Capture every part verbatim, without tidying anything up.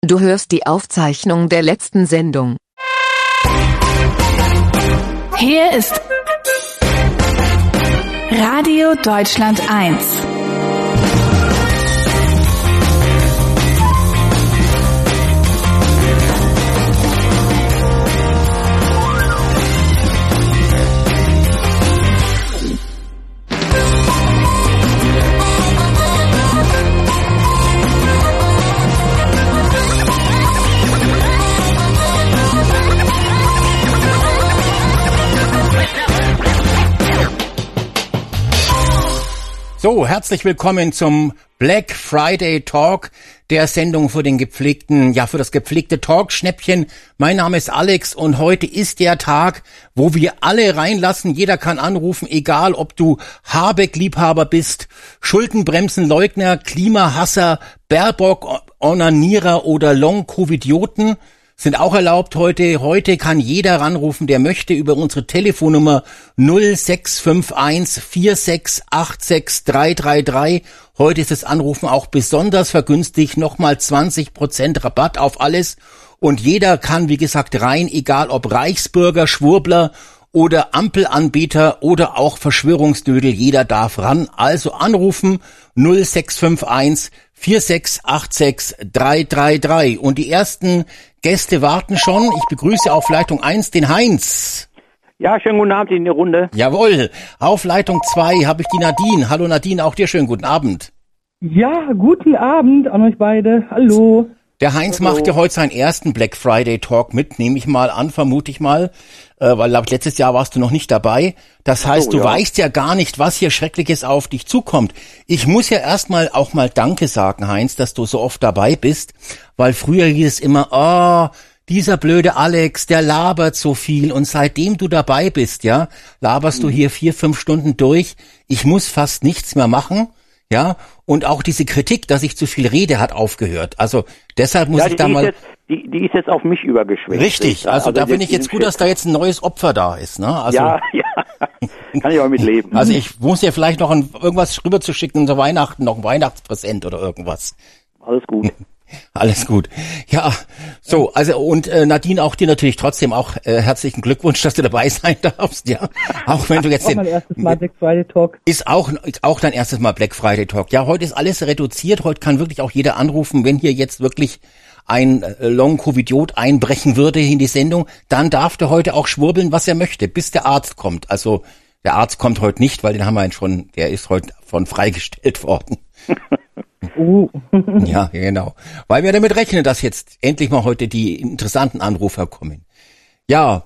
Du hörst die Aufzeichnung der letzten Sendung. Hier ist Radio Deutschland eins. So, herzlich willkommen zum Black Friday Talk, der Sendung für den gepflegten, ja, für das gepflegte Talk-Schnäppchen. Mein Name ist Alex und heute ist der Tag, wo wir alle reinlassen. Jeder kann anrufen, egal ob du Habeck-Liebhaber bist, Schuldenbremsen-Leugner, Klimahasser, Baerbock-Onanierer oder Long-Covidioten. Sind auch erlaubt heute. Heute kann jeder ranrufen, der möchte, über unsere Telefonnummer null sechs fünf eins vier sechs acht sechs drei drei drei. Heute ist das Anrufen auch besonders vergünstigt. Nochmal zwanzig Prozent Rabatt auf alles. Und jeder kann, wie gesagt, rein, egal ob Reichsbürger, Schwurbler oder Ampelanbeter oder auch Verschwörungsdödel. Jeder darf ran. Also anrufen null sechs fünf eins vier sechs acht sechs drei drei drei. Und die ersten Gäste warten schon. Ich begrüße auf Leitung eins den Heinz. Ja, schönen guten Abend in die Runde. Jawohl. Auf Leitung zwei habe ich die Nadine. Hallo Nadine, auch dir schönen guten Abend. Ja, guten Abend an euch beide. Hallo. Der Heinz Hallo. macht ja heute seinen ersten Black Friday Talk mit, nehme ich mal an, vermute ich mal, äh, weil glaub, letztes Jahr warst du noch nicht dabei. Das heißt, so, du ja. weißt ja gar nicht, was hier Schreckliches auf dich zukommt. Ich muss ja erstmal auch mal Danke sagen, Heinz, dass du so oft dabei bist, weil früher hieß es immer, oh, dieser blöde Alex, der labert so viel, und seitdem du dabei bist, ja, laberst mhm. du hier vier, fünf Stunden durch. Ich muss fast nichts mehr machen. Ja, und auch diese Kritik, dass ich zu viel rede, hat aufgehört. Also deshalb muss ja, ich da die mal... Ist jetzt, die, die ist jetzt auf mich übergeschwenkt. Richtig, also, also da finde ich jetzt gut, dass da jetzt ein neues Opfer da ist. Ne? Also, ja, ja, kann ich auch mit leben. Also ich muss dir vielleicht noch ein, irgendwas rüber zu schicken, so Weihnachten, noch ein Weihnachtspräsent oder irgendwas. Alles gut. Alles gut. Ja, so, also und äh, Nadine, auch dir natürlich trotzdem auch äh, herzlichen Glückwunsch, dass du dabei sein darfst, ja. Auch wenn du jetzt auch den, mein erstes Mal Black Friday Talk. Ist auch ist auch dein erstes Mal Black Friday Talk. Ja, heute ist alles reduziert, heute kann wirklich auch jeder anrufen, wenn hier jetzt wirklich ein äh, Long-Covidiot einbrechen würde in die Sendung, dann darf der heute auch schwurbeln, was er möchte, bis der Arzt kommt. Also der Arzt kommt heute nicht, weil den haben wir ihn schon, der ist heute von freigestellt worden. Uh. Ja, genau. Weil wir damit rechnen, dass jetzt endlich mal heute die interessanten Anrufer kommen. Ja,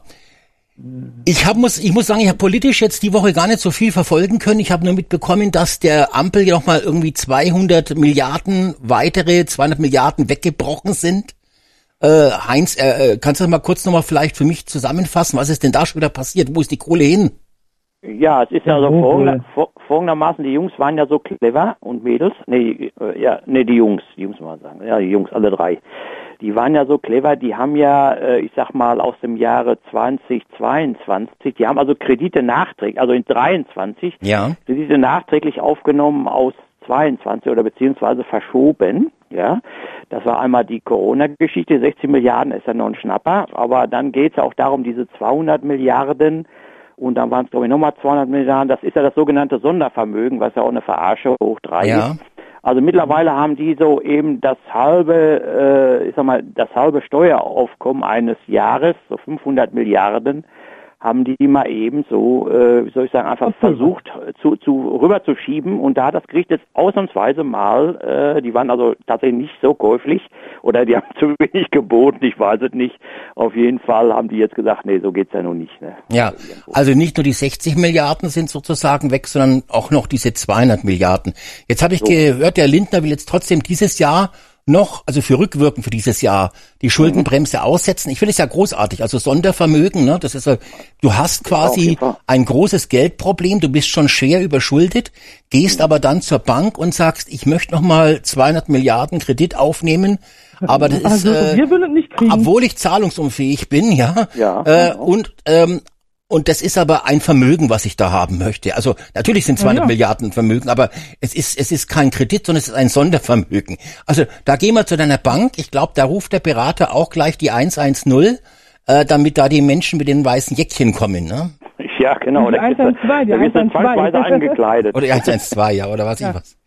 ich hab, muss, ich muss sagen, ich habe politisch jetzt die Woche gar nicht so viel verfolgen können. Ich habe nur mitbekommen, dass der Ampel ja noch mal irgendwie zweihundert Milliarden, weitere zweihundert Milliarden weggebrochen sind. Äh, Heinz, äh, kannst du das mal kurz nochmal vielleicht für mich zusammenfassen? Was ist denn da schon wieder passiert? Wo ist die Kohle hin? Ja, es ist ja so Oh, folgender, folgendermaßen, die Jungs waren ja so clever und Mädels, nee, äh, ja, nee, die Jungs, die Jungs mal sagen, ja, die Jungs, alle drei. Die waren ja so clever, die haben ja, äh, ich sag mal, aus dem Jahre zweitausendzweiundzwanzig, die haben also Kredite nachträglich, also in dreiundzwanzig, Ja. Kredite nachträglich aufgenommen aus zweiundzwanzig oder beziehungsweise verschoben, ja. Das war einmal die Corona-Geschichte, sechzehn Milliarden ist ja noch ein Schnapper, aber dann geht es ja auch darum, diese zweihundert Milliarden, und dann waren es, glaube ich, nochmal zweihundert Milliarden. Das ist ja das sogenannte Sondervermögen, was ja auch eine Verarsche hoch drei Ja. ist. Also mittlerweile haben die so eben das halbe, äh, ich sag mal, das halbe Steueraufkommen eines Jahres, so fünfhundert Milliarden, haben die mal eben so, äh, wie soll ich sagen, einfach Okay. versucht zu, zu rüberzuschieben. Und da hat das Gericht jetzt ausnahmsweise mal, äh, die waren also tatsächlich nicht so käuflich oder die haben zu wenig geboten, ich weiß es nicht. Auf jeden Fall haben die jetzt gesagt, nee, so geht's ja nun nicht. Ne? Ja, also nicht nur die sechzig Milliarden sind sozusagen weg, sondern auch noch diese zweihundert Milliarden. Jetzt habe ich So. gehört, der Lindner will jetzt trotzdem dieses Jahr noch, also für rückwirkend für dieses Jahr, die Schuldenbremse aussetzen. Ich finde es ja großartig, also Sondervermögen, ne, das ist so, du hast quasi ein großes Geldproblem, du bist schon schwer überschuldet, gehst aber dann zur Bank und sagst, ich möchte noch mal zweihundert Milliarden Kredit aufnehmen, aber das Also ist, äh, wir würden es nicht kriegen. obwohl ich zahlungsunfähig bin, ja, Ja, äh, ja. und ähm, und das ist aber ein Vermögen, was ich da haben möchte. Also natürlich sind zweihundert Ja, ja. Milliarden Vermögen, aber es ist es ist kein Kredit, sondern es ist ein Sondervermögen. Also da gehen wir zu deiner Bank. Ich glaube, da ruft der Berater auch gleich die eins eins null, äh, damit da die Menschen mit den weißen Jäckchen kommen, ne? Ja, genau. Die Da eins eins zwei, die da wirst du eins eins zwei. zwangsweise angekleidet. Oder eins eins zwei, ja, oder was Ja. ich was.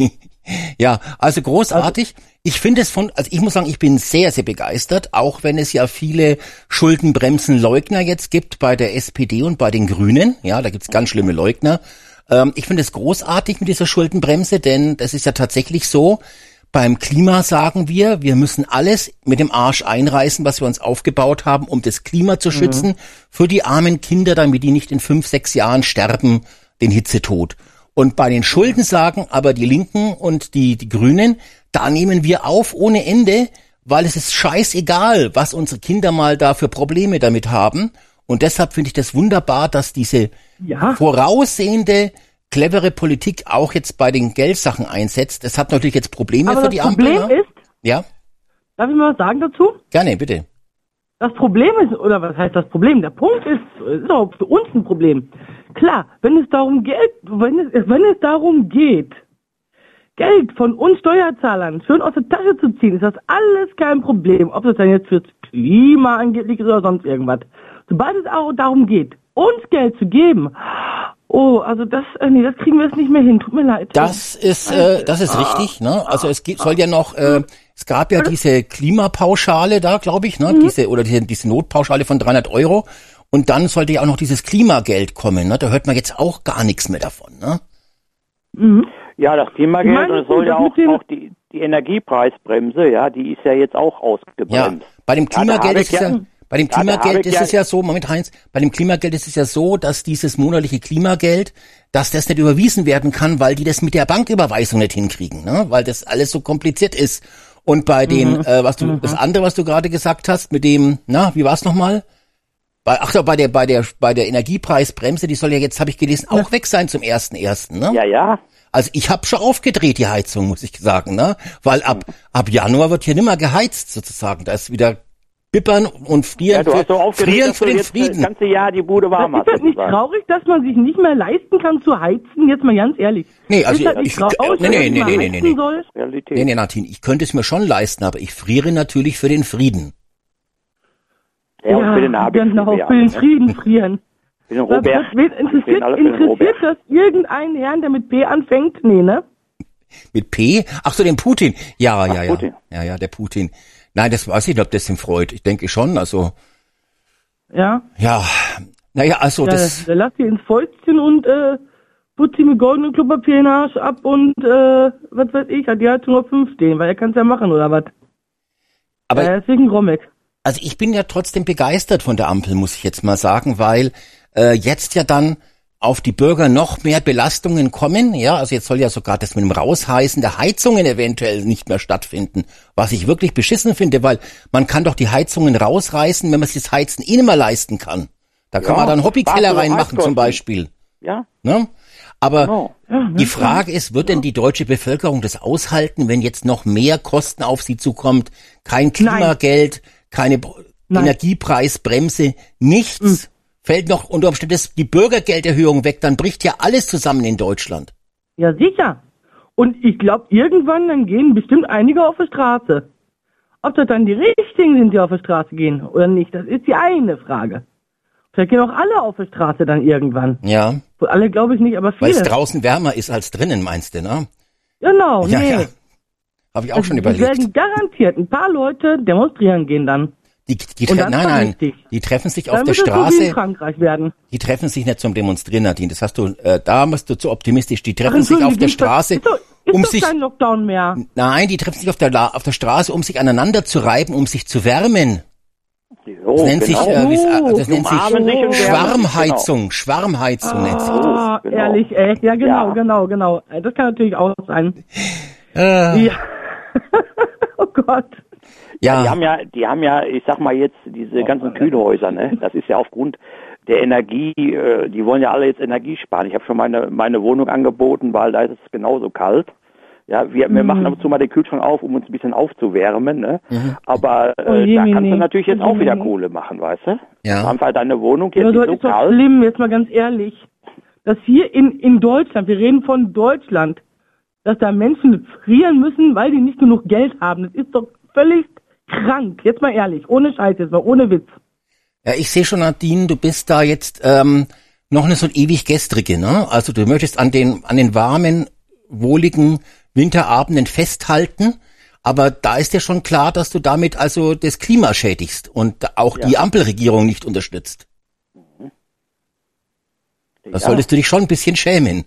Ja, also großartig. Ich finde es von, also ich muss sagen, ich bin sehr, sehr begeistert, auch wenn es ja viele Schuldenbremsenleugner jetzt gibt bei der S P D und bei den Grünen. Ja, da gibt's ganz schlimme Leugner. Ähm, ich finde es großartig mit dieser Schuldenbremse, denn das ist ja tatsächlich so. Beim Klima sagen wir, wir müssen alles mit dem Arsch einreißen, was wir uns aufgebaut haben, um das Klima zu schützen, mhm. für die armen Kinder, damit die nicht in fünf, sechs Jahren sterben, den Hitzetod. Und bei den Schulden sagen aber die Linken und die, die Grünen, da nehmen wir auf ohne Ende, weil es ist scheißegal, was unsere Kinder mal da für Probleme damit haben. Und deshalb finde ich das wunderbar, dass diese Ja. voraussehende, clevere Politik auch jetzt bei den Geldsachen einsetzt. Das hat natürlich jetzt Probleme Aber für das die Ampel. Problem ne? ist, Ja, darf ich mal was sagen dazu? gerne, bitte. Das Problem ist, oder was heißt das Problem? Der Punkt ist, ist auch für uns ein Problem. Klar, wenn es darum geht, wenn es, wenn es darum geht, Geld von uns Steuerzahlern schön aus der Tasche zu ziehen, ist das alles kein Problem. Ob das dann jetzt fürs Klima angeblich ist oder sonst irgendwas. Sobald es auch darum geht, uns Geld zu geben, oh, also das, äh, nee, das kriegen wir jetzt nicht mehr hin. Tut mir leid. Das ist, äh, das ist richtig, ne? Also es gibt, soll ja noch, äh, es gab ja diese Klimapauschale da, glaube ich, ne? Diese, oder diese, diese Notpauschale von dreihundert Euro. Und dann sollte ja auch noch dieses Klimageld kommen, ne? Da hört man jetzt auch gar nichts mehr davon, ne? Mhm. Ja, das Klimageld, Ich meine, und es soll ja das auch, mit dem- auch die, die Energiepreisbremse, ja, die ist ja jetzt auch Ja, ausgebremst. bei dem Ja, da Klimageld habe ist ich es ja, ja- bei dem Ja, da Klimageld habe ich ist ja- es ja so, Moment Heinz, bei dem Klimageld ist es ja so, dass dieses monatliche Klimageld, dass das nicht überwiesen werden kann, weil die das mit der Banküberweisung nicht hinkriegen, ne? Weil das alles so kompliziert ist. Und bei den, äh, was du, das andere, was du gerade gesagt hast, mit dem, na, wie war's nochmal? Bei, ach so, bei der, bei der, bei der Energiepreisbremse, die soll ja jetzt, habe ich gelesen, auch weg sein zum ersten ersten, ne? Ja, ja. Also ich habe schon aufgedreht, die Heizung, muss ich sagen, ne? Weil ab, ab Januar wird hier nimmer geheizt, sozusagen. Da ist wieder Bippern und Frieren, Ja, du hast so für, aufgeregt, Frieren dass für du den jetzt das Frieden. ganze Jahr die Bude warm Ist hast. das nicht sozusagen. traurig, dass man sich nicht mehr leisten kann zu heizen? Jetzt mal ganz ehrlich. Nee, also ist das ich- nicht ich- traurig, nee, nee, dass nee, man nee, nee, heizen nee. soll? Realität. Nee, nee, Nadine, ich könnte es mir schon leisten, aber ich friere natürlich für den Frieden. Ja, und für den Habeck. genau, frieren wir für den alle, ne? Frieden frieren. Für den Was, Robert. was, wen Wir interessiert, frieren alle für den interessiert Robert. das irgendeinen Herrn, der mit P anfängt? Nee, ne? Mit P? Ach so, den Putin. Ja, ja, ja. Putin. Ja, ja, der Putin. Nein, das weiß ich nicht, ob das ihm freut. Ich denke schon, also, Ja. ja. Naja, also Ja, das, der lasst sie ins Fäustchen und äh, putzt sie mit goldenem Klopapier in den Arsch ab und äh, was weiß ich, hat die Heizung auf fünf stehen, weil er kann es ja machen, oder was? aber Äh, deswegen Grommeck. Also ich bin ja trotzdem begeistert von der Ampel, muss ich jetzt mal sagen, weil äh, jetzt ja dann auf die Bürger noch mehr Belastungen kommen. Ja, also jetzt soll ja sogar das mit dem Rausheißen der Heizungen eventuell nicht mehr stattfinden, was ich wirklich beschissen finde, weil man kann doch die Heizungen rausreißen, wenn man sich das Heizen eh nicht mehr leisten kann. Da kann Ja, man dann Hobbykeller spart so reinmachen Heizkosten. zum Beispiel. Ja, Ne? Aber genau. die Frage ist, wird denn die deutsche Bevölkerung das aushalten, wenn jetzt noch mehr Kosten auf sie zukommt? Kein Klimageld, keine B- Nein. Energiepreisbremse, nichts. Fällt noch unter Umständen das- die Bürgergelderhöhung weg, dann bricht ja alles zusammen in Deutschland. Ja, sicher. Und ich glaube, irgendwann dann gehen bestimmt einige auf die Straße. Ob das dann die Richtigen sind, die auf die Straße gehen oder nicht, das ist die eine Frage. Vielleicht gehen auch alle auf die Straße dann irgendwann. Ja, Wohl alle glaube ich nicht, aber weil viele. es draußen wärmer ist als drinnen, meinst du, ne? Genau, Ja, nee. ja. Habe ich auch Also, schon es überlegt. werden garantiert ein paar Leute demonstrieren gehen dann. Die, die Und tre- dann nein, nein, vernünftig. die treffen sich Dann auf der wird das so wie in Straße. Frankreich werden. Die treffen sich nicht zum Demonstrieren, Nadine. Das hast du, äh, da bist du zu optimistisch. Die treffen Ach, sich auf der Entschuldigung, ist doch- Straße, Ist doch, ist um doch sich, kein Lockdown mehr. nein, die treffen sich auf der, La- auf der Straße, um sich aneinander zu reiben, um sich zu wärmen. Jo, Das nennt sich, genau. äh, wie's, äh, Oh, das nennt sich umarmen sich und wärmen sich, Schwarmheizung. Schwarmheizung nennt sich das. Ah, genau. ehrlich, ey. Ja, genau, Ja. genau, genau. Äh, Das kann natürlich auch sein. Äh, Ja. Oh Gott. Die ja, haben ja, die haben ja, ich sag mal jetzt, diese ganzen Kühlhäuser, ne? Das ist ja aufgrund der Energie, äh, die wollen ja alle jetzt Energie sparen. Ich habe schon meine meine Wohnung angeboten, weil da ist es genauso kalt. Ja, wir, wir mhm. machen ab und zu mal den Kühlschrank auf, um uns ein bisschen aufzuwärmen, ne? Mhm. Aber äh, oh, je, da kannst nee. du natürlich jetzt oh, auch wieder nee. Kohle machen, weißt du? Ja. Einfach deine Wohnung jetzt ja, nicht das so ist doch kalt. schlimm, jetzt mal ganz ehrlich, dass hier in, in Deutschland, wir reden von Deutschland, dass da Menschen frieren müssen, weil die nicht genug Geld haben. Das ist doch völlig krank. Jetzt mal ehrlich, ohne Scheiß jetzt mal, ohne Witz. Ja, ich sehe schon, Nadine, du bist da jetzt ähm, noch eine so ewig gestrige, ne? Also du möchtest an den an den warmen, wohligen Winterabenden festhalten, aber da ist ja schon klar, dass du damit also das Klima schädigst und auch ja. die Ampelregierung nicht unterstützt. Mhm. Ja. Da solltest du dich schon ein bisschen schämen.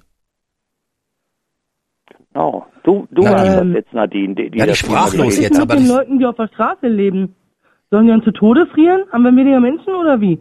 Genau. Du, du Nadine. hast das jetzt, Nadine. Die, die ja, die das sprachlos jetzt. Was ist Aber mit den das Leuten, die auf der Straße leben? Sollen die dann zu Tode frieren? Haben wir weniger Menschen oder wie?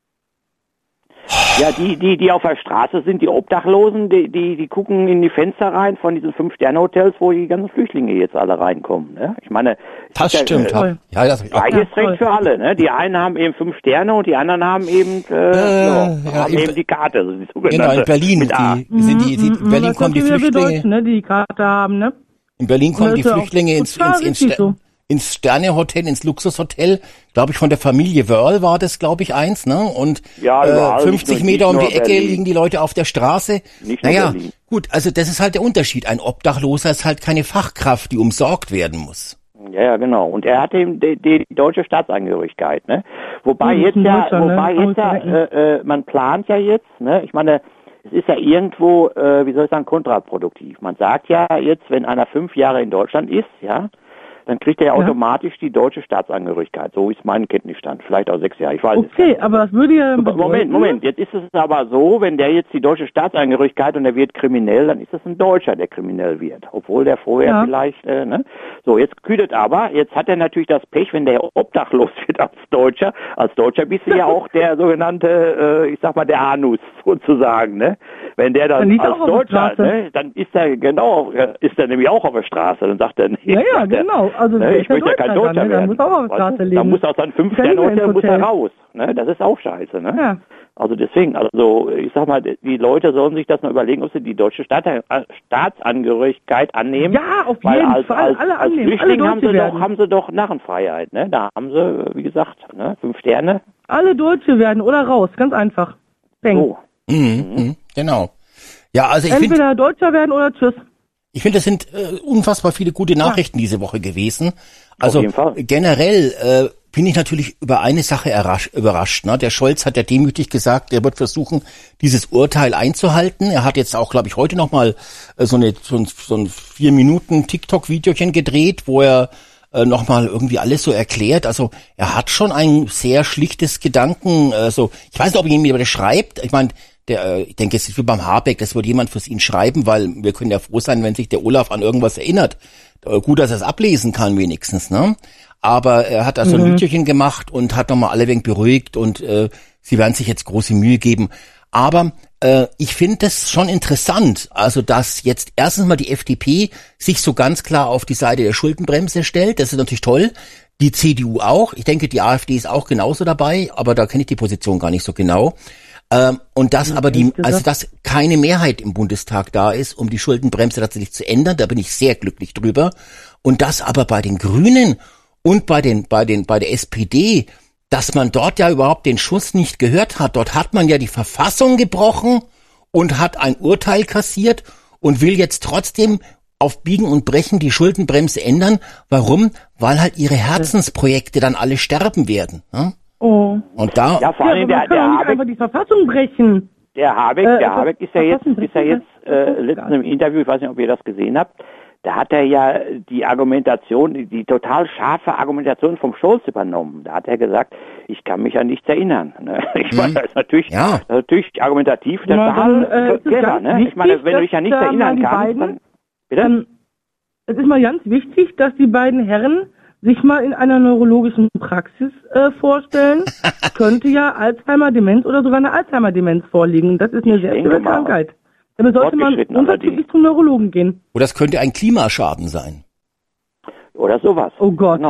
Ja, die, die, die auf der Straße sind, die Obdachlosen, die, die, die gucken in die Fenster rein von diesen Fünf-Sterne-Hotels, wo die ganzen Flüchtlinge jetzt alle reinkommen. Ne? Ich meine, das stimmt. Ja, äh, ja, das gleiches ja, Recht für alle. Ne? Die einen haben eben fünf Sterne und die anderen haben eben, äh, äh, ja, ja, haben eben die Karte, also die sogenannte. Genau, in Berlin, die, sind die, die, in Berlin das kommen die Flüchtlinge. Deutschen, ne, die die Karte haben, ne? In Berlin kommen die ja Flüchtlinge ins, ins, ins, ins, so. ins Sternehotel, ins Luxushotel, glaube ich, von der Familie Wörl war das, glaube ich, eins, ne? Und ja, äh, fünfzig nur, Meter um die Ecke Berlin. liegen die Leute auf der Straße. Nicht nur naja, Berlin. Gut, also das ist halt der Unterschied. Ein Obdachloser ist halt keine Fachkraft, die umsorgt werden muss. Ja, ja, genau. Und er hat eben die, die deutsche Staatsangehörigkeit, ne? Wobei jetzt ja, wobei jetzt ja, äh, äh, man plant ja jetzt, ne? Ich meine, es ist ja irgendwo, äh, wie soll ich sagen, kontraproduktiv. Man sagt ja jetzt, wenn einer fünf Jahre in Deutschland ist, ja, dann kriegt er ja automatisch die deutsche Staatsangehörigkeit. So ist mein Kenntnisstand. Vielleicht auch sechs Jahre, ich weiß okay, es nicht. Okay, aber das würde ja... Moment, Moment. Jetzt ist es aber so, wenn der jetzt die deutsche Staatsangehörigkeit und er wird kriminell, dann ist das ein Deutscher, der kriminell wird. Obwohl der vorher ja. vielleicht, äh, ne? So, jetzt kühlt aber, jetzt hat er natürlich das Pech, wenn der obdachlos wird als Deutscher. Als Deutscher bist du ja auch der sogenannte, äh, ich sag mal, der Anus sozusagen, ne? Wenn der dann, dann als Deutscher, ne, dann ist er genau, ist er nämlich auch auf der Straße. Dann sagt er, nee, ja, ja, genau. Also ne, ich möchte ja kein Deutscher dann, werden. Muss auch auf der Straße leben. Da muss aus seinem Fünf-Sterne-Hotel muss er raus. Ne? Das ist auch scheiße. Ne? Ja. Also deswegen, also ich sag mal, die Leute sollen sich das mal überlegen, ob sie die deutsche Staat, äh, Staatsangehörigkeit annehmen. Ja, auf weil jeden als, Fall. Als, alle als annehmen. Flüchtling alle haben sie werden. doch, haben sie doch Narrenfreiheit. Ne? Da haben sie, wie gesagt, ne? Fünf Sterne. Alle Deutsche werden oder raus, ganz einfach. Denk. So. Mhm, mhm. Genau. Ja, also ich entweder find, Deutscher werden oder tschüss. Ich finde, das sind äh, unfassbar viele gute Nachrichten ja. diese Woche gewesen. Also Auf jeden Fall. generell äh, bin ich natürlich über eine Sache errasch, überrascht. Ne? Der Scholz hat ja demütig gesagt, er wird versuchen, dieses Urteil einzuhalten. Er hat jetzt auch, glaube ich, heute nochmal äh, so, eine, so ein, so ein vier Minuten TikTok-Videochen gedreht, wo er äh, nochmal irgendwie alles so erklärt. Also er hat schon ein sehr schlichtes Gedanken. Äh, so, ich weiß nicht, ob ihn jemand schreibt. Ich meine, der, ich denke, es ist wie beim Habeck, das wird jemand fürs ihn schreiben, weil wir können ja froh sein, wenn sich der Olaf an irgendwas erinnert. Gut, dass er es ablesen kann wenigstens, ne? Aber er hat also mhm. ein Videochen gemacht und hat nochmal alle wenig beruhigt und äh, sie werden sich jetzt große Mühe geben. Aber äh, ich finde das schon interessant, also dass jetzt erstens mal die F D P sich so ganz klar auf die Seite der Schuldenbremse stellt. Das ist natürlich toll. Die C D U auch. Ich denke, die AfD ist auch genauso dabei, aber da kenne ich die Position gar nicht so genau. Ähm, und dass aber die, also dass keine Mehrheit im Bundestag da ist, um die Schuldenbremse tatsächlich zu ändern, da bin ich sehr glücklich drüber. Und dass aber bei den Grünen und bei den, bei den, bei der S P D, dass man dort ja überhaupt den Schuss nicht gehört hat. Dort hat man ja die Verfassung gebrochen und hat ein Urteil kassiert und will jetzt trotzdem auf Biegen und Brechen die Schuldenbremse ändern. Warum? Weil halt ihre Herzensprojekte dann alle sterben werden. Hm? Oh. Und da, ja, vor allem ja, der, der Habeck, einfach die Verfassung brechen. Der Habeck, äh, der Habeck ist ja jetzt, ist ja jetzt äh, letztens im Interview, ich weiß nicht, ob ihr das gesehen habt, da hat er ja die Argumentation, die, die total scharfe Argumentation vom Scholz übernommen. Da hat er gesagt, ich kann mich an nichts erinnern. Ich hm. meine, das ist natürlich, ja. das ist natürlich argumentativ total äh, clever. Ne? Wichtig, ich meine, wenn du dich an nichts erinnern kannst, beiden, dann, bitte? Ähm, es ist mal ganz wichtig, dass die beiden Herren sich mal in einer neurologischen Praxis äh, vorstellen, könnte ja Alzheimer-Demenz oder sogar eine Alzheimer-Demenz vorliegen. Das ist eine sehr schwere Krankheit. Damit sollte man unverzüglich zum Neurologen gehen. Oder das könnte ein Klimaschaden sein. Oder sowas. Oh Gott. Genau.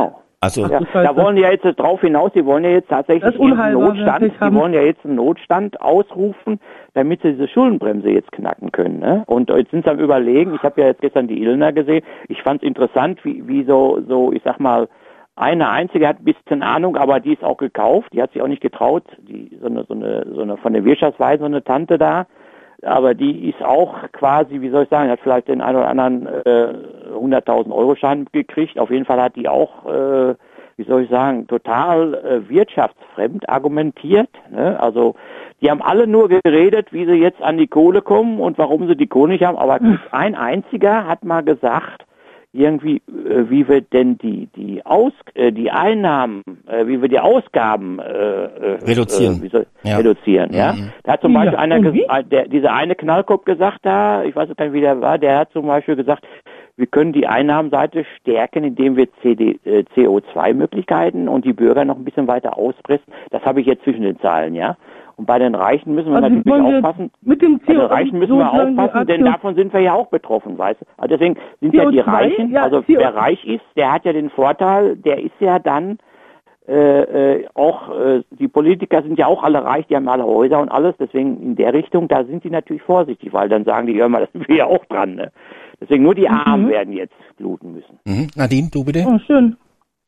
Also ja, da wollen die ja jetzt drauf hinaus, die wollen ja jetzt tatsächlich einen Notstand, die wollen ja jetzt einen Notstand ausrufen, damit sie diese Schuldenbremse jetzt knacken können. Ne? Und jetzt sind sie am Überlegen, ich habe ja jetzt gestern die Illner gesehen, ich fand es interessant, wie, wie so, so, ich sag mal, eine einzige hat ein bisschen Ahnung, aber die ist auch gekauft, die hat sich auch nicht getraut, die, so eine, so eine, so eine, von der Wirtschaftsweise, so eine Tante da, aber die ist auch quasi, wie soll ich sagen, hat vielleicht den einen oder anderen äh, hunderttausend Euro Schein gekriegt. Auf jeden Fall hat die auch, äh, wie soll ich sagen, total äh, wirtschaftsfremd argumentiert. Ne? Also die haben alle nur geredet, wie sie jetzt an die Kohle kommen und warum sie die Kohle nicht haben. Aber ein einziger hat mal gesagt, irgendwie, äh, wie wir denn die die Aus äh, die Einnahmen, äh, wie wir die Ausgaben äh, reduzieren, äh, wie soll, ja. reduzieren, ja. Mhm. Da hat zum Beispiel ja. einer, ges- der, dieser eine Knallkopf gesagt, da, ich weiß nicht, wie der war, der hat zum Beispiel gesagt, wir können die Einnahmenseite stärken, indem wir C O zwei Möglichkeiten und die Bürger noch ein bisschen weiter auspressen. Das habe ich jetzt zwischen den Zeilen, ja. Und bei den Reichen müssen wir also natürlich aufpassen. Mit dem C O zwei, bei den Reichen müssen wir aufpassen, denn davon sind wir ja auch betroffen, weißt du. Also deswegen sind C O zwei, ja die Reichen, ja, also C O zwei. Wer reich ist, der hat ja den Vorteil, der ist ja dann äh, äh, auch, äh, die Politiker sind ja auch alle reich, die haben alle Häuser und alles, deswegen in der Richtung, da sind die natürlich vorsichtig, weil dann sagen die, hör mal, das sind wir ja auch dran, ne. Deswegen nur die Armen mhm. werden jetzt bluten müssen. Mhm. Nadine, du bitte? Oh, schön.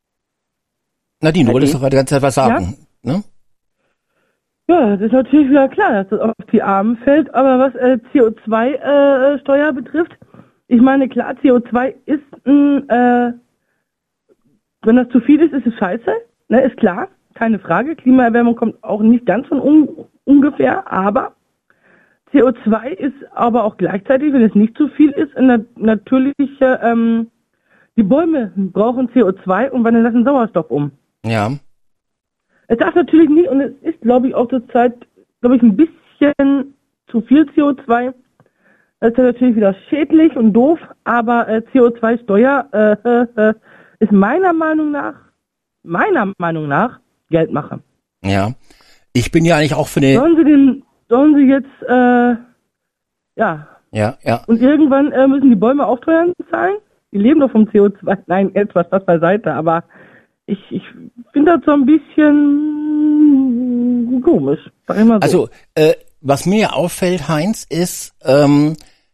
Nadine, du wolltest doch die ganze Zeit was sagen, ja? Ne? Ja, das ist natürlich wieder klar, dass das auf die Armen fällt, aber was äh, C O zwei Steuer betrifft, ich meine, klar, C O zwei ist, mh, äh, wenn das zu viel ist, ist es scheiße, ne, ist klar, keine Frage, Klimaerwärmung kommt auch nicht ganz von un- ungefähr, aber C O zwei ist aber auch gleichzeitig, wenn es nicht zu viel ist, eine natürliche, ähm, die Bäume brauchen C O zwei und wandeln lassen Sauerstoff um. Ja. Es darf natürlich nicht, und es ist, glaube ich, auch zur Zeit, glaube ich, ein bisschen zu viel C O zwei. Das ist ja natürlich wieder schädlich und doof, aber äh, C O zwei Steuer äh, äh, ist meiner Meinung nach, meiner Meinung nach, Geldmache. Ja. Ich bin ja eigentlich auch für eine... Sollen sie den, sollen sie jetzt, äh, ja. Ja, ja. Und irgendwann äh, müssen die Bäume auch Steuern zahlen? Die leben doch vom C O zwei. Nein, etwas, das beiseite, aber ich, ich finde das so ein bisschen komisch. Sag ich mal so. Also, äh, was mir auffällt, Heinz, ist, ähm,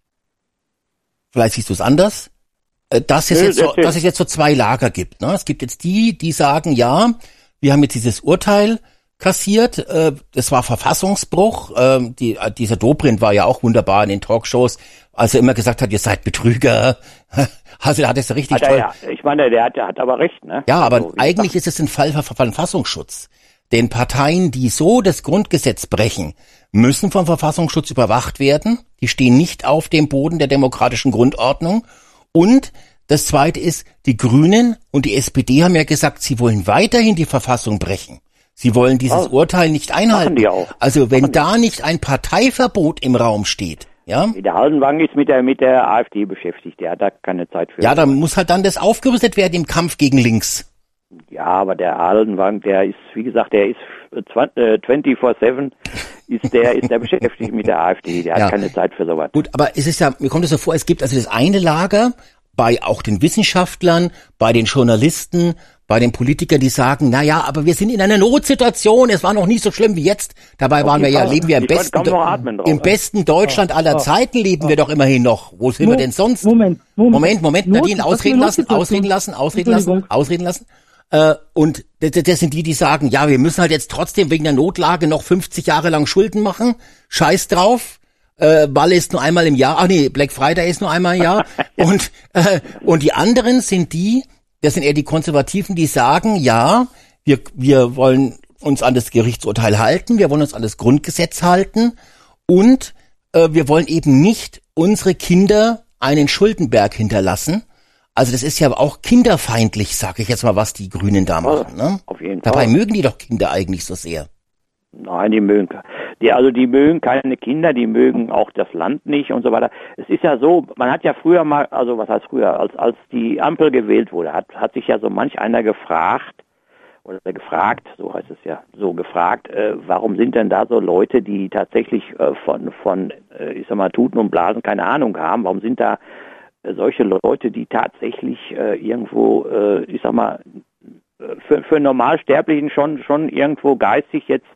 vielleicht siehst du es anders, äh, dass, es jetzt so, dass es jetzt so zwei Lager gibt. Ne? Es gibt jetzt die, die sagen, ja, wir haben jetzt dieses Urteil kassiert, äh, das war Verfassungsbruch, äh, die, äh, dieser Dobrindt war ja auch wunderbar in den Talkshows, als er immer gesagt hat, ihr seid Betrüger. Also da hat es richtig hat toll. Ja, ich meine, der hat, der hat aber recht, ne? Ja, aber also, eigentlich ist es ein Fall von Verfassungsschutz. Denn Parteien, die so das Grundgesetz brechen, müssen vom Verfassungsschutz überwacht werden. Die stehen nicht auf dem Boden der demokratischen Grundordnung. Und das Zweite ist, die Grünen und die S P D haben ja gesagt, sie wollen weiterhin die Verfassung brechen. Sie wollen dieses oh, Urteil nicht einhalten. Die auch. Also wenn machen da nicht ein Parteiverbot im Raum steht, ja. Der Haldenwang ist mit der mit der AfD beschäftigt. Der hat da keine Zeit für. Ja, da muss halt dann das aufgerüstet werden im Kampf gegen links. Ja, aber der Haldenwang, der ist, wie gesagt, der ist vierundzwanzig sieben ist der ist der beschäftigt mit der AfD. Der ja. hat keine Zeit für sowas. Gut, aber es ist ja, mir kommt es so vor, es gibt also das eine Lager bei auch den Wissenschaftlern, bei den Journalisten, bei den Politikern, die sagen, na ja, aber wir sind in einer Notsituation, es war noch nie so schlimm wie jetzt. Dabei waren wir ja, leben wir im besten, im besten Deutschland aller Zeiten leben wir doch immerhin noch. Wo sind wir denn sonst? Moment, Moment, Moment, Moment Nadine, ausreden lassen, ausreden lassen, ausreden lassen, ausreden lassen. Äh, und das, das sind die, die sagen, ja, wir müssen halt jetzt trotzdem wegen der Notlage noch fünfzig Jahre lang Schulden machen. Scheiß drauf. Äh, Walle ist nur einmal im Jahr. Ach nee, Black Friday ist nur einmal im Jahr. und, äh, und die anderen sind die, das sind eher die Konservativen, die sagen, ja, wir, wir wollen uns an das Gerichtsurteil halten, wir wollen uns an das Grundgesetz halten und äh, wir wollen eben nicht unsere Kinder einen Schuldenberg hinterlassen. Also das ist ja auch kinderfeindlich, sage ich jetzt mal, was die Grünen da machen. Ne? Auf jeden Dabei Fall. mögen die doch Kinder eigentlich so sehr. Nein, die mögen die, also die mögen keine Kinder, die mögen auch das Land nicht und so weiter. Es ist ja so, man hat ja früher mal, also was heißt früher, als als die Ampel gewählt wurde, hat hat sich ja so manch einer gefragt oder gefragt, so heißt es ja, so gefragt, äh, warum sind denn da so Leute, die tatsächlich äh, von von äh, ich sag mal Tuten und Blasen keine Ahnung haben, warum sind da äh, solche Leute, die tatsächlich äh, irgendwo, äh, ich sag mal für, für Normalsterblichen schon, schon irgendwo geistig jetzt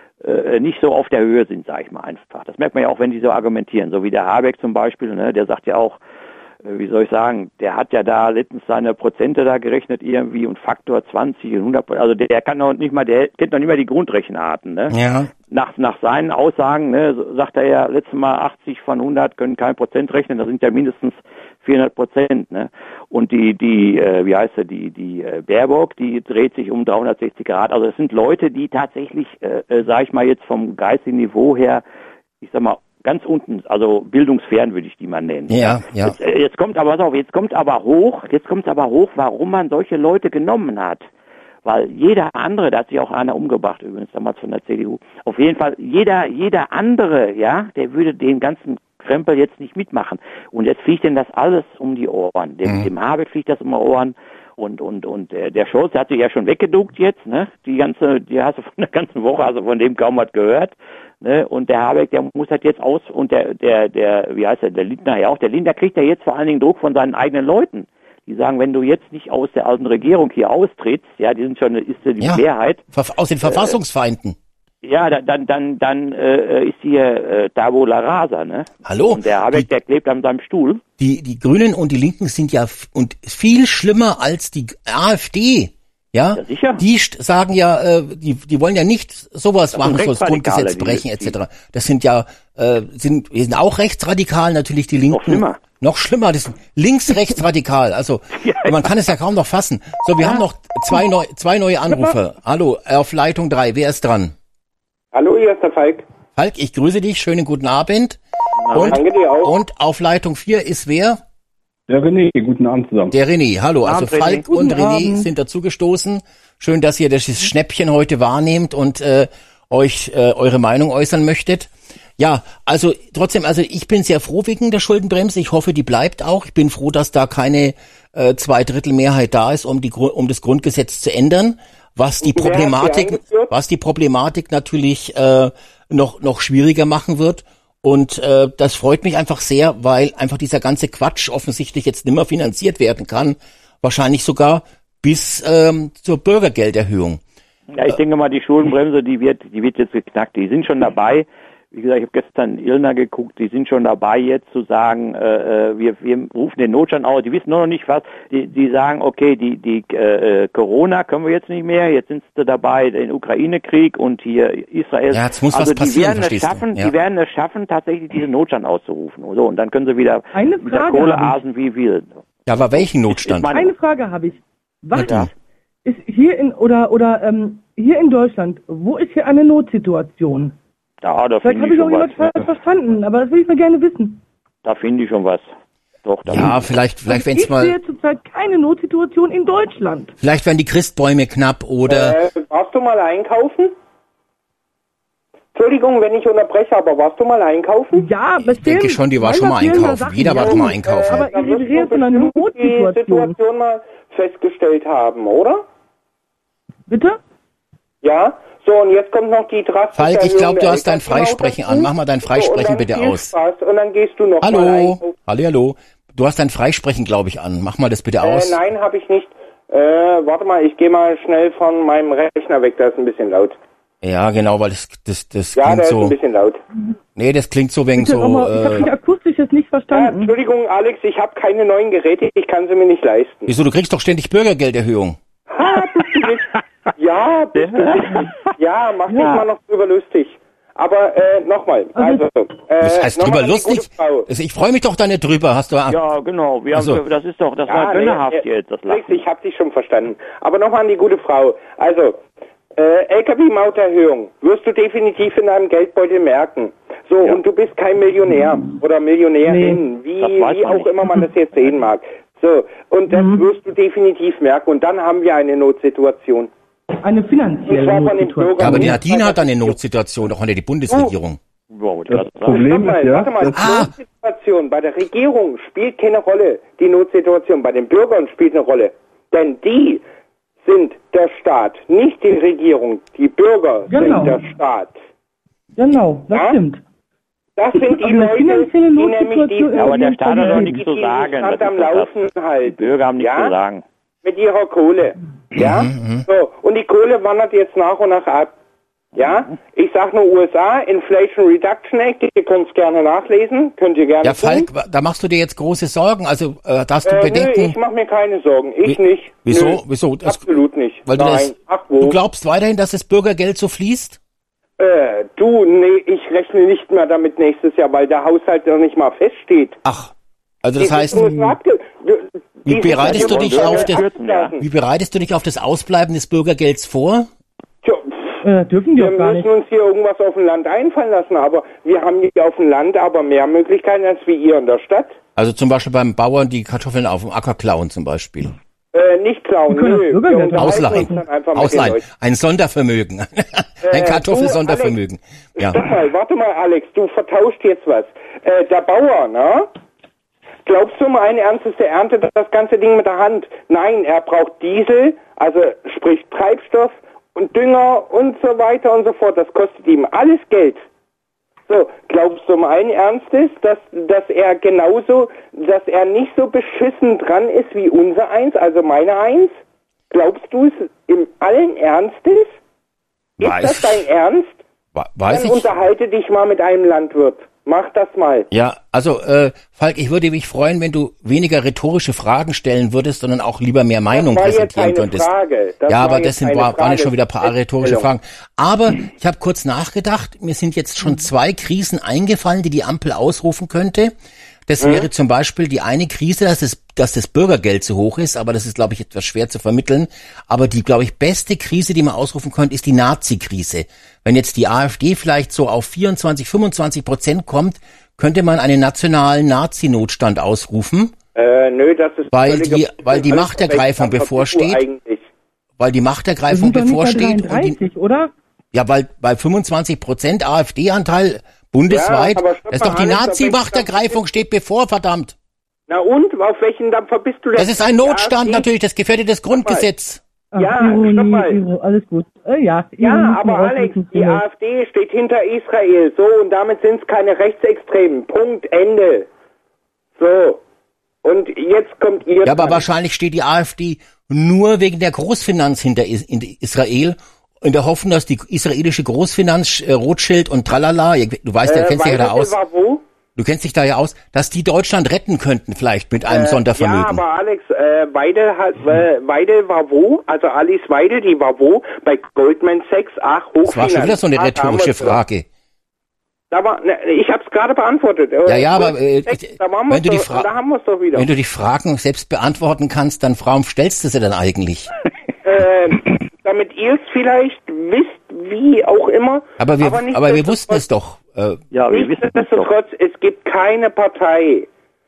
äh, nicht so auf der Höhe sind, sage ich mal einfach. Das merkt man ja auch, wenn die so argumentieren, so wie der Habeck zum Beispiel, ne, der sagt ja auch, äh, wie soll ich sagen, der hat ja da letztens seine Prozente da gerechnet irgendwie und Faktor zwanzig und hundert, also der, der kann noch nicht mal, der kennt noch nicht mal die Grundrechenarten, ne? Ja. Nach, nach seinen Aussagen, ne, sagt er ja letztes Mal achtzig von hundert können kein Prozent rechnen, das sind ja mindestens vierhundert Prozent, ne? Und die, die, äh, wie heißt er, die, die äh, Baerbock, die dreht sich um dreihundertsechzig Grad. Also es sind Leute, die tatsächlich, äh, äh, sag ich mal jetzt vom geistigen Niveau her, ich sag mal, ganz unten, also bildungsfern würde ich die mal nennen. Ja, ja. Jetzt, äh, jetzt kommt aber, pass auf, jetzt kommt aber hoch, jetzt kommt aber hoch, warum man solche Leute genommen hat. Weil jeder andere, da hat sich auch einer umgebracht übrigens damals von der C D U, auf jeden Fall jeder, jeder andere, ja, der würde den ganzen Krempel jetzt nicht mitmachen. Und jetzt fliegt denn das alles um die Ohren. Dem, mhm. dem Habeck fliegt das um die Ohren. Und, und, und der, der Scholz, der hat sich ja schon weggeduckt jetzt, ne? Die ganze, die hast du von der ganzen Woche, also von dem kaum was gehört, ne? Und der Habeck, der muss halt jetzt aus, und der, der, der, wie heißt der, der Lindner ja auch, der Lindner kriegt ja jetzt vor allen Dingen Druck von seinen eigenen Leuten. Die sagen, wenn du jetzt nicht aus der alten Regierung hier austrittst, ja, die sind schon, ist ja die ja, Mehrheit. Aus den Verfassungsfeinden. Äh, ja, dann, dann, dann äh, ist hier äh, Tabula Rasa, ne? Hallo? Und der Habeck, die, der klebt an seinem Stuhl. Die, die Grünen und die Linken sind ja f- und viel schlimmer als die AfD. Ja, ja sicher. Die st- sagen ja, äh, die, die wollen ja nicht sowas das machen, so das Grundgesetz brechen et cetera. Das sind ja, äh, sind, sind auch rechtsradikal natürlich die Linken. Noch schlimmer. Noch schlimmer, das ist links-rechtsradikal. Also ja, man kann es ja kaum noch fassen. So, wir ja. haben noch zwei, neu, zwei neue Anrufe. Hallo, auf Leitung drei, wer ist dran? Hallo, hier ist der Falk. Falk, ich grüße dich, schönen guten Abend. Und, danke dir auch. Und auf Leitung vier ist wer? Der René, guten Abend zusammen. Der René, hallo. Also Abend, Falk René. und René Abend. sind dazugestoßen. Schön, dass ihr das Schnäppchen heute wahrnehmt und äh, euch äh, eure Meinung äußern möchtet. Ja, also trotzdem, also ich bin sehr froh wegen der Schuldenbremse. Ich hoffe, die bleibt auch. Ich bin froh, dass da keine äh, Zweidrittelmehrheit da ist, um die um das Grundgesetz zu ändern. Was die Problematik, was die Problematik natürlich äh, noch noch schwieriger machen wird. Und äh, das freut mich einfach sehr, weil einfach dieser ganze Quatsch offensichtlich jetzt nimmer finanziert werden kann. Wahrscheinlich sogar bis ähm, zur Bürgergelderhöhung. Ja, ich denke mal, die Schuldenbremse, die wird, die wird jetzt geknackt. Die sind schon dabei. Wie gesagt, ich habe gestern Ilna geguckt, die sind schon dabei jetzt zu sagen, äh, wir, wir rufen den Notstand aus, die wissen nur noch nicht was, die, die sagen, okay, die, die äh, Corona können wir jetzt nicht mehr, jetzt sind sie dabei, den Ukraine-Krieg und hier Israel. Ja, jetzt muss also was passieren, die werden es schaffen, ja. die werden es schaffen, tatsächlich diesen Notstand auszurufen. So, und dann können sie wieder Eine mit der Frage Kohle habe ich. asen wie wild. Ja, aber welchen Notstand? meine- Eine Frage habe ich. Was Ja. ist hier in oder oder ähm, hier in Deutschland, wo ist hier eine Notsituation? Ja, da Vielleicht finde habe ich ich auch schon was. jemand falsch verstanden, aber das will ich mal gerne wissen. Da finde ich schon was. Doch, da Ja, vielleicht, vielleicht wenn's ich mal, sehe zurzeit keine Notsituation in Deutschland. vielleicht werden die Christbäume knapp oder, Äh, warst du mal einkaufen? Entschuldigung, wenn ich unterbreche, aber warst du mal einkaufen? Ja, ich denke schon, die war schon mal einkaufen. Jeder war schon mal einkaufen. Aber Da ihr wirst redet du von einer bestimmt Notsituation. die Situation mal festgestellt haben, oder? Bitte? Ja? So, und jetzt kommt noch die drastische Falk, ich Erhöhung glaube, du der hast dein Elternmaut Freisprechen dazu. an. Mach mal dein Freisprechen so, und dann bitte viel aus. Spaß. Und dann gehst du noch mal Hallo, einkaufen. hallo, hallo. Du hast dein Freisprechen, glaube ich, an. Mach mal das bitte aus. Äh, nein, habe ich nicht. Äh, warte mal, ich gehe mal schnell von meinem Rechner weg, das ist ein bisschen laut. Ja, genau, weil das, das, das Ja, klingt der ist so. ein bisschen laut. Nee, das klingt so wegen Bitte so. nochmal, ich habe Äh, die akustisch jetzt nicht Ja, verstanden. Entschuldigung, Alex, ich habe keine neuen Geräte, ich kann sie mir nicht leisten. wieso? Du kriegst doch ständig Bürgergelderhöhung. Ha, bist du witzig? Ja, bist du witzig. Ja, mach dich Ja. mal noch drüber lustig. Aber äh, nochmal, also, Also- äh, Das heißt nochmal drüber an die lustig. gute Frau. Also ich freue mich doch da nicht drüber. Hast du? Ja, genau. Wir Also- haben, das ist doch, das Ja, war nee, gönnerhaft nee, jetzt, das Alex, Lachen. ich habe dich schon verstanden. Aber nochmal an die gute Frau. Also, äh, L K W-Mauterhöhung wirst du definitiv in deinem Geldbeutel merken. So, Ja. und du bist kein Millionär oder Millionärin, wie, Das weiß wie man auch nicht. immer man das jetzt sehen mag. So, und das wirst du definitiv merken. Und dann haben wir eine Notsituation. Eine Und finanzielle zwar von den Notsituation. Bürgern. Ja, aber die nicht Nadine bei hat der eine Regierung. Notsituation, doch unter die Bundesregierung. Ja, wollte Das ich gerade sagen. Problem Warte mal, ist ja, warte mal, die Ah. Notsituation bei der Regierung spielt keine Rolle. Die Notsituation bei den Bürgern spielt eine Rolle. Denn die sind der Staat, nicht die Regierung. Die Bürger Genau. sind der Staat. Genau, das Ja? stimmt. Das sind die Aber eine Leute, finanzielle die nämlich die, Notsituation Ja, aber der Staat hat doch Die- nichts zu die sagen. den Stand Das am ist doch das. Laufen halten. Die Bürger haben nichts Ja? zu sagen. Mit ihrer Kohle. Ja? Mhm, so, und die Kohle wandert jetzt nach und nach ab. Ja? Ich sag nur U S A, Inflation Reduction Act, ihr könnt es gerne nachlesen, könnt ihr gerne Ja, Falk, tun. da machst du dir jetzt große Sorgen. Also, äh, darfst du Äh, bedenken... nö, ich mache mir keine Sorgen. Ich Wie, nicht. Wieso? Nö, Wieso? Das, absolut nicht. Weil du, Nein. das, Ach wo. du glaubst weiterhin, dass das Bürgergeld so fließt? Äh, du, nee, ich rechne nicht mehr damit nächstes Jahr, weil der Haushalt noch nicht mal feststeht. Ach, also das Die heißt... sind nur abge- Wie die bereitest sind du dich ja auf das, abgelassen. wie bereitest du dich auf das Ausbleiben des Bürgergelds vor? Tja, Äh, dürfen die wir auch gar müssen nicht. uns hier irgendwas auf dem Land einfallen lassen, aber wir haben hier auf dem Land aber mehr Möglichkeiten als wie ihr in der Stadt. Also zum Beispiel beim Bauern die Kartoffeln auf dem Acker klauen zum Beispiel. Äh, nicht klauen, Wir können das nö. Bürgergeld Wir unterhalten Ausleihen. uns dann einfach mit Ausleihen. den Leuten. Ein Sondervermögen. Ein Äh, Kartoffelsondervermögen. Du, Ja. Stopp mal, warte mal, Alex, du vertauscht jetzt was. Äh, der Bauer, ne? Glaubst du mal, ein Ernstes, der erntet das ganze Ding mit der Hand? Nein, er braucht Diesel, also sprich Treibstoff und Dünger und so weiter und so fort. Das kostet ihm alles Geld. So, glaubst du mal ein Ernstes, dass, dass er genauso, dass er nicht so beschissen dran ist wie unser Eins, also meine Eins? Glaubst du es im allen Ernstes? Weiß- Ist das dein Ernst? Wa- Weiß Dann ich. unterhalte dich mal mit einem Landwirt. Mach das mal. Ja, also äh, Falk, ich würde mich freuen, wenn du weniger rhetorische Fragen stellen würdest, sondern auch lieber mehr Meinung war jetzt präsentieren eine könntest. Frage. Das ja, war aber jetzt das sind, eine war, waren jetzt schon wieder ein paar rhetorische Feststellung. Fragen. Aber ich habe kurz nachgedacht, mir sind jetzt schon zwei Krisen eingefallen, die die Ampel ausrufen könnte. Das Mhm. wäre zum Beispiel die eine Krise, dass das, dass das Bürgergeld zu hoch ist, aber das ist, glaube ich, etwas schwer zu vermitteln. Aber die, glaube ich, beste Krise, die man ausrufen könnte, ist die Nazi-Krise. Wenn jetzt die AfD vielleicht so auf vierundzwanzig, fünfundzwanzig Prozent kommt, könnte man einen nationalen Nazi-Notstand ausrufen, Äh, nö, das ist weil völlige- die, weil die alles Machtergreifung verwechselt, bevorsteht, eigentlich. weil die Wir Machtergreifung sind doch nicht bei bevorsteht und die, dreiunddreißig, oder? ja, weil bei fünfundzwanzig Prozent AfD-Anteil bundesweit, Ja, aber stopp das ist mal, doch die Alex, Nazi-Machtergreifung steht bevor, verdammt. Na und, auf welchen Dampfer bist du denn? Das ist ein Die Notstand AfD? natürlich, das gefährdet das Grundgesetz. Ach, Ja, Ironie, stopp mal. Iro, alles gut. Äh, ja, Ja, Ironie aber von Alex, außen die zu AfD steht hinter Israel. So, und damit sind es keine Rechtsextremen. Punkt, Ende. So. Und jetzt kommt ihr Ja, aber dran. wahrscheinlich steht die AfD nur wegen der Großfinanz hinter Is- in Israel, in der Hoffnung, dass die israelische Großfinanz, äh, Rothschild und tralala, du weißt, du äh, kennst dich ja da Weidel aus, war wo? du kennst dich da ja aus, dass die Deutschland retten könnten vielleicht mit einem Äh, Sondervermögen. Ja, aber Alex, äh, Weidel, hat, äh, Weidel war wo? Also Alice Weidel, die war wo? Bei Goldman Sachs, ach, Hochfinanz. Das war schon wieder so eine Ah, da haben rhetorische wir's doch. Frage. Da war, ne, ich hab's gerade beantwortet. Ja, ja, aber äh, da, waren wenn, wir's du die doch, Fra- da haben wir's doch wieder. wenn du die Fragen selbst beantworten kannst, dann warum stellst du sie dann eigentlich? äh, damit ihr es vielleicht wisst, wie auch immer. Aber wir, nicht aber wir wussten es doch. Äh, Ja, wir wissen es doch. Nichtsdestotrotz, es gibt keine Partei,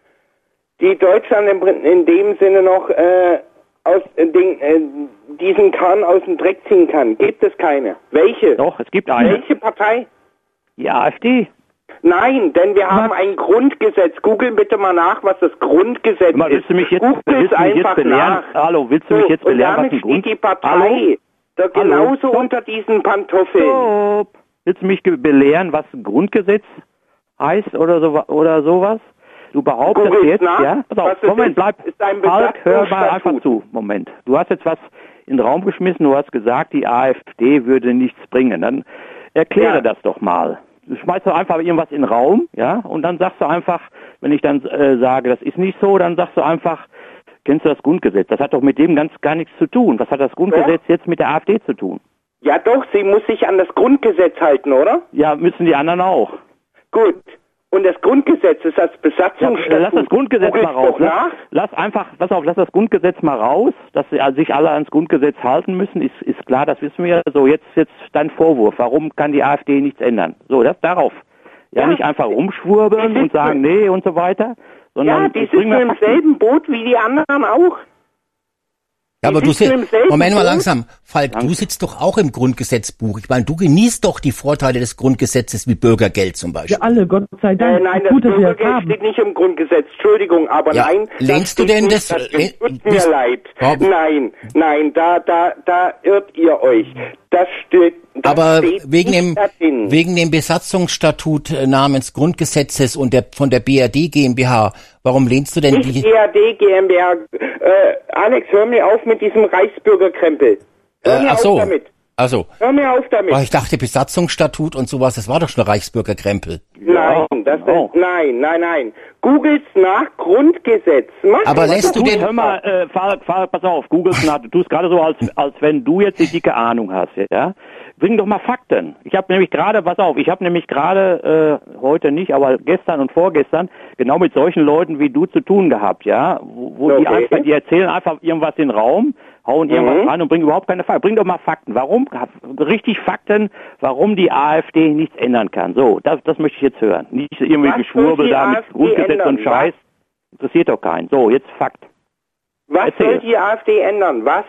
die Deutschland im, Prin- in dem Sinne noch äh, aus äh, den, äh, diesen Kahn aus dem Dreck ziehen kann. Gibt es keine. Welche? Doch, es gibt eine. Welche Partei? Die AfD. Nein, denn wir haben ein Grundgesetz. Google bitte mal nach, was das Grundgesetz Mal, ist. willst du mich jetzt, Google willst es du mich jetzt einfach belehren? nach. Hallo, willst du mich So, jetzt und belehren, was damit ein steht Grund... die Partei Hallo? da Hallo? genauso Stopp. unter diesen Pantoffeln. Stopp. Willst du mich ge- belehren, was ein Grundgesetz heißt oder so oder sowas? Du behauptest Googelst jetzt, nach, ja? Pass auf, was es Moment, ist. bleib. Ist ein Halt, hör mal Besatzungsstatut. einfach zu. Moment. Du hast jetzt was in den Raum geschmissen, du hast gesagt, die AfD würde nichts bringen. Dann erkläre Ja. das doch mal. Du schmeißt doch einfach irgendwas in den Raum, ja? Und dann sagst du einfach, wenn ich dann äh, sage, das ist nicht so, dann sagst du einfach, kennst du das Grundgesetz? Das hat doch mit dem ganz gar nichts zu tun. Was hat das Grundgesetz jetzt mit der AfD zu tun? Ja doch, sie muss sich an das Grundgesetz halten, oder? Ja, müssen die anderen auch. Gut. Und das Grundgesetz ist als Ja, Besatzungsstatut. lass das Grundgesetz Googelst mal raus. doch Lass, nach. lass einfach, pass auf, lass das Grundgesetz mal raus, dass sie also sich alle ans Grundgesetz halten müssen, ist, ist klar, das wissen wir. So, jetzt, jetzt dein Vorwurf. Warum kann die AfD nichts ändern? So, das darauf. Ja, Ja, nicht einfach die rumschwurbeln und sitzen- sagen, nee und so weiter, sondern Ja, die bringen sitzen wir im Fakten. selben Boot wie die anderen auch. ja, aber Die du sitzen im sitzt, selben Moment mal Boot. langsam, Falk, du sitzt doch auch im Grundgesetzbuch. Ich meine, du genießt doch die Vorteile des Grundgesetzes wie Bürgergeld zum Beispiel. Wir alle, Gott sei Äh, Dank. nein, das Gut, dass wir das Bürgergeld haben. steht nicht im Grundgesetz. Entschuldigung, aber Ja, nein. lehnst du steht denn nicht das- da drin. lehn- Tut mir bist- leid. Warum- Nein, nein, da, da, da irrt ihr euch. Das steht, das Aber steht wegen nicht dem, da drin. wegen dem Besatzungsstatut äh, namens Grundgesetzes und der, von der B R D GmbH, Warum lehnst du denn Nicht die... E A D GmbH. Äh, Alex, hör mir auf mit diesem Reichsbürgerkrempel. Hör Äh, mir ach so. auf damit. Ach so. Hör mir auf damit. Oh, ich dachte Besatzungsstatut und sowas, das war doch schon Reichsbürgerkrempel. Nein, das genau. ist, nein, nein, nein. Googles nach Grundgesetz. Mach Aber mal, lässt du was den- Hör mal, äh, fahr, fahr, pass auf, Googles nach, du tust gerade so, als, als wenn du jetzt die dicke Ahnung hast, ja? Bring doch mal Fakten. Ich habe nämlich gerade, pass auf, ich habe nämlich gerade, äh, heute nicht, aber gestern und vorgestern, genau mit solchen Leuten wie du zu tun gehabt, ja? Wo, wo die Okay. einfach, die erzählen einfach irgendwas in den Raum, hauen irgendwas Mhm. rein und bringen überhaupt keine Fakten. Bring doch mal Fakten. Warum, richtig Fakten, warum die AfD nichts ändern kann. So, das, das möchte ich jetzt hören. Nicht irgendwie Was Geschwurbel soll die da mit AfD Grundgesetz ändern? und Scheiß. Interessiert doch keinen. So, jetzt Fakt. Was Erzähl. soll die AfD ändern? Was?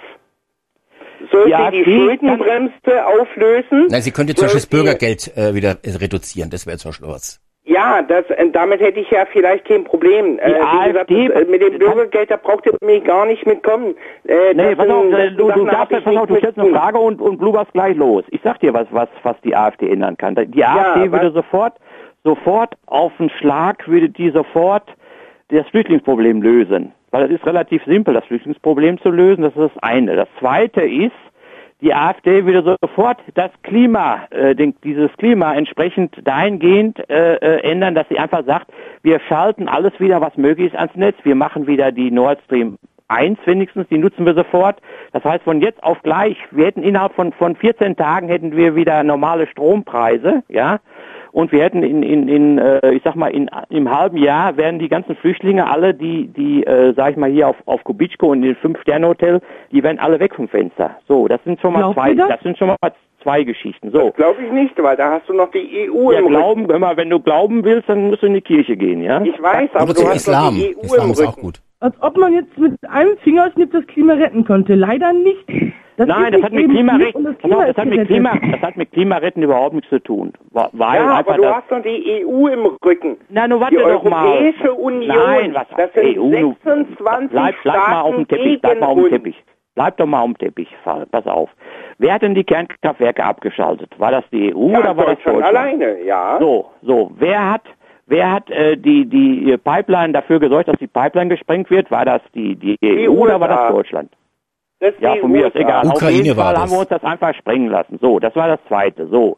Soll Die sie die AfD Schuldenbremse auflösen? Nein, sie könnte zum Beispiel das Soll sie- Bürgergeld äh, wieder äh, reduzieren, das wäre zum Beispiel was. Ja, das, äh, damit hätte ich ja vielleicht kein Problem. Äh, wie AfD gesagt, das, äh, mit dem Bürgergeld, da braucht ihr mich gar nicht mitkommen. Äh, Nee, das pass auf, sind- äh, das sind du, du Sachen, darfst hab ich jetzt, pass auf, nicht du stellst eine mit- Frage und, und bluberst gleich los. Ich sag dir was, was, was die AfD ändern kann. Die AfD was? würde sofort, sofort auf den Schlag, würde die sofort das Flüchtlingsproblem lösen. Weil das ist relativ simpel, das Flüchtlingsproblem zu lösen, das ist das eine. Das zweite ist, die AfD würde sofort das Klima, äh, den, dieses Klima entsprechend dahingehend äh, äh, ändern, dass sie einfach sagt, wir schalten alles wieder, was möglich ist, ans Netz. Wir machen wieder die Nord Stream eins wenigstens, die nutzen wir sofort. Das heißt, von jetzt auf gleich, wir hätten innerhalb von, von vierzehn Tagen hätten wir wieder normale Strompreise, ja. Und wir hätten in, in, in äh, ich sag mal, in, im halben Jahr werden die ganzen Flüchtlinge alle, die, die, äh, sag ich mal, hier auf, auf Kubitschko und in den Fünf-Sterne-Hotel, die werden alle weg vom Fenster. So, das sind schon mal Glaubt zwei, ihr das? das sind schon mal zwei Geschichten. So. Das glaube ich nicht, weil da hast du noch die E U Ja, im glauben, Rücken. hör mal, wenn du glauben willst, dann musst du in die Kirche gehen, ja? Ich weiß, aber Oder du zum hast Islam. noch die E U Islam im ist auch Rücken. gut. Als ob man jetzt mit einem Fingerschnipp das Klima retten könnte. Leider nicht. Das Nein, ist das nicht hat mit eben Klimarecht, und das das, Klima hat- das ist hat mit gerettet. Klima, das hat mit Klimaretten überhaupt nichts zu tun. Wa- Weil Ja, einfach aber du das, hast doch die E U im Rücken. na, nur Die warte doch mal. Europäische Union, Nein, was das sind E U, du- sechsundzwanzig bleib, bleib mal auf dem Staaten Teppich, bleib mal auf dem gegen Teppich. Bleib doch mal auf dem Teppich, Fall, pass auf. Wer hat denn die Kernkraftwerke abgeschaltet? War das die E U Ja, oder war das Deutschland Deutschland? alleine, ja. So, so, wer hat, wer hat äh, die die Pipeline dafür gesorgt, dass die Pipeline gesprengt wird? War das die die E U oder war U S A. das Deutschland? Das ist Ja, die von mir ist U S A. egal. Auf Ukraine jeden war Fall das. haben wir uns das einfach sprengen lassen. So, das war das Zweite. So,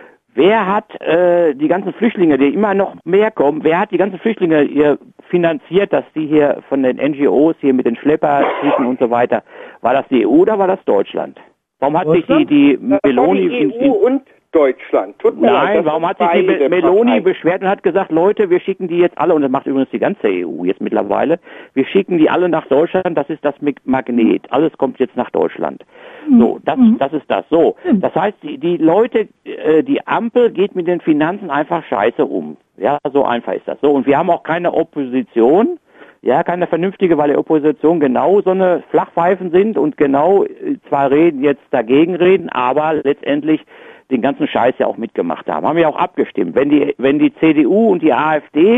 wer hat äh, die ganzen Flüchtlinge, die immer noch mehr kommen, wer hat die ganzen Flüchtlinge hier finanziert, dass die hier von den N G Os hier mit den Schlepperschiffen und so weiter, war das die E U oder war das Deutschland? Warum hat sich die, die Das war Meloni... die in- E U und Deutschland. Tut mir leid, Nein, das warum sind hat sich die beide Be- Meloni Parteien. beschwert und hat gesagt, Leute, wir schicken die jetzt alle, und das macht übrigens die ganze E U jetzt mittlerweile, wir schicken die alle nach Deutschland, das ist das Mag- Magnet, alles kommt jetzt nach Deutschland. So, das, das ist das. So, das heißt, die, die Leute, äh, die Ampel geht mit den Finanzen einfach scheiße um. Ja, so einfach ist das. So, und wir haben auch keine Opposition, ja, keine vernünftige, weil die Opposition genau so eine Flachpfeifen sind und genau äh, zwar reden, jetzt dagegen reden, aber letztendlich den ganzen Scheiß ja auch mitgemacht haben. Haben ja auch abgestimmt. Wenn die, wenn die C D U und die AfD,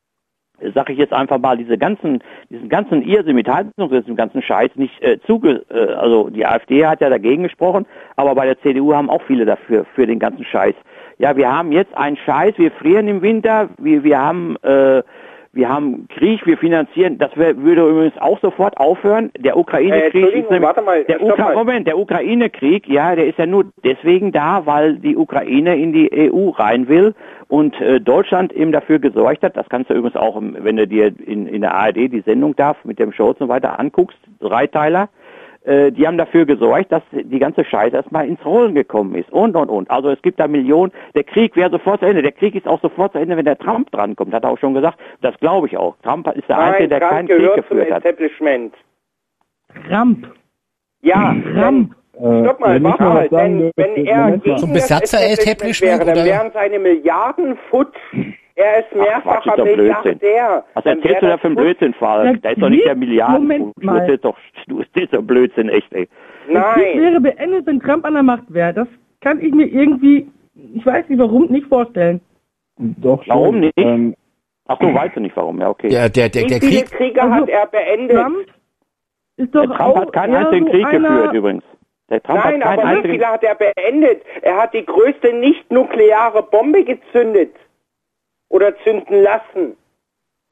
sage ich jetzt einfach mal, diese ganzen, diesen ganzen Irrsinn mit Heizung, diesem ganzen Scheiß nicht äh, zuge, äh, also die AfD hat ja dagegen gesprochen, aber bei der C D U haben auch viele dafür, für den ganzen Scheiß. Ja, wir haben jetzt einen Scheiß, wir frieren im Winter, wir, wir haben, äh, wir haben Krieg, wir finanzieren, das wär, würde übrigens auch sofort aufhören. Der Äh, Ukraine-Krieg Entschuldigung, ist nämlich, warte mal, der, stopp Ukra mal. Moment, der Ukraine-Krieg, ja, der ist ja nur deswegen da, weil die Ukraine in die E U rein will und äh, Deutschland eben dafür gesorgt hat. Das kannst du übrigens auch, im- wenn du dir in, in der A R D die Sendung da mit dem Scholz und so weiter anguckst, Dreiteiler. Äh, die haben dafür gesorgt, dass die ganze Scheiße erstmal ins Rollen gekommen ist und, und, und. Also es gibt da Millionen, der Krieg wäre sofort zu Ende. Der Krieg ist auch sofort zu Ende, wenn der Trump drankommt, hat er auch schon gesagt. Das glaube ich auch. Trump ist der Nein, Einzige, der Trump keinen Krieg gehört zum geführt hat. Establishment. Trump. Ja, Trump. Äh, stopp mal, wenn ich warte noch mal, was sagen wenn, dürfte, wenn er Moment mal. gegen Zum das Besatzer Establishment wäre, dann oder? wären seine Milliarden futsch. Er ist Ach, Quatsch, mehrfacher ist doch Blödsinn. Milliardär. Was Dann erzählst du wär da das für einen futsch. Blödsinn, Falk? Ja, Da ist doch nicht der wie? Milliarden. Moment Du mal. erzählst doch, du erzählst doch Blödsinn, echt, ey. Der Krieg Nein. wäre beendet, wenn Trump an der Macht wäre. Das kann ich mir irgendwie, ich weiß nicht warum, nicht vorstellen. Doch schon. Warum nicht? Ähm, Ach so, weißt du nicht warum, ja, okay. Der, der, der, Wie der viele Krieg, Kriege Also, hat er beendet? Trump ist doch Der Trump auch hat keinen eher einzigen so Krieg einer, geführt, übrigens. Der Trump Nein, hat keinen aber wie einzigen... viele hat er beendet? Er hat die größte nicht-nukleare Bombe gezündet. Oder zünden lassen.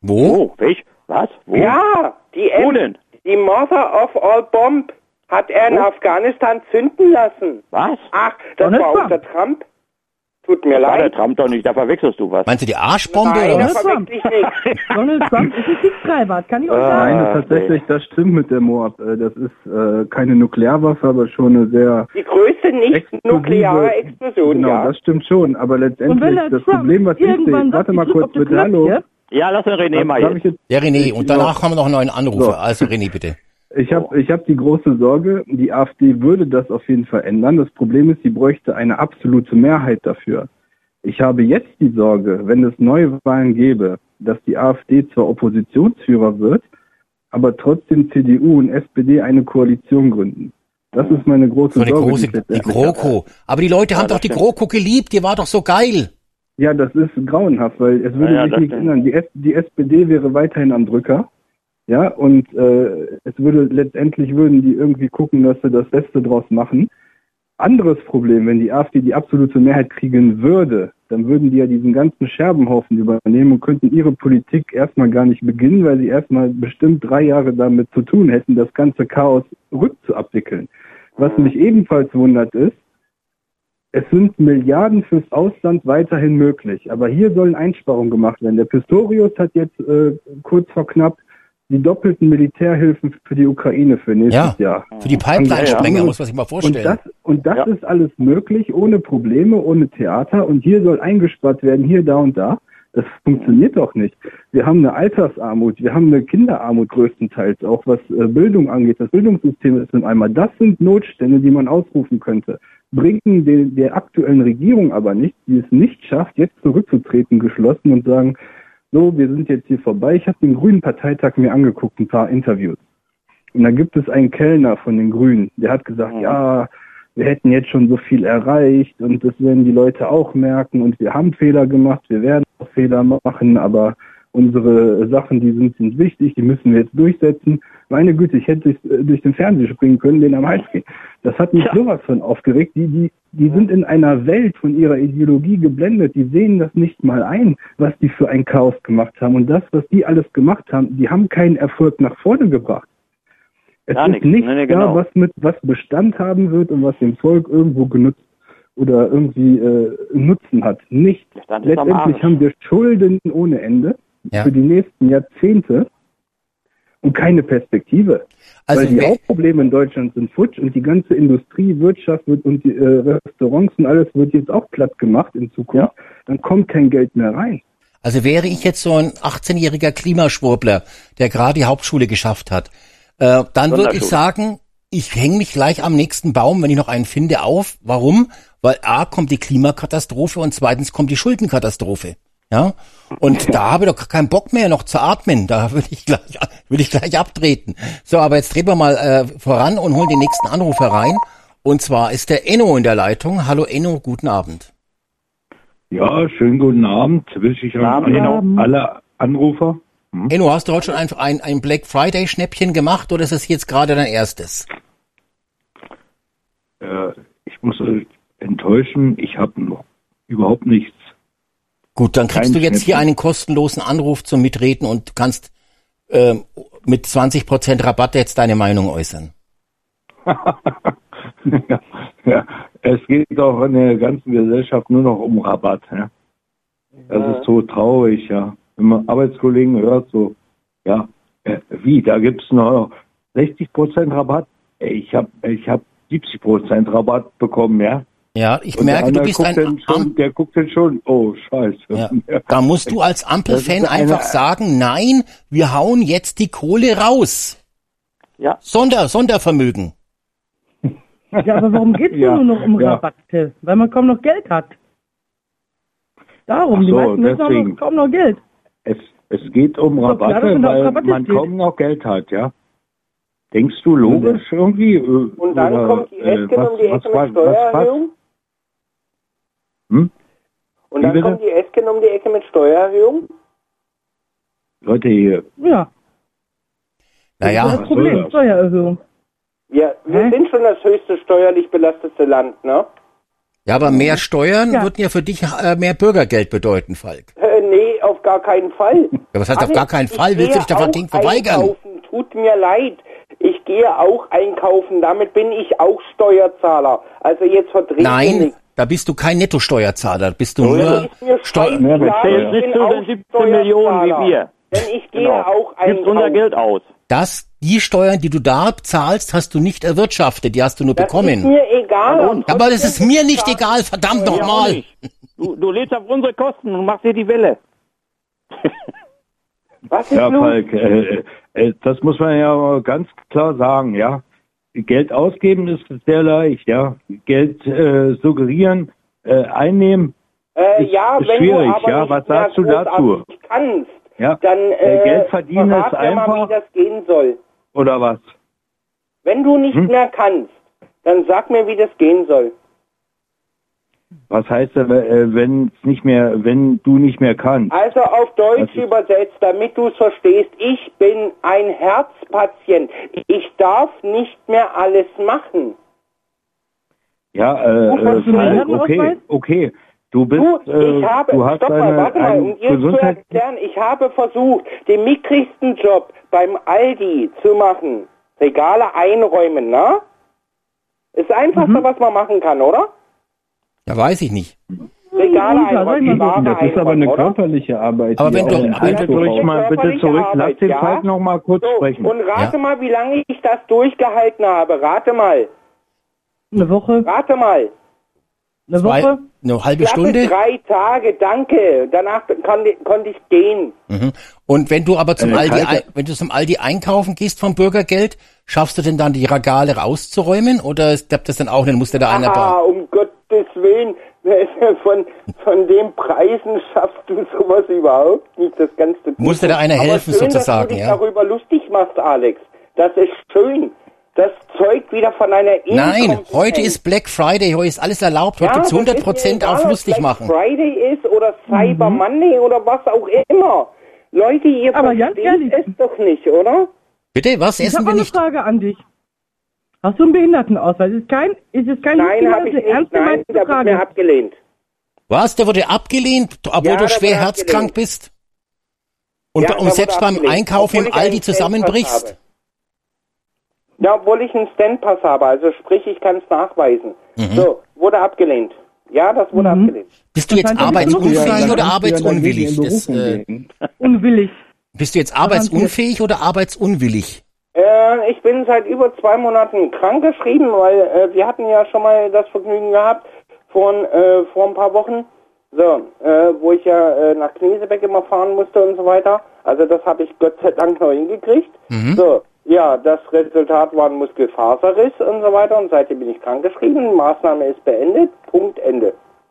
Wo? Oh, welch? Was? Wo? Ja, die Wo M, denn? die Mother of all Bomb hat er in Wo? Afghanistan zünden lassen. Was? Ach, das Donald war Trump. auch der Trump. Tut mir Das war der leid. Trump doch nicht, da verwechselst du was. Meinst du die Arschbombe Nein, oder das was? Trump. verwechsel ich nicht. Donald Trump ist ein Kriegstreiber, kann ich euch Ah. sagen. Nein, tatsächlich, das stimmt mit der Moab. Äh, Das ist äh, keine Nuklearwaffe, aber schon eine sehr Die größte nicht-nukleare explosive- Explosion, Genau, ja. das stimmt schon. Aber Und wenn letztendlich, der das Trump Problem, was ich irgendwann sehe, sagt, warte mal ich drück kurz, auf die bitte, hallo. Knöpfchen, Ja, lass den René mal Darf ich jetzt. jetzt Ja, René, und danach Genau. haben wir noch einen neuen Anrufer. So. Also René, bitte. Ich habe ich hab die große Sorge, die AfD würde das auf jeden Fall ändern. Das Problem ist, sie bräuchte eine absolute Mehrheit dafür. Ich habe jetzt die Sorge, wenn es Neuwahlen gäbe, dass die AfD zwar Oppositionsführer wird, aber trotzdem C D U und S P D eine Koalition gründen. Das ist meine große So eine Sorge. große, ich die letztendlich GroKo. Aber die Leute haben das doch die stimmt. GroKo geliebt, die war doch so geil. Ja, das ist grauenhaft, weil es würde Ja, ja, sich das nichts stimmt. ändern. Die, S- die S P D wäre weiterhin am Drücker. Ja, und äh, es würde letztendlich würden die irgendwie gucken, dass sie das Beste draus machen. Anderes Problem, wenn die AfD die absolute Mehrheit kriegen würde, dann würden die ja diesen ganzen Scherbenhaufen übernehmen und könnten ihre Politik erstmal gar nicht beginnen, weil sie erstmal bestimmt drei Jahre damit zu tun hätten, das ganze Chaos rückzuabwickeln. Was mich ebenfalls wundert ist, es sind Milliarden fürs Ausland weiterhin möglich, aber hier sollen Einsparungen gemacht werden. Der Pistorius hat jetzt äh, kurz vor knapp die doppelten Militärhilfen für die Ukraine für nächstes Ja. Jahr. Für die Pipeline-Sprenger, Ja. muss man sich mal Und vorstellen. das, und das Ja. ist alles möglich, ohne Probleme, ohne Theater. Und hier soll eingespart werden, hier, da und da. Das funktioniert doch nicht. Wir haben eine Altersarmut, wir haben eine Kinderarmut größtenteils, auch was äh, Bildung angeht. Das Bildungssystem ist im Eimer. Das sind Notstände, die man ausrufen könnte. Bringen den, der aktuellen Regierung aber nicht, die es nicht schafft, jetzt zurückzutreten, geschlossen und sagen, so, wir sind jetzt hier vorbei. Ich habe den Grünen Parteitag mir angeguckt, ein paar Interviews. Und da gibt es einen Kellner von den Grünen, der hat gesagt, Mhm. ja, wir hätten jetzt schon so viel erreicht und das werden die Leute auch merken und wir haben Fehler gemacht, wir werden auch Fehler machen, aber unsere Sachen, die sind, sind wichtig, die müssen wir jetzt durchsetzen. Meine Güte, ich hätte durch, durch den Fernseher springen können, den am Hals gehen. Das hat mich Ja. sowas von aufgeregt. Die, die, die sind in einer Welt von ihrer Ideologie geblendet. Die sehen das nicht mal ein, was die für ein Chaos gemacht haben. Und das, was die alles gemacht haben, die haben keinen Erfolg nach vorne gebracht. Es Gar ist nichts. nichts Nee, nee, da, genau. was mit was Bestand haben wird und was dem Volk irgendwo genutzt oder irgendwie äh, Nutzen hat. Nicht. Bestand ist am Letztendlich Arsch. haben wir Schulden ohne Ende Ja. für die nächsten Jahrzehnte und keine Perspektive. Also Weil die wer- Hauptprobleme in Deutschland sind futsch und die ganze Industrie, Wirtschaft wird, und die äh, Restaurants und alles wird jetzt auch platt gemacht in Zukunft. Dann kommt kein Geld mehr rein. Also wäre ich jetzt so ein achtzehnjähriger Klimaschwurbler, der gerade die Hauptschule geschafft hat, äh, dann würde ich Sonderschule. sagen, ich hänge mich gleich am nächsten Baum, wenn ich noch einen finde, auf. Warum? Weil A, kommt die Klimakatastrophe und zweitens kommt die Schuldenkatastrophe. Ja, und da habe ich doch keinen Bock mehr noch zu atmen. Da würde ich gleich, würde ich gleich abtreten. So, aber jetzt drehen wir mal äh, voran und holen den nächsten Anrufer rein. Und zwar ist der Enno in der Leitung. Hallo Enno, guten Abend. Ja, schönen guten Abend. Wünsche ich an Abend, alle, Abend. alle Anrufer. Enno, hast du heute schon ein, ein, ein Black Friday Schnäppchen gemacht oder ist es jetzt gerade dein erstes? Äh, ich muss euch enttäuschen, ich habe noch überhaupt nichts. Gut, dann kriegst Kein du jetzt hier Schnäppchen. einen kostenlosen Anruf zum Mitreden und kannst ähm, mit zwanzig Prozent Rabatt jetzt deine Meinung äußern. ja, ja, es geht doch in der ganzen Gesellschaft nur noch um Rabatt. Ja. Das ist so traurig, ja. Wenn man Arbeitskollegen hört, so, ja, äh, wie, da gibt's noch sechzig Prozent Rabatt? Ey, Ich habe ich hab siebzig Prozent Rabatt bekommen, ja. Ja, ich Und merke, der du andere bist guckt ein dann schon, Am der guckt dann schon, oh, scheiße. ja. Da musst du als Ampelfan Das ist eine- einfach sagen, nein, wir hauen jetzt die Kohle raus. Ja. Sonder, Sondervermögen. Ja, aber warum geht's Ja, nur noch um ja. Rabatte? Weil man kaum noch Geld hat. Darum, Ach die so, meisten Menschen haben deswegen. noch, kaum noch Geld. Es, es geht um Doch, klar, dass Rabatte, man da auf weil Rabatte man steht. kaum noch Geld hat, ja. Denkst du logisch irgendwie? Und dann kommt die Esken um die Ecke mit Steuererhöhung. Hm? Und Wie dann bitte? kommt die Esken um die Ecke mit Steuererhöhung. Leute hier, Ja, das ist Naja, das was soll Problem, das? Steuererhöhung. Ja, wir Hä? sind schon das höchste steuerlich belastete Land, ne? ja, aber mehr Steuern Ja. würden ja für dich äh, mehr Bürgergeld bedeuten, Falk. Äh, nee, auf gar keinen Fall. Ja, was heißt auf Alex, gar keinen Fall? ich Willst du dich gehe davon auch Ding verweigern? einkaufen. Tut mir leid. Ich gehe auch einkaufen. Damit bin ich auch Steuerzahler. Also jetzt verdreht ihr Nein, nichts. da bist du kein Nettosteuerzahler. Bist du Das nur ist mir Steuer. scheißegal, ich bin auch siebzehn Millionen wie wir. Denn ich gehe Genau. auch Gibst unser einkaufen. Geld aus. Das, die Steuern, die du da zahlst, hast du nicht erwirtschaftet. Die hast du nur Das ist bekommen. mir egal. Ja, und? Aber das ist mir nicht egal, verdammt Mir auch nochmal. nicht. Du, du lebst auf unsere Kosten und machst dir die Welle. Was ist Ja, los? Falk, äh, äh, das muss man ja ganz klar sagen, ja. Geld ausgeben ist sehr leicht, ja. Geld äh, suggerieren, äh, einnehmen, Äh, ist- ja, ist wenn schwierig, du aber ja. nicht Was mehr sagst du dazu? großartig kannst, Ja. dann Äh, äh, Geld verdienen verrat ist mir mal, einfach. wie das gehen soll. Oder was? Wenn du nicht Hm? mehr kannst, dann sag mir, wie das gehen soll. Was heißt, äh, wenn es nicht mehr, wenn du nicht mehr kannst? Also auf Deutsch Das ist- übersetzt, damit du es verstehst, ich bin ein Herzpatient. Ich darf nicht mehr alles machen. Ja, äh, Du äh, hast einen Falk, Herrenausweis? okay, okay. Du bist, Du, äh, ich habe, du hast stopp mal, eine, warte mal, ein um dir zu Gesundheit. erklären, ich habe versucht, den mickrigsten Job beim Aldi zu machen. Regale einräumen, ne? Ist das Einfachste, Mhm. was man machen kann, oder? Ja, weiß ich nicht. Regale Ja, soll ich einräumen, mal Ware Das ist aber eine einräumen, oder? körperliche Arbeit. Aber die wenn auch du- einen wenn Haltet Anspruch euch hat. mal bitte Körperliche zurück, lasst Arbeit, den ja? Falk noch mal kurz So, sprechen. und rate Ja. mal, wie lange ich das durchgehalten habe. Rate mal, Eine Woche, rate mal. eine Zwei, Woche. eine halbe Klappe, Stunde. drei Tage, danke. Danach kann, konnte ich gehen. Mhm. Und wenn du aber zum Äh, Aldi, kalte- ein, wenn du zum Aldi einkaufen gehst vom Bürgergeld, schaffst du denn dann die Regale rauszuräumen oder klappt das dann auch? Dann muss dir da einer Ah, bei. um Gottes Willen, von, von den Preisen schaffst du sowas überhaupt nicht. Das kannst du Muss dir da einer Aber helfen, schön, sozusagen, dass du dich ja? darüber lustig machst, Alex. Das ist schön. Das zeugt wieder von einer Nein, Inkompetenz. heute ist Black Friday, heute ist alles erlaubt, heute Ja, gibt's das hundert ist mir Prozent egal, auf ob lustig Black machen. Friday ist oder Cyber Monday oder was auch immer. Leute, ihr Aber ganz versteht ehrlich- es doch nicht, oder? Bitte, was Ich essen habe wir eine nicht? Frage an dich. Hast du einen Behindertenausweis? Ist kein, ist es kein Nein, habe ich eine nicht. ernst Nein, gemeinte da wird mir Frage? abgelehnt. Was? Der wurde abgelehnt, obwohl Ja, du der schwer wurde herzkrank abgelehnt. bist? Und, Ja, und der wurde selbst beim abgelehnt, Einkaufen obwohl im ich Aldi einen Standpass zusammenbrichst? habe. Ja, obwohl ich einen Standpass habe, also sprich, ich kann es nachweisen. Mhm. So, wurde abgelehnt. Ja, das wurde Mhm. abgelehnt. Bist du jetzt scheint ja arbeitsunfähig genug zu sein. oder Dann kannst du ja dagegen arbeitsunwillig? in Das, Berufung äh, gehen. Unwillig. bist du jetzt arbeitsunfähig oder arbeitsunwillig? Äh, ich bin seit über zwei Monaten krankgeschrieben, weil äh, wir hatten ja schon mal das Vergnügen gehabt vor, äh, vor ein paar Wochen, so, äh, wo ich ja äh, nach Knesebeck immer fahren musste und so weiter. Also das habe ich Gott sei Dank noch hingekriegt. Mhm. So, ja, das Resultat war ein Muskelfaserriss und so weiter und seitdem bin ich krankgeschrieben. Maßnahme ist beendet. Punkt, Ende.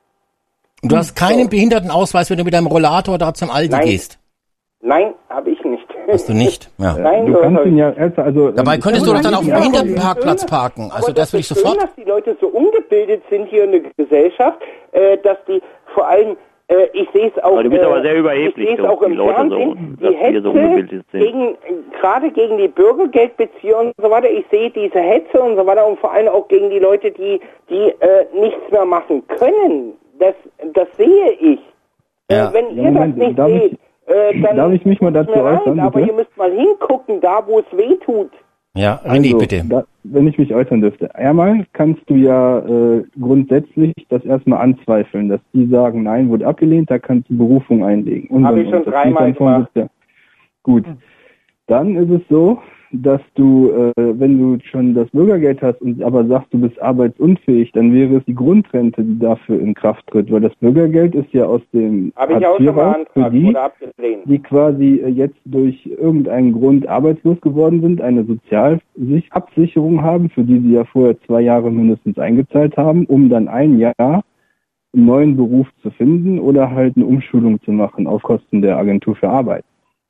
Und du hast keinen Behindertenausweis, wenn du mit deinem Rollator da zum Aldi Nein. gehst? Nein, habe ich nicht. Hast du nicht? Ja. Nein, Du so- kannst ihn ja erst, also. Dabei ähm, könntest ich du kann doch dann auf ihn dem ja- Behindertenparkplatz parken. Also Aber das will ich ist schön, sofort. dass die Leute so ungebildet sind hier in der Gesellschaft, äh, dass die vor allem, äh, ich sehe es auch, Aber du bist äh, aber sehr überheblich, ich sehe es du, auch im die Leute so, Fernsehen, dass die wir so Hetze ungebildet sind. gegen, äh, gerade gegen die Bürgergeldbezieher und so weiter, ich sehe diese Hetze und so weiter und vor allem auch gegen die Leute, die, die äh, nichts mehr machen können. Das, das sehe ich. Ja. Äh, wenn ihr Ja, Moment, das nicht darf seht, ich- äh, dann darf ich mich mal tut's dazu mir leid, äußern, aber bitte? ihr müsst mal hingucken, da wo es weh tut. Ja, René, Also, bitte. Da, wenn ich mich äußern dürfte. Einmal kannst du ja äh, grundsätzlich das erstmal anzweifeln, dass die sagen, nein, wurde abgelehnt, da kannst du Berufung einlegen. Und, Hab und, ich schon und. Das dreimal geht dann vom gemacht. Sitz her. Gut. Dann ist es so, dass du, äh, wenn du schon das Bürgergeld hast und aber sagst, du bist arbeitsunfähig, dann wäre es die Grundrente, die dafür in Kraft tritt, weil das Bürgergeld ist ja aus dem Habe ich Hartz auch vier schon raus für beantragt, die, wurde abgelehnt. die quasi äh, jetzt durch irgendeinen Grund arbeitslos geworden sind, eine Sozialabsicherung haben, für die sie ja vorher zwei Jahre mindestens eingezahlt haben, um dann ein Jahr einen neuen Beruf zu finden oder halt eine Umschulung zu machen auf Kosten der Agentur für Arbeit.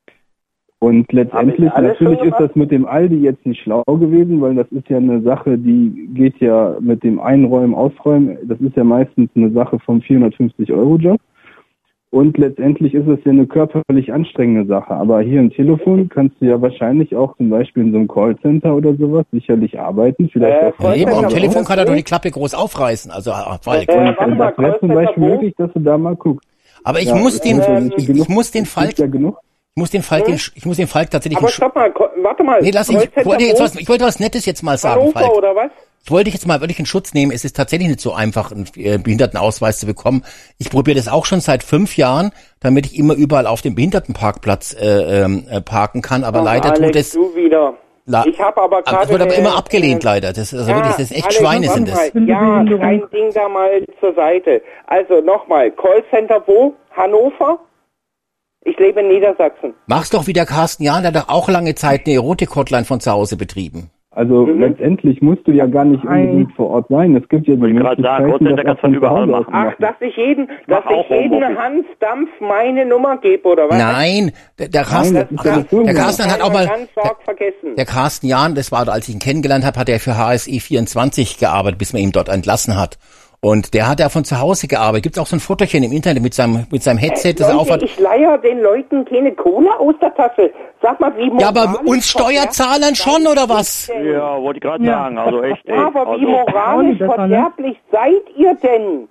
Und letztendlich, alles natürlich schon ist das mit dem Aldi jetzt nicht schlau gewesen, weil das ist ja eine Sache, die geht ja mit dem Einräumen, Ausräumen, das ist ja meistens eine Sache vom vierhundertfünfzig Euro Job. Und letztendlich ist es ja eine körperlich anstrengende Sache. Aber hier im Telefon kannst du ja wahrscheinlich auch zum Beispiel in so einem Callcenter oder sowas sicherlich arbeiten. Vielleicht Äh, auch Ja, eben, am aber Telefon das kann er doch nicht. die Klappe groß aufreißen. Also, ah, Falk. Äh, Und warte mal, das wäre zum Callcenter Beispiel wo? möglich, dass du da mal guckst. Aber ich Ja, muss den, ähm, ich, ich muss den Falk, ja genug. ich muss den Falk, Hm? ich muss den Falk tatsächlich. Aber stopp mal, ko- warte mal. Nee, lass ich, ich wollte jetzt was, ich wollte was Nettes jetzt mal sagen, Hannover Falk. oder was? Ich wollte dich jetzt mal wirklich in Schutz nehmen. Es ist tatsächlich nicht so einfach, einen äh, Behindertenausweis zu bekommen. Ich probiere das auch schon seit fünf Jahren, damit ich immer überall auf dem Behindertenparkplatz äh, äh, parken kann. Aber Ach, leider Alex, tut es. du wieder. La Ich habe aber aber gerade... es wird aber äh, immer abgelehnt, äh, leider. Das ist also ja, wirklich, das ist echt Alex, Schweine warte sind das. mal. Ja, kein Ding da mal zur Seite. Also nochmal, Callcenter wo? Hannover? Ich lebe in Niedersachsen. Mach's doch wie der Carsten Jahn, der hat doch auch lange Zeit eine Erotik-Hotline von zu Hause betrieben. Also Mhm. letztendlich musst du ja gar nicht unbedingt vor Ort sein. Es gibt ja die Wollte ich gerade sagen, Möglichkeiten, Callcenter das kannst auch du von von zu überall Hause aus machen. zu Ach, machen. dass ich jeden, mach dass ich auch jeden Homeoffice. Hans Dampf meine Nummer gebe, oder was? Nein, der, der Carsten, das ist der, eine Firma. der Carsten hat auch mal, Ganz stark vergessen. der Carsten Jahn, das war, als ich ihn kennengelernt habe, hat er für H S E vierundzwanzig gearbeitet, bis man ihn dort entlassen hat. Und der hat ja von zu Hause gearbeitet. Gibt's auch so ein Fotochen im Internet mit seinem, mit seinem Headset, das er Leute, aufhat. ich leier den Leuten keine Kohle aus der Tasche. Sag mal, wie Ja, aber moralisch uns Steuerzahlern schon, oder was? Ja, wollte ich gerade Ja. sagen. Also echt, ey. Ja, aber wie Also, moralisch besser, ne? verderblich seid ihr denn?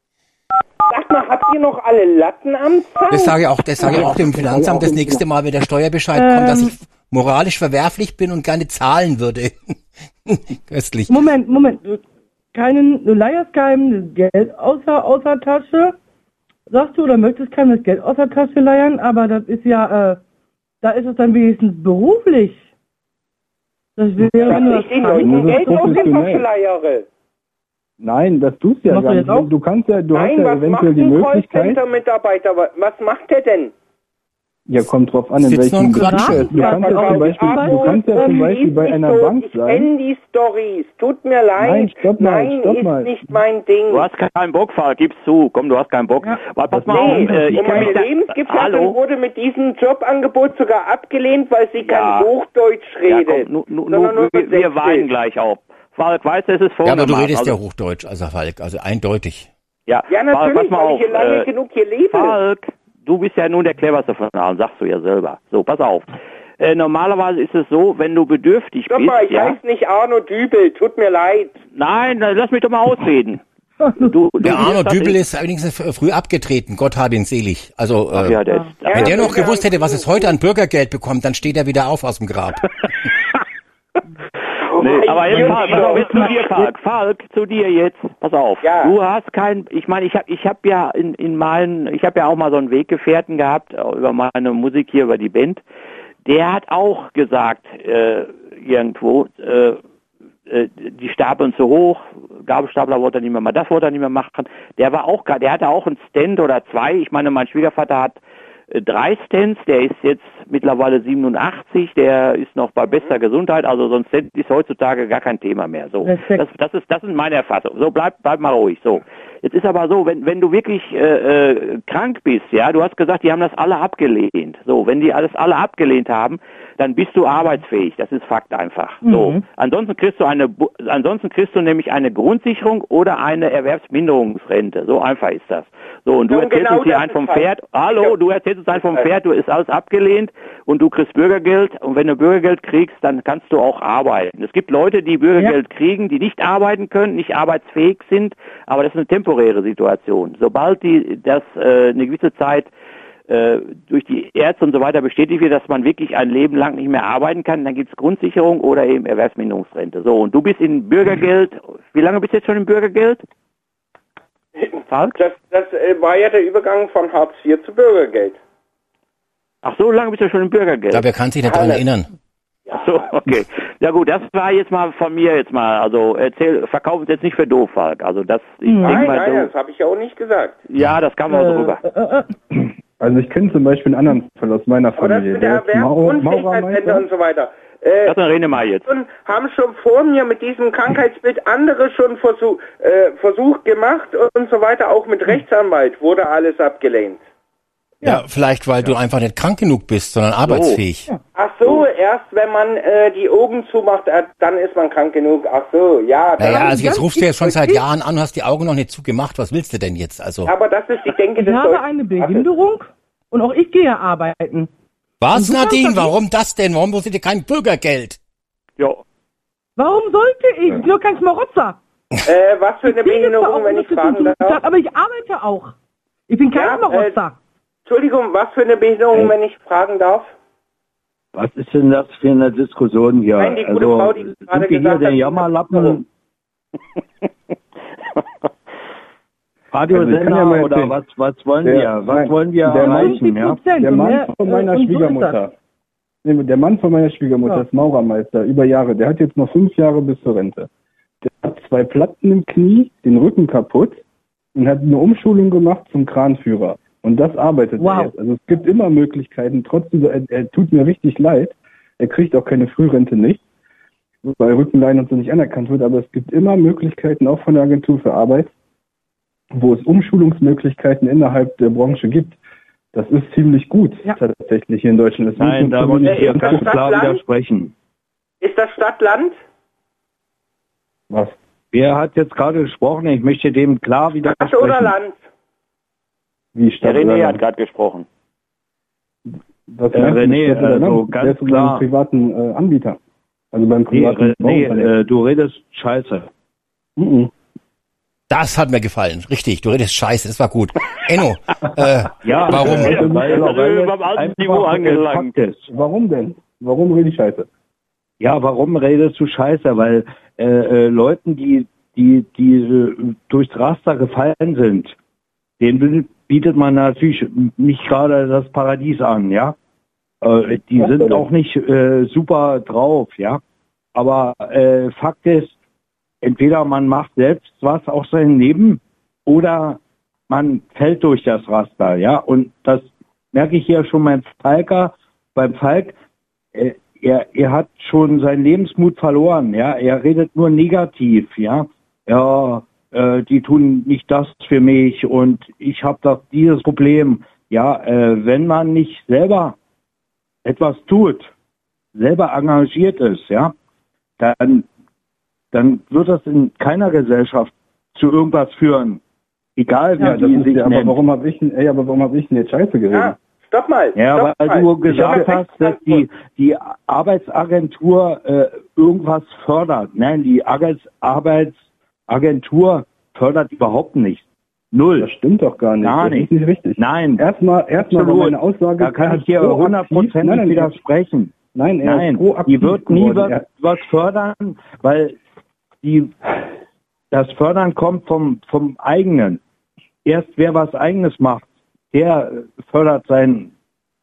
Sag mal, habt ihr noch alle Latten am Zaun? Das sage ich auch, das sage ich auch dem Finanzamt das nächste Mal, wenn der Steuerbescheid Ähm. kommt, dass ich moralisch verwerflich bin und gerne zahlen würde. Köstlich. Moment, Moment. Du, keinen, du leierst keinem das Geld außer, außer Tasche, sagst du, oder möchtest keinem das Geld aus der Tasche leiern, aber das ist ja, äh, da ist es dann wenigstens beruflich. Das wäre, wenn du Dass das ich den kannst. Leuten Das ist Geld aus der professionell. Tasche leiere. Nein, das tust du ja Machst du gar jetzt nicht. auch? Du kannst ja, du Nein, hast ja was macht eventuell die ein Möglichkeit. Callcenter-Mitarbeiter? Was- Was macht der denn? Ja, kommt drauf an, in Sitzt welchem nur ein Quatsch. Betrieb er ist. Du Ja, kannst ja aber zum Beispiel, du kannst ja zum Beispiel bei einer Bank Ich sein. kenne die Storys. Tut mir leid. Nein, stopp mal, Nein, stopp ist mal. nicht mein Ding. Du hast keinen Bock, Falk, gib's zu. Komm, du hast keinen Bock. Ja. Weil, pass mal Nee, auf, äh, ich und kann mich meine da, Lebensgefährtin Hallo? wurde mit diesem Jobangebot sogar abgelehnt, weil sie Ja. kein Hochdeutsch Ja, redet. komm, nu, nu, sondern nu, nur wir, wir Sächsisch. weinen gleich auf. Falk, weißt du, es ist Ja, aber du folgendermaßen. redest ja also, Hochdeutsch, also Falk, also eindeutig. Ja, Ja, Falk, natürlich, pass mal weil auf. ich hier lange äh, genug hier lebe. Falk, du bist ja nun der cleverste von allen, sagst du ja selber. So, pass auf. Äh, normalerweise ist es so, wenn du bedürftig Stopp bist, mal, ich ja. heiße nicht Arno Dübel, tut mir leid. Nein, dann lass mich doch mal ausreden. Du, du Der Arno wirst das Dübel in- ist allerdings f- früh abgetreten, Gott habe ihn selig. Also, Ach äh, ja, der ist, Ja, wenn der ja, noch gewusst hätte, was es heute an Bürgergeld bekommt, dann steht er wieder auf aus dem Grab. Nee, aber jetzt, Falk, pass auf, jetzt zu dir, Ja. Falk. Falk, zu dir jetzt. Pass auf. Ja. Du hast kein, ich meine, ich habe ich hab ja in, in meinen, ich habe ja auch mal so einen Weggefährten gehabt, äh, über meine Musik hier, über die Band. Der hat auch gesagt, äh, irgendwo, äh, äh, die stapeln zu hoch, Gabelstapler wollte er nicht mehr machen, das wollte er nicht mehr machen. Der war auch, der hatte auch einen Stand oder zwei. Ich meine, mein Schwiegervater hat äh, drei Stands, der ist jetzt mittlerweile siebenundachtzig, der ist noch bei bester Gesundheit, also so ein Stand ist heutzutage gar kein Thema mehr. So, Respekt. das, das ist, das ist meine Erfassung. So, bleib, bleib mal ruhig. So, jetzt ist aber so, wenn, wenn du wirklich äh, äh, krank bist, ja, du hast gesagt, die haben das alle abgelehnt. So, wenn die alles alle abgelehnt haben, dann bist du arbeitsfähig. Das ist Fakt einfach. So, Mhm. ansonsten kriegst du eine, Bu- ansonsten kriegst du nämlich eine Grundsicherung oder eine Erwerbsminderungsrente. So einfach ist das. So, und du Ja, und erzählst genau uns hier das einen vom ist halt- Pferd. Hallo, du erzählst uns einen vom Pferd, du ist alles abgelehnt und du kriegst Bürgergeld. Und wenn du Bürgergeld kriegst, dann kannst du auch arbeiten. Es gibt Leute, die Bürgergeld kriegen, die nicht arbeiten können, nicht arbeitsfähig sind, aber das ist eine temporäre Situation. Sobald die das äh, eine gewisse Zeit äh, durch die Ärzte und so weiter bestätigt wird, dass man wirklich ein Leben lang nicht mehr arbeiten kann, dann gibt's Grundsicherung oder eben Erwerbsminderungsrente. So, und du bist in Bürgergeld. Wie lange bist du jetzt schon im Bürgergeld? Falk? Das, das äh, war ja der Übergang von Hartz vier zu Bürgergeld. Ach so, lange bist du schon im Ich Bürgergeld. glaube, er kann sich nicht daran erinnern. Ach so, okay. Ja gut, das war jetzt mal von mir jetzt mal. Also erzähl, verkauf uns jetzt nicht für doof, Falk. Also das, ich Nein, denk Nein, mal, nein, du, das habe ich ja auch nicht gesagt. ja, das kam auch so rüber. Äh, äh, äh. Also ich kenne zum Beispiel einen anderen Fall aus meiner Aber das Familie. mit der Der ist Mau- Erwerbsunfähigkeitsrente Maurermeister. und so weiter. Äh, Das reden wir mal jetzt. und haben schon vor mir mit diesem Krankheitsbild andere schon versuch, äh, Versuch gemacht und so weiter. Auch mit Rechtsanwalt wurde alles abgelehnt. Ja, vielleicht, weil du einfach nicht krank genug bist, sondern arbeitsfähig. Ach so, erst wenn man äh, die Augen zumacht, äh, dann ist man krank genug. Ach so, ja. dann- Naja, also jetzt ganz rufst du jetzt schon seit richtig. Jahren an, hast die Augen noch nicht zugemacht. Was willst du denn jetzt? Also, Aber das ist die Denke Ich des habe deutschen eine Staates. Behinderung und auch ich gehe arbeiten. was, Und du kannst Nadine? doch- Warum das denn? Warum bekommst du kein Bürgergeld? Ja. Warum sollte ich? Ich bin doch kein Schmarotzer. Äh, was für eine Ich kriege zwar Behinderung, auch wenn ich Unterstützung fragen zum darf? Staat, aber ich arbeite auch. Ich bin kein Ja, Marotzer. Entschuldigung, was für eine Behinderung, wenn ich fragen darf? Was ist denn das für eine Diskussion hier? Nein, die gute also, Frau, die sind gerade wir hier gesagt der hat, Jammerlappen? Also ich kann Radiosender ja mal oder erzählen. was, was wollen Der- wir? Was nein, wollen wir der erreichen? Ja? Der und Mann mehr, von äh, meiner und so ist Schwiegermutter, nee, der Mann von meiner Schwiegermutter Ja. ist Maurermeister über Jahre. Der hat jetzt noch fünf Jahre bis zur Rente. Der hat zwei Platten im Knie, den Rücken kaputt und hat eine Umschulung gemacht zum Kranführer. Und das arbeitet Wow. er jetzt. Also es gibt immer Möglichkeiten. Trotzdem, er, er tut mir richtig leid. Er kriegt auch keine Frührente nicht, weil Rückenlein und so nicht anerkannt wird. Aber es gibt immer Möglichkeiten, auch von der Agentur für Arbeit, wo es Umschulungsmöglichkeiten innerhalb der Branche gibt. Das ist ziemlich gut, Ja. tatsächlich hier in Deutschland. Das Nein, da muss ich hier ganz klar Stadtland? widersprechen. Ist das Stadt-Land? Was? Wer hat jetzt gerade gesprochen? Ich möchte dem klar Stadt widersprechen. oder Land? Wie Der Stadt René oder hat Land? gerade gesprochen. Was Äh, meinst du mit René, Stadt oder also Land? ganz Der ist beim klar. privaten äh, Anbieter. Also beim Nee, privaten äh, nee Bauunternehmen. äh, du redest scheiße. Mhm. Das hat mir gefallen. Richtig, du redest scheiße, das war gut. Enno, äh, Ja, warum? Äh, weil, Also weil wir es beim alten einfach Niveau ein angelangt. Fakt ist. Warum denn? Warum rede ich scheiße? Ja, warum redest du scheiße? Weil äh, äh, Leuten, die, die, die äh, durchs Raster gefallen sind, denen bietet man natürlich nicht gerade das Paradies an, ja. Äh, die Was sind denn? auch nicht äh, super drauf, ja. Aber äh, Fakt ist, entweder man macht selbst was aus seinem Leben oder man fällt durch das Raster, ja. Und das merke ich hier schon beim Falker, beim Falk, äh, er, er hat schon seinen Lebensmut verloren, ja. Er redet nur negativ, ja. Ja, äh, die tun nicht das für mich und ich habe doch dieses Problem. Ja, äh, wenn man nicht selber etwas tut, selber engagiert ist, ja, dann, dann wird das in keiner Gesellschaft zu irgendwas führen. Egal wie Ja, das die ist sich ja, aber nennt. warum habe ich, denn- ey, aber warum habe ich denn jetzt scheiße geredet? Ja, stopp mal. Ja, stopp weil mal. du Ich gesagt hab hast, dass die, die Arbeitsagentur äh, irgendwas fördert. Nein, die Arbeits Arbeitsagentur fördert überhaupt nichts. Null. Das stimmt doch gar nicht. Gar das nicht. ist nicht richtig. Nein. Erstmal, erstmal war Absolut. meine Aussage. Da kann er ich dir hat proaktiv- hundertprozentig Nein, nein, widersprechen. Nein, er Nein, ist proaktiv die wird nie geworden. was, Er- was fördern, weil die, das Fördern kommt vom, vom eigenen. Erst wer was Eigenes macht, der fördert sein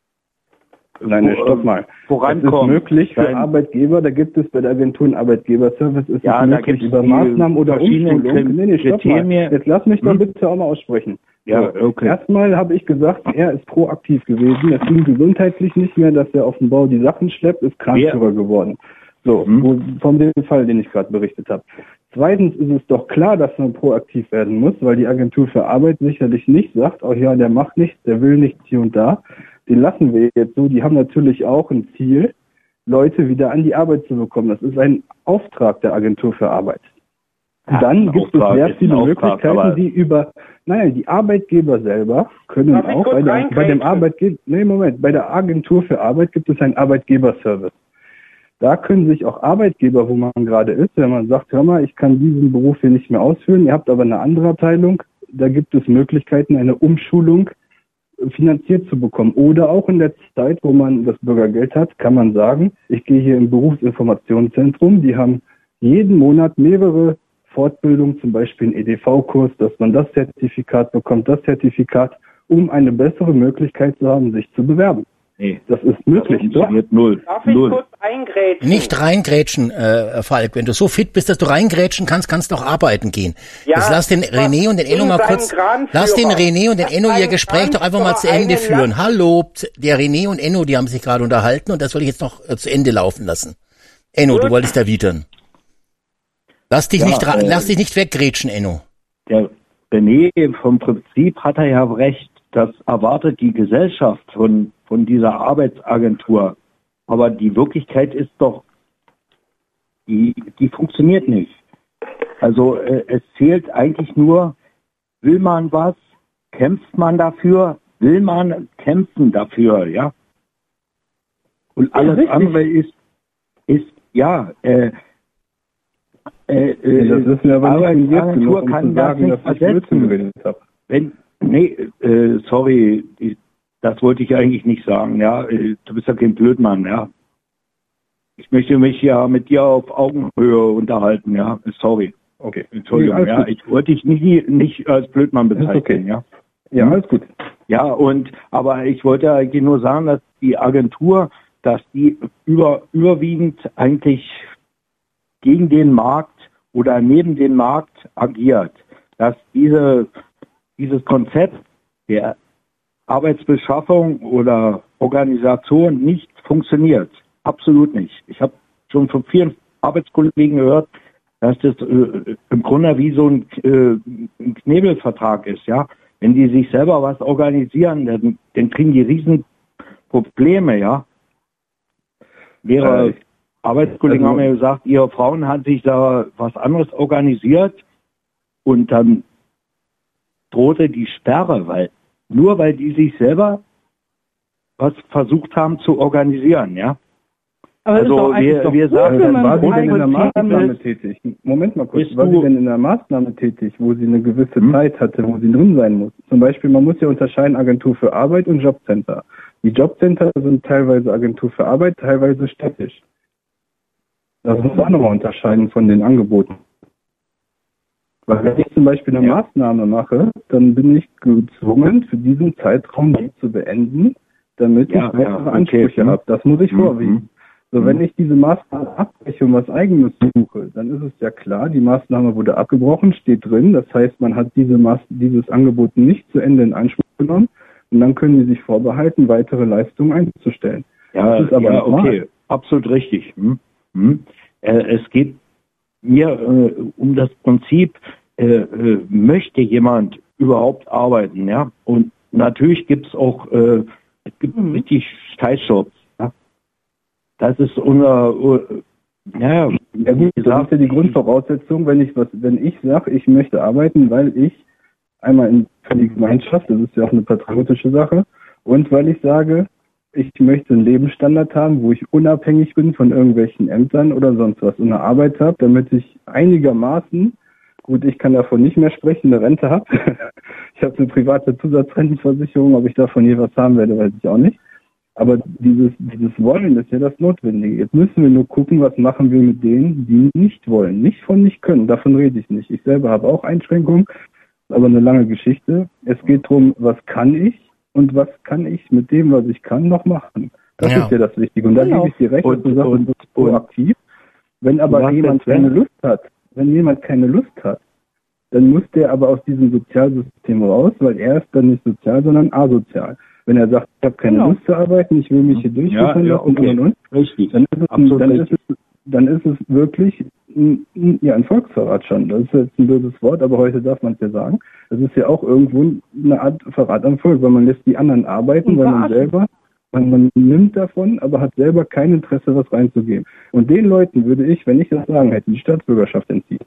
Nein, nein, stopp mal. Es ist Vorankommen. möglich für Sein- Arbeitgeber, da gibt es bei der Agentur einen Arbeitgeberservice, ist Ja, es da möglich gibt's über die Maßnahmen oder verschiedenen Umschulung. Kri- Nee, nee, stopp mal. Kriterien. Jetzt lass mich doch Hm? bitte auch mal aussprechen. Ja, So, okay. Erstmal habe ich gesagt, er ist proaktiv gewesen. Es ging gesundheitlich nicht mehr, dass er auf dem Bau die Sachen schleppt, ist Kranführer geworden. So, Hm? wo, von dem Fall, den ich gerade berichtet habe. Zweitens ist es doch klar, dass man proaktiv werden muss, weil die Agentur für Arbeit sicherlich nicht sagt, oh ja, der macht nichts, der will nichts hier und da. Den lassen wir jetzt so. Die haben natürlich auch ein Ziel, Leute wieder an die Arbeit zu bekommen. Das ist ein Auftrag der Agentur für Arbeit. Ja, Dann ein gibt Auftrag es sehr ist ein viele Auftrag, Möglichkeiten, aber- die über, nein, die Arbeitgeber selber können Darf ich auch, kurz bei, der, bei reingrätschen? dem Arbeitgeber, nee, Moment, bei der Agentur für Arbeit gibt es einen Arbeitgeberservice. Da können sich auch Arbeitgeber, wo man gerade ist, wenn man sagt, hör mal, ich kann diesen Beruf hier nicht mehr ausführen, ihr habt aber eine andere Abteilung, da gibt es Möglichkeiten, eine Umschulung finanziert zu bekommen. Oder auch in der Zeit, wo man das Bürgergeld hat, kann man sagen, ich gehe hier im Berufsinformationszentrum, die haben jeden Monat mehrere Fortbildungen, zum Beispiel einen E D V-Kurs, dass man das Zertifikat bekommt, das Zertifikat, um eine bessere Möglichkeit zu haben, sich zu bewerben. Nee, Das ist möglich, das doch? funktioniert null. Darf ich Null. kurz eingrätschen? Nicht reingrätschen, äh, Falk. Wenn du so fit bist, dass du reingrätschen kannst, kannst du auch arbeiten gehen. Ja, Jetzt lass den René und den Enno mal seinen kurz, Kranführer. lass den René und den Enno ihr Seinen Gespräch doch einfach mal zu Kranführer Ende einen führen. Hallo, der René und Enno, die haben sich gerade unterhalten und das soll ich jetzt noch äh, zu Ende laufen lassen. Enno, Gut. du wolltest erwidern. Lass dich Ja, nicht, ra- äh, lass dich nicht weggrätschen, Enno. Der René, vom Prinzip hat er ja recht. Das erwartet die Gesellschaft von, von dieser Arbeitsagentur. Aber die Wirklichkeit ist doch, die, die funktioniert nicht. Also äh, es zählt eigentlich nur, will man was, kämpft man dafür, will man kämpfen dafür, ja. Und alles richtig. andere ist, ist ja, äh, äh, äh, Das ist mir aber nicht fundiert genug, Arbeitsagentur um kann zu das sagen, nicht dass ich Blödsinn ersetzen. geredet habe. Wenn, Nee, äh, sorry, ich, das wollte ich eigentlich nicht sagen, ja. Du bist ja kein Blödmann, ja. Ich möchte mich ja mit dir auf Augenhöhe unterhalten, ja. Sorry. Okay, Entschuldigung, ja. Ich wollte dich nicht, nicht als Blödmann bezeichnen, okay. ja. Ja, alles gut. Ja, und, aber ich wollte eigentlich nur sagen, dass die Agentur, dass die über, überwiegend eigentlich gegen den Markt oder neben den Markt agiert. Dass diese, dieses Konzept der Arbeitsbeschaffung oder Organisation nicht funktioniert. Absolut nicht. Ich habe schon von vielen Arbeitskollegen gehört, dass das äh, im Grunde wie so ein, äh, ein Knebelvertrag ist, ja. Wenn die sich selber was organisieren, dann, dann kriegen die riesen Probleme, ja. Ihre äh, Arbeitskollegen also, haben ja gesagt, ihre Frauen hat sich da was anderes organisiert und dann drohte die Sperre, weil nur weil die sich selber was versucht haben zu organisieren, ja. Aber also wir, wir sagen, dann war sie denn in der Maßnahme tätig? Moment mal kurz, war sie denn in der Maßnahme tätig, wo sie eine gewisse hm? Zeit hatte, wo sie drin sein muss? Zum Beispiel, man muss ja unterscheiden Agentur für Arbeit und Jobcenter. Die Jobcenter sind teilweise Agentur für Arbeit, teilweise städtisch. Das muss man auch nochmal unterscheiden von den Angeboten. Weil wenn ich zum Beispiel eine ja. Maßnahme mache, dann bin ich gezwungen, für diesen Zeitraum die zu beenden, damit ja, ich weitere ja, okay. Ansprüche habe. Das muss ich mhm. vorwiegen. So, wenn ich diese Maßnahme abbreche und was Eigenes suche, dann ist es ja klar, die Maßnahme wurde abgebrochen, steht drin. Das heißt, man hat diese Maß dieses Angebot nicht zu Ende in Anspruch genommen und dann können die sich vorbehalten, weitere Leistungen einzustellen. Ja, das ist aber ja, okay, absolut richtig. Hm? Hm? Äh, es geht mir äh, um das Prinzip, äh, äh, möchte jemand überhaupt arbeiten, ja? Und natürlich gibt es auch äh, es gibt mhm. richtig Scheißjobs. Das ist unser, uh, ja, ja gut, das ist ja die Grundvoraussetzung, wenn ich was, wenn ich sage, ich möchte arbeiten, weil ich einmal in für die Gemeinschaft, das ist ja auch eine patriotische Sache, und weil ich sage, ich möchte einen Lebensstandard haben, wo ich unabhängig bin von irgendwelchen Ämtern oder sonst was und eine Arbeit habe, damit ich einigermaßen, gut, ich kann davon nicht mehr sprechen, eine Rente habe. Ich habe eine private Zusatzrentenversicherung, ob ich davon je was haben werde, weiß ich auch nicht. Aber dieses, dieses Wollen ist ja das Notwendige. Jetzt müssen wir nur gucken, was machen wir mit denen, die nicht wollen. Nicht von nicht können, davon rede ich nicht. Ich selber habe auch Einschränkungen, aber eine lange Geschichte. Es geht darum, was kann ich und was kann ich mit dem, was ich kann, noch machen. Das ja. ist ja das Wichtige. Und da genau. gebe ich dir recht, dass du sagst, du bist proaktiv. Wenn aber jemand keine Lust hat, wenn jemand keine Lust hat, dann muss der aber aus diesem Sozialsystem raus, weil er ist dann nicht sozial, sondern asozial. Wenn er sagt, ich habe keine genau. Lust zu arbeiten, ich will mich hier durchführen ja, ja, lassen okay. und, und, und, Richtig. Dann, ist es ein, dann, ist es, dann ist es wirklich ein, ja, ein Volksverrat schon. Das ist jetzt ein böses Wort, aber heute darf man es ja sagen. Das ist ja auch irgendwo eine Art Verrat am Volk, weil man lässt die anderen arbeiten, weil man selber, weil man nimmt davon, aber hat selber kein Interesse, was reinzugeben. Und den Leuten würde ich, wenn ich das sagen hätte, die Staatsbürgerschaft entziehen.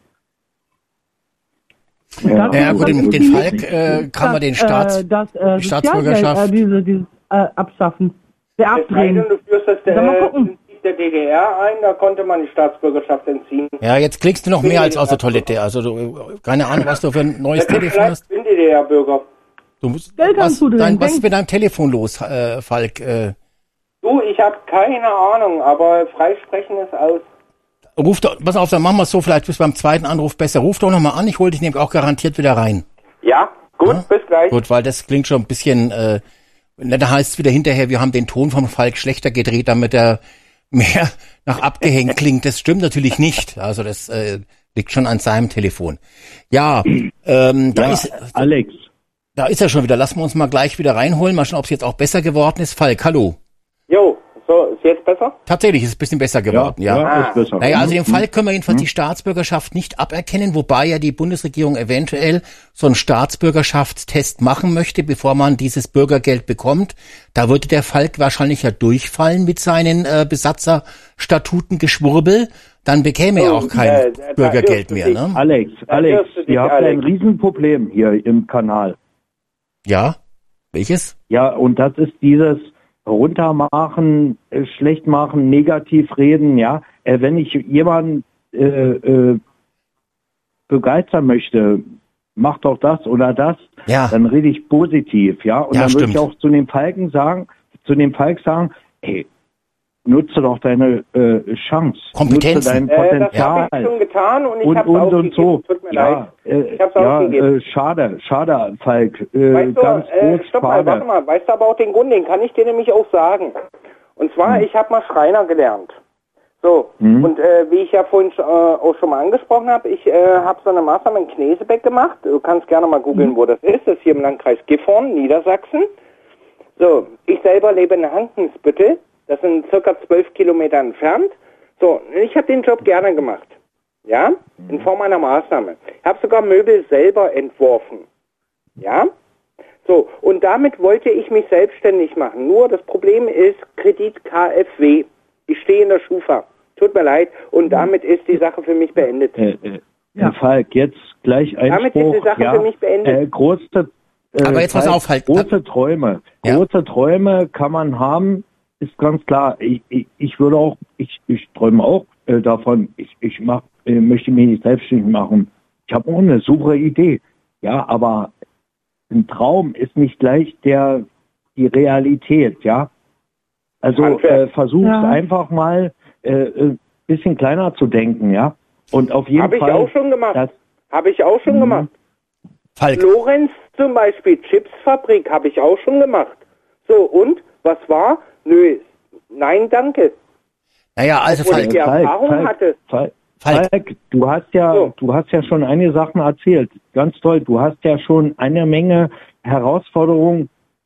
Ja, ja gut, den, den Falk äh, kann man den Staats, äh, das, äh, die Staatsbürgerschaft... Äh, diese, dieses äh, Abschaffen, der Abdrehen. Du führst das der, mal gucken. der D D R ein, da konnte man die Staatsbürgerschaft entziehen. Ja, jetzt klingst du noch mehr als aus der Toilette. Also du, keine Ahnung, was du für ein neues das Telefon hast. Ich bin D D R-Bürger. Du musst, was, dein, was ist mit deinem Telefon los, äh, Falk? Äh, du, ich habe keine Ahnung, aber freisprechen ist aus. Ruf doch, pass auf, dann machen wir es so, vielleicht bist du beim zweiten Anruf besser. Ruf doch nochmal an, ich hole dich nämlich auch garantiert wieder rein. Ja, gut, ja? Bis gleich. Gut, weil das klingt schon ein bisschen, äh, da heißt es wieder hinterher, wir haben den Ton vom Falk schlechter gedreht, damit er mehr nach abgehängt klingt. Das stimmt natürlich nicht. Also das äh, liegt schon an seinem Telefon. Ja, ähm, da ja, ist Alex. Da ist er schon wieder. Lassen wir uns mal gleich wieder reinholen. Mal schauen, ob es jetzt auch besser geworden ist. Falk, hallo. Jo. So, ist jetzt besser? Tatsächlich, ist es ein bisschen besser geworden, ja. ja. ja ist besser. Naja, also im mhm. Fall können wir jedenfalls mhm. die Staatsbürgerschaft nicht aberkennen, wobei ja die Bundesregierung eventuell so einen Staatsbürgerschaftstest machen möchte, bevor man dieses Bürgergeld bekommt. Da würde der Falk wahrscheinlich ja durchfallen mit seinen äh, Besatzerstatuten Geschwurbel. Dann bekäme er auch kein äh, Bürgergeld mehr, dich, ne? Alex, Alex, ihr habt Alex. ein Riesenproblem hier im Kanal. Ja? Welches? Ja, und das ist dieses runtermachen, äh, schlecht machen, negativ reden, ja. Äh, wenn ich jemanden äh, äh, begeistern möchte, mach doch das oder das, ja. dann rede ich positiv, ja. Und ja, dann würde stimmt. ich auch zu dem Falken sagen, zu dem Falk sagen, hey, nutze doch deine äh, Chance, Kompetenzen. nutze dein Äh, das Potenzial. habe ich schon getan und ich und habe und, es und so. Tut mir ja, leid. äh, Ich habe es ja, aufgegeben. äh, schade, schade, Falk. Äh, Weißt du, ganz äh, groß, stopp mal, schade. warte mal. Weißt du aber auch den Grund, den kann ich dir nämlich auch sagen. Und zwar, Hm. ich habe mal Schreiner gelernt. So, Hm. und äh, wie ich ja vorhin äh, auch schon mal angesprochen habe, ich äh, habe so eine Maßnahme in Knesebeck gemacht. Du kannst gerne mal googeln, Hm. wo das ist. Das ist hier im Landkreis Gifhorn, Niedersachsen. So, ich selber lebe in Hankensbüttel. Das sind circa zwölf Kilometer entfernt. So, ich habe den Job gerne gemacht. Ja, in Form einer Maßnahme. Ich habe sogar Möbel selber entworfen. Ja, so, und damit wollte ich mich selbstständig machen. Nur das Problem ist Kredit K f W. Ich stehe in der Schufa. Tut mir leid. Und damit ist die Sache für mich beendet. Äh, äh, Herr Falk, jetzt gleich Einspruch. Damit ist die Sache ja, für mich beendet. Äh, große, äh, Aber jetzt pass Falk, auf, halt. Große Träume. Ja. Große Träume kann man haben, ist ganz klar. Ich, ich, ich würde auch, ich, ich träume auch äh, davon, ich, ich mach, äh, möchte mich nicht selbstständig machen. Ich habe auch eine super Idee. Ja, aber ein Traum ist nicht gleich der die Realität, ja. Also äh, versuch's Ja. einfach mal äh, ein bisschen kleiner zu denken, ja. Und auf jeden Habe ich Fall. auch schon gemacht. Das, Habe ich auch schon Mhm. gemacht. Falk. Lorenz zum Beispiel, Chipsfabrik, habe ich auch schon gemacht. So, und? Was war? Nö, nein, danke. Naja, also Obwohl ich Falk. die Erfahrung Falk, hatte. Falk, Falk. Falk, du hast ja, So. du hast ja schon einige Sachen erzählt. Ganz toll. Du hast ja schon eine Menge Herausforderungen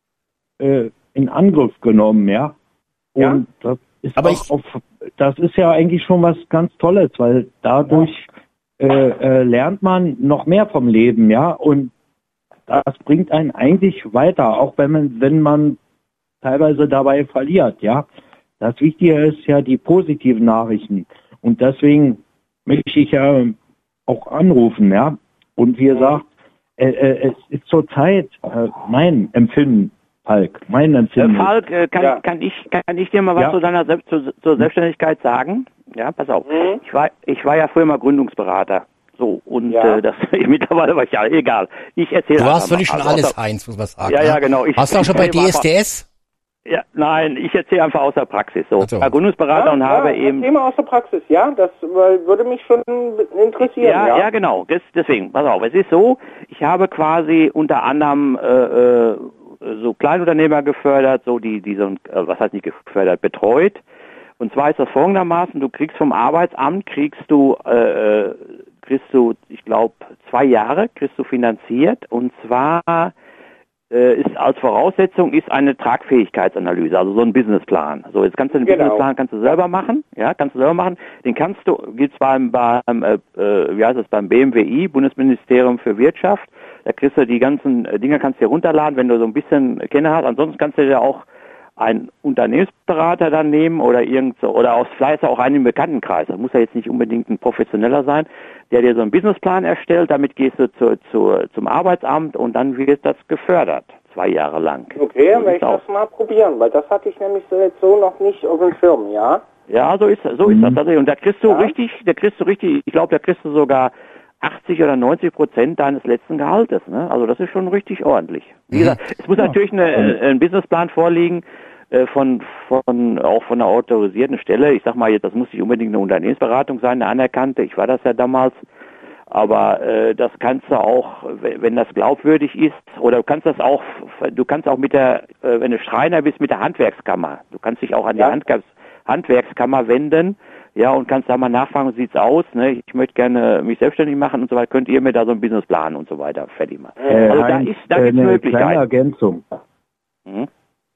äh, in Angriff genommen, ja. Und Ja. das ist Aber auch ich- auf, das ist ja eigentlich schon was ganz Tolles, weil dadurch äh, äh, lernt man noch mehr vom Leben, ja. Und das bringt einen eigentlich weiter, auch wenn man, wenn man teilweise dabei verliert, ja. Das Wichtige ist ja die positiven Nachrichten. Und deswegen möchte ich ja auch anrufen, ja. Und wie gesagt, äh, äh, es ist zurzeit äh, mein Empfinden, Falk, mein Äh, Empfinden. Falk, äh, kann, Ja. kann, ich, kann ich dir mal was Ja. zu deiner Selbst, zu, zur Selbstständigkeit sagen? Ja, pass auf. Mhm. Ich war, ich war ja früher mal Gründungsberater. So, und Ja. äh, das mittlerweile war ich ja egal. Ich erzähle Du einfach hast völlig mal. schon Also alles, außer- Heinz, muss man sagen. Ja, ne? ja, genau. Ich- Hast du auch schon ich bei erzähl D S D S? Ja, nein, ich erzähle einfach aus der Praxis. So, Ach so. Ich war Gründungsberater und habe eben... Thema aus der Praxis, ja, das weil, würde mich schon interessieren. Ja, Ja, ja, genau. Das, deswegen, pass auf, es ist so, ich habe quasi unter anderem äh, äh, so Kleinunternehmer gefördert, so die, die so, ein, äh, was heißt nicht gefördert, betreut. Und zwar ist das folgendermaßen, du kriegst vom Arbeitsamt, kriegst du, äh, äh, kriegst du, ich glaube, zwei Jahre, kriegst du finanziert. Und zwar äh, ist als Voraussetzung ist eine Tragfähigkeitsanalyse, also so ein Businessplan. So, jetzt kannst du den Genau. Businessplan kannst du selber machen, ja, kannst du selber machen. Den kannst du, gibt's beim, beim äh, äh, wie heißt es, beim B M W I, Bundesministerium für Wirtschaft. Da kriegst du die ganzen äh, Dinge, kannst du dir runterladen, wenn du so ein bisschen Kenner hast. Ansonsten kannst du dir auch einen Unternehmensberater dann nehmen oder irgend so, oder aus vielleicht auch einen im Bekanntenkreis. Das muss ja jetzt nicht unbedingt ein Professioneller sein, der dir so einen Businessplan erstellt. Damit gehst du zu, zu, zum Arbeitsamt und dann wird das gefördert, zwei Jahre lang. Okay, dann So werde ich sieht's aus. das mal probieren, weil das hatte ich nämlich so jetzt so noch nicht auf dem Schirm, ja? Ja, so ist so ist das tatsächlich. Und da kriegst du Ja. richtig, da kriegst du richtig, ich glaube, da kriegst du sogar achtzig oder neunzig Prozent deines letzten Gehaltes. Ne? Also das ist schon richtig ordentlich. Wie gesagt, es muss natürlich eine, äh, ein Businessplan vorliegen äh, von von auch von einer autorisierten Stelle. Ich sag mal jetzt, das muss nicht unbedingt eine Unternehmensberatung sein, eine anerkannte. Ich war das ja damals. Aber äh, das kannst du auch, wenn wenn das glaubwürdig ist, oder du kannst das auch, du kannst auch mit der, äh, wenn du Schreiner bist, mit der Handwerkskammer. Du kannst dich auch an Ja. die Handwerks Handwerkskammer wenden, ja, und kannst da mal nachfragen, wie sieht's aus, ne? Ich möchte gerne mich selbstständig machen und so weiter. Könnt ihr mir da so einen Businessplan und so weiter fertig machen? Äh, also da Heinz, ist, da äh, gibt's eine kleine Möglichkeiten. Ergänzung. Mhm.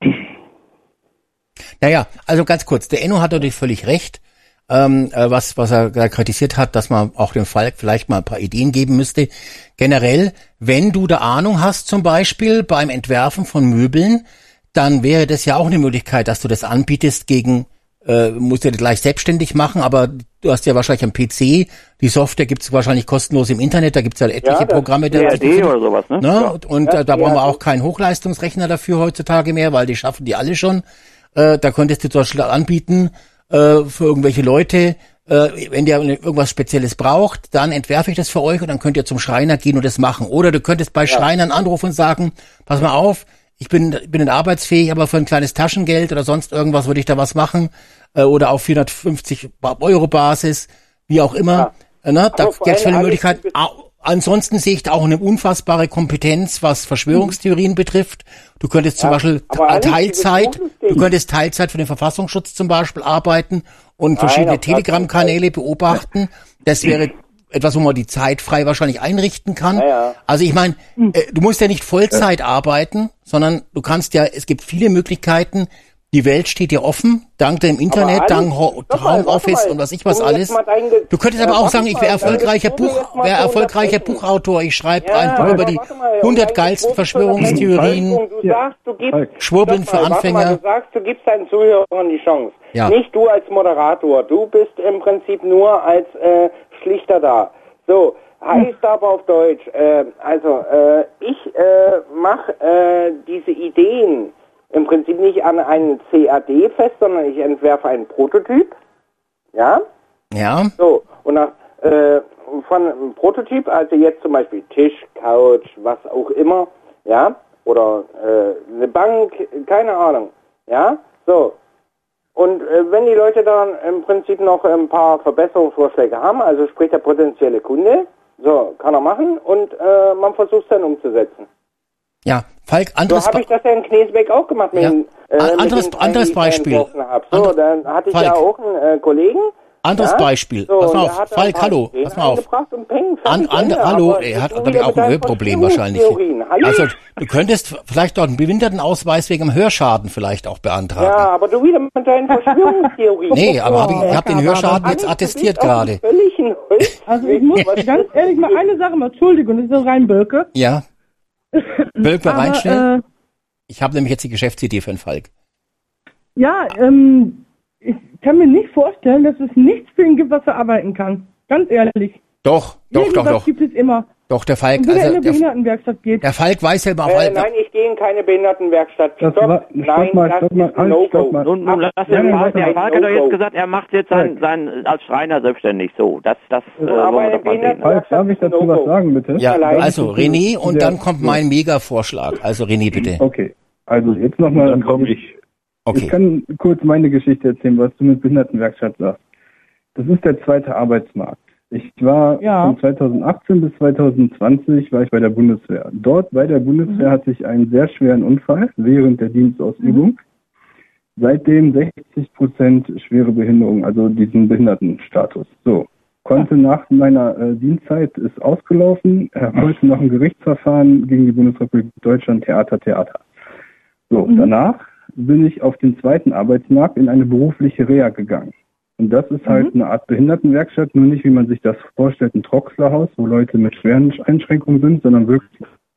Naja, also ganz kurz, der Enno hat natürlich völlig recht, ähm, äh, was, was er da kritisiert hat, dass man auch dem Falk vielleicht mal ein paar Ideen geben müsste. Generell, wenn du da Ahnung hast, zum Beispiel beim Entwerfen von Möbeln, dann wäre das ja auch eine Möglichkeit, dass du das anbietest gegen, äh, musst du gleich selbstständig machen, aber du hast ja wahrscheinlich am P C, die Software gibt's wahrscheinlich kostenlos im Internet, da gibt's ja etliche Ja, das Programme. D R D oder sowas, ne? Ne? Ja. Und Ja, äh, da brauchen wir ja. auch keinen Hochleistungsrechner dafür heutzutage mehr, weil die schaffen die alle schon. Äh, da könntest du zum Beispiel anbieten äh, für irgendwelche Leute, Äh, wenn der irgendwas Spezielles braucht, dann entwerfe ich das für euch und dann könnt ihr zum Schreiner gehen und das machen. Oder du könntest bei ja. Schreinern anrufen und sagen, pass mal auf, ich bin bin nicht arbeitsfähig, aber für ein kleines Taschengeld oder sonst irgendwas würde ich da was machen. Äh, oder auf vierhundertfünfzig Euro Basis, wie auch immer. Ja. Äh, ne? Da gibt es viele Möglichkeiten. Ansonsten sehe ich da auch eine unfassbare Kompetenz, was Verschwörungstheorien mhm. betrifft. Du könntest zum ja, Beispiel Teilzeit, du könntest Teilzeit für den Verfassungsschutz zum Beispiel arbeiten und verschiedene Telegram-Kanäle beobachten. Das wäre etwas, wo man die Zeit frei wahrscheinlich einrichten kann. Ja, ja. Also ich meine, äh, du musst ja nicht Vollzeit ja. arbeiten, sondern du kannst ja, es gibt viele Möglichkeiten. Die Welt steht dir offen, dank dem Internet, dank Homeoffice und was ich was alles. Du könntest aber auch sagen, ich wäre erfolgreicher Buch, wäre erfolgreicher Buchautor. Ich schreibe ein Buch über die hundert geilsten Verschwörungstheorien. Du sagst, du gibst, Schwurbeln für Anfänger. Du sagst, du gibst deinen Zuhörern die Chance. Ja. Nicht du als Moderator. Du bist im Prinzip nur als äh, Schlichter da. So, heißt aber auf Deutsch, äh, also äh, ich äh, mache äh, diese Ideen im Prinzip nicht an einen C A D fest, sondern ich entwerfe einen Prototyp. Ja? Ja. So, und nach, äh, von einem Prototyp, also jetzt zum Beispiel Tisch, Couch, was auch immer, ja, oder äh, eine Bank, keine Ahnung, ja, so. Und äh, wenn die Leute dann im Prinzip noch ein paar Verbesserungsvorschläge haben, also sprich der potenzielle Kunde, so, kann er machen und äh, man versucht es dann umzusetzen. Ja, Falk, anderes So habe ich das ja in Knesbeck auch gemacht. Mit ja. den, äh, anderes mit den anderes Beispiel. So, Ander dann hatte ich Falk. ja auch einen äh, Kollegen. Anderes ja? Beispiel. So, pass mal auf, Falk, hallo, pass mal auf. Peng, An, an, hallo, er hat natürlich auch ein Hörproblem wahrscheinlich. Also, du könntest vielleicht dort einen Behindertenausweis wegen dem Hörschaden vielleicht auch beantragen. Ja, aber du wieder mit deinen Verschwörungstheorien. Nee, aber hab ich, ich habe den Hörschaden jetzt attestiert gerade. Also ich muss ganz ehrlich mal eine Sache mal, Entschuldigung, das ist so rein Bölke. Ja. Bölke, rein schnell. Äh, ich habe nämlich jetzt die Geschäftsidee für den Falk. Ja, ähm, ich kann mir nicht vorstellen, dass es nichts für ihn gibt, was er arbeiten kann. Ganz ehrlich. Doch, doch, Irgendwas doch, doch. gibt es immer. Doch, der Falk, Und wenn also er in eine der, Behindertenwerkstatt geht. der Falk weiß ja immer auf äh, Nein, ich gehe in keine Behindertenwerkstatt. Das Stopp, war, nein, stopp mal, das stopp mal, ist ein halt, stopp mal. Nun, nun lass Nein, den nein, der nein, Falk hat doch No-Go. jetzt gesagt, er macht jetzt sein, sein als Schreiner selbstständig. So, das, das äh, aber wollen wir eine doch mal sehen. Behinderten- Falk, darf ich dazu No-Go. was sagen, bitte? ja, Allein. also René und Ja. dann kommt mein Mega-Vorschlag. Also René, bitte. Okay, also jetzt nochmal. Dann komme ich. Okay. Ich kann kurz meine Geschichte erzählen, was du mit Behindertenwerkstatt sagst. Das ist der zweite Arbeitsmarkt. Ich war Ja. von zweitausendachtzehn bis zweitausendzwanzig war ich bei der Bundeswehr. Dort bei der Bundeswehr Mhm. hatte ich einen sehr schweren Unfall während der Dienstausübung. Mhm. Seitdem sechzig Prozent schwere Behinderung, also diesen Behindertenstatus. So, konnte nach meiner äh, Dienstzeit, ist ausgelaufen, äh, heute noch ein Gerichtsverfahren gegen die Bundesrepublik Deutschland, Theater, Theater. So, Mhm. danach bin ich auf den zweiten Arbeitsmarkt in eine berufliche Reha gegangen. Und das ist halt Mhm. eine Art Behindertenwerkstatt, nur nicht, wie man sich das vorstellt, ein Troxlerhaus, wo Leute mit schweren Einschränkungen sind, sondern wirklich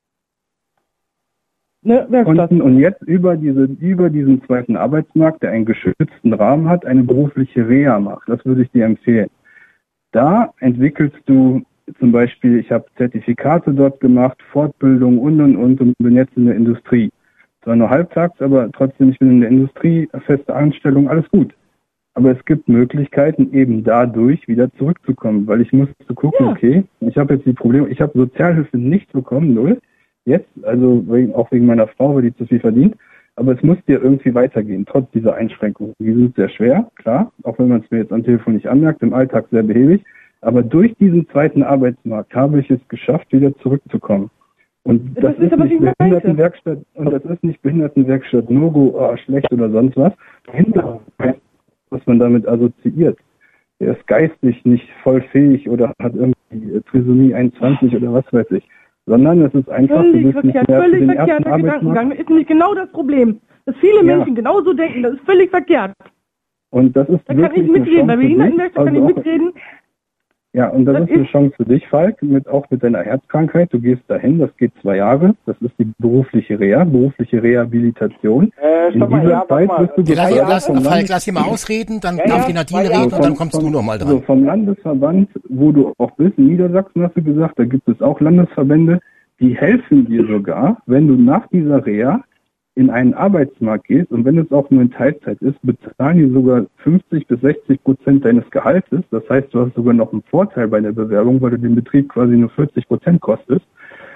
Ne, Werkstatt. konnten und jetzt über diese über diesen zweiten Arbeitsmarkt, der einen geschützten Rahmen hat, eine berufliche Reha macht. Das würde ich dir empfehlen. Da entwickelst du zum Beispiel, ich habe Zertifikate dort gemacht, Fortbildung und und und und bin jetzt in der Industrie. Zwar nur halbtags, aber trotzdem, ich bin in der Industrie, feste Anstellung, alles gut. Aber es gibt Möglichkeiten, eben dadurch wieder zurückzukommen, weil ich musste gucken, Ja. okay, ich habe jetzt die Probleme, ich habe Sozialhilfe nicht bekommen, null, jetzt, also wegen, auch wegen meiner Frau, weil die zu viel verdient, aber es muss dir irgendwie weitergehen, trotz dieser Einschränkungen. Die sind sehr schwer, klar, auch wenn man es mir jetzt am Telefon nicht anmerkt, im Alltag sehr behäbig, aber durch diesen zweiten Arbeitsmarkt habe ich es geschafft, wieder zurückzukommen. Und das, Das ist ist aber nicht die Weise. Behindertenwerkstatt, und das ist nicht Behindertenwerkstatt No-Go, oh, schlecht oder sonst was. Behinderung heißt, was man damit assoziiert. Er ist geistig nicht voll fähig oder hat irgendwie Trisomie einundzwanzig oder was weiß ich. Sondern es ist einfach, du Völlig bist nicht verkehrt, mehr für völlig den verkehrter ersten Arbeitsmarkt. Gedankengang. Das ist nämlich genau das Problem. Dass viele Ja. Menschen genauso denken, das ist völlig verkehrt. Und das ist Da kann wirklich ich eine mitreden. Bei Chance für dich. Behindertenwerkstatt kann ich Also auch- mitreden. Ja, und das, Das ist eine ist- Chance für dich, Falk, mit, auch mit deiner Herzkrankheit. Du gehst dahin, das geht zwei Jahre. Das ist die berufliche Reha, berufliche Rehabilitation. Äh, In stopp mal, dieser ja, warte Zeit mal. wirst du Ja, lass, gefördert lass, vom Falk, Landes- lass ihn mal ausreden, dann Ja, darf ja, die Nadine zwei Jahre. reden und dann vom- kommst vom- du nochmal So, dran. vom Landesverband, wo du auch bist, in Niedersachsen hast du gesagt, da gibt es auch Landesverbände, die helfen dir sogar, wenn du nach dieser Reha in einen Arbeitsmarkt gehst und wenn es auch nur in Teilzeit ist, bezahlen die sogar fünfzig bis sechzig Prozent deines Gehaltes. Das heißt, du hast sogar noch einen Vorteil bei der Bewerbung, weil du den Betrieb quasi nur vierzig Prozent kostest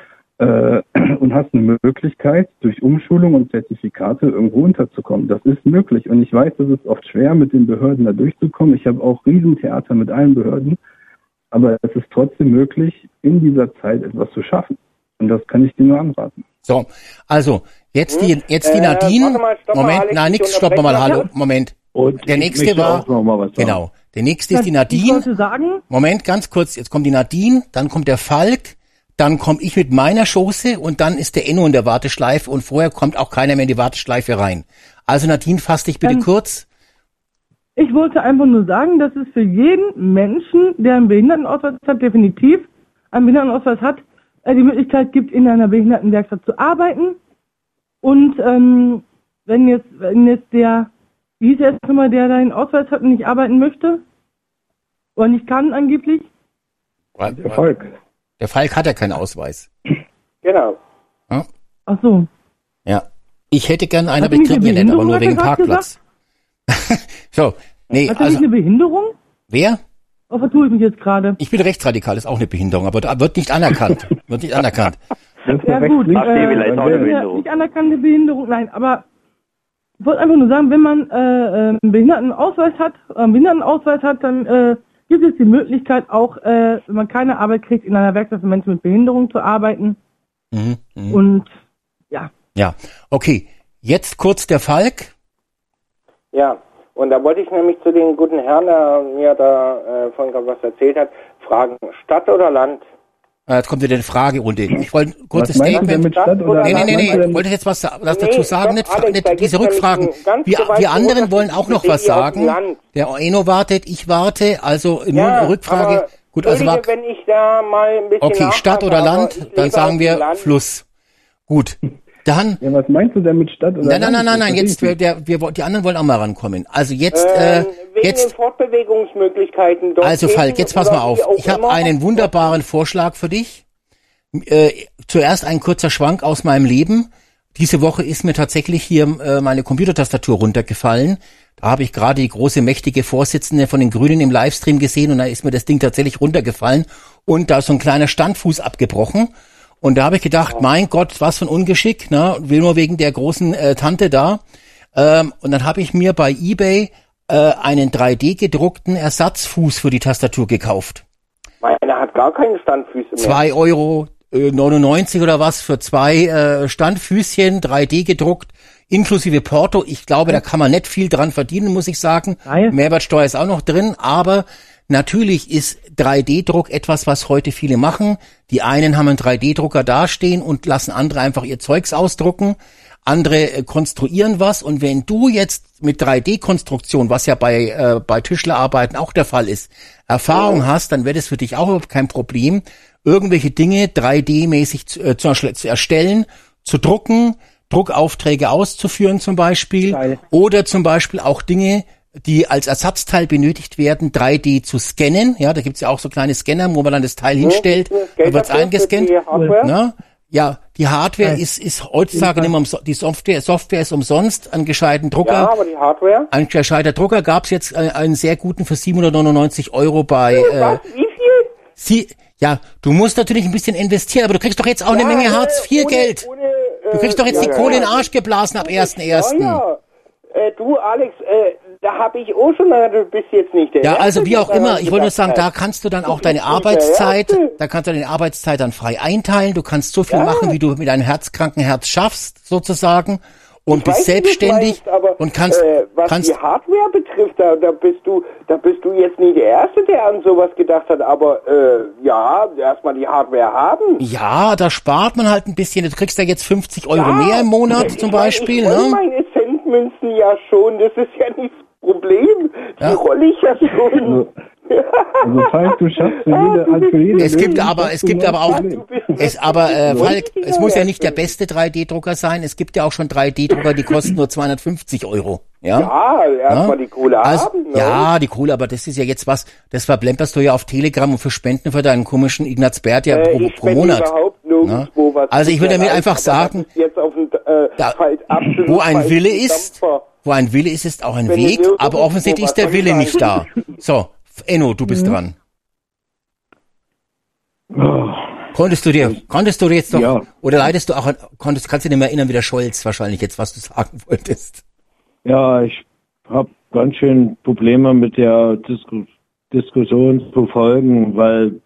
äh, und hast eine Möglichkeit, durch Umschulung und Zertifikate irgendwo unterzukommen. Das ist möglich und ich weiß, es ist oft schwer, mit den Behörden da durchzukommen. Ich habe auch Riesentheater mit allen Behörden, aber es ist trotzdem möglich, in dieser Zeit etwas zu schaffen. Und das kann ich dir nur anraten. So, also jetzt die jetzt die Nadine. Äh, mal, Moment, mal, nein, nix, stoppen wir mal. Hallo, Moment. Und der ich nächste möchte war auch noch mal was sagen. genau. Der nächste ist die Ich Nadine. wollte sagen, Moment, ganz kurz. Jetzt kommt die Nadine, dann kommt der Falk, dann komme ich mit meiner Schoße und dann ist der Enno in der Warteschleife und vorher kommt auch keiner mehr in die Warteschleife rein. Also Nadine, fass dich bitte Ähm, kurz. ich wollte einfach nur sagen, dass es für jeden Menschen, der einen Behindertenausweis hat, definitiv einen Behindertenausweis hat, äh, die Möglichkeit gibt, in einer Behindertenwerkstatt zu arbeiten. Und ähm, wenn jetzt, wenn jetzt der, wie hieß jetzt nochmal, der deinen Ausweis hat und nicht arbeiten möchte, oder nicht kann angeblich, Der Falk. Der Falk hat ja keinen Ausweis. Genau. Ja? ach so, Ja. Ich hätte gern einen, Hat aber er ich nicht krieg eine ihn nicht, aber nur Behinderung, wegen hat er Parkplatz. So, nee, hat er also nicht eine Behinderung? wer? Oder vertue ich mich jetzt gerade? Ich bin rechtsradikal, ist auch eine Behinderung, aber da wird nicht anerkannt. Wird nicht anerkannt. Das ist Ja eine gut, Rechtslinks- Ach, Stevie, ist auch eine ja, Behinderung. nicht anerkannte Behinderung, nein, aber ich wollte einfach nur sagen, wenn man äh, äh, einen Behindertenausweis hat, äh, einen Behindertenausweis hat, dann äh, gibt es die Möglichkeit auch, äh, wenn man keine Arbeit kriegt, in einer Werkstatt für Menschen mit Behinderung zu arbeiten. Mhm, mhm. Und ja, Ja, okay. Jetzt kurz der Falk. Ja, und da wollte ich nämlich zu den guten Herrn, der mir da äh, von was erzählt hat, fragen, Stadt oder Land? Äh, Jetzt kommt wieder eine Fragerunde. Ich wollte ein kurzes Was meinst du denn Statement. mit Stadt oder Nee, nee, nee, was meinst nee. du denn- Ich wollte jetzt was, sa- was Nee, dazu sagen. stopp, Nicht, Alex, nicht da diese gibt's nämlich Rückfragen. einen ganz Wir, gewaltigen wir anderen wollen Unterschied auch noch zwischen was dir auf dem sagen. Land. Der Eno wartet, ich warte. Also nur Ja, eine Rückfrage. aber Gut, also war, Entschuldige, wenn ich da mal ein bisschen okay, Stadt nachfrage, oder aber Land, ich dann lebe sagen auf wir dem Land. Fluss. Gut. Dann, Ja, was meinst du denn mit Stadt oder nein, nein, Land? nein, nein, nein, Das jetzt, verstehe wir, ich der, wir, die anderen wollen auch mal rankommen. Also jetzt, Ähm, äh, wegen jetzt, den Fortbewegungsmöglichkeiten dort. also Falk, jetzt pass mal auf. Ich habe einen wunderbaren Vorschlag für dich. Äh, zuerst ein kurzer Schwank aus meinem Leben. Diese Woche ist mir tatsächlich hier äh, meine Computertastatur runtergefallen. Da habe ich gerade die große, mächtige Vorsitzende von den Grünen im Livestream gesehen und da ist mir das Ding tatsächlich runtergefallen und da ist so ein kleiner Standfuß abgebrochen. Und da habe ich gedacht, mein Gott, was für ein Ungeschick, ne? Will nur wegen der großen äh, Tante da. Ähm, und dann habe ich mir bei eBay äh, einen drei D gedruckten Ersatzfuß für die Tastatur gekauft. Meine hat gar keine Standfüße mehr. Zwei Euro äh, neunundneunzig oder was für zwei äh, Standfüßchen, drei D gedruckt, inklusive Porto. Ich glaube, da kann man nicht viel dran verdienen, muss ich sagen. Geil. Mehrwertsteuer ist auch noch drin, aber natürlich ist drei D Druck etwas, was heute viele machen. Die einen haben einen drei D Drucker dastehen und lassen andere einfach ihr Zeugs ausdrucken. Andere äh, konstruieren was. Und wenn du jetzt mit drei D Konstruktion, was ja bei, äh, bei Tischlerarbeiten auch der Fall ist, Erfahrung hast, dann wäre das für dich auch überhaupt kein Problem, irgendwelche Dinge drei D-mäßig zu, äh, zu, zu erstellen, zu drucken, Druckaufträge auszuführen zum Beispiel. Geil. Oder zum Beispiel auch Dinge, die als Ersatzteil benötigt werden, drei D zu scannen. Ja, da gibt's ja auch so kleine Scanner, wo man dann das Teil hinstellt, Geld da wird's dafür für eingescannt. die Hardware? Ne? Ja, die Hardware Geil. ist, ist heutzutage nicht mehr umso, die Software, Software ist umsonst. Einen gescheiten Drucker, Ja, aber die Hardware? ein gescheiter Drucker gab's jetzt äh, einen sehr guten für siebenhundertneunundneunzig Euro bei, äh, Was? Wie viel? sie, ja, du musst natürlich ein bisschen investieren, aber du kriegst doch jetzt auch eine Ja, Menge äh, Hartz vier ohne- Geld. ohne, äh, Du kriegst doch jetzt ja, die Kohle ja. in den Arsch geblasen ab ersten ersten. Ja, ja. Äh, du, Alex, äh, da habe ich auch schon, äh, du bist jetzt nicht der Ja, Erste, also wie der auch daran immer, ich wollte nur gedacht sagen, hat. da kannst du dann auch Du deine bist nicht der Arbeitszeit, Erste. da kannst du deine Arbeitszeit dann frei einteilen, du kannst so viel Ja. machen, wie du mit deinem herzkranken Herz schaffst, sozusagen, und Ich bist weiß, wie du's selbstständig meinst, aber, und kannst, äh, was kannst, die Hardware betrifft, da, da bist du, da bist du jetzt nicht der Erste, der an sowas gedacht hat, aber äh, ja, erstmal die Hardware haben. ja, da spart man halt ein bisschen, du kriegst ja jetzt fünfzig Euro Ja, mehr im Monat ich zum mein, Beispiel, ich roll ne? meine Centmünzen ja schon, das ist ja nicht das Problem. Die Ja. rolle ich ja schon. Also Falk, du schaffst für jede, also für jede Es gibt Lösung aber, schaffst es du gibt noch aber auch, Problem. es aber, äh, Falk, es muss ja nicht der beste drei D-Drucker sein. Es gibt ja auch schon drei D-Drucker, die kosten nur zweihundertfünfzig Euro. Ja, Ja, erstmal Ja? die Kohle also, haben. Ne? ja, die Kohle, aber das ist ja jetzt was, das verplemperst du ja auf Telegram und für Spenden für deinen komischen Ignaz Bert ja Äh, pro, ich pro spende Monat. überhaupt nirgendwo was. Also ich würde mir einfach aber sagen, das ist jetzt auf den, äh, da, falsch- absolut wo ein falschen Wille ist, Dampfer. wo ein Wille ist, ist auch ein Wenn Weg, ihr nirgendwo aber offensichtlich was ist der soll Wille ich nicht da. sagen? So, Enno, du bist Mhm. dran. Oh, Konntest du dir, konntest du dir jetzt doch, Ja. oder leidest du auch, an- konntest, kannst du dir mehr erinnern wie der Scholz wahrscheinlich jetzt, was du sagen wolltest? ja, ich habe ganz schön Probleme mit der Disku Diskussion zu folgen, weil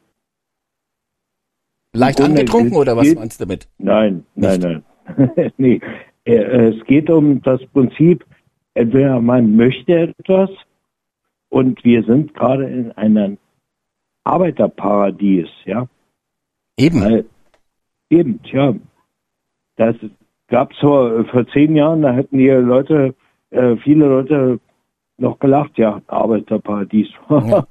Leicht Im Grunde, angetrunken es oder was geht- meinst du damit? nein, nein, Nicht? nein. nee. Äh, Es geht um das Prinzip, entweder man möchte etwas und wir sind gerade in einem Arbeiterparadies, ja. Eben. Weil, eben, ja. Das gab's vor, vor zehn Jahren, da hätten die Leute, äh, viele Leute noch gelacht, ja, Arbeiterparadies. Ja.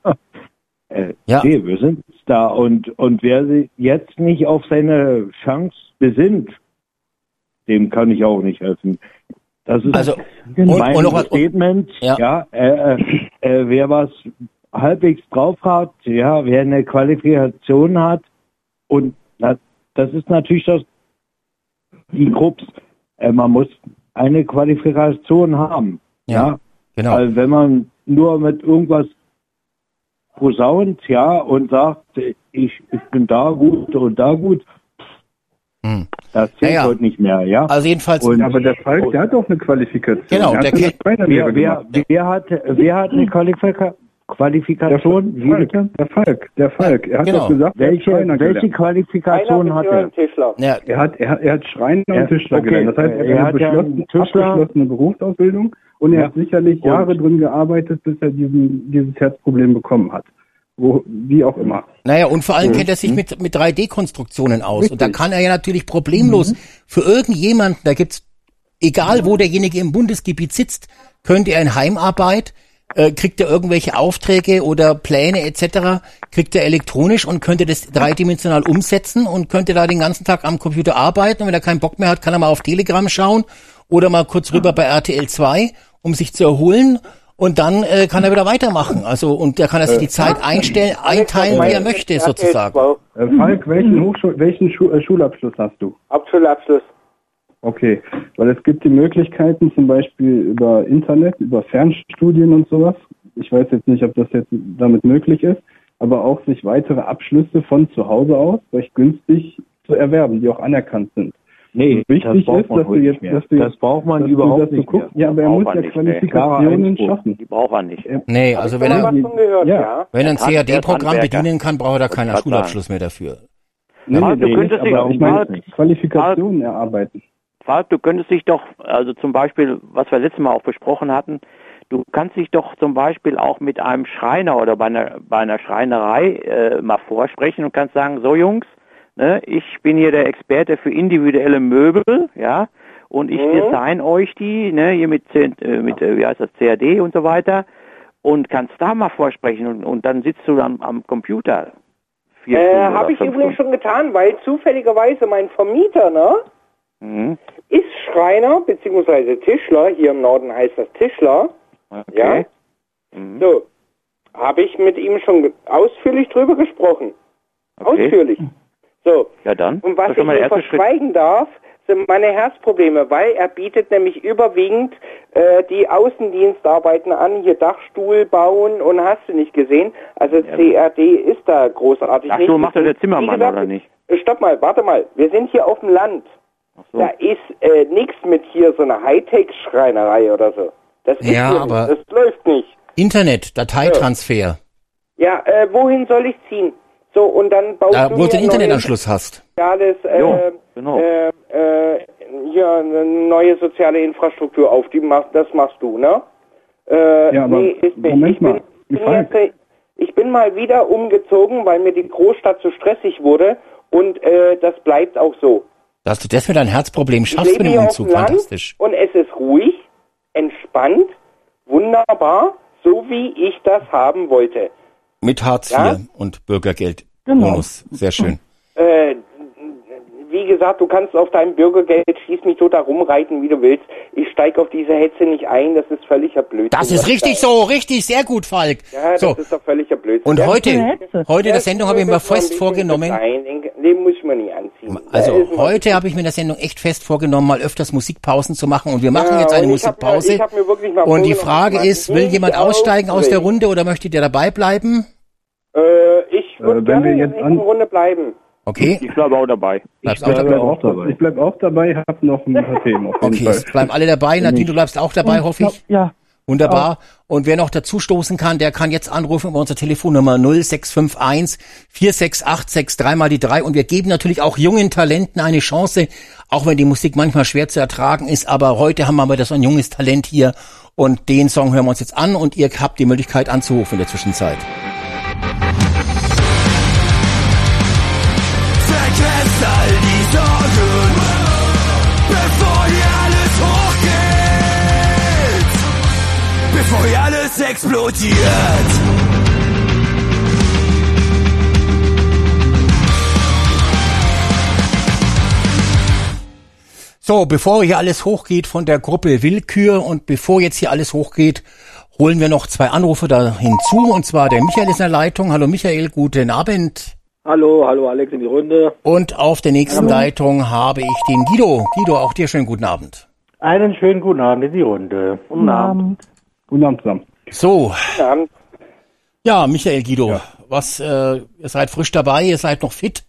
äh, Ja. Nee, wir sind da und, und wer sich jetzt nicht auf seine Chance besinnt, dem kann ich auch nicht helfen. Das ist Also, mein und- und noch was- Statement, Ja. ja, äh, äh, äh, wer was halbwegs drauf hat, ja, wer eine Qualifikation hat, und na, das ist natürlich das, die Krux. Äh, man muss eine Qualifikation haben. Ja, Ja, genau. Weil wenn man nur mit irgendwas posaunt, ja, und sagt, ich, ich bin da gut und da gut, Hm. das zählt Ja, ja. heute nicht mehr, ja. Also jedenfalls, Und- Ja, aber der Falk, der hat doch eine Qualifikation. Genau, der der hat eine kennt- Schreinerlehre wer, wer, gemacht. wer, hat, wer hat eine Qualifika Der, Qualifikation? Wie Falk, bitte? der Falk, der Falk. Er hat Genau. doch gesagt, er hat Welche, Schreiner welche gelernt. Qualifikation hat er? Tischler. ja, Er hat, er hat, er hat Schreiner Ja, und Tischler okay, gelernt. Das heißt, er, er hat hat ja eine einen beschlossen, Tischler- abgeschlossene Berufsausbildung und er Ja. hat sicherlich Und- Jahre drin gearbeitet, bis er diesen, dieses Herzproblem bekommen hat. Wo, wie auch immer. naja, und vor allem kennt er Mhm. sich mit, mit drei D-Konstruktionen aus. Richtig. Und da kann er ja natürlich problemlos für irgendjemanden, da gibt's, egal wo derjenige im Bundesgebiet sitzt, könnte er in Heimarbeit, äh, kriegt er irgendwelche Aufträge oder Pläne et cetera, kriegt er elektronisch und könnte das dreidimensional umsetzen und könnte da den ganzen Tag am Computer arbeiten. Und wenn er keinen Bock mehr hat, kann er mal auf Telegram schauen oder mal kurz rüber bei R T L zwei, um sich zu erholen. Und dann äh, kann er wieder weitermachen. Also und da kann er sich die Zeit einstellen, einteilen, wie er möchte, sozusagen. Äh, Falk, welchen, Hochschul welchen Schu äh, Schulabschluss hast du? Hauptschulabschluss. Okay, weil es gibt die Möglichkeiten, zum Beispiel über Internet, über Fernstudien und sowas. Ich weiß jetzt nicht, ob das jetzt damit möglich ist, aber auch sich weitere Abschlüsse von zu Hause aus recht günstig zu erwerben, die auch anerkannt sind. Nee, Wichtig das braucht ist, man dass du heute jetzt, nicht mehr. dass du, Das braucht man dass überhaupt du, dass du nicht guckst, mehr. ja, aber er Braucht muss man ja nicht, nee. Qualifikationen Klarer schaffen. Die braucht er nicht. Nee, also wenn Hab er, ich schon gehört, Ja. ja. wenn er ein Der Hand- C A der D-Programm Handwerker. bedienen kann, braucht er da keinen Wollte grad Schulabschluss mehr dafür. Nee, Ja, nee, du nee, könntest nicht, dich- aber ich meine Falk- Qualifikationen erarbeiten. Falk, du könntest dich doch, also zum Beispiel, was wir letztes Mal auch besprochen hatten, du kannst dich doch zum Beispiel auch mit einem Schreiner oder bei einer, bei einer Schreinerei äh, mal vorsprechen und kannst sagen, so Jungs, ne, ich bin hier der Experte für individuelle Möbel, ja, und ich Mhm. design euch die, ne, hier mit, äh, mit äh, wie heißt das, C A D und so weiter, und kannst da mal vorsprechen und, und dann sitzt du am, am Computer. Vier Äh, Stunden oder habe ich fünf übrigens Stunden. schon getan, weil zufälligerweise mein Vermieter, ne, Mhm. ist Schreiner beziehungsweise Tischler. Hier im Norden heißt das Tischler. Okay. Ja. Mhm. So, habe ich mit ihm schon ge- ausführlich drüber gesprochen. Okay. Ausführlich. So, Ja dann, und das was ist schon ich mal der ihm erste Schritt. verschweigen darf, sind meine Herzprobleme, weil er bietet nämlich überwiegend äh, die Außendienstarbeiten an, hier Dachstuhl bauen und hast du nicht gesehen. Also Ja. C R D ist da großartig Ach nicht. so, macht er der Wie Zimmermann gesagt, oder nicht? äh, Stopp mal, warte mal. Wir sind hier auf dem Land. Ach so. Da ist äh, nichts mit hier so einer Hightech-Schreinerei oder so. Das ist Ja, hier aber- nicht. Das läuft nicht. Internet, Dateitransfer, Ja, äh, wohin soll ich ziehen? So, und dann baust da, du wo mir du den ein Internetanschluss hast. soziales, äh, Jo, genau. äh, äh, hier eine neue soziale Infrastruktur auf. Die machst, das machst du, ne? Äh, Ja, aber nee, ist nicht. Moment Ich bin, mal, bin Falk. jetzt, ich bin mal wieder umgezogen, weil mir die Großstadt zu stressig wurde und äh, das bleibt auch so. Dass du das mit deinem Herzproblem Ich schaffst lebe mit dem hier auf Umzug, dem Land fantastisch. und es ist ruhig, entspannt, wunderbar, so wie ich das haben wollte. Mit Hartz Ja? vier und Bürgergeld. Genau. Bonus. Sehr schön. Äh, wie gesagt, du kannst auf dein Bürgergeld, schieß mich so da rumreiten, wie du willst. Ich steige auf diese Hetze nicht ein, das ist völliger Blödsinn. Das ist was richtig da so, richtig, sehr gut, Falk. Ja, das so. ist doch völliger Blödsinn. Und Ja, heute, Hetze. heute in der das Sendung habe ich mir ist so ein fest bisschen vorgenommen, klein, den, den muss man nicht anziehen. also Da ist ein- heute habe ich mir in der Sendung echt fest vorgenommen, mal öfters Musikpausen zu machen und wir machen Ja, jetzt eine und ich hab mir- Musikpause. ich hab mir wirklich mal Und die vorgenommen, Frage mal ist, will nicht jemand aussteigen aus der aufregen. Runde oder möchtet ihr dabei bleiben? Äh, ich würde Äh, wenn gerne wir in jetzt der an- nächsten Runde bleiben. Okay, Ich bleibe auch dabei. bleibst auch Ich dabei? bleibe auch dabei. Ich bleib auch dabei, hab noch ein paar Themen auf jeden Okay, Fall. es bleiben alle dabei. Nadine, du bleibst auch dabei, hoffe ich. Ja. Wunderbar. Und wer noch dazu stoßen kann, der kann jetzt anrufen über unsere Telefonnummer null sechs fünf eins vier sechs acht sechs drei mal die drei. Und wir geben natürlich auch jungen Talenten eine Chance, auch wenn die Musik manchmal schwer zu ertragen ist. Aber heute haben wir mal so ein junges Talent hier. Und den Song hören wir uns jetzt an und ihr habt die Möglichkeit anzurufen in der Zwischenzeit. Vergesst all die Sorgen, bevor hier alles hochgeht, bevor hier alles explodiert. So, bevor hier alles hochgeht von der Gruppe Willkür und bevor jetzt hier alles hochgeht, holen wir noch zwei Anrufe da hinzu. Und zwar der Michael ist in der Leitung. Hallo Michael, guten Abend. Hallo, hallo Alex in die Runde. Und auf der nächsten Hallo. Leitung habe ich den Guido. Guido, auch dir schönen guten Abend. Einen schönen guten Abend in die Runde. Guten Abend. Guten Abend zusammen. So, Guten Abend. ja, Michael, Guido, was, äh, ihr seid frisch dabei, ihr seid noch fit.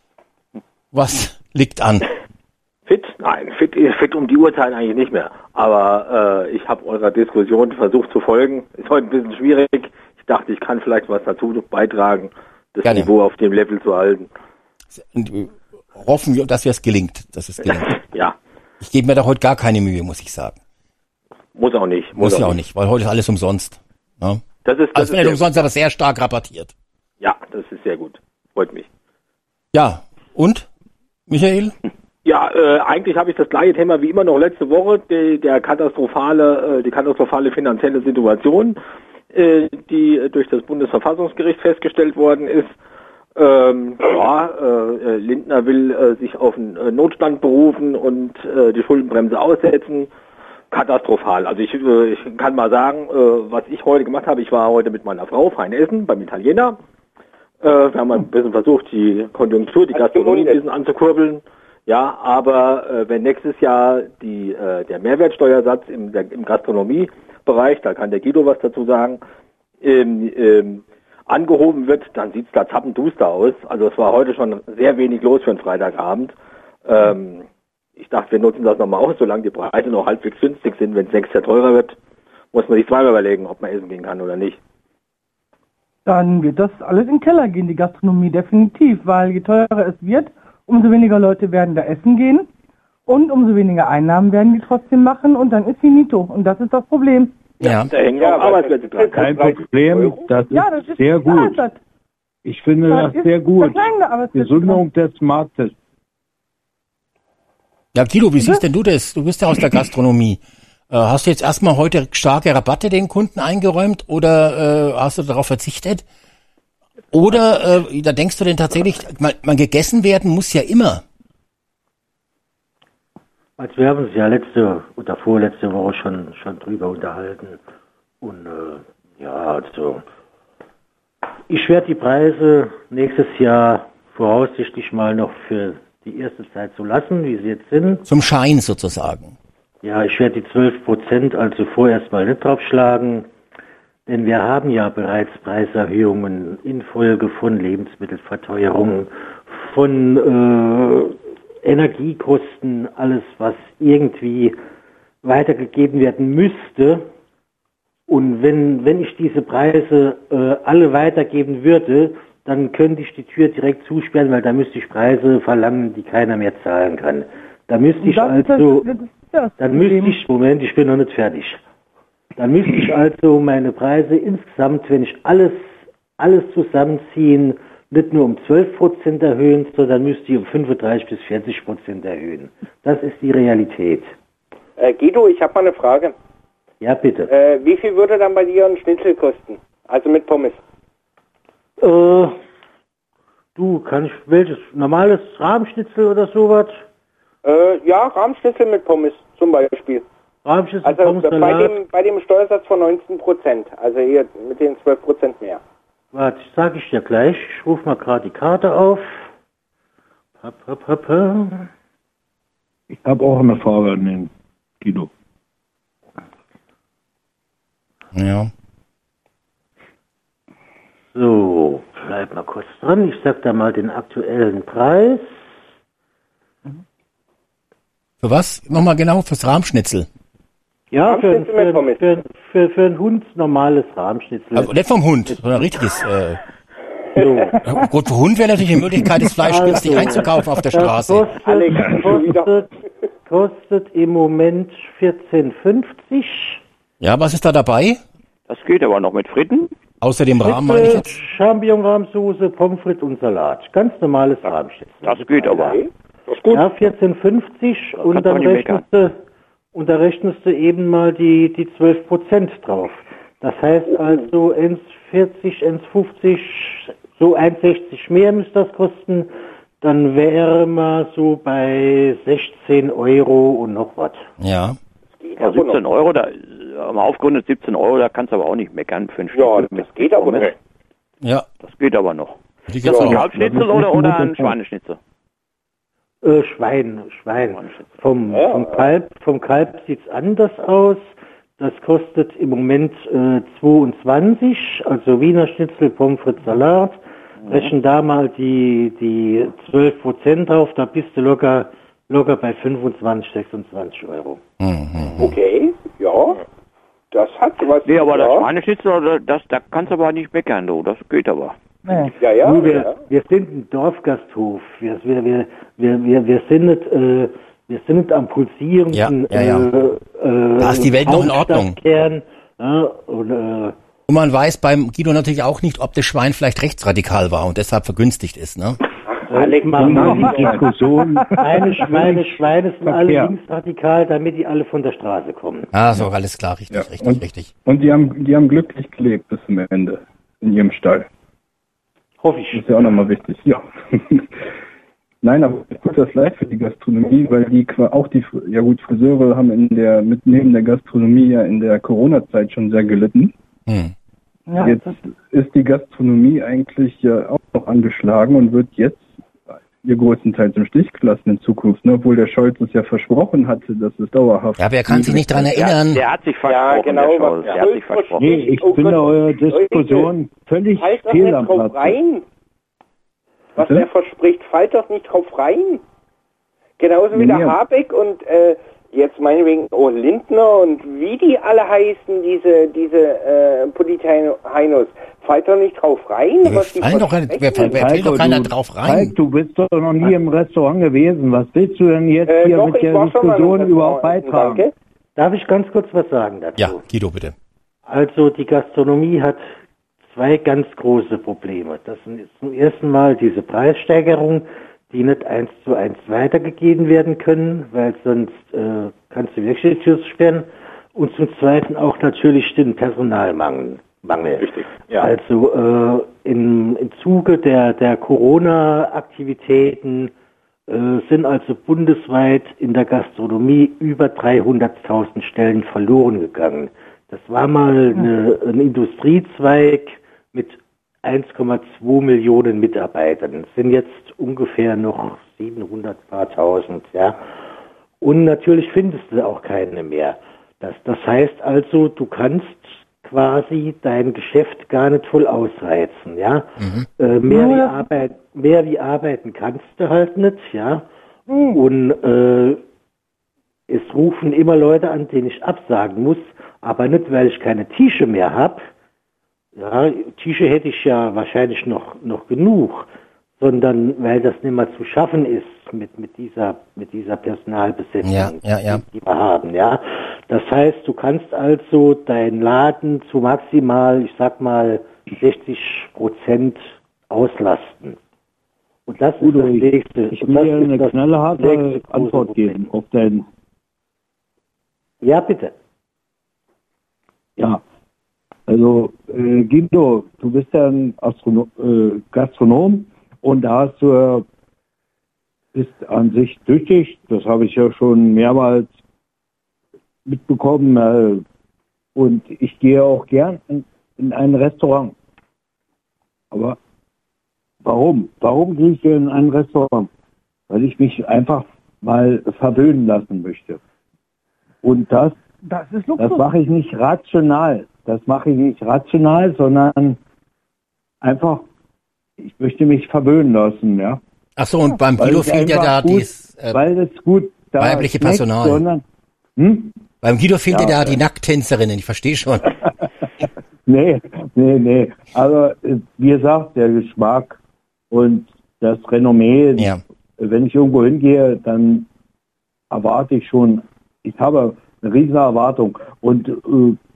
Was liegt an? Fit? Nein, fit, fit um die Uhrzeit eigentlich nicht mehr. Aber äh, ich habe eurer Diskussion versucht zu folgen. Ist heute ein bisschen schwierig. Ich dachte, ich kann vielleicht was dazu beitragen, das Gerne. Niveau auf dem Level zu halten. Und äh, hoffen wir, dass es gelingt, dass es gelingt. Ja, Ich gebe mir da heute gar keine Mühe, muss ich sagen. muss auch nicht. Muss ja auch nicht, weil heute ist alles umsonst. Ne? Das ist, das Also ist nicht sehr, umsonst, aber sehr stark rabattiert. ja, das ist sehr gut. Freut mich. Ja, und? Michael? Ja, äh, eigentlich habe ich das gleiche Thema wie immer noch letzte Woche, die, der katastrophale, äh, die katastrophale finanzielle Situation, äh, die äh, durch das Bundesverfassungsgericht festgestellt worden ist. Ähm, ja, äh, Lindner will äh, sich auf einen äh, Notstand berufen und äh, die Schuldenbremse aussetzen. Katastrophal. Also ich, äh, ich kann mal sagen, äh, was ich heute gemacht habe. Ich war heute mit meiner Frau fein essen beim Italiener. Äh, wir haben ein bisschen versucht, die Konjunktur, die Gastronomie ein bisschen anzukurbeln. Ja, aber äh, wenn nächstes Jahr die, äh, der Mehrwertsteuersatz im, der, im Gastronomiebereich, da kann der Guido was dazu sagen, ähm, ähm, angehoben wird, dann sieht's da zappenduster aus. Also es war heute schon sehr wenig los für einen Freitagabend. Ähm, ich dachte, wir nutzen das nochmal aus, solange die Preise noch halbwegs günstig sind. Wenn es nächstes Jahr teurer wird, muss man sich zweimal überlegen, ob man essen gehen kann oder nicht. Dann wird das alles in den Keller gehen, die Gastronomie, definitiv, weil je teurer es wird, umso weniger Leute werden da essen gehen und umso weniger Einnahmen werden die trotzdem machen und dann ist finito. Und das ist das Problem. Ja. Da hängen auch Arbeitsplätze dran. Kein Problem, das ist Ja, das ist sehr gut. das Ich finde das ist sehr gut. verkleinende Arbeitsplätze. Gesundung des Marktes. Ja, Guido, wie siehst denn du das? Du bist ja aus der Gastronomie. Äh, hast du jetzt erstmal heute starke Rabatte den Kunden eingeräumt oder äh, hast du darauf verzichtet? Oder äh, da denkst du denn tatsächlich, man, man gegessen werden muss ja immer. Also wir haben uns ja letzte oder vorletzte Woche schon schon drüber unterhalten. Und äh, ja, also ich werde die Preise nächstes Jahr voraussichtlich mal noch für die erste Zeit so lassen, wie sie jetzt sind. Zum Schein sozusagen. Ja, ich werde die zwölf Prozent also vorerst mal nicht draufschlagen, denn wir haben ja bereits Preiserhöhungen infolge von Lebensmittelverteuerungen, von äh, Energiekosten, alles was irgendwie weitergegeben werden müsste. Und wenn wenn ich diese Preise äh, alle weitergeben würde, dann könnte ich die Tür direkt zusperren, weil da müsste ich Preise verlangen, die keiner mehr zahlen kann. Da müsste ich also, dann müsste ich, Moment, ich bin noch nicht fertig. Dann müsste ich also meine Preise insgesamt, wenn ich alles, alles zusammenziehen, nicht nur um zwölf Prozent erhöhen, sondern müsste ich um fünfunddreißig bis vierzig Prozent erhöhen. Das ist die Realität. Äh, Guido, ich habe mal eine Frage. Ja, bitte. Äh, wie viel würde dann bei dir ein Schnitzel kosten? Also mit Pommes. Äh, du, kann ich welches? Normales Rahmschnitzel oder sowas? Äh, ja, Rahmschnitzel mit Pommes zum Beispiel. Rahmschnitzel, also Pommes, bei Salat. dem, bei dem Steuersatz von neunzehn Prozent, also hier mit den zwölf Prozent mehr. Warte, sag ich dir gleich. Ich rufe mal gerade die Karte auf. Pa, pa, pa, pa. Ich habe auch eine Frage an den Guido. Ja. So, bleib mal kurz dran. Ich sag da mal den aktuellen Preis. Für was? Nochmal genau, fürs Rahmschnitzel. Ja, für, Rahmschnitzel mit für, Pommes. für, für, für einen Hund normales Rahmschnitzel. Also nicht vom Hund, sondern richtiges. Äh, So. ja, gut, für Hund wäre natürlich eine Möglichkeit, das Fleisch günstig Also, einzukaufen auf der das Straße. Kostet, Alex, schon wieder. kostet, kostet im Moment vierzehn fünfzig. Ja, was ist da dabei? Das geht aber noch mit Fritten. Außer dem Rahmen meine ich jetzt. Champignon-Rahmsoße, Pommes frites und Salat. Ganz normales Rahmschnitzel. Das geht aber. Das ist gut. Ja, vierzehn fünfzig und kannst dann du nicht rechnest du, und da rechnest du eben mal die, die zwölf Prozent drauf. Das heißt also eins vierzig, eins fünfzig, so eins sechzig mehr müsste das kosten. Dann wäre man so bei sechzehn Euro und noch was. Ja. Ja, siebzehn Euro, da mal aufgerundet siebzehn Euro, da kannst du aber auch nicht meckern für ein Ja, Stück das geht aber Pommes. nicht. Ja. Das geht aber noch. Die Ist gibt's das ein auch. Kalbschnitzel oder, oder ein Schweineschnitzel? Äh, Schwein, Schwein. Vom, Ja. vom Kalb, vom Kalb sieht's anders aus. Das kostet im Moment äh, zweiundzwanzig, also Wiener Schnitzel, Pommes frites, Salat. Rechnen da mal die, die zwölf Prozent drauf, da bist du locker, locker bei fünfundzwanzig, sechsundzwanzig Euro. Okay, ja. Das hat was. Nee, aber das ja. Schweineschnitzel, das, da kannst du aber nicht meckern, du. Das geht aber. Ja, ja. Nur wir, ja. wir sind ein Dorfgasthof. Wir, wir, wir, wir, wir, wir sind nicht, äh, wir sind nicht am pulsierenden Ja, ja, ja. Äh, äh, Da ist die Welt noch in Ordnung. Hauptstadtkern, ja, und, äh, Und man weiß beim Guido natürlich auch nicht, ob das Schwein vielleicht rechtsradikal war und deshalb vergünstigt ist, ne? Alex, mal- Ja, die Diskussion. Meine Schweine, Schweine sind alle Verkehr. linksradikal, damit die alle von der Straße kommen. Ah, so, alles klar, richtig, Ja, richtig, und- richtig. Und die haben, die haben glücklich gelebt bis zum Ende in ihrem Stall. Hoffe Das ich. ist ja auch nochmal wichtig, ja. Nein, aber es tut das leid für die Gastronomie, weil die qua- auch die, ja gut, Friseure haben in der, mit neben der Gastronomie ja in der Corona-Zeit schon sehr gelitten. Hm. Ja, Jetzt das, ist die Gastronomie eigentlich ja auch noch angeschlagen und wird jetzt ihr größtenteils im Stich gelassen in Zukunft, ne? Obwohl der Scholz es ja versprochen hatte, dass es dauerhaft. Ja, wer kann sich nicht dran Der, erinnern? der hat sich versprochen, Ja, genau, der Scholz. was Der hat sich Scholz versprochen. Nee, ich Oh finde Gott, eure Leute, Diskussion völlig Fallt doch fehl nicht am drauf Platz. rein. Was Bitte? der verspricht, fallt doch nicht drauf rein. Genauso wie Nee, der nee. Habeck und äh, jetzt meinetwegen oh, Lindner und wie die alle heißen, diese diese äh, Politheinos. Fallt doch nicht drauf rein, Wir was die fallen doch, wer, versprechen. wer, wer will doch keiner du, drauf rein? Falk, du bist doch noch nie im Restaurant gewesen. Was willst du denn jetzt Äh, hier doch, mit ich der war schon mal Diskussion im überhaupt Restaurant, beitragen? danke. Darf ich ganz kurz was sagen dazu? Ja, Guido, bitte. Also die Gastronomie hat zwei ganz große Probleme. Das ist zum ersten Mal diese Preissteigerung, die nicht eins zu eins weitergegeben werden können, weil sonst äh, kannst du wirklich die Tür sperren. Und zum Zweiten auch natürlich den Personalmangel. Mangel. Richtig, ja. Also äh, im, im Zuge der, der Corona-Aktivitäten äh, sind also bundesweit in der Gastronomie über dreihunderttausend Stellen verloren gegangen. Das war mal eine, ein Industriezweig mit eins Komma zwei Millionen Mitarbeitern. Es sind jetzt ungefähr noch siebenhundert paar tausend, ja. Und natürlich findest du auch keine mehr. Das, das heißt also, du kannst quasi dein Geschäft gar nicht voll ausreizen, ja. Äh, mehr, wie Arbeit, mehr wie arbeiten kannst du halt nicht, ja. Und äh, es rufen immer Leute an, denen ich absagen muss, aber nicht, weil ich keine Tische mehr habe. Ja, Tische hätte ich ja wahrscheinlich noch noch genug, sondern weil das nicht mehr zu schaffen ist mit mit dieser mit dieser Personalbesetzung, Ja, ja, ja. die wir haben. Ja, das heißt, du kannst also deinen Laden zu maximal, ich sag mal sechzig Prozent auslasten. Und das ist das nächste. Ich und will das dir ist eine das knallharte nächste große Antwort Problem. geben auf dein, Ja, bitte. ja. Also äh, Guido, du bist ja ein Astrono äh, Gastronom und da hast du ja, bist an sich tüchtig, das habe ich ja schon mehrmals mitbekommen äh, und ich gehe auch gern in, in ein Restaurant. Aber warum? Warum gehe ich hier in ein Restaurant? Weil ich mich einfach mal verwöhnen lassen möchte. Und das, Das ist Luxus. das mache ich nicht rational. Das mache ich nicht rational, sondern einfach, ich möchte mich verwöhnen lassen, ja. Ach so, und beim Weil Guido es fehlt ja einfach da gut, dies äh, weil es gut da weibliche schmeckt, Personal. Sondern, hm? Beim Guido fehlt ja, Ja, da die äh. Nacktänzerinnen, ich verstehe schon. Nee, nee, nee. Aber äh, wie gesagt, der Geschmack und das Renommee, Ja. wenn ich irgendwo hingehe, dann erwarte ich schon, ich habe eine riesige Erwartung. Und, äh,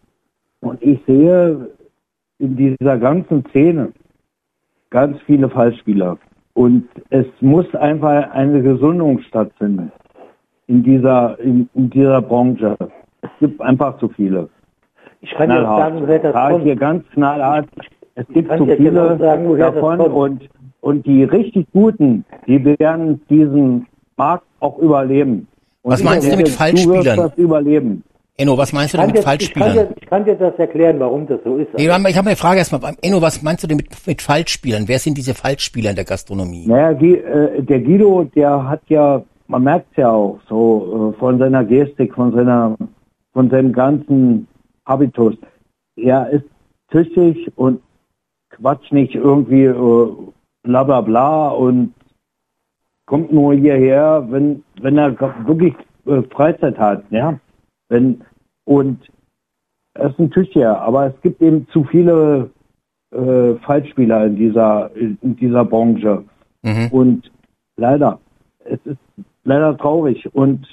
und ich sehe in dieser ganzen Szene ganz viele Fallspieler. Und es muss einfach eine Gesundung stattfinden in dieser, in, in dieser Branche. Es gibt einfach zu viele. Ich kann dir auch sagen, woher das Sag ich kommt. hier ganz knallhart, es gibt kann zu dir viele genau sagen, woher das davon kommt. und, und die richtig Guten, die werden diesen Markt auch überleben. Und Was meinst ich du mit werde- Fallspielern? Du wirst das überleben. Enno, was meinst du Ich denn kann, mit dir, ich, kann Falschspielern? dir, ich kann dir das erklären, warum das so ist. Nee, warte mal, ich habe eine Frage erstmal. Enno, was meinst du denn mit, mit Falschspielern? Wer sind diese Falschspieler in der Gastronomie? Naja, die, äh, der Guido, der hat ja, man merkt es ja auch so äh, von seiner Gestik, von seiner, von seinem ganzen Habitus. Er ist tüchtig und quatscht nicht irgendwie äh, bla bla bla und kommt nur hierher, wenn wenn er wirklich äh, Freizeit hat, ja. Wenn und er ist ein Tüchtiger, aber es gibt eben zu viele äh, Falschspieler in dieser in dieser Branche. Mhm. Und leider, es ist leider traurig und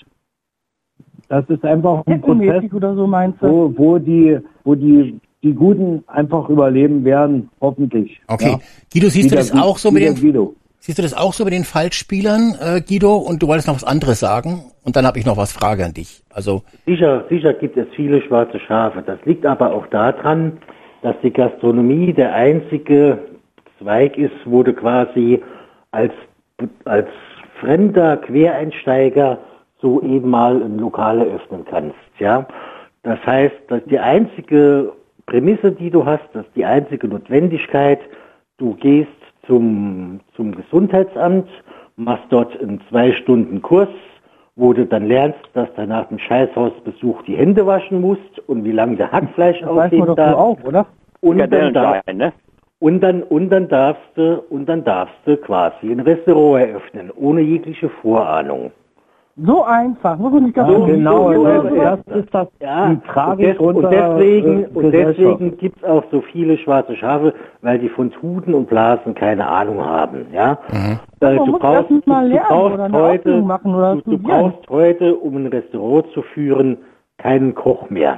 das ist einfach ein Prozess, Kettenmäßig oder so meinst du? wo, wo die, wo die, die Guten einfach überleben werden, hoffentlich. Okay. Ja. Guido, siehst du Wieder das Gu- auch so mit wieder den, Guido. siehst du das auch so mit den Falschspielern, äh, Guido? Und du wolltest noch was anderes sagen? Und dann habe ich noch was Frage an dich. Also, Sicher, sicher gibt es viele schwarze Schafe. Das liegt aber auch daran, dass die Gastronomie der einzige Zweig ist, wo du quasi als, als fremder Quereinsteiger so eben mal ein Lokal eröffnen kannst, ja. Das heißt, dass die einzige Prämisse, die du hast, das ist die einzige Notwendigkeit, du gehst zum, zum Gesundheitsamt, machst dort einen zwei Stunden Kurs, wo du dann lernst, dass du nach dem Scheißhausbesuch die Hände waschen musst und wie lange der Hackfleisch Das weiß man aussehen doch so darf. auch, oder? Und dann, darf, Gardellenschein, ne? und dann und dann darfst du und dann darfst du quasi ein Restaurant eröffnen, ohne jegliche Vorahnung. So einfach, muss man nicht ganz Ja, so- genau, so- das, so- das ist das Ja, die und, Tragik des, und unserer, deswegen, äh, und Gesellschaft. deswegen gibt es auch so viele schwarze Schafe, weil die von Tuten und Blasen keine Ahnung haben. Ja? mhm. Äh, Man du muss brauchst, erst mal du, du lernen brauchst oder eine heute, Ausbildung machen oder du, du studieren. brauchst heute, um ein Restaurant zu führen, keinen Koch mehr.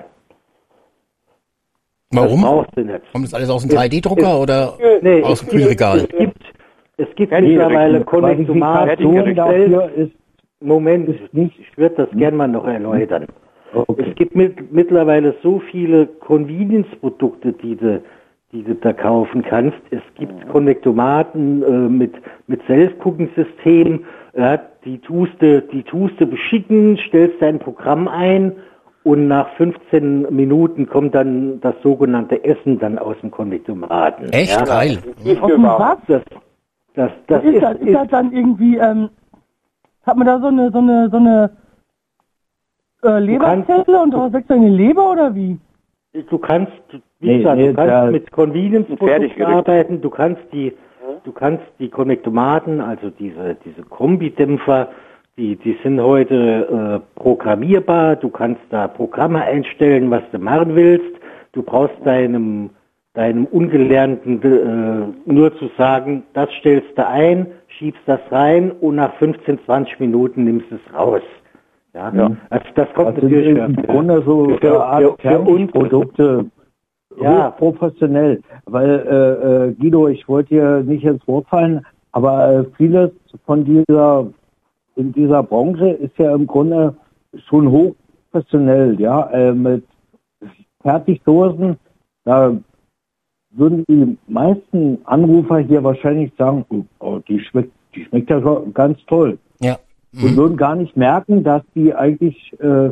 warum? Das brauchst du nicht. Kommt das alles aus dem drei D Drucker es- oder Nee, aus dem es gibt- Kühlregal? Es gibt, es gibt Fertig mittlerweile gerechnet. Konnektomaten. Qualifikation dafür ist Moment, ist nicht- ich würde das gerne mal noch erläutern. okay. Es gibt mit, mittlerweile so viele Convenience-Produkte, die du, die du da kaufen kannst. Es gibt Konvektomaten äh, mit, mit Selbstguckensystem, ja, die tust du, die tust du beschicken, stellst dein Programm ein und nach fünfzehn Minuten kommt dann das sogenannte Essen dann aus dem Konvektomaten. Echt ja. geil. Aus dem was? Das, das, das ist, ist, das, ist das dann irgendwie, ähm, hat man da so eine, so eine, so eine äh, Leberzelle und daraus wächst dann die Leber oder wie? Du kannst, wie Nee, gesagt, nee, du kannst da- mit Convenience-Produkten Fertiggericht. arbeiten, du kannst die, du kannst die Konnektomaten, also diese, diese Kombidämpfer, die, die sind heute äh, programmierbar, du kannst da Programme einstellen, was du machen willst, du brauchst deinem, deinem Ungelernten äh, nur zu sagen, das stellst du ein, schiebst das rein und nach fünfzehn, zwanzig Minuten nimmst du es raus. Ja, Ja. Also das kommt Also natürlich im für- Grunde so für- eine Art für- für uns- Fertigprodukte, Ja. professionell. Weil äh, äh, Guido, ich wollte hier nicht ins Wort fallen, aber äh, vieles von dieser in dieser Branche ist ja im Grunde schon hochprofessionell, ja, äh, mit Fertigdosen da würden die meisten Anrufer hier wahrscheinlich sagen, oh, oh, die schmeckt, die schmeckt ja ganz toll. Ja. Mhm. Und würden gar nicht merken, dass die eigentlich äh,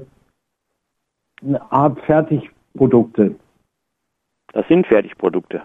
eine Art Fertigprodukte. Das sind Fertigprodukte.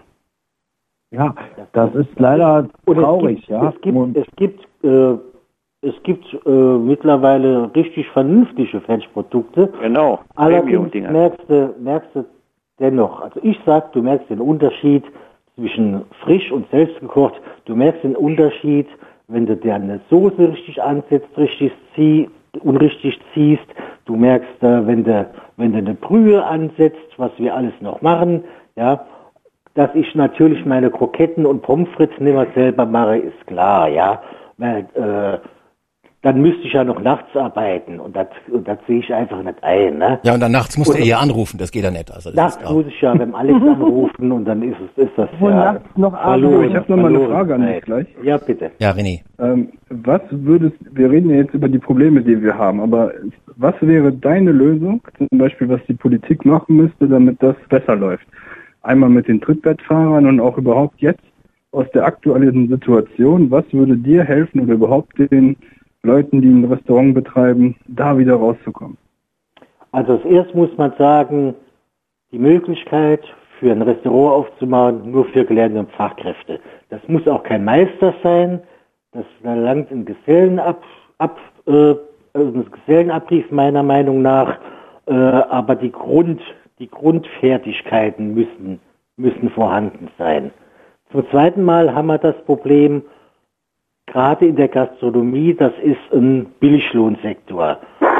Ja, das ist leider traurig, es gibt, ja. Es gibt, es gibt, äh, es gibt äh, mittlerweile richtig vernünftige Fertigprodukte. Genau. Allerdings merkst du, merkst du dennoch, also ich sag, du merkst den Unterschied zwischen frisch und selbstgekocht. Du merkst den Unterschied, wenn du dir eine Soße richtig ansetzt, richtig ziehst und richtig ziehst. Du merkst, äh, wenn du, wenn du eine Brühe ansetzt, was wir alles noch machen, ja. Dass ich natürlich meine Kroketten und Pommes frites nicht mehr selber mache, ist klar, ja. Weil, äh, dann müsste ich ja noch nachts arbeiten und das, und das sehe ich einfach nicht ein, ne? Ja, und dann nachts musst und, du eher anrufen, das geht ja nicht. Also das nachts muss ich ja beim Alex anrufen und dann ist es, ist das Wohl ja nachts noch verloren. Ich habe noch mal eine Frage an dich gleich. Ja, bitte. Ja, René. Ähm, was würdest, wir reden ja jetzt über die Probleme, die wir haben, aber was wäre deine Lösung, zum Beispiel, was die Politik machen müsste, damit das besser läuft? Einmal mit den Trittbettfahrern und auch überhaupt jetzt aus der aktuellen Situation, was würde dir helfen oder überhaupt den Leuten, die ein Restaurant betreiben, da wieder rauszukommen? Also als erstes muss man sagen, die Möglichkeit für ein Restaurant aufzumachen, nur für gelernte Fachkräfte. Das muss auch kein Meister sein, das verlangt ein Gesellenab, ab, äh, ein Gesellenabrief meiner Meinung nach, äh, aber die Grund, die Grundfertigkeiten müssen, müssen vorhanden sein. Zum zweiten Mal haben wir das Problem, gerade in der Gastronomie, das ist ein Billiglohnsektor.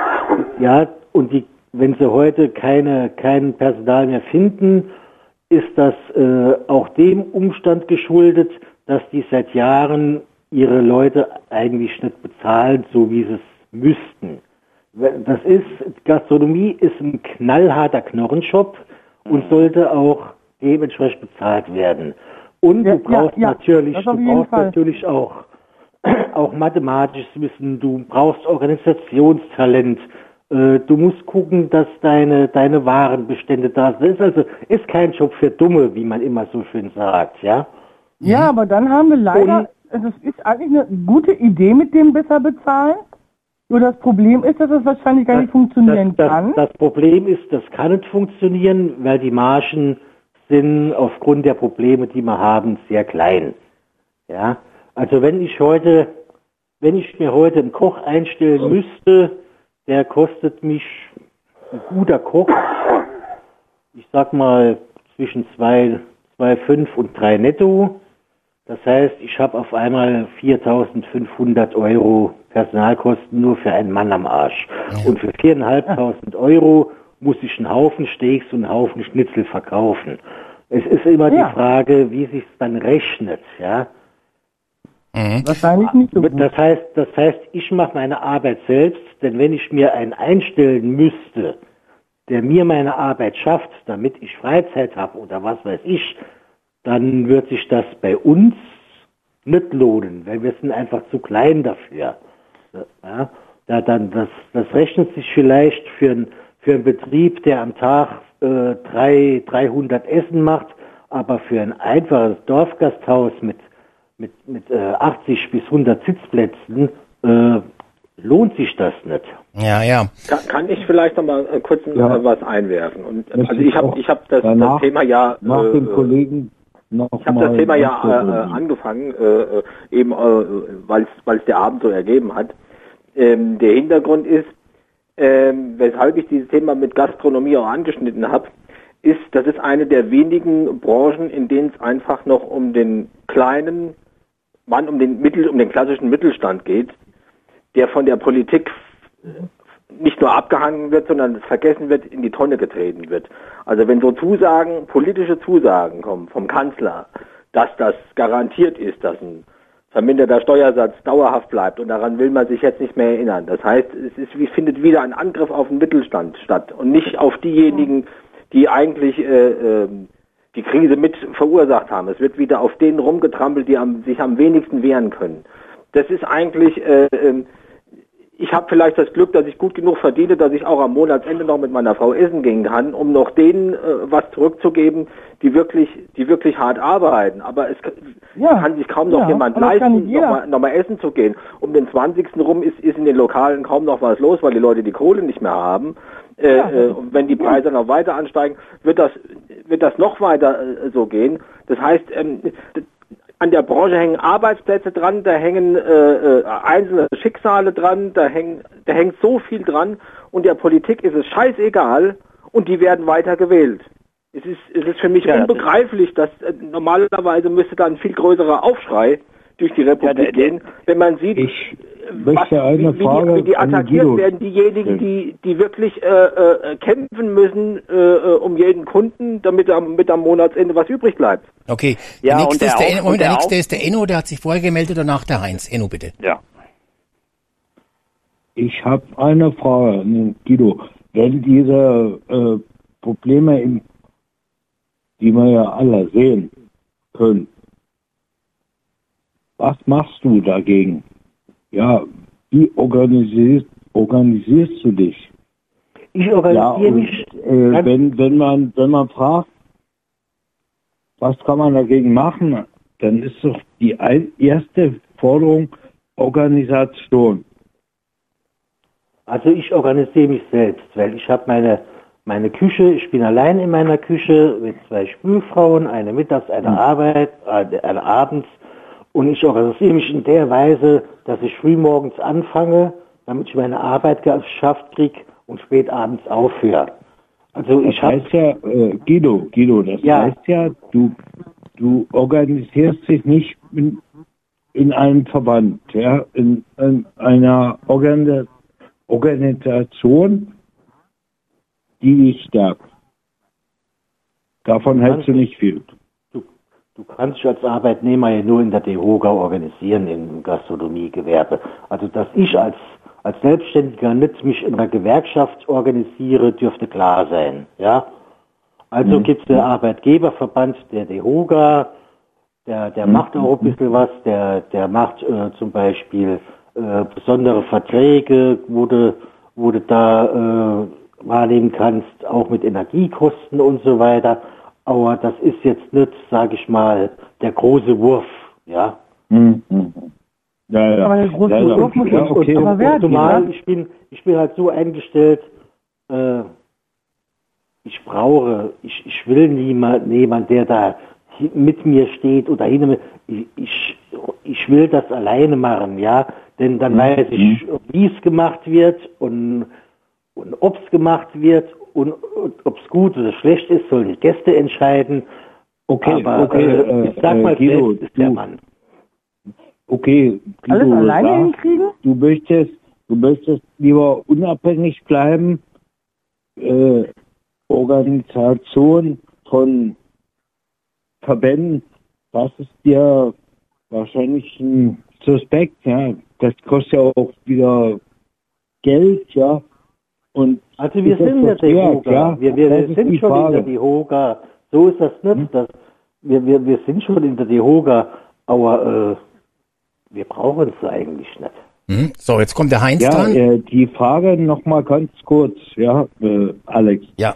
Ja, und die, wenn sie heute keine, kein Personal mehr finden, ist das äh, auch dem Umstand geschuldet, dass die seit Jahren ihre Leute eigentlich nicht bezahlen, so wie sie es müssten. Das ist, Gastronomie ist ein knallharter Knochenshop und sollte auch dementsprechend bezahlt werden. Und Ja, du brauchst ja, ja, natürlich, das auf du jeden brauchst Fall. natürlich auch, auch mathematisches Wissen, du brauchst Organisationstalent, äh, du musst gucken, dass deine, deine Warenbestände da sind. Das ist also, ist kein Job für Dumme, wie man immer so schön sagt, ja? Ja, aber dann haben wir leider, also es ist eigentlich eine gute Idee mit dem besser bezahlen. Nur das Problem ist, dass es wahrscheinlich gar nicht funktionieren das, kann. Das, das Problem ist, das kann nicht funktionieren, weil die Margen sind aufgrund der Probleme, die wir haben, sehr klein. Ja, also wenn ich heute, wenn ich mir heute einen Koch einstellen müsste, der kostet mich, ein guter Koch, ich sag mal zwischen zwei, zwei Komma fünf und drei netto. Das heißt, ich habe auf einmal viertausendfünfhundert Euro Personalkosten nur für einen Mann am Arsch. Und für viertausendfünfhundert Euro muss ich einen Haufen Steaks und einen Haufen Schnitzel verkaufen. Es ist immer Ja. die Frage, wie sich es dann rechnet, ja. Mhm. Wahrscheinlich nicht so gut. Das heißt, das heißt, ich mache meine Arbeit selbst, denn wenn ich mir einen einstellen müsste, der mir meine Arbeit schafft, damit ich Freizeit habe oder was weiß ich, dann wird sich das bei uns nicht lohnen, weil wir sind einfach zu klein dafür. Ja, da dann das, das rechnet sich vielleicht für, ein, für einen Betrieb, der am Tag äh, drei, dreihundert Essen macht, aber für ein einfaches Dorfgasthaus mit, mit, mit äh, achtzig bis hundert Sitzplätzen äh, lohnt sich das nicht. Ja, ja. Kann, kann ich vielleicht noch mal äh, kurz Ja. äh, was einwerfen? Und, äh, Möchte also ich habe ich hab das, danach, das Thema ja nach äh, dem Kollegen noch Ich habe mal das Thema ja ganz kurz äh, äh, überlegen. angefangen, äh, äh, eben äh, weil es der Abend so ergeben hat. Ähm, der Hintergrund ist, ähm, weshalb ich dieses Thema mit Gastronomie auch angeschnitten habe, ist, das ist eine der wenigen Branchen, in denen es einfach noch um den kleinen Mann, um den Mittel, um den klassischen Mittelstand geht, der von der Politik nicht nur abgehangen wird, sondern vergessen wird, in die Tonne getreten wird. Also wenn so Zusagen, politische Zusagen kommen vom Kanzler, dass das garantiert ist, dass ein verminderter Steuersatz dauerhaft bleibt und daran will man sich jetzt nicht mehr erinnern. Das heißt, es ist, wie findet wieder ein Angriff auf den Mittelstand statt und nicht auf diejenigen, die eigentlich äh, äh, die Krise mit verursacht haben. Es wird wieder auf denen rumgetrampelt, die am, sich am wenigsten wehren können. Das ist eigentlich, äh, äh, ich habe vielleicht das Glück, dass ich gut genug verdiene, dass ich auch am Monatsende noch mit meiner Frau essen gehen kann, um noch denen äh, was zurückzugeben, die wirklich, die wirklich hart arbeiten. Aber es ja, kann sich kaum noch ja, jemand leisten, nochmal noch mal essen zu gehen. Um den zwanzigsten rum ist, ist in den Lokalen kaum noch was los, weil die Leute die Kohle nicht mehr haben. Äh, ja, äh, und wenn die Preise ja. noch weiter ansteigen, wird das, wird das noch weiter äh, so gehen. Das heißt, ähm, an der Branche hängen Arbeitsplätze dran, da hängen äh, äh, einzelne Schicksale dran, da, hängen, da hängt so viel dran und der Politik ist es scheißegal und die werden weiter gewählt. Es ist, es ist für mich ja, unbegreiflich, dass äh, normalerweise müsste da ein viel größerer Aufschrei durch die Republik ja, der, gehen, wenn man sieht, ich was, eine wie, Frage wie, die, wie die attackiert Guido. werden, diejenigen, die, die wirklich äh, äh, kämpfen müssen äh, um jeden Kunden, damit am, mit am Monatsende was übrig bleibt. Okay, ja, der, nächste, und der, ist der, auch, Moment, und der der nächste auch, ist der Enno, der hat sich vorher gemeldet, danach der Heinz. Enno, bitte. Ja. Ich habe eine Frage, Guido. Wenn diese äh, Probleme, in, die wir ja alle sehen können, was machst du dagegen? Ja, wie organisierst, organisierst du dich? Ich organisiere ja, und, mich. Äh, wenn, wenn man, wenn man fragt, was kann man dagegen machen, dann ist doch die ein, erste Forderung Organisation. Also ich organisiere mich selbst, weil ich habe meine meine Küche, ich bin allein in meiner Küche mit zwei Spülfrauen, eine mittags, eine mhm. Arbeit, eine abends. Und ich organisiere mich in der Weise, dass ich frühmorgens anfange, damit ich meine Arbeit geschafft kriege und spät abends aufhöre. Also das ich habe heißt ja, äh, Guido, Guido, das ja. heißt ja, du du organisierst dich nicht in, in einem Verband, ja, in, in einer Organ Organisation, die dich stärkt. Davon hältst du nicht viel. Du kannst dich als Arbeitnehmer ja nur in der DEHOGA organisieren, im Gastronomiegewerbe. Also, dass ich als, als Selbstständiger nicht mich in einer Gewerkschaft organisiere, dürfte klar sein, ja. Also mhm. gibt es den Arbeitgeberverband der DEHOGA, der, der mhm. macht auch ein bisschen was, der, der macht äh, zum Beispiel äh, besondere Verträge, wo du, wo du da äh, wahrnehmen kannst, auch mit Energiekosten und so weiter. Aber das ist jetzt nicht, sage ich mal, der große Wurf, ja. Mhm. Ja, ja. Aber der große ja, Wurf muss ja, okay. aber wer zumal ich bin, ich bin halt so eingestellt, äh, ich brauche, ich, ich will niemand, niemand, der da mit mir steht oder hinter mir, ich, ich, ich will das alleine machen, ja. Denn dann mhm. weiß ich, wie es gemacht wird und, und ob es gemacht wird. Und ob es gut oder schlecht ist, sollen die Gäste entscheiden. Okay, aber okay, äh, ich sag mal, äh, Guido, selbst ist der du, Mann. Okay, Guido, alles alleine ja, hinkriegen? Du möchtest, du möchtest lieber unabhängig bleiben, äh, Organisation von Verbänden, das ist dir wahrscheinlich ein Suspekt, ja. Das kostet ja auch wieder Geld, ja. Und also wir sind ja DEHOGA, ja, wir, wir, wir sind schon in der DEHOGA, so ist das nicht, hm? das, wir, wir, wir sind schon in der DEHOGA, aber äh, wir brauchen es eigentlich nicht. Mhm. So, jetzt kommt der Heinz ja, dran. Äh, die Frage nochmal ganz kurz, ja, äh, Alex. Ja.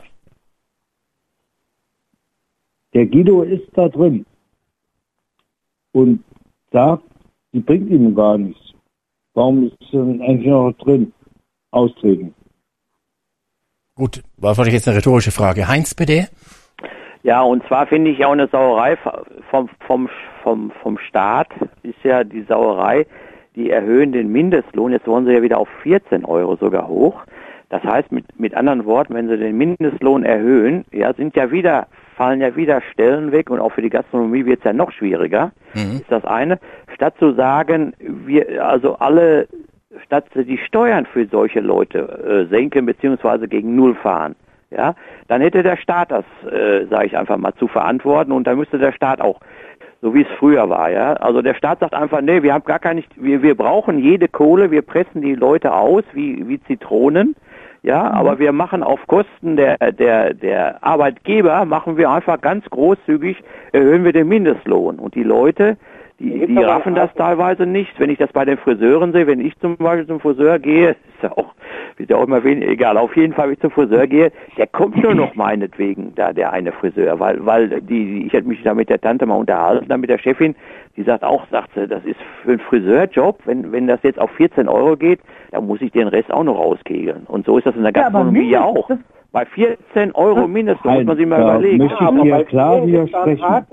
Der Guido ist da drin und sagt, die bringt ihm gar nichts. Warum ist er denn eigentlich noch drin? Austreten. Gut, war wahrscheinlich jetzt eine rhetorische Frage. Heinz, bitte. Ja, und zwar finde ich auch eine Sauerei vom, vom, vom, vom Staat, ist ja die Sauerei, die erhöhen den Mindestlohn, jetzt wollen sie ja wieder auf vierzehn Euro sogar hoch. Das heißt, mit, mit anderen Worten, wenn sie den Mindestlohn erhöhen, ja, sind ja wieder, fallen ja wieder Stellen weg und auch für die Gastronomie wird es ja noch schwieriger, mhm. ist das eine. Statt zu sagen, wir, also alle, statt die Steuern für solche Leute äh, senken beziehungsweise gegen Null fahren, ja, dann hätte der Staat das, äh, sage ich einfach mal, zu verantworten und dann müsste der Staat auch, so wie es früher war, ja, also der Staat sagt einfach, nee, wir haben gar keine, wir, wir brauchen jede Kohle, wir pressen die Leute aus wie, wie Zitronen, ja, mhm. aber wir machen auf Kosten der, der, der Arbeitgeber, machen wir einfach ganz großzügig, erhöhen wir den Mindestlohn und die Leute, Die, die raffen das teilweise nicht. Wenn ich das bei den Friseuren sehe, wenn ich zum Beispiel zum Friseur gehe, ist ja auch, ist ja auch immer wenig, egal, auf jeden Fall, wenn ich zum Friseur gehe, der kommt nur noch meinetwegen, da der eine Friseur, weil, weil die, ich hätte mich da mit der Tante mal unterhalten, da mit der Chefin, die sagt auch, sagt sie, das ist für einen Friseurjob, wenn, wenn das jetzt auf vierzehn Euro geht, dann muss ich den Rest auch noch rauskegeln. Und so ist das in der Gastronomie ja, ja auch. Bei vierzehn Euro Mindestlohn muss man sich mal da überlegen. Möchte ich dir klar widersprechen.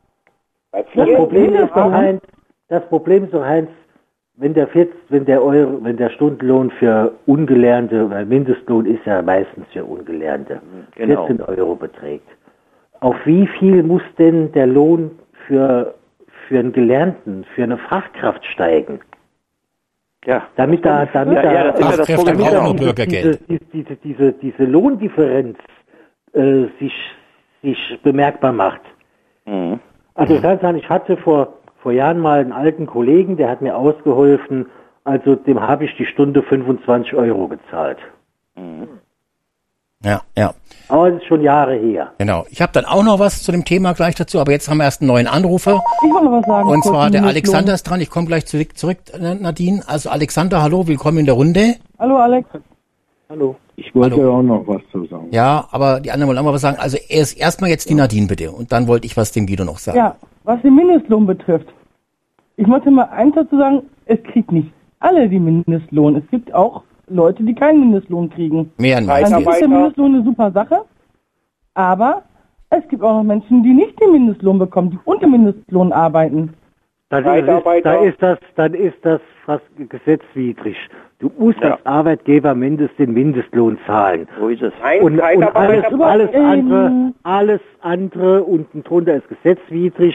Das Problem ist doch, Heinz, das Problem ist doch, Heinz, wenn der vierzehn, wenn der Euro, wenn der Stundenlohn für Ungelernte, weil Mindestlohn ist ja meistens für Ungelernte, Genau. vierzehn Euro beträgt. Auf wie viel muss denn der Lohn für, für einen Gelernten, für eine Fachkraft steigen? Ja. Damit da, damit ja, da, ja, das ist ja das damit Problem. da Auch diese, Bürgergeld. diese, diese, diese, diese Lohndifferenz äh, sich, sich bemerkbar macht. Mhm. Also ich kann sagen, ich hatte vor, vor Jahren mal einen alten Kollegen, der hat mir ausgeholfen, also dem habe ich die Stunde fünfundzwanzig Euro gezahlt. Mhm. Ja, ja. Aber das ist schon Jahre her. Genau. Ich habe dann auch noch was zu dem Thema gleich dazu, aber jetzt haben wir erst einen neuen Anrufer. Ich wollte noch was sagen. Und kurz zwar zum der Mindestlohn. Alexander ist dran. Ich komme gleich zurück, zurück, Nadine. Also Alexander, hallo, willkommen in der Runde. Hallo Alex. Hallo. Ich wollte Hallo. auch noch was zu sagen. Ja, aber die anderen wollen auch mal was sagen. Also erst erstmal jetzt die Nadine bitte und dann wollte ich was dem Guido noch sagen. Ja, was den Mindestlohn betrifft. Ich möchte mal eins dazu sagen, es kriegt nicht alle den Mindestlohn. Es gibt auch Leute, die keinen Mindestlohn kriegen. Mehr an An sich ist der Mindestlohn eine super Sache, aber es gibt auch noch Menschen, die nicht den Mindestlohn bekommen, die unter Mindestlohn arbeiten. Dann ist, da ist das, dann ist das fast gesetzwidrig. Du musst Ja. als Arbeitgeber mindestens den Mindestlohn zahlen. So ist es. Und, und alles, Aber, alles ähm, andere, alles andere unten drunter ist gesetzwidrig.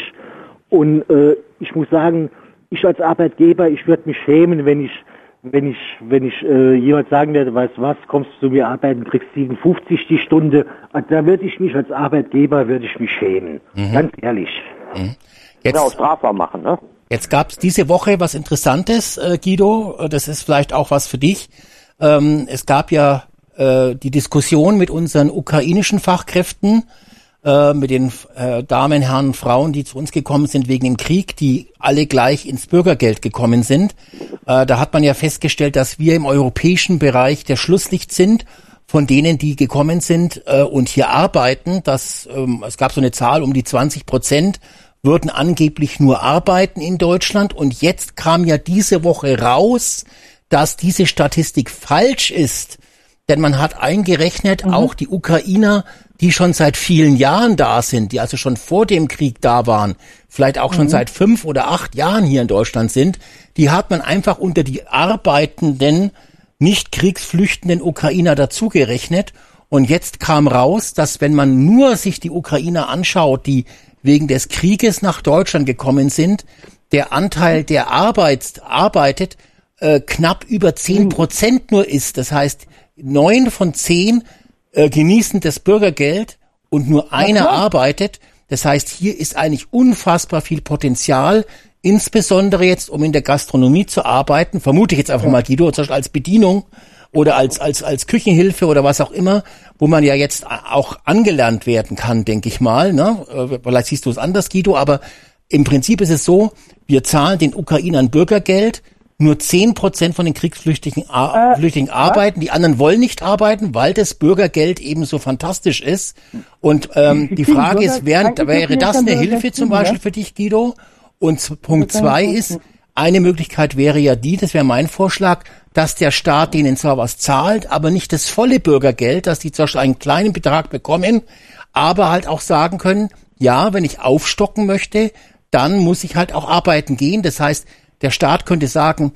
Und äh, ich muss sagen, ich als Arbeitgeber, ich würde mich schämen, wenn ich, wenn ich, wenn ich äh, jemand sagen werde, weißt du was, kommst du zu mir arbeiten, kriegst siebenundfünfzig die Stunde. Also da würde ich mich als Arbeitgeber, würde ich mich schämen. Mhm. Ganz ehrlich. Mhm. Genau, Jetzt, strafbar machen, ne? jetzt gab es diese Woche was Interessantes, äh, Guido. Das ist vielleicht auch was für dich. Ähm, es gab ja äh, die Diskussion mit unseren ukrainischen Fachkräften, äh, mit den äh, Damen, Herren, Frauen, die zu uns gekommen sind wegen dem Krieg, die alle gleich ins Bürgergeld gekommen sind. Äh, da hat man ja festgestellt, dass wir im europäischen Bereich der Schlusslicht sind von denen, die gekommen sind äh, und hier arbeiten. Das, ähm, es gab so eine Zahl, um die zwanzig Prozent würden angeblich nur arbeiten in Deutschland. Und jetzt kam ja diese Woche raus, dass diese Statistik falsch ist. Denn man hat eingerechnet, mhm. auch die Ukrainer, die schon seit vielen Jahren da sind, die also schon vor dem Krieg da waren, vielleicht auch schon mhm. seit fünf oder acht Jahren hier in Deutschland sind, die hat man einfach unter die arbeitenden, nicht kriegsflüchtenden Ukrainer dazugerechnet. Und jetzt kam raus, dass wenn man nur sich die Ukrainer anschaut, die wegen des Krieges nach Deutschland gekommen sind, der Anteil, der arbeitet, arbeitet äh, knapp über zehn Prozent nur ist. Das heißt, neun von zehn äh, genießen das Bürgergeld und nur einer arbeitet. Das heißt, hier ist eigentlich unfassbar viel Potenzial, insbesondere jetzt, um in der Gastronomie zu arbeiten, vermute ich jetzt einfach mal, Guido, zum Beispiel als Bedienung oder als, als, als Küchenhilfe oder was auch immer, wo man ja jetzt auch angelernt werden kann, denke ich mal, ne? Vielleicht siehst du es anders, Guido, aber im Prinzip ist es so, wir zahlen den Ukrainern Bürgergeld, nur zehn Prozent von den Kriegsflüchtigen Ar- äh, Flüchtlingen arbeiten, die anderen wollen nicht arbeiten, weil das Bürgergeld eben so fantastisch ist. Und ähm, die Frage ist, während, wäre das eine Hilfe zum Beispiel für dich, Guido? Und Punkt zwei ist, eine Möglichkeit wäre ja die, das wäre mein Vorschlag, dass der Staat denen zwar was zahlt, aber nicht das volle Bürgergeld, dass die zwar schon einen kleinen Betrag bekommen, aber halt auch sagen können, ja, wenn ich aufstocken möchte, dann muss ich halt auch arbeiten gehen. Das heißt, der Staat könnte sagen,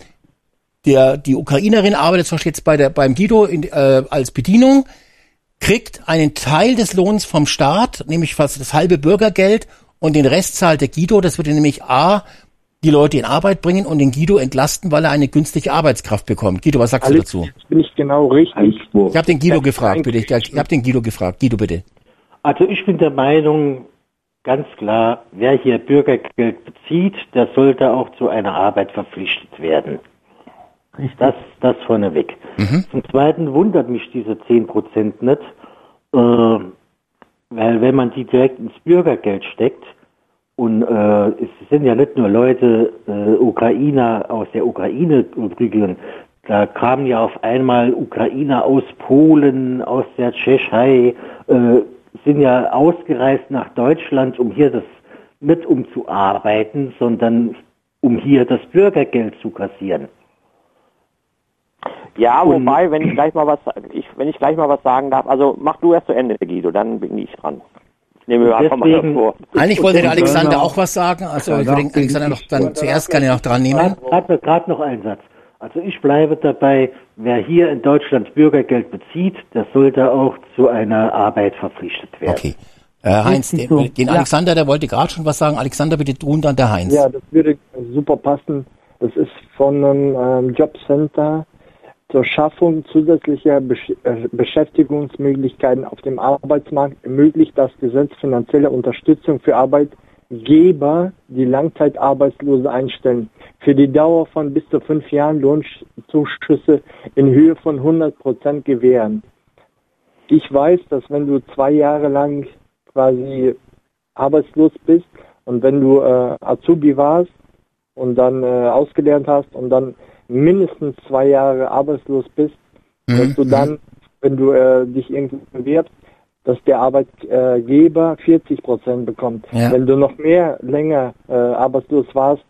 der die Ukrainerin arbeitet zum Beispiel jetzt bei der beim Guido in, äh, als Bedienung, kriegt einen Teil des Lohns vom Staat, nämlich fast das halbe Bürgergeld, und den Rest zahlt der Guido. Das würde nämlich A, die Leute in Arbeit bringen und den Guido entlasten, weil er eine günstige Arbeitskraft bekommt. Guido, was sagst Alex, du dazu? Jetzt bin ich genau richtig. Ich habe den Guido gefragt, bitte. Ich, ich habe den Guido gefragt. Guido, bitte. Also ich bin der Meinung, ganz klar, wer hier Bürgergeld bezieht, der sollte auch zu einer Arbeit verpflichtet werden. Richtig. Das, das vorneweg. Mhm. Zum Zweiten wundert mich diese zehn Prozent nicht, äh, weil wenn man die direkt ins Bürgergeld steckt Und äh, es sind ja nicht nur Leute, äh, Ukrainer aus der Ukraine übrigens, da kamen ja auf einmal Ukrainer aus Polen, aus der Tschechei, äh, sind ja ausgereist nach Deutschland, um hier das nicht um zu arbeiten, sondern um hier das Bürgergeld zu kassieren. Ja, Und, wobei, wenn ich gleich mal was, ich, wenn ich gleich mal was sagen darf, also mach du erst zu Ende, Guido, dann bin ich dran. Ich nehme mir einfach mal das vor. Eigentlich wollte der Alexander auch was sagen, also ich würde den Alexander noch dann zuerst kann er noch dran nehmen. Gerade noch einen Satz. Also ich bleibe dabei, wer hier in Deutschland Bürgergeld bezieht, der sollte auch zu einer Arbeit verpflichtet werden. Okay. Äh, Heinz, den, so. den Ja. Alexander, der wollte gerade schon was sagen. Alexander, bitte tun, dann der Heinz. Ja, das würde super passen. Das ist von einem ähm, Jobcenter zur Schaffung zusätzlicher Besch äh, Beschäftigungsmöglichkeiten auf dem Arbeitsmarkt ermöglicht das Gesetz finanzielle Unterstützung für Arbeitgeber, die Langzeitarbeitslose einstellen. Für die Dauer von bis zu fünf Jahren Lohnzuschüsse in Höhe von hundert Prozent gewähren. Ich weiß, dass wenn du zwei Jahre lang quasi arbeitslos bist und wenn du äh, Azubi warst und dann äh, ausgelernt hast und dann mindestens zwei Jahre arbeitslos bist, mhm. dass du dann, wenn du äh, dich irgendwo bewirbst, dass der Arbeitgeber vierzig Prozent bekommt. Ja. Wenn du noch mehr länger äh, arbeitslos warst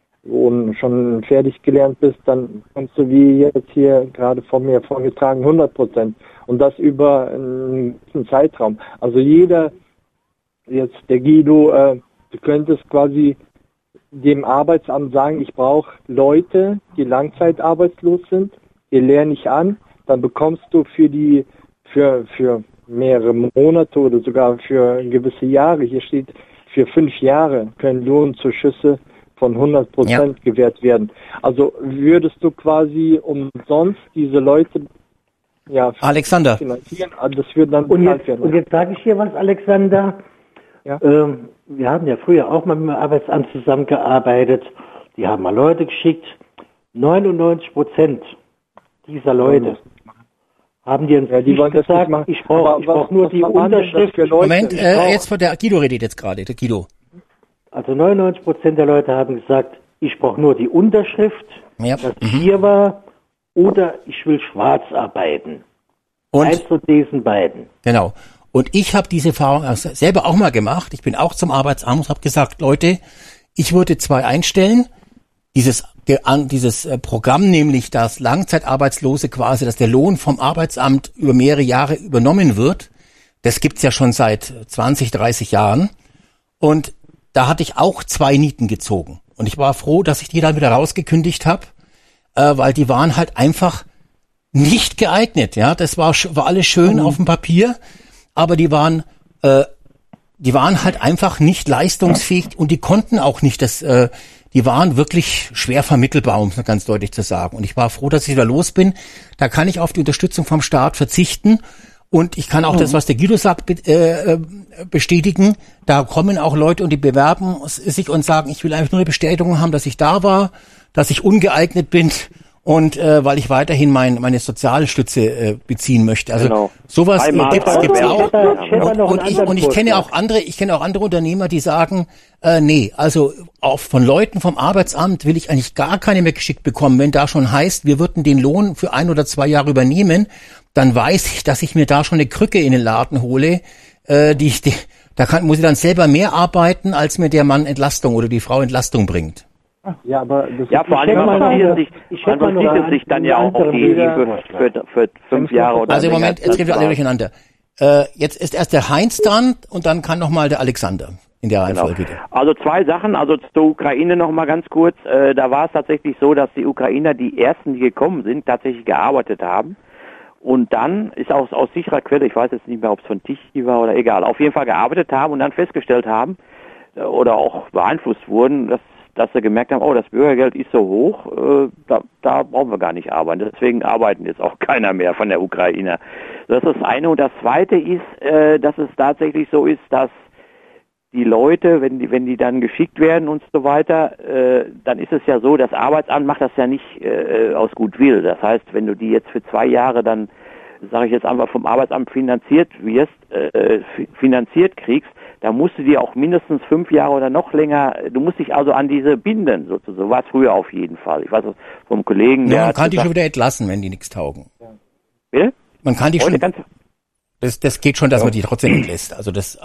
und schon fertig gelernt bist, dann kommst du, wie jetzt hier gerade von mir vorgetragen, hundert Prozent. Und das über einen gewissen Zeitraum. Also jeder, jetzt der Guido, äh, du könntest quasi dem Arbeitsamt sagen, ich brauche Leute, die langzeitarbeitslos sind, die lerne ich an, dann bekommst du für die, für, für mehrere Monate oder sogar für gewisse Jahre, hier steht, für fünf Jahre können Lohnzuschüsse von hundert Prozent ja. gewährt werden. Also würdest du quasi umsonst diese Leute ja, Alexander. finanzieren, also das würde dann und bezahlt jetzt, werden. Und jetzt sage ich hier was, Alexander. Ja. Ähm, wir haben ja früher auch mal mit dem Arbeitsamt zusammengearbeitet. Die haben mal Leute geschickt. neunundneunzig Prozent dieser Leute haben dir ja, die nicht gesagt, ich brauche ich brauch nur die Unterschrift. Moment, äh, jetzt von der Guido redet jetzt gerade, der Guido. Also neunundneunzig Prozent der Leute haben gesagt, ich brauche nur die Unterschrift, ja. dass ich mhm. hier war, oder ich will schwarz arbeiten. Und eins von diesen beiden. Genau. Und ich habe diese Erfahrung selber auch mal gemacht. Ich bin auch zum Arbeitsamt und habe gesagt, Leute, ich würde zwei einstellen. Dieses, dieses Programm, nämlich das Langzeitarbeitslose quasi, dass der Lohn vom Arbeitsamt über mehrere Jahre übernommen wird, das gibt's ja schon seit zwanzig, dreißig Jahren. Und da hatte ich auch zwei Nieten gezogen. Und ich war froh, dass ich die dann wieder rausgekündigt habe, äh, weil die waren halt einfach nicht geeignet. Ja, das war, war alles schön mhm. auf dem Papier, aber die waren, äh, die waren halt einfach nicht leistungsfähig und die konnten auch nicht das, äh, die waren wirklich schwer vermittelbar, um es ganz deutlich zu sagen. Und ich war froh, dass ich wieder los bin. Da kann ich auf die Unterstützung vom Staat verzichten. Und ich kann auch mhm. das, was der Guido sagt, äh, bestätigen. Da kommen auch Leute und die bewerben sich und sagen, ich will einfach nur eine Bestätigung haben, dass ich da war, dass ich ungeeignet bin und äh, weil ich weiterhin mein, meine Sozialstütze äh, beziehen möchte. Also genau. sowas äh, gibt's, gibt's auch. Und, und, ich, und ich kenne auch andere, ich kenne auch andere Unternehmer, die sagen, äh, nee, also auch von Leuten vom Arbeitsamt will ich eigentlich gar keine mehr geschickt bekommen. Wenn da schon heißt, wir würden den Lohn für ein oder zwei Jahre übernehmen, dann weiß ich, dass ich mir da schon eine Krücke in den Laden hole, äh, die ich, die, da kann, muss ich dann selber mehr arbeiten, als mir der Mann Entlastung oder die Frau Entlastung bringt. Ja, aber das ja, vor allem man sich, man versichert sich dann ja auch die für, für, für fünf Jahre oder Also im Moment, jetzt reden wir alle durcheinander. Äh, jetzt ist erst der Heinz dran und dann kann nochmal der Alexander in der Reihenfolge. Genau. Also zwei Sachen, also zur Ukraine noch mal ganz kurz. Äh, da war es tatsächlich so, dass die Ukrainer, die ersten, die gekommen sind, tatsächlich gearbeitet haben. Und dann ist aus, aus sicherer Quelle, ich weiß jetzt nicht mehr, ob es von Tichy war oder egal, auf jeden Fall gearbeitet haben und dann festgestellt haben äh, oder auch beeinflusst wurden, dass dass sie gemerkt haben, oh, das Bürgergeld ist so hoch, äh, da, da brauchen wir gar nicht arbeiten. Deswegen arbeiten jetzt auch keiner mehr von der Ukraine. Das ist das eine. Und das zweite ist, äh, dass es tatsächlich so ist, dass die Leute, wenn die, wenn die dann geschickt werden und so weiter, äh, dann ist es ja so, das Arbeitsamt macht das ja nicht äh, aus Gutwill. Das heißt, wenn du die jetzt für zwei Jahre dann, sage ich jetzt einfach, vom Arbeitsamt finanziert wirst, äh, finanziert kriegst, da musst du dir auch mindestens fünf Jahre oder noch länger, du musst dich also an diese binden, sozusagen. So war es früher auf jeden Fall. Ich weiß es vom Kollegen. Ja, man kann die schon wieder entlassen, wenn die nichts taugen. Bitte? Man kann die Heute schon, ganz, das, das geht schon, dass man die trotzdem entlässt. Also das,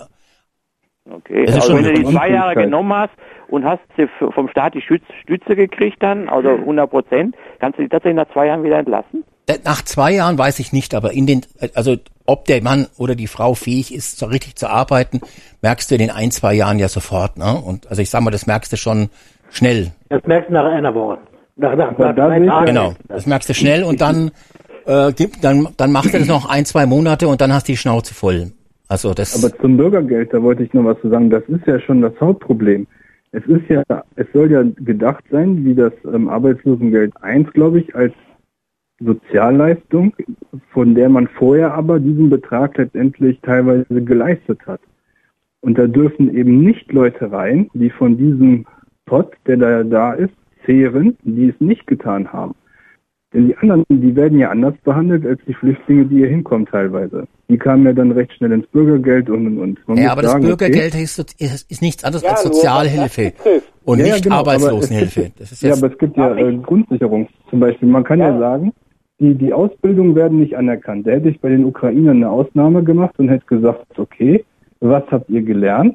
okay, das ist also schon wenn du die eine zwei Jahre Unfähigkeit. genommen hast und hast sie f- vom Staat die Schütz, Stütze gekriegt dann, also hundert Prozent, kannst du die tatsächlich nach zwei Jahren wieder entlassen? nach zwei Jahren weiß ich nicht, aber in den, also ob der Mann oder die Frau fähig ist, so richtig zu arbeiten, merkst du in den ein, zwei Jahren ja sofort, ne? Und also ich sag mal, das merkst du schon schnell. Das merkst du nach einer Woche. Nach, nach, Ja, nach drei Tagen. Genau, das merkst du schnell und dann, äh, gibt, dann, dann machst du das noch ein, zwei Monate und dann hast du die Schnauze voll. Also das. Aber zum Bürgergeld, da wollte ich noch was zu sagen. Das ist ja schon das Hauptproblem. Es ist ja, es soll ja gedacht sein, wie das ähm, Arbeitslosengeld eins, glaube ich, als Sozialleistung, von der man vorher aber diesen Betrag letztendlich teilweise geleistet hat. Und da dürfen eben nicht Leute rein, die von diesem Pot, der da, da ist, zehren, die es nicht getan haben. Denn die anderen, die werden ja anders behandelt als die Flüchtlinge, die hier hinkommen teilweise. Die kamen ja dann recht schnell ins Bürgergeld und und und. Man Ja, muss aber sagen, das Bürgergeld okay, ist, ist, ist nichts anderes Ja, als nur Sozialhilfe und Ja, ja, nicht genau, aber Arbeitslosenhilfe. es gibt- Das ist ja, jetzt, aber es gibt ja äh, Grundsicherung zum Beispiel. Man kann ja, sagen, die, die Ausbildungen werden nicht anerkannt. Da hätte ich bei den Ukrainern eine Ausnahme gemacht und hätte gesagt, okay, was habt ihr gelernt?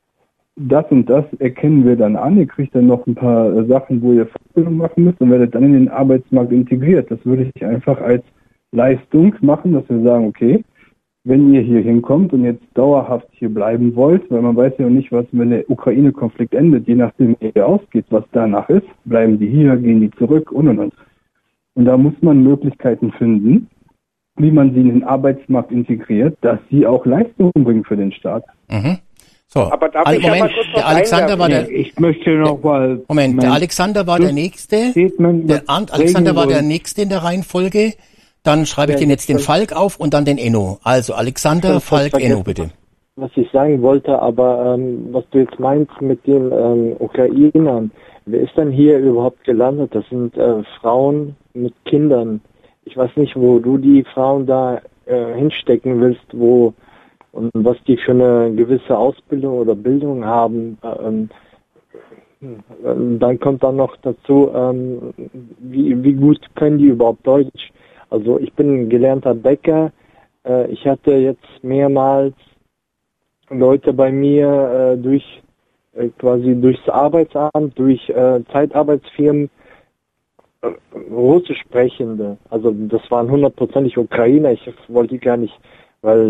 Das und das erkennen wir dann an. Ihr kriegt dann noch ein paar äh, Sachen, wo ihr Fortbildung machen müsst und werdet dann in den Arbeitsmarkt integriert. Das würde ich einfach als Leistung machen, dass wir sagen, okay, wenn ihr hier hinkommt und jetzt dauerhaft hier bleiben wollt, weil man weiß ja auch nicht, was, wenn der Ukraine-Konflikt endet, je nachdem, wie er ausgeht, was danach ist, bleiben die hier, gehen die zurück und und und. Und da muss man Möglichkeiten finden, wie man sie in den Arbeitsmarkt integriert, dass sie auch Leistungen bringen für den Staat. mhm. So, Aber darf Al- ich ja mal Moment, kurz was der Alexander war der, einwerfen? Ich möchte noch mal. Moment, der mein Alexander war der Nächste, Statement der Arndt Alexander war der wollen. Nächste in der Reihenfolge, dann schreibe ich Ja, den jetzt den das- Falk auf und dann den Enno. Also Alexander, Ich hab Falk, vergessen, Enno bitte. Was ich sagen wollte, aber ähm, was du jetzt meinst mit den ähm, Ukrainern, wer ist denn hier überhaupt gelandet? Das sind äh, Frauen mit Kindern. Ich weiß nicht, wo du die Frauen da äh, hinstecken willst, wo und was die für eine gewisse Ausbildung oder Bildung haben. Ähm, ähm, dann kommt dann noch dazu, ähm, wie, wie gut können die überhaupt Deutsch? Also ich bin ein gelernter Bäcker. Äh, ich hatte jetzt mehrmals Leute bei mir äh, durch äh, quasi durchs Arbeitsamt, durch äh, Zeitarbeitsfirmen, äh, Russisch sprechende. Also das waren hundertprozentig Ukrainer. Ich wollte die gar nicht, weil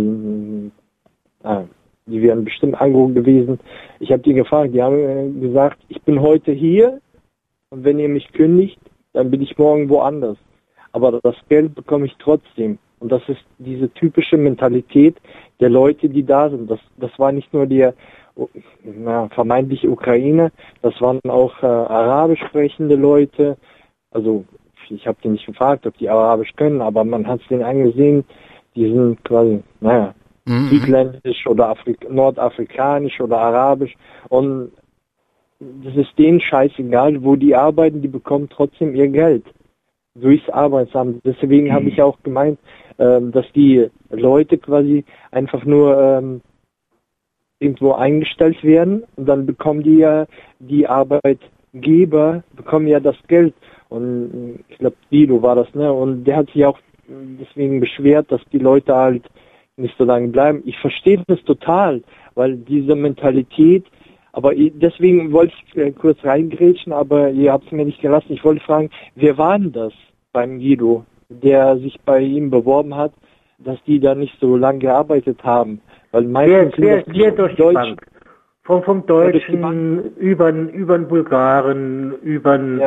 äh, die wären bestimmt angerufen gewesen. Ich habe die gefragt, die haben äh, gesagt, ich bin heute hier und wenn ihr mich kündigt, dann bin ich morgen woanders. Aber das Geld bekomme ich trotzdem. Und das ist diese typische Mentalität der Leute, die da sind. Das, das war nicht nur die na, vermeintliche Ukraine, das waren auch äh, arabisch sprechende Leute. Also ich habe die nicht gefragt, ob die Arabisch können, aber man hat es denen angesehen, die sind quasi, naja, Mhm. südländisch oder Afrik- nordafrikanisch oder arabisch. Und das ist denen scheißegal, wo die arbeiten, die bekommen trotzdem ihr Geld durchs Arbeitsamt. Deswegen habe ich auch gemeint, ähm, dass die Leute quasi einfach nur ähm, irgendwo eingestellt werden und dann bekommen die ja, die Arbeitgeber bekommen ja das Geld. Und ich glaube, Guido war das, ne? Und der hat sich auch deswegen beschwert, dass die Leute halt nicht so lange bleiben. Ich verstehe das total, weil diese Mentalität, aber ich, deswegen wollte ich äh, kurz reingrätschen, aber ihr habt es mir nicht gelassen. Ich wollte fragen, wer war denn das beim Guido, der sich bei ihm beworben hat, dass die da nicht so lange gearbeitet haben? Weil meistens Quer, quer, sind das quer durch die Deutsch- Bank. Vom, vom Deutschen über den Bulgaren, über den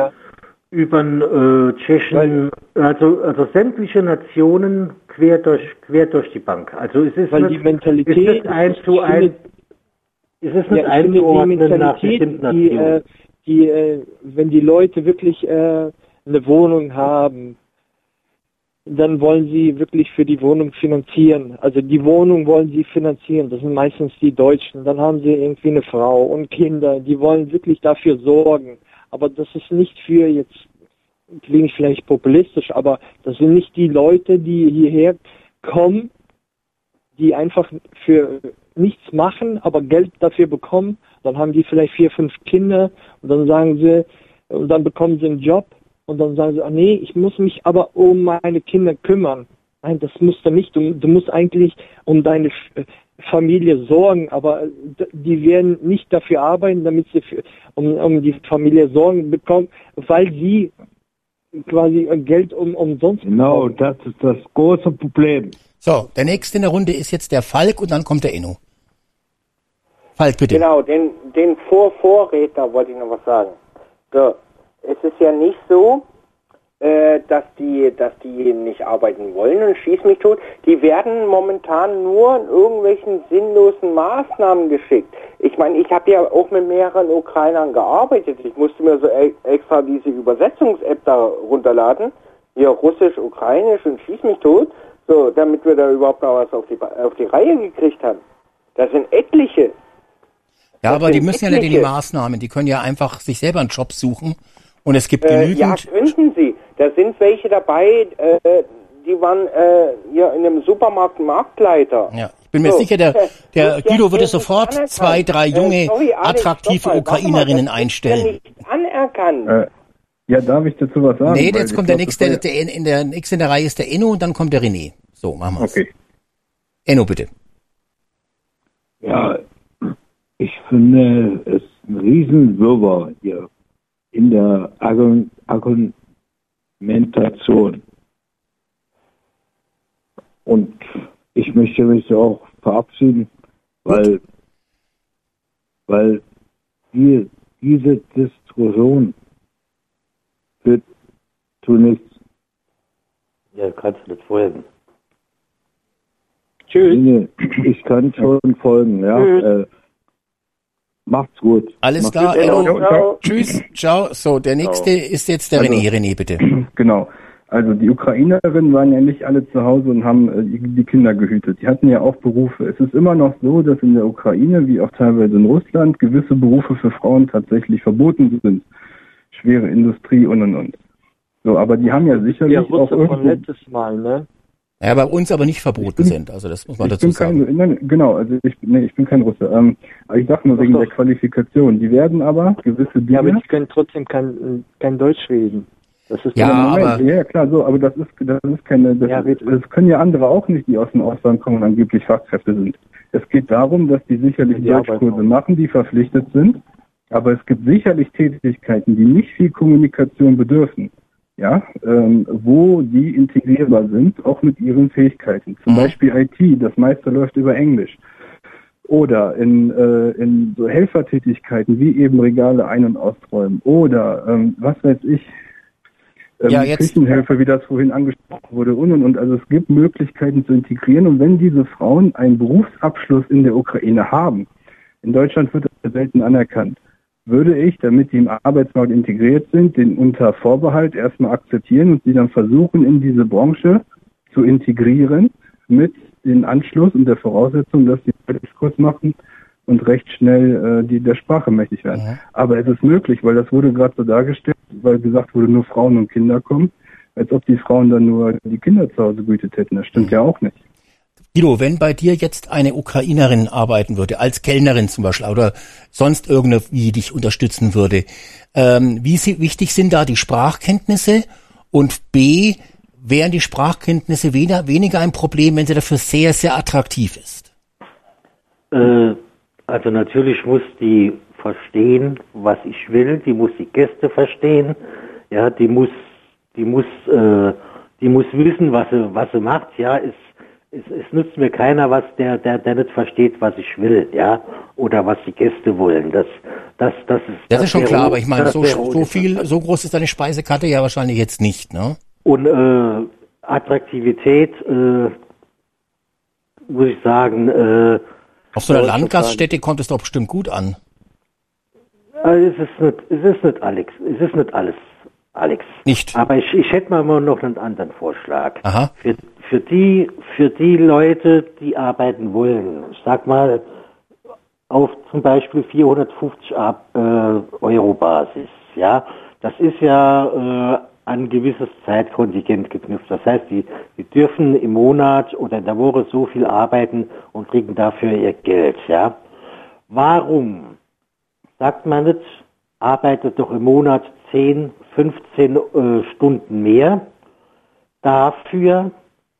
äh, Tschechen, also, also sämtliche Nationen quer durch, quer durch die Bank. Also es ist Weil nicht, die Mentalität, es ist ein ich zu ein, finde- es ist nicht Ja, ich finde einzuordnen die nach Mentalität, bestimmten die, Nationen. äh, die äh, wenn die Leute wirklich äh, eine Wohnung haben, dann wollen sie wirklich für die Wohnung finanzieren. Also die Wohnung wollen sie finanzieren. Das sind meistens die Deutschen. Dann haben sie irgendwie eine Frau und Kinder. Die wollen wirklich dafür sorgen. Aber das ist nicht für jetzt, klingt vielleicht populistisch, aber das sind nicht die Leute, die hierher kommen, die einfach für nichts machen, aber Geld dafür bekommen. Dann haben die vielleicht vier, fünf Kinder und dann sagen sie, und dann bekommen sie einen Job und dann sagen sie, ah, nee, ich muss mich aber um meine Kinder kümmern. Nein, das musst du nicht. Du, du musst eigentlich um deine Familie sorgen, aber die werden nicht dafür arbeiten, damit sie für, um, um die Familie sorgen bekommen, weil sie quasi Geld um, umsonst Genau, bekommen. das ist das große Problem. So, der nächste in der Runde ist jetzt der Falk und dann kommt der Enno. Falk, bitte. Genau, den, den Vor-Vorredner wollte ich noch was sagen. So, es ist ja nicht so, äh, dass die, dass die nicht arbeiten wollen und schieß mich tot. Die werden momentan nur in irgendwelchen sinnlosen Maßnahmen geschickt. Ich meine, ich habe ja auch mit mehreren Ukrainern gearbeitet. Ich musste mir so e- extra diese Übersetzungs-App da runterladen. Hier Russisch, Ukrainisch und schieß mich tot. So, damit wir da überhaupt noch was auf die, auf die Reihe gekriegt haben. Das sind etliche. Ja, Das aber die sind müssen ja nicht in die etliche. Maßnahmen. Die können ja einfach sich selber einen Job suchen. Und es gibt Äh, genügend... ja, könnten sie. Da sind welche dabei, äh, die waren äh, hier in einem Supermarkt Marktleiter. Ja, ich bin mir So. sicher, der, der Äh, Guido würde das ist sofort anerkannt. zwei, drei junge, Äh, sorry, Alex, attraktive stopp mal, warte mal, Ukrainerinnen das ist einstellen. Ja nicht anerkannt. Äh, ja, darf ich dazu was sagen? Nee, Weil jetzt ich kommt der glaub, nächste, das war der, in der nächste in der Reihe ist der Enno und dann kommt der René. So, machen wir's. Okay. Enno, bitte. Ja, ich finde es ein Riesenwirrwarr hier in der Argun- Argumentation. Und ich möchte mich auch verabschieden, weil, weil die, diese Diskussion führt zu nichts. Ja, kannst du nicht folgen. Tschüss. Nee, ich kann schon folgen, ja. Äh, macht's gut. Alles Macht's klar, gut. Enno. Ciao, ciao. Tschüss, ciao. So, der nächste ist jetzt der Also- René. René, bitte. Genau. Also die Ukrainerinnen waren ja nicht alle zu Hause und haben äh, die die Kinder gehütet. Die hatten ja auch Berufe. Es ist immer noch so, dass in der Ukraine, wie auch teilweise in Russland, gewisse Berufe für Frauen tatsächlich verboten sind. Schwere Industrie und und und. So, aber die haben ja sicherlich Ja, auch Russe von irgendwo... letztes Mal, ne? Ja, bei uns aber nicht verboten bin- sind. Also das muss man Ich dazu bin sagen. kein, nein, genau, also ich, nee, ich bin kein Russe. Ähm, aber ich sag nur Doch, wegen doch. der Qualifikation. Die werden aber gewisse Dinge... Ja, aber die können trotzdem kein, kein Deutsch reden. Das ist Ja, Ja, Moment, aber- ja, klar, so, aber das ist, das ist keine, das, Ja, ist, das können ja andere auch nicht, die aus dem Ausland kommen und angeblich Fachkräfte sind. Es geht darum, dass die sicherlich Die arbeiten Deutschkurse auch. machen, die verpflichtet sind, aber es gibt sicherlich Tätigkeiten, die nicht viel Kommunikation bedürfen, ja, ähm, wo die integrierbar sind, auch mit ihren Fähigkeiten. Zum Mhm. Beispiel I T, das meiste läuft über Englisch. Oder in, äh, in so Helfertätigkeiten wie eben Regale ein- und ausräumen. Oder, ähm, was weiß ich, ähm, Ja, jetzt- Küchenhilfe, wie das vorhin angesprochen wurde, und und und. Also es gibt Möglichkeiten zu integrieren. Und wenn diese Frauen einen Berufsabschluss in der Ukraine haben, in Deutschland wird das selten anerkannt, würde ich, damit die im Arbeitsmarkt integriert sind, den unter Vorbehalt erstmal akzeptieren und sie dann versuchen, in diese Branche zu integrieren mit den Anschluss und der Voraussetzung, dass sie einen Exkurs machen und recht schnell äh, die der Sprache mächtig werden. Mhm. Aber es ist möglich, weil das wurde gerade so dargestellt, weil gesagt wurde, nur Frauen und Kinder kommen, als ob die Frauen dann nur die Kinder zu Hause gehütet hätten. Das stimmt ja auch nicht. Guido, wenn bei dir jetzt eine Ukrainerin arbeiten würde, als Kellnerin zum Beispiel, oder sonst irgendwie dich unterstützen würde, ähm, wie sie, wichtig sind da die Sprachkenntnisse? Und B, wären die Sprachkenntnisse weniger, weniger ein Problem, wenn sie dafür sehr, sehr attraktiv ist? Äh, also natürlich muss die verstehen, was ich will, die muss die Gäste verstehen, ja, die muss, die muss, äh, die muss wissen, was sie, was sie macht, ja, es, es, es nützt mir keiner was, der, der, der nicht versteht, was ich will, ja, oder was die Gäste wollen, das, das, das ist, Das, ist schon wäre klar, un- aber ich meine, das so, wäre so uninteressant. viel, so groß ist deine Speisekarte ja wahrscheinlich jetzt nicht, ne? Und äh, Attraktivität, äh, muss ich sagen, äh, Auf so einer heutzutage- Landgaststätte kommt es doch bestimmt gut an. Also es ist nicht, es ist nicht Alex, es ist nicht alles, Alex. Nicht. Aber ich, ich hätte mal noch einen anderen Vorschlag. Aha. Für, für die, für die Leute, die arbeiten wollen, ich sag mal, auf zum Beispiel vierhundertfünfzig Ab- äh, Euro Basis, ja. Das ist ja äh, an gewisses Zeitkontingent geknüpft. Das heißt, die, die dürfen im Monat oder in der Woche so viel arbeiten und kriegen dafür ihr Geld, ja. Warum sagt man nicht, arbeitet doch im Monat zehn, fünfzehn äh, Stunden mehr, dafür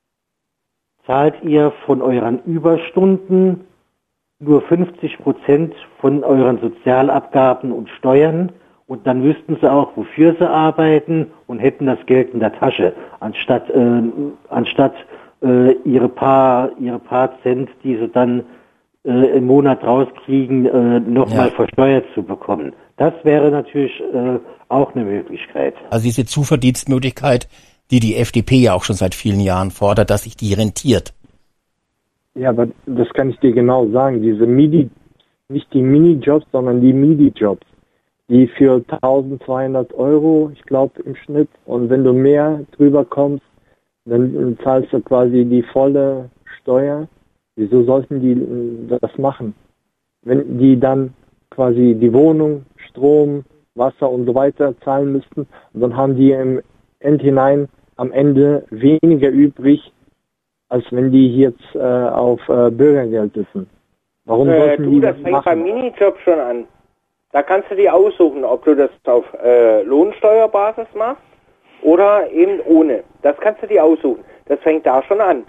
zahlt ihr von euren Überstunden nur fünfzig Prozent von euren Sozialabgaben und Steuern und dann wüssten sie auch, wofür sie arbeiten und hätten das Geld in der Tasche, anstatt äh, anstatt äh, ihre paar ihre paar Cent, die sie dann äh, im Monat rauskriegen, äh, nochmal Ja. versteuert zu bekommen. Das wäre natürlich äh, auch eine Möglichkeit. Also diese Zuverdienstmöglichkeit, die die F D P ja auch schon seit vielen Jahren fordert, dass sich die rentiert. Ja, aber das kann ich dir genau sagen. Diese Midi, nicht die Minijobs, sondern die Midi-Jobs, die für tausendzweihundert Euro, ich glaube, im Schnitt. Und wenn du mehr drüber kommst, dann zahlst du quasi die volle Steuer. Wieso sollten die das machen? Wenn die dann quasi die Wohnung, Strom, Wasser und so weiter zahlen müssten, und dann haben die im Endhinein am Ende weniger übrig, als wenn die jetzt äh, auf äh, Bürgergeld sitzen. Warum äh, sollten du, die das das fängt machen? beim Minijob schon an. Da kannst du dir aussuchen, ob du das auf äh, Lohnsteuerbasis machst oder eben ohne. Das kannst du dir aussuchen. Das fängt da schon an.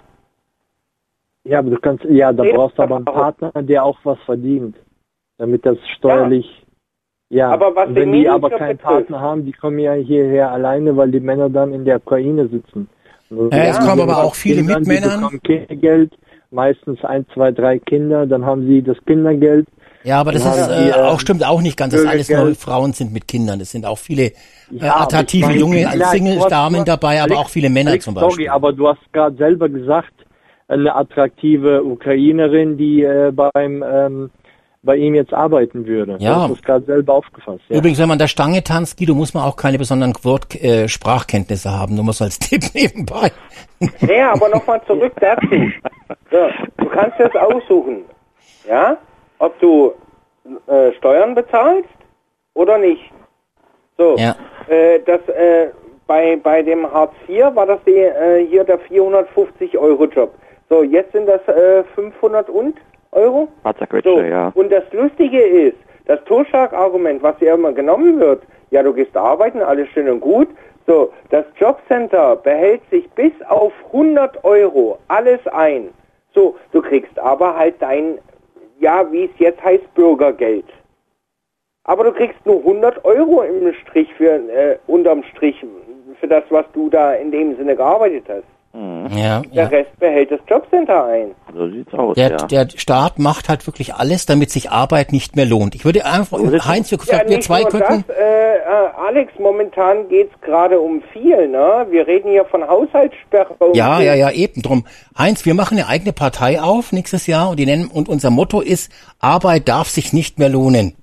Ja, aber du kannst, ja, da Nee, brauchst du aber einen Partner, der auch was verdient, damit das steuerlich. Ja, Aber was und den wenn die Minijob aber keinen betrifft- Partner haben, die kommen ja hierher alleine, weil die Männer dann in der Ukraine sitzen. Und Ja, es die kommen aber sind auch viele Kindern, mit die Männern. bekommen Kindergeld, meistens ein, zwei, drei Kinder, dann haben sie das Kindergeld. Ja, aber das Dann ist haben die, äh, auch stimmt auch nicht ganz, dass alles nur Bürgergeld. Frauen sind mit Kindern. Es sind auch viele äh, Ja, aber attraktive ich meine, junge vielleicht, du hast- Single-Damen du hast- dabei, aber Alex, auch viele Männer Alex, zum Beispiel. Sorry, aber du hast gerade selber gesagt, eine attraktive Ukrainerin, die äh, beim ähm, bei ihm jetzt arbeiten würde. Ja. Du hast das gerade selber aufgefasst. Ja. Übrigens, wenn man da Stange tanzt, Guido, muss man auch keine besonderen Wort äh, Sprachkenntnisse haben, nur mal so als Tipp nebenbei. Ja, aber nochmal zurück dazu. So, du kannst das aussuchen, ja, ob du äh, Steuern bezahlst oder nicht. So, Ja. äh, das äh, bei bei dem Hartz vier war das die, äh, hier der vierhundertfünfzig Euro Job. So, jetzt sind das äh, fünfhundert und Euro. Fahrzeugquetsche, So, ja. und das Lustige ist, das Totschlagargument, was ja immer genommen wird, ja, du gehst arbeiten, alles schön und gut. So, das Jobcenter behält sich bis auf hundert Euro alles ein. So, du kriegst aber halt dein, ja, wie es jetzt heißt, Bürgergeld. Aber du kriegst nur hundert Euro im Strich für, äh, unterm Strich für das, was du da in dem Sinne gearbeitet hast. Ja, Der ja. Rest behält das Jobcenter ein. So sieht's aus, Der, ja. der Staat macht halt wirklich alles, damit sich Arbeit nicht mehr lohnt. Ich würde einfach, Heinz, wir, Ja, wir nicht zwei nur könnten, das, äh, äh, Alex, momentan geht's gerade um viel, ne? Wir reden hier von Haushaltssperre. und ja, so. ja, ja, eben drum. Heinz, wir machen eine eigene Partei auf nächstes Jahr und die nennen, und unser Motto ist, Arbeit darf sich nicht mehr lohnen.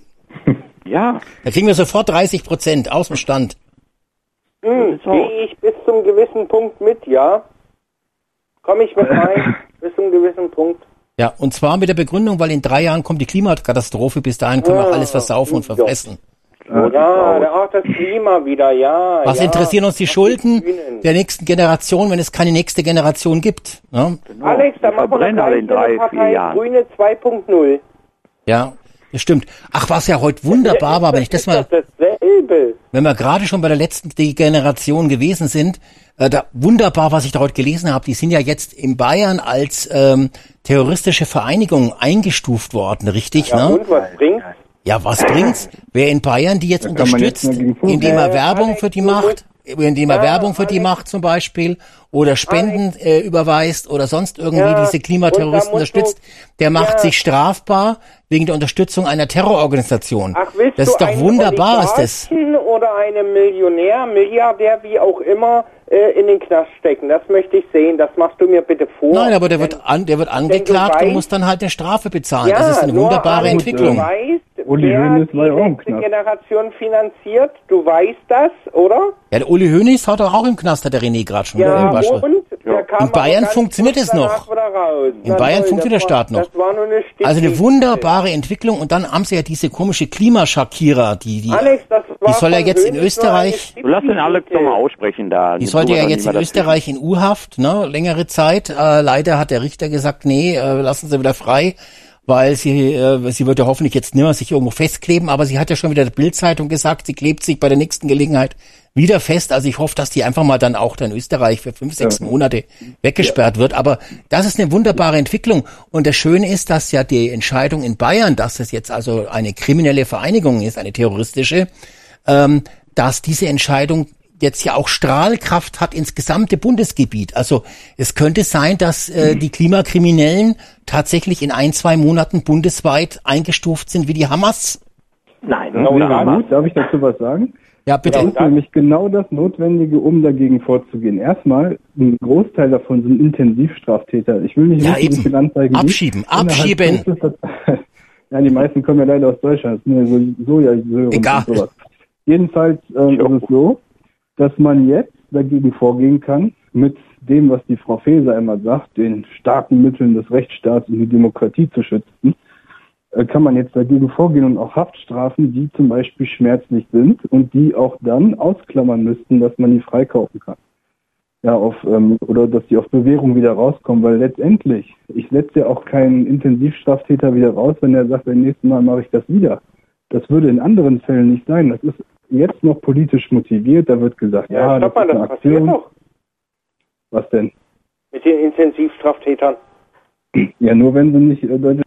Ja. Da kriegen wir sofort dreißig Prozent aus dem Stand. Hm, gehe ich bis zum gewissen Punkt mit, ja? Komme ich mit rein, bis zum gewissen Punkt. Ja, und zwar mit der Begründung, weil in drei Jahren kommt die Klimakatastrophe, bis dahin können wir auch alles versaufen und verfressen. Ja, der- auch das Klima wieder, ja. Was ja. interessieren uns die Schulden der nächsten Generation, wenn es keine nächste Generation gibt? Ne? Alex, da machen wir verbrennen noch alle gleich in drei, eine vier Partei Jahren. Grüne zwei Punkt null. Ja, das stimmt. Ach, was ja heute wunderbar war, wenn ich das mal, Dasselbe. wenn wir gerade schon bei der letzten Generation gewesen sind, äh, da, wunderbar, was ich da heute gelesen habe, die sind ja jetzt in Bayern als ähm, terroristische Vereinigung eingestuft worden, richtig? Ja, ne? und was bringt's? Ja, was bringt's? Wer in Bayern die jetzt Da kann man jetzt unterstützt, nur gegen Fuß. indem er Äh, Werbung Alex, für die du macht, musst- indem er Ja, Werbung für die Alex. macht zum Beispiel, oder Spenden äh, überweist oder sonst irgendwie Ja, diese Klimaterroristen und da musst unterstützt, der macht Ja. sich strafbar wegen der Unterstützung einer Terrororganisation. Ach, willst Das du ist doch einen wunderbar, ist das. Oligarchen oder einen Millionär, Milliardär, wie auch immer, äh, in den Knast stecken? Das möchte ich sehen. Das machst du mir bitte vor. Nein, aber der wird an, der wird angeklagt und weißt- muss dann halt eine Strafe bezahlen. Ja, das ist eine nur wunderbare Alex, Entwicklung. Du weißt, Uli wer Hoeneß die war ja auch im letzte Knast. Generation finanziert? Du weißt das, oder? Ja, der Uli Hoeneß hat doch auch im Knast, hat der René gerade schon. Ja, oder? und? Der kam In Bayern aber ganz funktioniert kurz es noch. danach wieder raus. In Na Bayern toll, funktioniert der das war- Staat noch. Das war nur eine Also eine Stichgeschichte. wunderbare Entwicklung und dann haben sie ja diese komische Klimaschakira, die, die, Alex, das war die soll ja von jetzt in Hoeneß Österreich, Du lass den Alex doch mal aussprechen da. die sollte ja jetzt in Österreich in U-Haft, ne, längere Zeit. Äh, leider hat der Richter gesagt, nee, äh, lassen Sie wieder frei, weil sie, äh, sie wird ja hoffentlich jetzt nimmer sich irgendwo festkleben, aber sie hat ja schon wieder der Bild-Zeitung gesagt, sie klebt sich bei der nächsten Gelegenheit wieder fest. Also ich hoffe, dass die einfach mal dann auch dann in Österreich für fünf, sechs Monate weggesperrt wird. Aber das ist eine wunderbare Entwicklung. Und das Schöne ist, dass ja die Entscheidung in Bayern, dass es jetzt also eine kriminelle Vereinigung ist, eine terroristische, ähm, dass diese Entscheidung jetzt ja auch Strahlkraft hat ins gesamte Bundesgebiet. Also es könnte sein, dass äh, die Klimakriminellen tatsächlich in ein, zwei Monaten bundesweit eingestuft sind wie die Hamas. Nein, Ja, gut, darf ich dazu was sagen? Ja, bitte. Das ist nämlich genau das Notwendige, um dagegen vorzugehen. Erstmal, ein Großteil davon sind Intensivstraftäter. Ich will nicht Ja, wissen, wie eben. viele Anzeigen Abschieben, gibt. Innerhalb abschieben. kürzester Zeit- Ja, die meisten kommen ja leider aus Deutschland. Das sind ja so Sojasäuren Egal. und sowas. Jedenfalls ähm, ist es so, dass man jetzt dagegen vorgehen kann, mit dem, was die Frau Faeser immer sagt, den starken Mitteln des Rechtsstaats und die Demokratie zu schützen, äh, kann man jetzt dagegen vorgehen und auch Haftstrafen, die zum Beispiel schmerzlich sind und die auch dann ausklammern müssten, dass man die freikaufen kann. Ja, auf ähm, oder dass die auf Bewährung wieder rauskommen, weil letztendlich, ich setze ja auch keinen Intensivstraftäter wieder raus, wenn er sagt, beim nächsten Mal mache ich das wieder. Das würde in anderen Fällen nicht sein. Das ist jetzt noch politisch motiviert, da wird gesagt, ja, Ja, das stopp mal, ist eine das passiert Aktion. doch Was denn? mit den Intensivstraftätern. Ja, nur wenn sie nicht äh, Deutsche.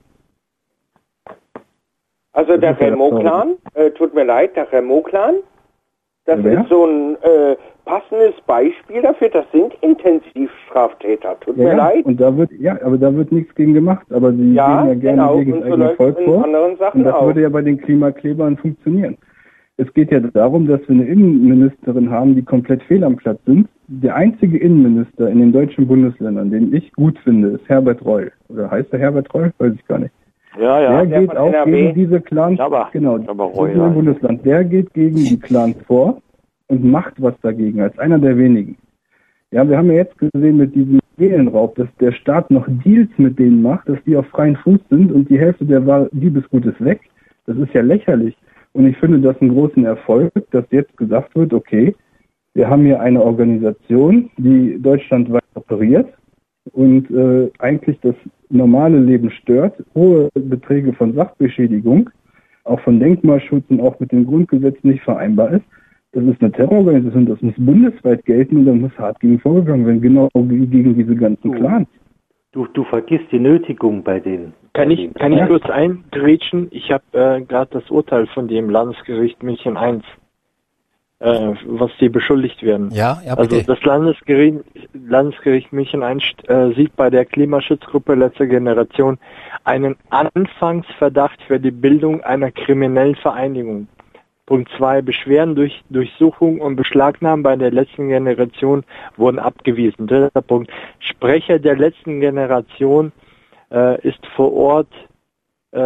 Also der ist ja Remo-Clan, äh, tut mir leid, der Remo-Clan, das Wer? ist so ein äh, passendes Beispiel dafür, das sind Intensivstraftäter, tut Ja, mir ja, leid. und da wird, ja, aber da wird nichts gegen gemacht, aber sie Ja, gehen ja gerne genau, gegen und das so eigene läuft Volk es in vor. anderen Sachen Und das auch. würde ja bei den Klimaklebern funktionieren. Es geht ja darum, dass wir eine Innenministerin haben, die komplett fehl am Platz sind. Der einzige Innenminister in den deutschen Bundesländern, den ich gut finde, ist Herbert Reul. Oder heißt er Herbert Reul? Weiß ich gar nicht. Ja, ja. Der geht auch gegen diese Clans, aber, genau, aber das ist Reul, ein ja. Bundesland. Der geht gegen die Clans vor und macht was dagegen, als einer der wenigen. Ja, wir haben ja jetzt gesehen mit diesem Seelenraub, dass der Staat noch Deals mit denen macht, dass die auf freien Fuß sind und die Hälfte der Wa- Diebesgut ist weg. Das ist ja lächerlich. Und ich finde das einen großen Erfolg, dass jetzt gesagt wird, okay, wir haben hier eine Organisation, die deutschlandweit operiert und äh, eigentlich das normale Leben stört, hohe Beträge von Sachbeschädigung, auch von Denkmalschutz und auch mit dem Grundgesetz nicht vereinbar ist. Das ist eine Terrororganisation, das muss bundesweit gelten und da muss hart gegen vorgegangen werden, genau wie gegen diese ganzen Clans. Du, du vergisst die Nötigung bei denen. Kann ich, kann ich kurz eingrätschen? Ich habe äh, gerade das Urteil von dem Landesgericht München eins, äh, was die beschuldigt werden. Ja, ja, Also bitte. das Landesgericht, Landesgericht München eins äh, sieht bei der Klimaschutzgruppe letzter Generation einen Anfangsverdacht für die Bildung einer kriminellen Vereinigung. Punkt zwei. Beschwerden durch Durchsuchung und Beschlagnahmen bei der letzten Generation wurden abgewiesen. Dritter Punkt. Sprecher der letzten Generation äh, ist vor Ort, äh,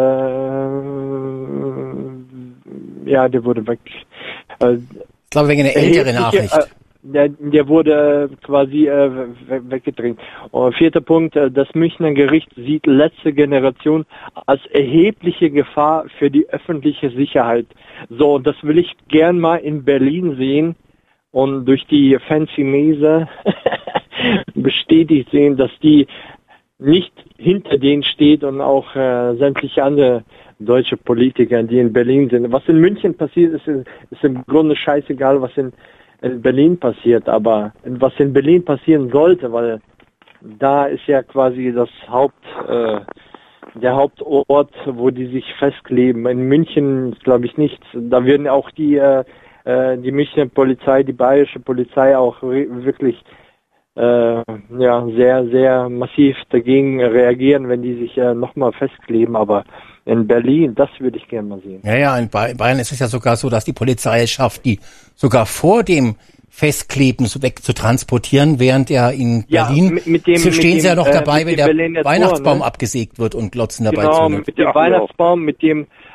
ja, der wurde weg. Äh, Ich glaube, wegen einer älteren Nachricht. Äh, der, der wurde quasi äh, we weggedrängt. Und vierter Punkt, äh, das Münchner Gericht sieht letzte Generation als erhebliche Gefahr für die öffentliche Sicherheit. So, und das will ich gern mal in Berlin sehen und durch die Fancy Mese bestätigt sehen, dass die nicht hinter denen steht und auch äh, sämtliche andere deutsche Politiker, die in Berlin sind. Was in München passiert, ist, ist im Grunde scheißegal, was in in Berlin passiert, aber was in Berlin passieren sollte, weil da ist ja quasi das Haupt, äh, der Hauptort, wo die sich festkleben. In München glaube ich nicht. Da werden auch die, äh, die Münchner Polizei, die bayerische Polizei auch wirklich äh, ja sehr, sehr massiv dagegen reagieren, wenn die sich äh, nochmal festkleben. Aber in Berlin, das würde ich gerne mal sehen. Ja, ja, in Bayern ist es ja sogar so, dass die Polizei es schafft, die sogar vor dem Festkleben so wegzutransportieren, während ja in Ja, Berlin mit- mit dem- so stehen mit sie ja dem, noch äh, dabei, mit wenn dem der Berliner Tor, Weihnachtsbaum ne? abgesägt wird und glotzen dabei Genau, zu. mit dem Weihnachtsbaum, mit dem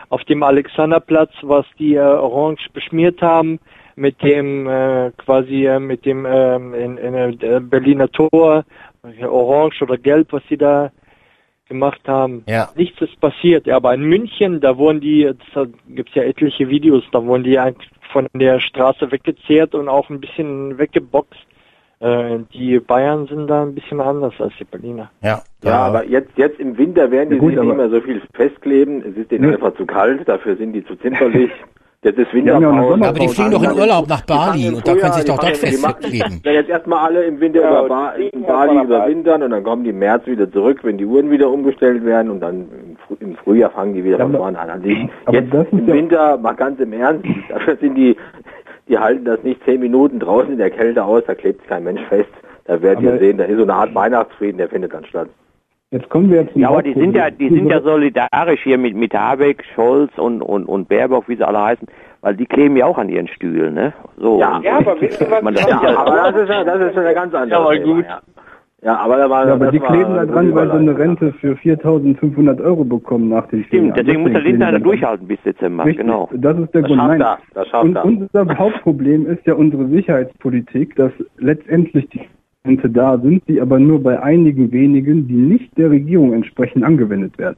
auf dem Alexanderplatz, was die äh, orange beschmiert haben, mit dem äh, quasi äh, mit dem äh, in, in, äh, Berliner Tor, äh, orange oder gelb, was sie da gemacht haben. Ja. Nichts ist passiert. Ja, aber in München, da wurden die, da gibt's ja etliche Videos, da wurden die eigentlich von der Straße weggezehrt und auch ein bisschen weggeboxt. Äh, die Bayern sind da ein bisschen anders als die Berliner. Ja, ja, aber jetzt, jetzt im Winter werden die Ja, gut, sich nicht aber- mehr so viel festkleben. Es ist denen Ja. einfach zu kalt, dafür sind die zu zimperlich. Jetzt ist Ja, ja, Winterpause. aber die fliegen doch in Urlaub nach Bali und da können sie sich doch dort festkleben. Wenn jetzt erstmal alle im Winter Ja, über ba und die in fliegen Bali erstmal nach Bali. überwintern und dann kommen die im März wieder zurück, wenn die Uhren wieder umgestellt werden und dann im, Früh im Frühjahr fangen die wieder Ja, von aber- vorne an. Also ich, aber jetzt das ist im ja- Winter, mal ganz im Ernst, dafür sind die, die halten das nicht zehn Minuten draußen in der Kälte aus, da klebt sich kein Mensch fest. Da werdet ihr Aber- sehen, da ist so eine Art Weihnachtsfrieden, der findet dann statt. Jetzt kommen wir jetzt zum Ja, aber die sind ja, die sind ja so. solidarisch hier mit, mit Habeck, Scholz und, und, und Baerbock, wie sie alle heißen, weil die kleben ja auch an ihren Stühlen, ne? So. Ja, und- Ja, aber wisst ihr, was man, das ja, ist ja, aber das ist ja, das ist schon eine ganz andere Ja, aber Thema, gut. Ja. ja, aber da war Ja, aber das die war kleben da eine dran, weil sie eine Überleitung. Rente für viertausendfünfhundert Euro bekommen nach den vier stimmt, Jahren. deswegen muss der kleben Lindner die dann da dran. durchhalten bis Dezember, Richtig, genau. das ist der Das Grund. schafft Nein. er, das schafft Und er. unser Hauptproblem ist ja unsere Sicherheitspolitik, dass letztendlich die Rente da sind, die aber nur bei einigen wenigen, die nicht der Regierung entsprechend angewendet werden.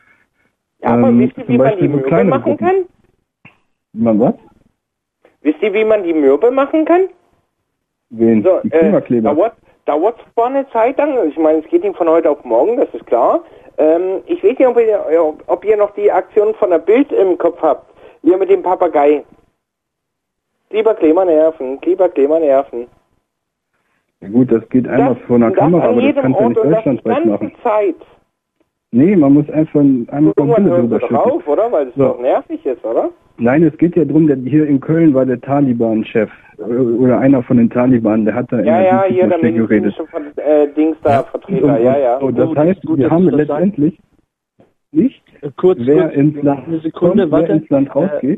Ja, aber Ähm, wisst ihr, zum wie man Beispiel die so Mürbe kleinere machen Gruppen. kann? Wie man was? Wisst ihr, wie man die Mürbe machen kann? Wen? So, die äh, Klimakleber. dauert, dauert zwar eine Zeit lang, ich meine, es geht ihm von heute auf morgen, das ist klar. Ähm, ich weiß nicht, ob ihr, ob ihr noch die Aktion von der Bild im Kopf habt. Ihr mit dem Papagei. Lieber Kleber nerven, lieber Kleber nerven. Ja gut, das geht einmal Das- vor einer das Kamera, an aber das jedem kannst du ja Ort nicht und das die deutschlandweit ganze machen. Zeit. Nee, man muss einfach einmal vom Irgendwann Bilder hören sie drüber doch schütten. auf, oder? Weil es So. doch nervig ist, oder? Nein, es geht ja darum, der, hier in Köln war der Taliban-Chef äh, oder einer von den Taliban, der hat da in Ja, der ja, hier der Dienstvorstellung geredet. medizinische Ver- äh, Dings da, Vertreter, ja, ja. So, das Gut, heißt, gut, wir dass haben du das sagst. letztendlich nicht, Kurz, wer kurz, ins Land eine Sekunde, kommt, warte. wer ins Land rausgeht.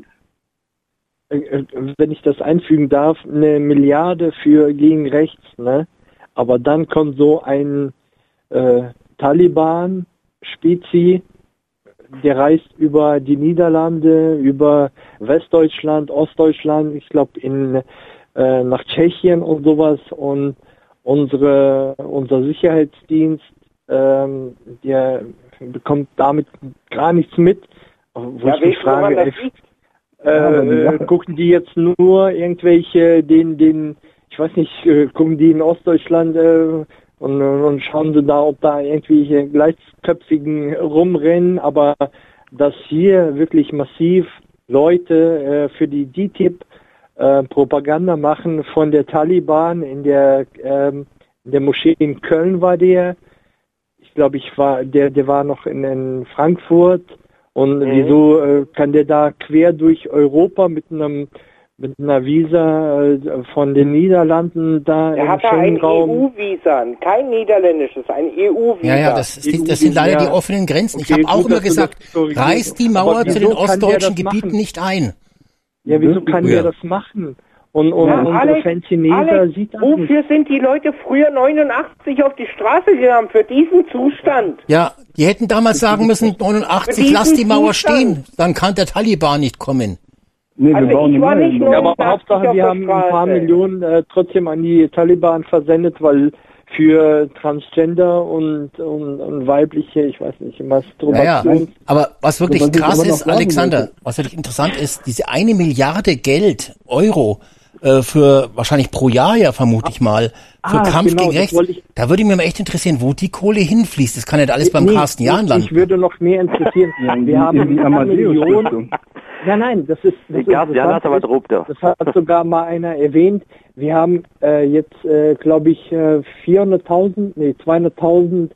Äh, äh, wenn ich das einfügen darf, eine Milliarde für gegen rechts, ne? Aber dann kommt so ein äh, Taliban-Spezi, der reist über die Niederlande, über Westdeutschland, Ostdeutschland, ich glaube in äh, nach Tschechien und sowas und unsere unser Sicherheitsdienst, ähm, der bekommt damit gar nichts mit. Wo Ja, ich mich weißt du, woran frage, das ey, liegt? Ja, aber die äh, Sache- gucken die jetzt nur irgendwelche, den, den, ich weiß nicht, äh, gucken die in Ostdeutschland äh, und, und schauen sie da, ob da irgendwelche Gleichköpfigen rumrennen, aber dass hier wirklich massiv Leute äh, für die D T I P äh, Propaganda machen von der Taliban in der, ähm, in der Moschee in Köln war der, ich glaube, ich war, der, der war noch in, in Frankfurt. Und Mhm. wieso äh, kann der da quer durch Europa mit einem mit einer Visa äh, von den Niederlanden da Er im hat da ein Schengen-Raum? E U-Visa, kein niederländisches, ein E U-Visa. Ja, ja, das, ist, das sind leider die offenen Grenzen. Ich Okay, habe auch gut, immer dass du gesagt, das korrigierst. reißt die Aber Mauer zu wieso den kann der ostdeutschen das Gebieten machen? nicht ein. Ja, wieso kann Ja. der das machen? Und, und Ja, unsere Alex, Fanzineser Alex, sieht das nicht. wofür sind die Leute früher neunundachtzig auf die Straße gegangen? Für diesen Zustand. Ja, die hätten damals sagen müssen, neunundachtzig, Für lass die diesen Mauer Zustand. stehen, dann kann der Taliban nicht kommen. Nee, wir Also bauen ich eine war neue nicht Mauer. Ja, aber neunundachtzig Hauptsache, auf wir der haben ein paar Straße. Millionen äh, trotzdem an die Taliban versendet, weil für Transgender und, und, und weibliche, ich weiß nicht, Naja, Masturbation. aber was wirklich Was ich krass aber noch ist, sagen Alexander, wollte- was wirklich interessant ist, diese eine Milliarde Geld, Euro, äh, für wahrscheinlich pro Jahr ja, vermute ich mal, für Ah, Kampf genau, gegen das rechts, wollte ich- da würde mich mal echt interessieren, wo die Kohle hinfließt. Das kann nicht alles beim Nee, Carsten Jahn ich, landen. ich würde noch mehr interessieren. Ja, in die- wir haben in die eine Million. Amadeus-Stiftung. Ja, nein, das ist, das Die Carsten Jahn hat aber interessant druckt ist, das hat sogar mal einer erwähnt. Wir haben äh, jetzt, äh, glaube ich, äh, vierhunderttausend, nee, zweihunderttausend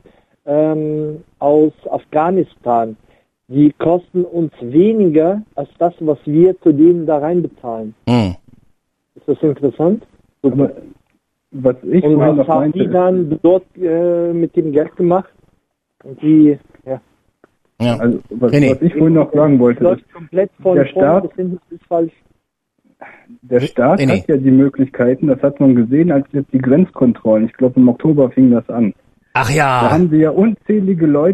ähm, aus Afghanistan. Die kosten uns weniger als das, was wir zu denen da reinbezahlen. Hm. Ist das interessant? Aber was ich Und vorhin was noch haben meinte, die dann dort äh, mit dem Geld gemacht? Und die, ja. Ja. also, was, René. was ich vorhin noch sagen wollte, ist, läuft komplett von der vorne Staat- bis hinten, das ist falsch. der Staat René. hat ja die Möglichkeiten, das hat man gesehen, als jetzt die Grenzkontrollen, ich glaube im Oktober fing das an. Ach Da ja, haben sie ja unzählige Leute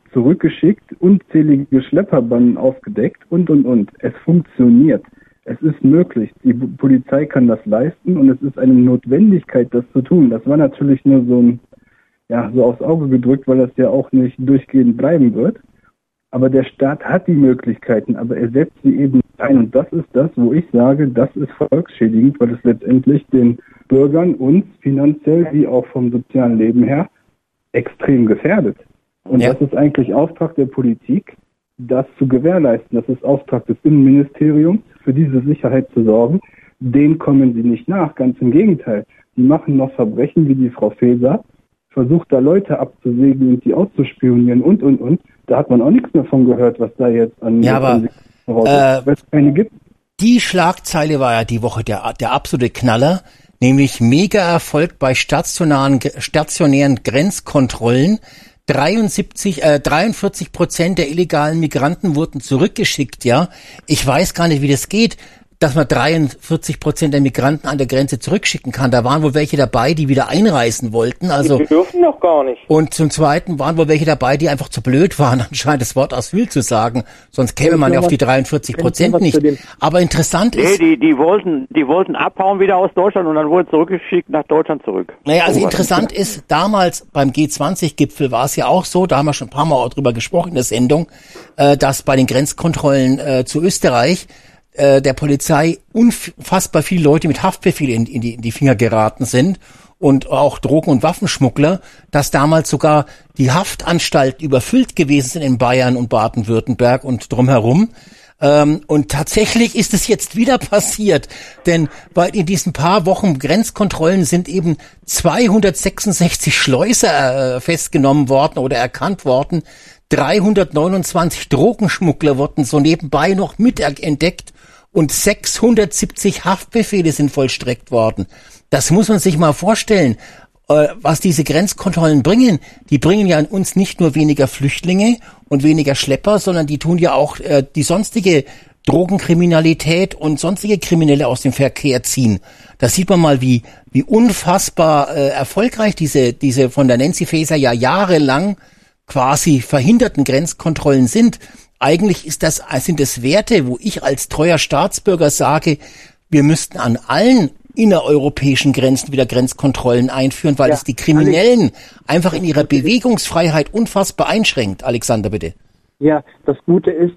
zurückgeschickt, unzählige Schlepperbanden aufgedeckt und, und, und. Es funktioniert. Es ist möglich. Die Polizei kann das leisten und es ist eine Notwendigkeit, das zu tun. Das war natürlich nur so ein, ja, so aufs Auge gedrückt, weil das ja auch nicht durchgehend bleiben wird. Aber der Staat hat die Möglichkeiten, aber er setzt sie eben ein. Und das ist das, wo ich sage, das ist volksschädigend, weil es letztendlich den Bürgern, uns finanziell wie auch vom sozialen Leben her, extrem gefährdet. Und ja. Das ist eigentlich Auftrag der Politik, das zu gewährleisten. Das ist Auftrag des Innenministeriums, für diese Sicherheit zu sorgen. Denen kommen sie nicht nach, ganz im Gegenteil. Die machen noch Verbrechen wie die Frau Faeser, versucht da Leute abzusägen und die auszuspionieren und, und, und. Da hat man auch nichts mehr von gehört, was da jetzt an... Ja, aber äh, weil es keine gibt. Die Schlagzeile war ja die Woche der, der absolute Knaller, nämlich Mega-Erfolg bei stationären, stationären Grenzkontrollen. dreiundsiebzig, äh, dreiundvierzig Prozent der illegalen Migranten wurden zurückgeschickt, ja. Ich weiß gar nicht, wie das geht, dass man dreiundvierzig Prozent der Migranten an der Grenze zurückschicken kann. Da waren wohl welche dabei, die wieder einreisen wollten. Also, die dürfen doch gar nicht. Und zum Zweiten waren wohl welche dabei, die einfach zu blöd waren, anscheinend das Wort Asyl zu sagen. Sonst käme man ja auf die dreiundvierzig Prozent nicht. Aber interessant ist... Nee, die, die wollten, die wollten abhauen wieder aus Deutschland und dann wurden zurückgeschickt nach Deutschland zurück. Naja, also interessant ist, damals beim G zwanzig Gipfel war es ja auch so, da haben wir schon ein paar Mal auch drüber gesprochen in der Sendung, äh, dass bei den Grenzkontrollen äh, zu Österreich der Polizei unfassbar viele Leute mit Haftbefehl in, in, die, in die Finger geraten sind und auch Drogen- und Waffenschmuggler, dass damals sogar die Haftanstalten überfüllt gewesen sind in Bayern und Baden-Württemberg und drumherum. Ähm, und tatsächlich ist es jetzt wieder passiert, denn bei in diesen paar Wochen Grenzkontrollen sind eben zweihundertsechsundsechzig Schleuser äh, festgenommen worden oder erkannt worden. dreihundertneunundzwanzig Drogenschmuggler wurden so nebenbei noch mit entdeckt und sechshundertsiebzig Haftbefehle sind vollstreckt worden. Das muss man sich mal vorstellen, äh, was diese Grenzkontrollen bringen. Die bringen ja an uns nicht nur weniger Flüchtlinge und weniger Schlepper, sondern die tun ja auch äh, die sonstige Drogenkriminalität und sonstige Kriminelle aus dem Verkehr ziehen. Da sieht man mal, wie wie unfassbar äh, erfolgreich diese diese von der Nancy Faeser ja jahrelang quasi verhinderten Grenzkontrollen sind. Eigentlich ist das, sind das Werte, wo ich als treuer Staatsbürger sage, wir müssten an allen innereuropäischen Grenzen wieder Grenzkontrollen einführen, weil ja, es die Kriminellen Alex, einfach in ihrer Bewegungsfreiheit unfassbar einschränkt. Alexander, bitte. Ja, das Gute ist,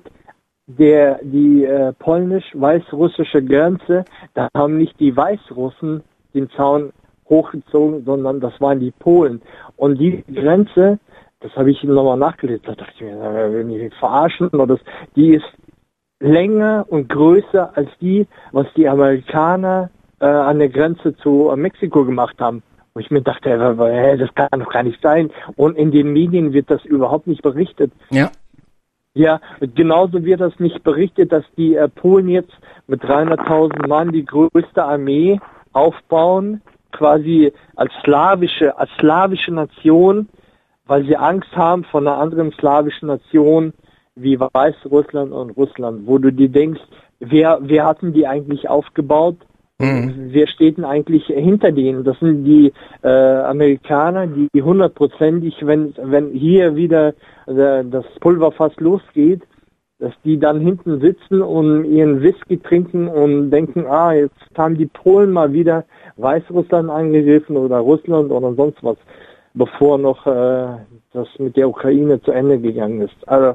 der die äh, polnisch-weißrussische Grenze, da haben nicht die Weißrussen den Zaun hochgezogen, sondern das waren die Polen. Und die Grenze, das habe ich nochmal nachgelesen, da dachte ich mir, wenn die verarschen, oder das, die ist länger und größer als die, was die Amerikaner äh, an der Grenze zu äh, Mexiko gemacht haben. Und ich mir dachte, äh, das kann doch gar nicht sein. Und in den Medien wird das überhaupt nicht berichtet. Ja. Ja, genauso wird das nicht berichtet, dass die äh, Polen jetzt mit dreihunderttausend Mann die größte Armee aufbauen, quasi als slawische, als slawische Nation, weil sie Angst haben vor einer anderen slawischen Nation wie Weißrussland und Russland, wo du dir denkst, wer, wer hatten die eigentlich aufgebaut? Mhm. Wer steht denn eigentlich hinter denen? Das sind die äh, Amerikaner, die hundertprozentig, wenn, wenn hier wieder äh, das Pulverfass losgeht, dass die dann hinten sitzen und ihren Whisky trinken und denken, ah, jetzt haben die Polen mal wieder Weißrussland angegriffen oder Russland oder sonst was, bevor noch äh, das mit der Ukraine zu Ende gegangen ist. Also,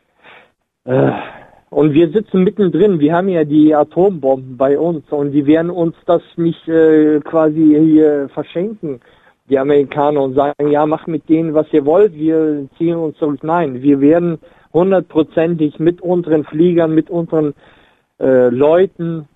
äh, und wir sitzen mittendrin. Wir haben ja die Atombomben bei uns und die werden uns das nicht äh, quasi hier verschenken, die Amerikaner, und sagen, ja, macht mit denen, was ihr wollt, wir ziehen uns zurück. Nein, wir werden hundertprozentig mit unseren Fliegern, mit unseren äh, Leuten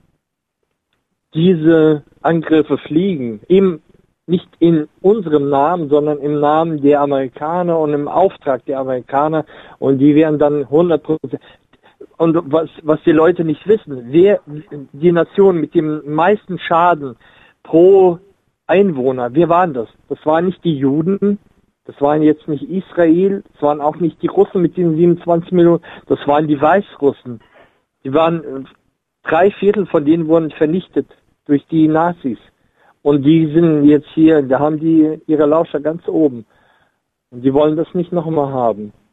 diese Angriffe fliegen. Im Nicht in unserem Namen, sondern im Namen der Amerikaner und im Auftrag der Amerikaner. Und die werden dann hundert Prozent. Und was, was die Leute nicht wissen, wer, die Nation mit dem meisten Schaden pro Einwohner, wer waren das? Das waren nicht die Juden, das waren jetzt nicht Israel, das waren auch nicht die Russen mit den siebenundzwanzig Millionen, das waren die Weißrussen. Die waren, drei Viertel von denen wurden vernichtet durch die Nazis. Und die sind jetzt hier, da haben die ihre Lauscher ganz oben. Und die wollen das nicht nochmal haben.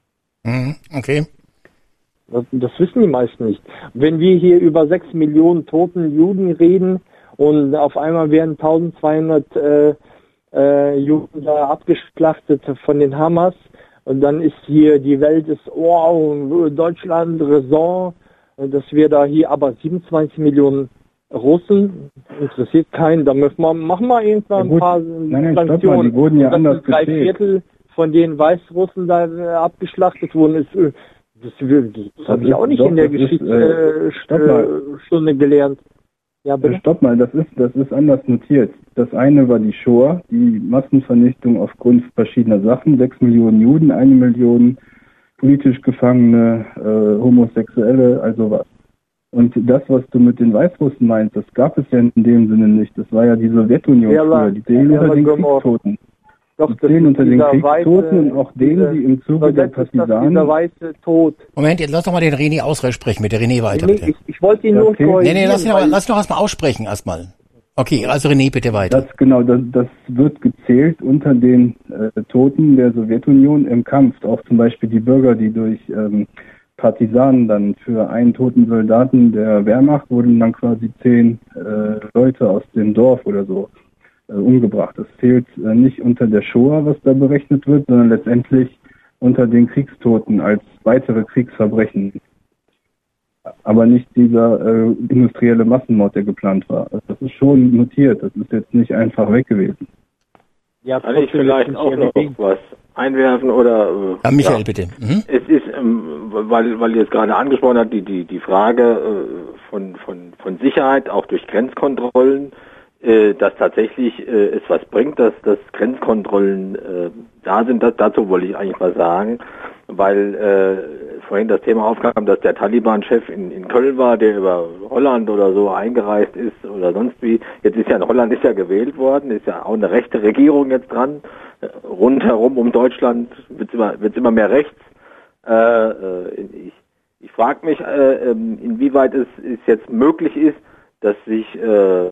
Mhm, okay. Das, das wissen die meisten nicht. Wenn wir hier über sechs Millionen toten Juden reden und auf einmal werden eintausendzweihundert äh, äh, Juden da abgeschlachtet von den Hamas und dann ist hier die Welt ist, wow, Deutschland, Raison, dass wir da hier aber siebenundzwanzig Millionen Russen, interessiert keinen, da müssen wir, machen wir irgendwann ja, ein paar nein, nein, Sanktionen. stopp mal, die wurden ja und anders drei gezählt. Viertel von den Weißrussen da äh, abgeschlachtet wurden, ist, äh, das, das, das habe ich auch nicht doch, in der das ist, Geschichtsstunde äh, gelernt. Ja, bitte? Stopp mal, das ist, das ist anders notiert. Das eine war die Shoah, die Massenvernichtung aufgrund verschiedener Sachen, sechs Millionen Juden, eine Million politisch Gefangene, äh, Homosexuelle, also was. Und das, was du mit den Weißrussen meinst, das gab es ja in dem Sinne nicht. Das war ja die Sowjetunion ja, früher, die zählen ja, unter den genau. Kriegstoten. Doch, die zählen unter den Kriegstoten weiße, und auch denen, die im Zuge der Partisanen... Dieser weiße Tod. Moment, jetzt lass doch mal den René aussprechen, mit der René weiter, Nee, bitte. ich, ich wollte ihn nur Okay. korrigieren. Nee, nee, lass ihn aber, weil- lass doch erstmal aussprechen, erstmal. Okay, also René, bitte weiter. Das genau, das, das wird gezählt unter den äh, Toten der Sowjetunion im Kampf. Auch zum Beispiel die Bürger, die durch ähm, Partisanen dann für einen toten Soldaten der Wehrmacht wurden dann quasi zehn äh, Leute aus dem Dorf oder so äh, umgebracht. Das zählt äh, nicht unter der Shoah, was da berechnet wird, sondern letztendlich unter den Kriegstoten als weitere Kriegsverbrechen. Aber nicht dieser äh, industrielle Massenmord, der geplant war. Also das ist schon notiert, das ist jetzt nicht einfach weg gewesen. Ja, Kann ich vielleicht auch noch was einwerfen oder? Äh, Ja, Michael, ja. bitte. Mhm. Es ist, ähm, weil, weil ihr es gerade angesprochen habt, die, die, die Frage äh, von, von, von Sicherheit, auch durch Grenzkontrollen, äh, dass tatsächlich äh, es was bringt, dass, dass Grenzkontrollen äh, da sind. Das, dazu wollte ich eigentlich mal sagen, weil äh, vorhin das Thema aufkam, dass der Taliban-Chef in, in Köln war, der über Holland oder so eingereist ist oder sonst wie. Jetzt ist ja in Holland ist ja gewählt worden, ist ja auch eine rechte Regierung jetzt dran. Rundherum um Deutschland wird es immer, wird's immer mehr rechts. Äh, äh, ich ich frage mich, äh, inwieweit es, es jetzt möglich ist, dass sich äh, eine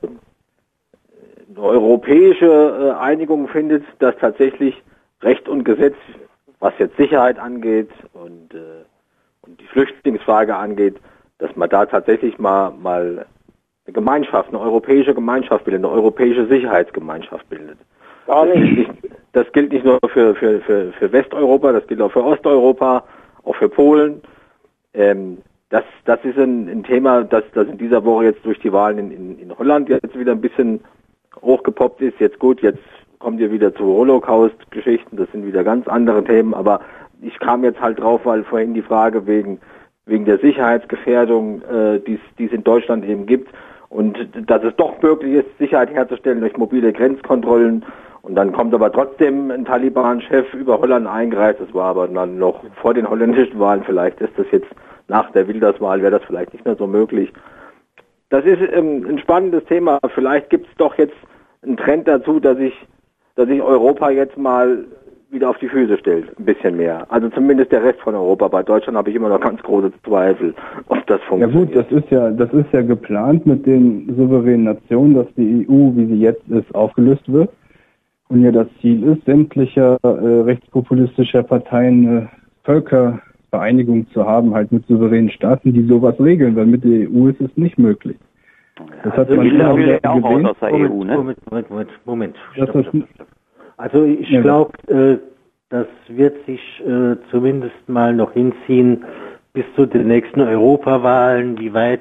europäische äh, Einigung findet, dass tatsächlich Recht und Gesetz, was jetzt Sicherheit angeht und, äh, und die Flüchtlingsfrage angeht, dass man da tatsächlich mal, mal eine Gemeinschaft, eine europäische Gemeinschaft bildet, eine europäische Sicherheitsgemeinschaft bildet. Gar Das gilt nicht. nicht, das gilt nicht nur für, für, für, für Westeuropa, das gilt auch für Osteuropa, auch für Polen. Ähm, das, das ist ein, ein Thema, das, das in dieser Woche jetzt durch die Wahlen in, in, in Holland jetzt wieder ein bisschen hochgepoppt ist. Jetzt gut, jetzt kommt ihr wieder zu Holocaust-Geschichten, das sind wieder ganz andere Themen, aber ich kam jetzt halt drauf, weil vorhin die Frage wegen, wegen der Sicherheitsgefährdung, äh, die es in Deutschland eben gibt, und dass es doch möglich ist, Sicherheit herzustellen durch mobile Grenzkontrollen. Und dann kommt aber trotzdem ein Taliban-Chef über Holland eingereist. Das war aber dann noch vor den holländischen Wahlen. Vielleicht ist das jetzt nach der Wilders-Wahl, wäre das vielleicht nicht mehr so möglich. Das ist ähm, ein spannendes Thema. Vielleicht gibt es doch jetzt einen Trend dazu, dass sich dass sich Europa jetzt mal wieder auf die Füße stellt, ein bisschen mehr. Also zumindest der Rest von Europa. Bei Deutschland habe ich immer noch ganz große Zweifel, ob das Ja funktioniert. gut, das ist ja, das ist ja geplant mit den souveränen Nationen, dass die E U, wie sie jetzt ist, aufgelöst wird. Und ja das Ziel ist, sämtlicher äh, rechtspopulistischer Parteien eine Völkervereinigung zu haben, halt mit souveränen Staaten, die sowas regeln, weil mit der E U ist es nicht möglich. Das hat Also man Hitler immer will wieder ja auch gesehen. raus aus der E U, ne? Moment, Moment, Moment, Moment. Das Stopp, ist- stopp, stopp. Also ich Ja, glaube, äh, das wird sich äh, zumindest mal noch hinziehen bis zu den nächsten Europawahlen, wie weit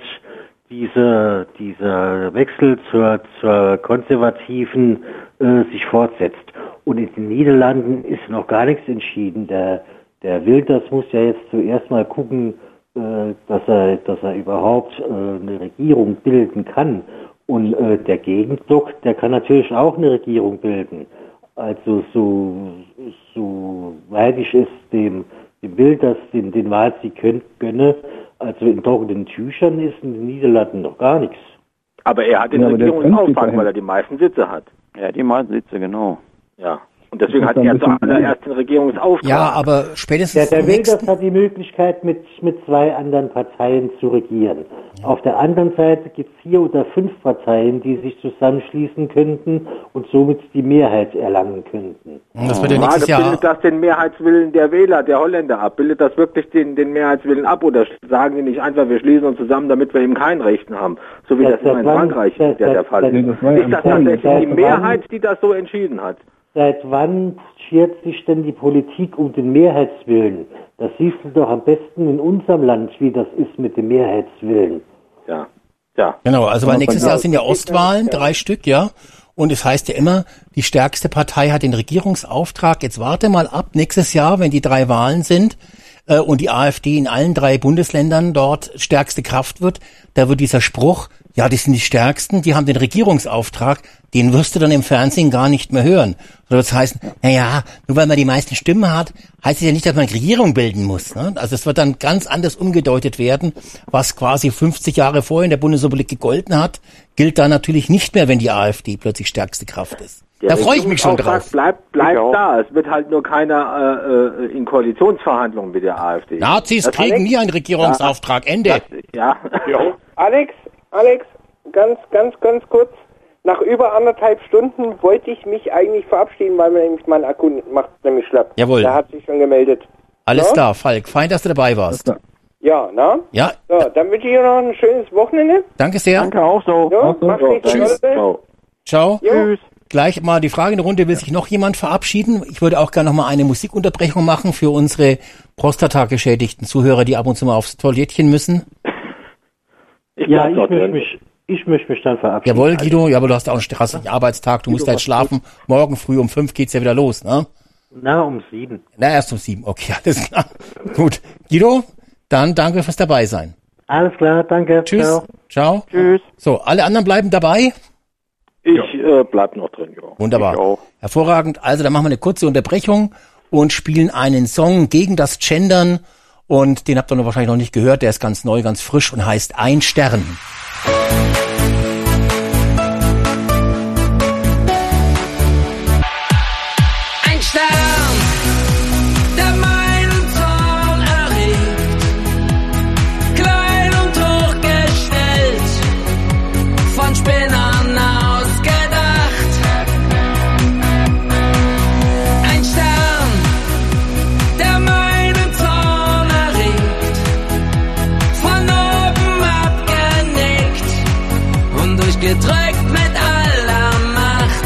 dieser dieser Wechsel zur zur konservativen äh, sich fortsetzt. Und in den Niederlanden ist noch gar nichts entschieden. Der der Wilders muss ja jetzt zuerst mal gucken, äh, dass er dass er überhaupt äh, eine Regierung bilden kann. Und äh, der Gegenblock, der kann natürlich auch eine Regierung bilden. Also so, so weit ich es dem, dem Wilders den, den Wahlsieg gönne, also in trockenen Tüchern ist in den Niederlanden noch gar nichts. Aber er hat den Ja, aber der Regierungsauftrag, Prinzip weil er die meisten Sitze hat. Ja, die meisten Sitze, genau. Ja. Und deswegen hat er zuallererst den Regierungsauftrag. Ja, aber spätestens Der, der nächsten- Wilders hat die Möglichkeit, mit, mit zwei anderen Parteien zu regieren. Auf der anderen Seite gibt es vier oder fünf Parteien, die sich zusammenschließen könnten und somit die Mehrheit erlangen könnten. Das wird ja Frage, nächstes Jahr. bildet das den Mehrheitswillen der Wähler, der Holländer ab? Bildet das wirklich den, den Mehrheitswillen ab? Oder sagen die nicht einfach, wir schließen uns zusammen, damit wir eben kein Rechten haben? So wie das, Das- immer in das war- Frankreich das- der, der das- Fall das- ist. das war ja Ist das ein Punkt. tatsächlich die Das war- Mehrheit, die das so entschieden hat? Seit wann schert sich denn die Politik um den Mehrheitswillen? Das siehst du doch am besten in unserem Land, wie das ist mit dem Mehrheitswillen. Ja, ja. Genau, also weil nächstes Jahr sind ja Ostwahlen, Ja. drei Stück, ja. Und es heißt ja immer, die stärkste Partei hat den Regierungsauftrag. Jetzt warte mal ab, nächstes Jahr, wenn die drei Wahlen sind äh, und die AfD in allen drei Bundesländern dort stärkste Kraft wird, da wird dieser Spruch, ja, die sind die Stärksten, die haben den Regierungsauftrag, den wirst du dann im Fernsehen gar nicht mehr hören. So, das heißt, naja, nur weil man die meisten Stimmen hat, heißt es ja nicht, dass man eine Regierung bilden muss. Ne? Also es wird dann ganz anders umgedeutet werden, was quasi fünfzig Jahre vorher in der Bundesrepublik gegolten hat, gilt da natürlich nicht mehr, wenn die AfD plötzlich stärkste Kraft ist. Der Da freue ich mich schon Regierungsauftrag drauf. Bleibt, bleibt da. Es wird halt nur keiner äh, äh, in Koalitionsverhandlungen mit der AfD. Nazis Das kriegen Alex? nie einen Regierungsauftrag. Ende. Ja. Jo. Alex, Alex, ganz, ganz, ganz kurz. Nach über anderthalb Stunden wollte ich mich eigentlich verabschieden, weil mir nämlich mein Akku macht nämlich schlapp. Jawohl. Der hat sich schon gemeldet. Alles Ja? klar, Falk. Fein, dass du dabei warst. Ja, na? Ja. So, dann wünsche ich dir noch ein schönes Wochenende. Danke sehr. Danke auch so. Ja, mach's nicht so Tschüss. dolle. Ciao. Tschüss. Gleich mal die Frage in der Runde, will sich noch jemand verabschieden? Ich würde auch gerne noch mal eine Musikunterbrechung machen für unsere prostatageschädigten Zuhörer, die ab und zu mal aufs Toilettchen müssen. Ich Ja, bleib ich dort möchte drin. mich, ich möchte mich dann verabschieden. Jawohl, Guido, ja, aber du hast auch einen stressigen Arbeitstag, du musst Guido, jetzt schlafen. Morgen früh um fünf geht's ja wieder los, ne? Na, um sieben. Na, erst um sieben, okay, alles klar. Gut. Guido, dann danke fürs dabei sein. Alles klar, danke. Tschüss. Ciao. Ciao. Tschüss. So, alle anderen bleiben dabei? Ich äh, bleib noch drin, ja. Wunderbar. Ich auch. Hervorragend. Also, dann machen wir eine kurze Unterbrechung und spielen einen Song gegen das Gendern. Und den habt ihr noch wahrscheinlich noch nicht gehört. Der ist ganz neu, ganz frisch und heißt Ein Stern. Ein Stern, der meinen Zorn erregt, klein und hochgestellt, von Spinnern ausgedacht. Ein Stern, der meinen Zorn erregt, von oben abgenickt und durchgedrückt mit aller Macht.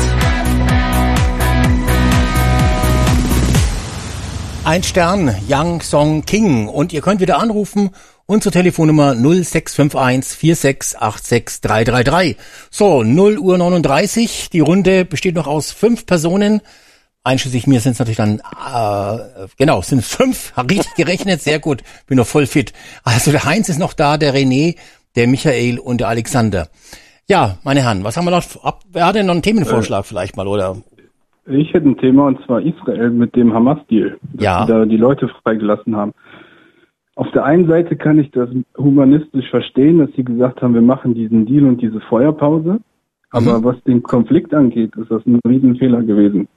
Ein Stern, Young Song King. Und ihr könnt wieder anrufen. Unsere Telefonnummer null sechs fünf eins vier sechs acht sechs drei drei drei. So, null Uhr neununddreißig. Die Runde besteht noch aus fünf Personen. Einschließlich mir sind es natürlich dann, äh, genau, sind fünf. Richtig gerechnet, sehr gut. Bin noch voll fit. Also der Heinz ist noch da, der René, der Michael und der Alexander. Ja, meine Herren, was haben wir noch? Ab- Wer hat denn noch einen Themenvorschlag vielleicht mal, oder? Ich hätte ein Thema, und zwar Israel mit dem Hamas-Deal, dass Ja. sie da die Leute freigelassen haben. Auf der einen Seite kann ich das humanistisch verstehen, dass sie gesagt haben, wir machen diesen Deal und diese Feuerpause. Aber was den Konflikt angeht, ist das ein Riesenfehler gewesen.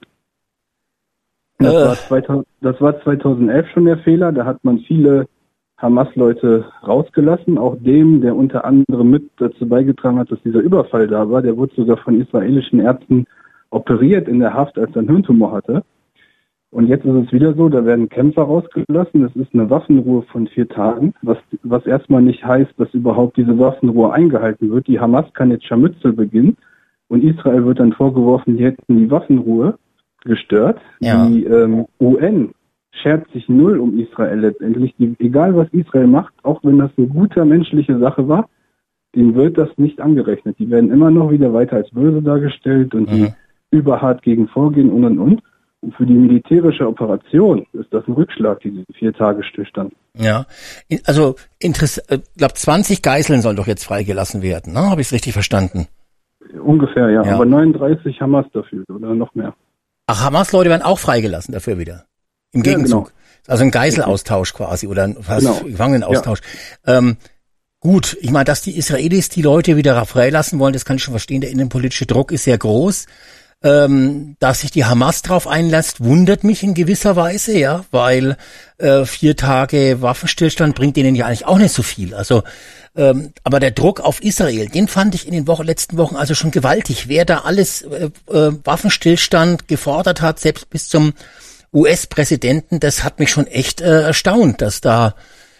Das, Äh. war zweitausend, das war zweitausendelf schon der Fehler. Da hat man viele Hamas-Leute rausgelassen. Auch dem, der unter anderem mit dazu beigetragen hat, dass dieser Überfall da war, der wurde sogar von israelischen Ärzten operiert in der Haft, als er einen Hirntumor hatte. Und jetzt ist es wieder so, da werden Kämpfer rausgelassen. Es ist eine Waffenruhe von vier Tagen, was, was erstmal nicht heißt, dass überhaupt diese Waffenruhe eingehalten wird. Die Hamas kann jetzt Scharmützel beginnen und Israel wird dann vorgeworfen, die hätten die Waffenruhe gestört. Ja. Die ähm, U N schert sich null um Israel letztendlich. Die, egal was Israel macht, auch wenn das eine gute menschliche Sache war, denen wird das nicht angerechnet. Die werden immer noch wieder weiter als böse dargestellt und Mhm. die überhart gegen vorgehen und und und. Und für die militärische Operation ist das ein Rückschlag, diese vier Tage Stillstand. Ja, In- also interessant. Ich glaube, zwanzig Geiseln sollen doch jetzt freigelassen werden, ne? Habe ich es richtig verstanden? Ungefähr, ja. Ja. Aber neununddreißig Hamas dafür oder noch mehr. Ach, Hamas-Leute werden auch freigelassen dafür wieder. Im Ja, Gegenzug. genau. Also ein Geiselaustausch quasi oder ein fast Genau. Gefangenenaustausch. Ähm, gut, ich meine, dass die Israelis die Leute wieder freilassen wollen, das kann ich schon verstehen. Der innenpolitische Druck ist sehr groß. Ähm, dass sich die Hamas drauf einlässt, wundert mich in gewisser Weise, ja, weil äh, vier Tage Waffenstillstand bringt denen ja eigentlich auch nicht so viel. Also, ähm, aber der Druck auf Israel, den fand ich in den Wochen, letzten Wochen also schon gewaltig. Wer da alles äh, äh, Waffenstillstand gefordert hat, selbst bis zum U S-Präsidenten, das hat mich schon echt äh, erstaunt, dass da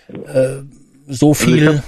äh, so viel... Also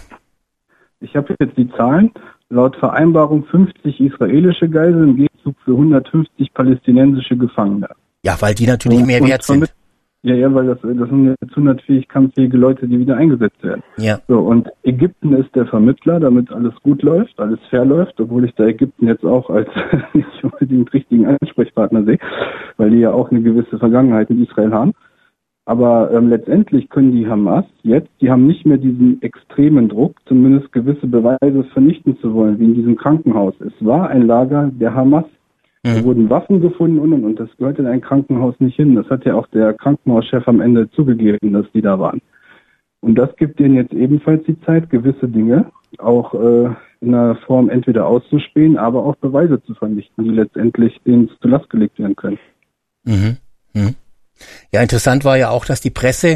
ich habe hab jetzt die Zahlen. Laut Vereinbarung fünfzig israelische Geiseln im Gegenzug für hundertfünfzig palästinensische Gefangene. Ja, weil die natürlich und, mehr wert sind. Ja, ja, weil das, das sind jetzt hundertfähig, kampffähige Leute, die wieder eingesetzt werden. Ja. So, und Ägypten ist der Vermittler, damit alles gut läuft, alles fair läuft, obwohl ich da Ägypten jetzt auch als nicht unbedingt richtigen Ansprechpartner sehe, weil die ja auch eine gewisse Vergangenheit in Israel haben. Aber ähm, letztendlich können die Hamas jetzt, die haben nicht mehr diesen extremen Druck, zumindest gewisse Beweise vernichten zu wollen, wie in diesem Krankenhaus. Es war ein Lager der Hamas. Mhm. Da wurden Waffen gefunden und, und, und das gehört in ein Krankenhaus nicht hin. Das hat ja auch der Krankenhauschef am Ende zugegeben, dass die da waren. Und das gibt denen jetzt ebenfalls die Zeit, gewisse Dinge auch äh, in einer Form entweder auszuspähen, aber auch Beweise zu vernichten, die letztendlich denen zu Last gelegt werden können. Mhm. Mhm. Ja, interessant war ja auch, dass die Presse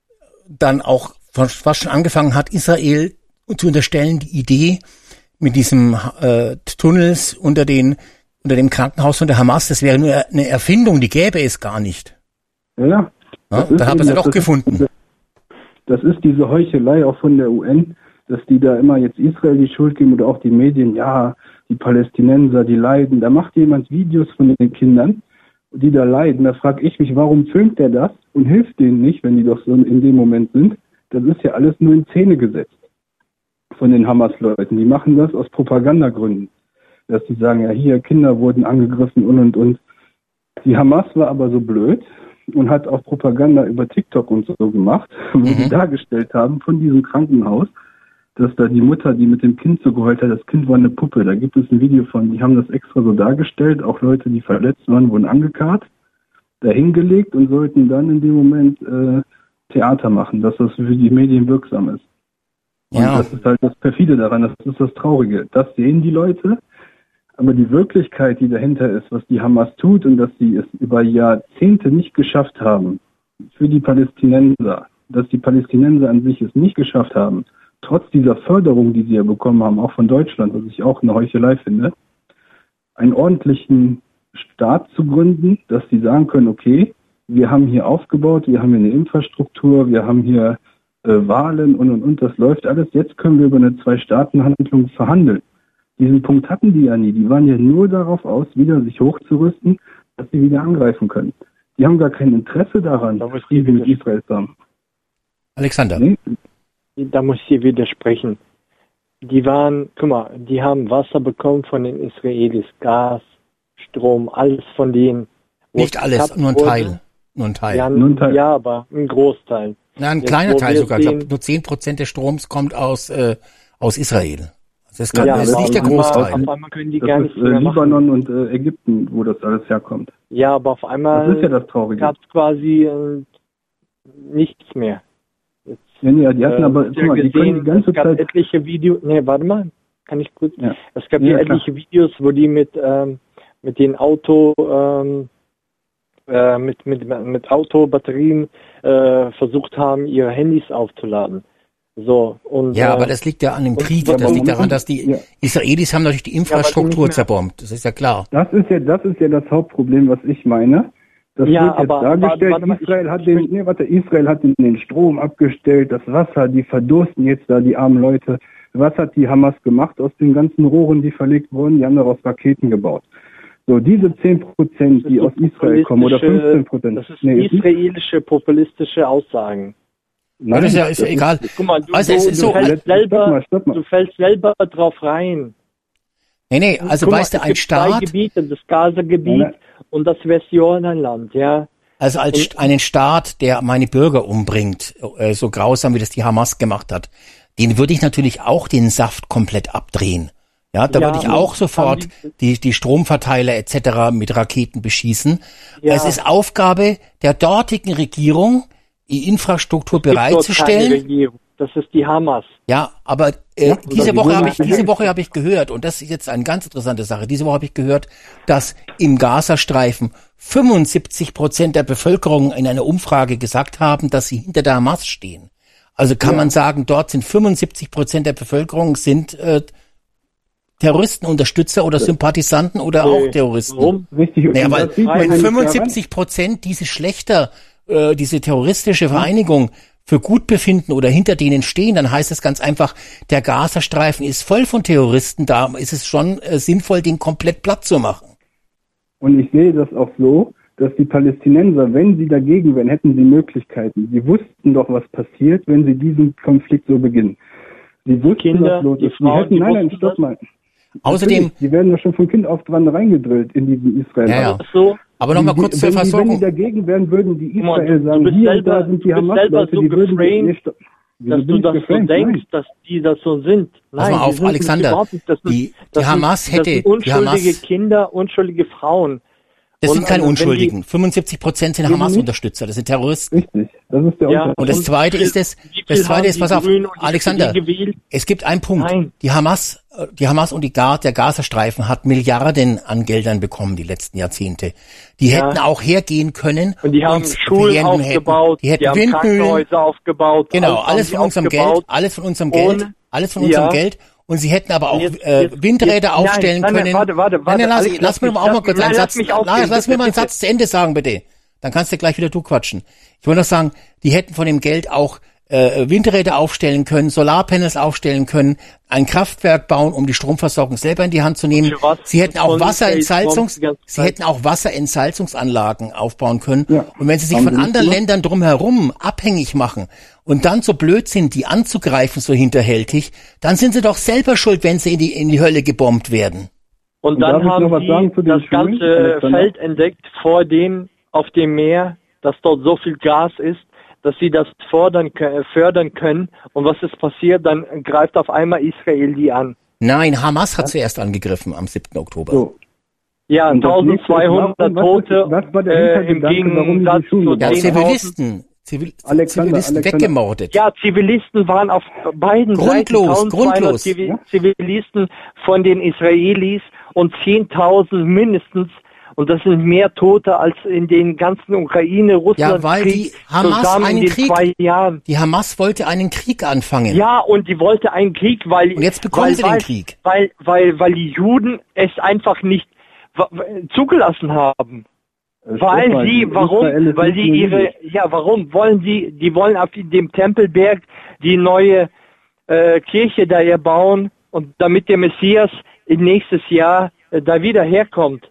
dann auch fast schon angefangen hat, Israel zu unterstellen, die Idee mit diesem äh, Tunnels unter den unter dem Krankenhaus von der Hamas, das wäre nur eine Erfindung, die gäbe es gar nicht. Ja, ja. ja da haben wir sie doch gefunden. Ist, das ist diese Heuchelei auch von der U N, dass die da immer jetzt Israel die Schuld geben oder auch die Medien, ja, die Palästinenser, die leiden. Da macht jemand Videos von den Kindern, die da leiden, da frage ich mich, warum filmt der das und hilft denen nicht, wenn die doch so in dem Moment sind? Das ist ja alles nur in Szene gesetzt von den Hamas-Leuten. Die machen das aus Propagandagründen, dass die sagen, ja hier, Kinder wurden angegriffen und und und. Die Hamas war aber so blöd und hat auch Propaganda über TikTok und so gemacht, wo mhm. sie dargestellt haben von diesem Krankenhaus, dass da die Mutter, die mit dem Kind so geheult hat, das Kind war eine Puppe. Da gibt es ein Video von, die haben das extra so dargestellt. Auch Leute, die verletzt waren, wurden angekarrt, dahingelegt und sollten dann in dem Moment äh, Theater machen, dass das für die Medien wirksam ist. Und ja. das ist halt das Perfide daran, das ist das Traurige. Das sehen die Leute, aber die Wirklichkeit, die dahinter ist, was die Hamas tut und dass sie es über Jahrzehnte nicht geschafft haben, für die Palästinenser, dass die Palästinenser an sich es nicht geschafft haben, trotz dieser Förderung, die sie ja bekommen haben, auch von Deutschland, was ich auch eine Heuchelei finde, einen ordentlichen Staat zu gründen, dass sie sagen können, okay, wir haben hier aufgebaut, wir haben hier eine Infrastruktur, wir haben hier äh, Wahlen und, und, und, das läuft alles. Jetzt können wir über eine Zwei-Staaten-Handlung verhandeln. Diesen Punkt hatten die ja nie. Die waren ja nur darauf aus, wieder sich hochzurüsten, dass sie wieder angreifen können. Die haben gar kein Interesse daran, Frieden mit Israel zu haben. Alexander. Nee? Da muss ich widersprechen. Die waren, guck mal, die haben Wasser bekommen von den Israelis, Gas, Strom, alles von denen. Nicht alles, nur ein wurde. Teil. Nur ein Teil. Ja, nur ein Teil. Ja, aber ein Großteil. Na, ein Jetzt, kleiner Teil sogar. Ich sehen, glaube, nur zehn Prozent des Stroms kommt aus, äh, aus Israel. Das, kann, ja, das ist nicht der Großteil. Auf einmal können die das gar ist nicht äh, mehr Libanon machen. und äh, Ägypten, wo das alles herkommt. Ja, aber auf einmal das ist ja das Traurige. gab es quasi äh, nichts mehr. Jetzt, ja, nee, die hatten äh, aber, guck mal, gesehen, die können die ganze es gab Zeit... etliche Videos, nee, warte mal, kann ich kurz? Ja. Es gab Ja, hier klar. etliche Videos, wo die mit, ähm, mit den Auto, ähm, äh, mit, mit, mit Autobatterien äh, versucht haben, ihre Handys aufzuladen. So, und, Ja, äh, aber das liegt ja an dem Krieg. ja, Das aber liegt daran, Moment, dass die ja. Israelis haben natürlich die Infrastruktur mehr- zerbombt. Das ist ja klar. Das ist ja, das ist ja das Hauptproblem, was ich meine. Das Ja, wird jetzt aber- dargestellt, warte, warte, Israel ich- hat ich den, möchte- nee, warte, Israel hat den, den Strom abgestellt, das Wasser, die verdursten jetzt da, die armen Leute. Was hat die Hamas gemacht aus den ganzen Rohren, die verlegt wurden? Die haben daraus Raketen gebaut. So, diese zehn Prozent, die aus Israel kommen, oder fünfzehn Prozent. Das ist nee, ist nicht- israelische, populistische Aussagen. Nein, das ist ja, ist ja egal. Guck mal, du, Also du, es ist du, so, fällst stopp mal, selber, stopp mal. du fällst selber drauf rein. Nee, nee, also Guck mal, weißt du, es ein gibt zwei Staat, Gebiete, das Gaza-Gebiet Nein, und das Westjordanland, ja. also als Und- St- einen Staat, der meine Bürger umbringt, äh, so grausam wie das die Hamas gemacht hat, den würde ich natürlich auch den Saft komplett abdrehen. Ja, da Ja, würde ich aber auch sofort haben die, die Stromverteiler et cetera mit Raketen beschießen. Ja. Es ist Aufgabe der dortigen Regierung, die Infrastruktur Es gibt dort keine bereitzustellen. Regierung. Das ist die Hamas. Ja, aber äh, Ja, diese die Woche wurden habe ich nicht diese behindert. Woche habe ich gehört, und das ist jetzt eine ganz interessante Sache. Diese Woche habe ich gehört, dass im Gazastreifen fünfundsiebzig Prozent der Bevölkerung in einer Umfrage gesagt haben, dass sie hinter der Hamas stehen. Also kann Ja. man sagen, dort sind fünfundsiebzig Prozent der Bevölkerung sind äh, Terroristen, Unterstützer oder Sympathisanten oder Nee. auch Terroristen. Warum? Richtig. Naja, Und weil das sieht man wenn nämlich fünfundsiebzig Prozent diese schlechter, äh, diese terroristische Vereinigung für gut befinden oder hinter denen stehen, dann heißt es ganz einfach, der Gazastreifen ist voll von Terroristen, da ist es schon äh, sinnvoll, den komplett platt zu machen. Und ich sehe das auch so, dass die Palästinenser, wenn sie dagegen wären, hätten sie Möglichkeiten. Sie wussten doch, was passiert, wenn sie diesen Konflikt so beginnen. Sie wussten, Kinder, was los die ist. Sie Frauen, hätten, die nein, nein, wussten stopp das. mal. Außerdem, Natürlich, die werden doch schon von Kind auf dran reingedrillt in diesen Israel. ja, ja. So, Aber nochmal Die- kurz die- zur wenn die, wenn die Versorgung. dagegen wären, würden die Guck mal, Israel du sagen, bist hier und selber- da sind die du bist selber Hamas-Leute, so die würden geframed, nicht... Wieso dass bin du ich das so geframed? denkst, Nein. dass die das so sind. Pass Nein, mal die auf, sind Alexander, überhaupt nicht. Das sind, die- die das Hamas sind, hätte- das sind die unschuldige Hamas- Kinder, unschuldige Frauen. Das Und, sind keine äh, wenn Unschuldigen. fünfundsiebzig Prozent sind Eben Hamas-Unterstützer, das sind Terroristen. Richtig, das ist der Ja, Unterschied. Und das Und zweite wie viel- ist es, wie viel das zweite haben ist, die pass auf, Grünen und die Alexander, S P D gewählt? es gibt einen Punkt. Nein. Die Hamas, äh, die Hamas und die Ga der Gazastreifen hat Milliarden an Geldern bekommen die letzten Jahrzehnte. Die Ja. hätten auch hergehen können. Und die haben und Schulen hätten- aufgebaut, die hätten die haben Windmühlen. Krankenhäuser aufgebaut. Genau, haben alles die von unserem aufgebaut. Geld, alles von unserem Geld, Ohne- alles von unserem Ja. Geld. Und sie hätten aber auch Jetzt- äh, jetzt- Windräder jetzt- nein, aufstellen nein, nein, können. warte, warte, Nein, warte, nein, lass, Alex, lass, lass mir mich- doch auch mal lass- kurz nein, einen lass Satz, mich ausreden, lass, lass mir bitte, mal einen bitte. Satz zu Ende sagen, bitte. Dann kannst du gleich wieder du quatschen. Ich wollte noch sagen, die hätten von dem Geld auch äh, Windräder aufstellen können, Solarpanels aufstellen können, ein Kraftwerk bauen, um die Stromversorgung selber in die Hand zu nehmen. Für was? Sie hätten auch Von Wasserentsalzungs, die ganze sie Zeit. hätten auch Wasserentsalzungsanlagen aufbauen können. Ja. Und wenn sie sich Haben von sie nicht anderen gemacht? Ländern drumherum abhängig machen und dann so blöd sind, die anzugreifen so hinterhältig, dann sind sie doch selber schuld, wenn sie in die in die Hölle gebombt werden. Und Und dann darf ich haben noch was die sagen zu den das Schulen, ganze Alexander? Feld entdeckt vor dem, auf dem Meer, dass dort so viel Gas ist, dass sie das fördern, kö- fördern können. Und was ist passiert? Dann greift auf einmal Israel die an. Nein, Hamas hat zuerst angegriffen am siebten Oktober. So. Ja, Und das nächste ist, eintausendzweihundert warum- was- Tote was war der äh, im Hintergedanke, warum die Gegensatz Schulen zu gebaut Ja, haben? zehntausend. Zivilisten, Zivil Alexander, Zivilisten Alexander. weggemordet. Ja, Zivilisten waren auf beiden Grundlos, Seiten grundlos. Zivi Ja. Zivilisten von den Israelis und zehntausend mindestens. Und das sind mehr Tote als in den ganzen Ukraine-Russland-Krieg Ja, weil die Hamas zusammen in einen den Krieg- zwei Jahren. Die Hamas wollte einen Krieg anfangen. Ja, und die wollte einen Krieg, weil Und jetzt bekommen weil, sie den weil, Krieg. Weil, weil, weil die Juden es einfach nicht wa- wa- zugelassen haben. Äh, Weil stopp mal, sie, warum? Israel ist Weil nicht die nur ihre, jüdisch. ja, warum wollen sie, die wollen auf dem Tempelberg die neue äh, Kirche da erbauen und damit der Messias in nächstes Jahr äh, da wieder herkommt.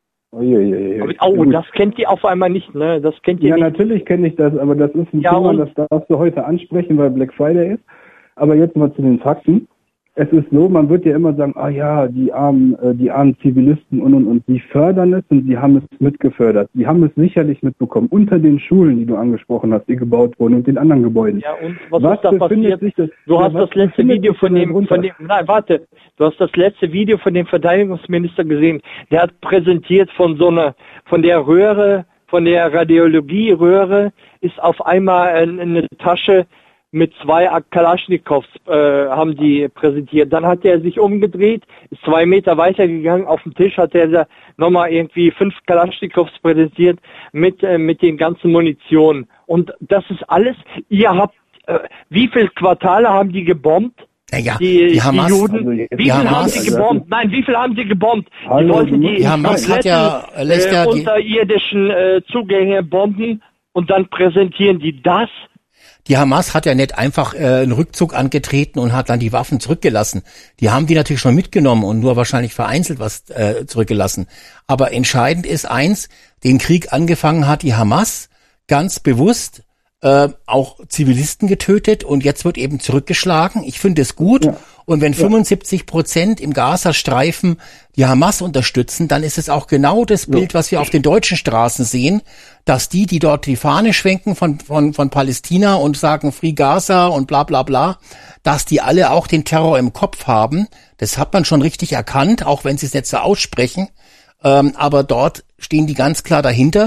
Uiuiui. Aber, oh, Gut. das kennt ihr auf einmal nicht, ne? Das kennt ihr Ja, nicht. natürlich kenne ich das, aber das ist ein Ja, Thema, und? das darfst du heute ansprechen, weil Black Friday ist. Aber jetzt mal zu den Fakten. Es ist so, man wird ja immer sagen, ah ja, die armen, äh, die armen Zivilisten und und und, sie fördern es und sie haben es mitgefördert. Sie haben es sicherlich mitbekommen unter den Schulen, die du angesprochen hast, die gebaut wurden und den anderen Gebäuden. Ja, und was, Was ist da befindet passiert? sich das- du ja, hast was das letzte befindet Video sich von denn dem, darunter? von dem, nein, warte, du hast das letzte Video von dem Verteidigungsminister gesehen. Der hat präsentiert von so einer, von der Röhre, von der Radiologie-Röhre ist auf einmal eine, eine Tasche mit zwei Kalaschnikows äh, haben die präsentiert. Dann hat er sich umgedreht, ist zwei Meter weitergegangen. Auf dem Tisch hat er da nochmal irgendwie fünf Kalaschnikows präsentiert mit äh, mit den ganzen Munition. Und das ist alles. Ihr habt äh, wie viele Quartale haben die gebombt? Naja, Die, die Hamas, die Juden, also wie die viel haben Hamas- sie gebombt? Nein, wie viel haben sie gebombt? Die Hallo, wollten du- die, die Hamas hat ja- kompletten, lässt ja äh, die- unterirdischen äh, Zugänge bomben und dann präsentieren die das. Die Hamas hat ja nicht einfach äh, einen Rückzug angetreten und hat dann die Waffen zurückgelassen. Die haben die natürlich schon mitgenommen und nur wahrscheinlich vereinzelt was äh, zurückgelassen. Aber entscheidend ist eins, den Krieg angefangen hat die Hamas ganz bewusst, äh, auch Zivilisten getötet und jetzt wird eben zurückgeschlagen. Ich finde es gut. Ja. Und wenn fünfundsiebzig Prozent im Gazastreifen die Hamas unterstützen, dann ist es auch genau das Bild, was wir auf den deutschen Straßen sehen, dass die, die dort die Fahne schwenken von, von, von Palästina und sagen Free Gaza und bla bla bla, dass die alle auch den Terror im Kopf haben. Das hat man schon richtig erkannt, auch wenn sie es nicht so aussprechen. Ähm, aber dort stehen die ganz klar dahinter.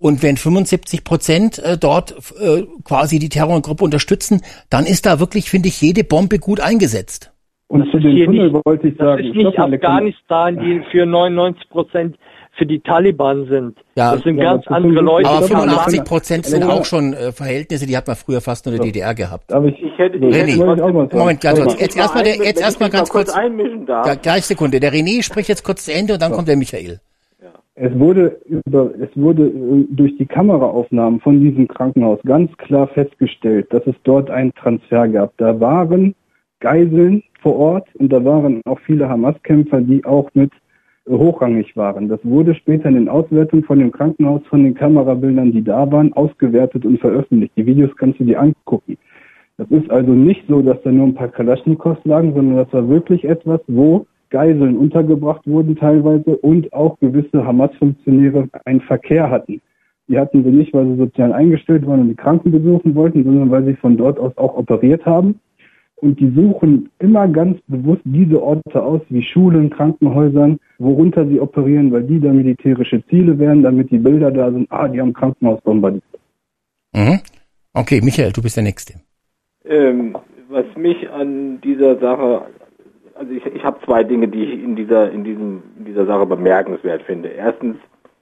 Und wenn fünfundsiebzig Prozent äh, dort äh, quasi die Terrorgruppe unterstützen, dann ist da wirklich, finde ich, jede Bombe gut eingesetzt. Und zu dem Tunnel wollte ich sagen, das ist nicht Afghanistan, die für neunundneunzig Prozent für die Taliban sind. Ja, das sind ja, ganz andere Leute. Aber fünfundachtzig Prozent sind auch schon äh, Verhältnisse, die hat man früher fast nur in der D D R gehabt. Aber ich, ich hätte, René, ich hätte Moment, Moment, ganz kurz. Jetzt erstmal der, jetzt erstmal ganz kurz. kurz einmischen darf. Ja, gleich Sekunde. Der René spricht jetzt kurz zu Ende und dann Ja. kommt der Michael. Es wurde über, es wurde äh, durch die Kameraaufnahmen von diesem Krankenhaus ganz klar festgestellt, dass es dort einen Transfer gab. Da waren Geiseln vor Ort und da waren auch viele Hamas-Kämpfer, die auch mit äh, hochrangig waren. Das wurde später in den Auswertungen von dem Krankenhaus, von den Kamerabildern, die da waren, ausgewertet und veröffentlicht. Die Videos kannst du dir angucken. Das ist also nicht so, dass da nur ein paar Kalaschnikows lagen, sondern das war wirklich etwas, wo Geiseln untergebracht wurden teilweise und auch gewisse Hamas-Funktionäre einen Verkehr hatten. Die hatten sie nicht, weil sie sozial eingestellt waren und die Kranken besuchen wollten, sondern weil sie von dort aus auch operiert haben. Und die suchen immer ganz bewusst diese Orte aus, wie Schulen, Krankenhäusern, worunter sie operieren, weil die da militärische Ziele wären, damit die Bilder da sind, ah, die haben Krankenhaus bombardiert. Mhm. Okay, Michael, du bist der Nächste. Ähm, was mich an dieser Sache, also ich, ich habe zwei Dinge, die ich in dieser in diesem in dieser Sache bemerkenswert finde. Erstens,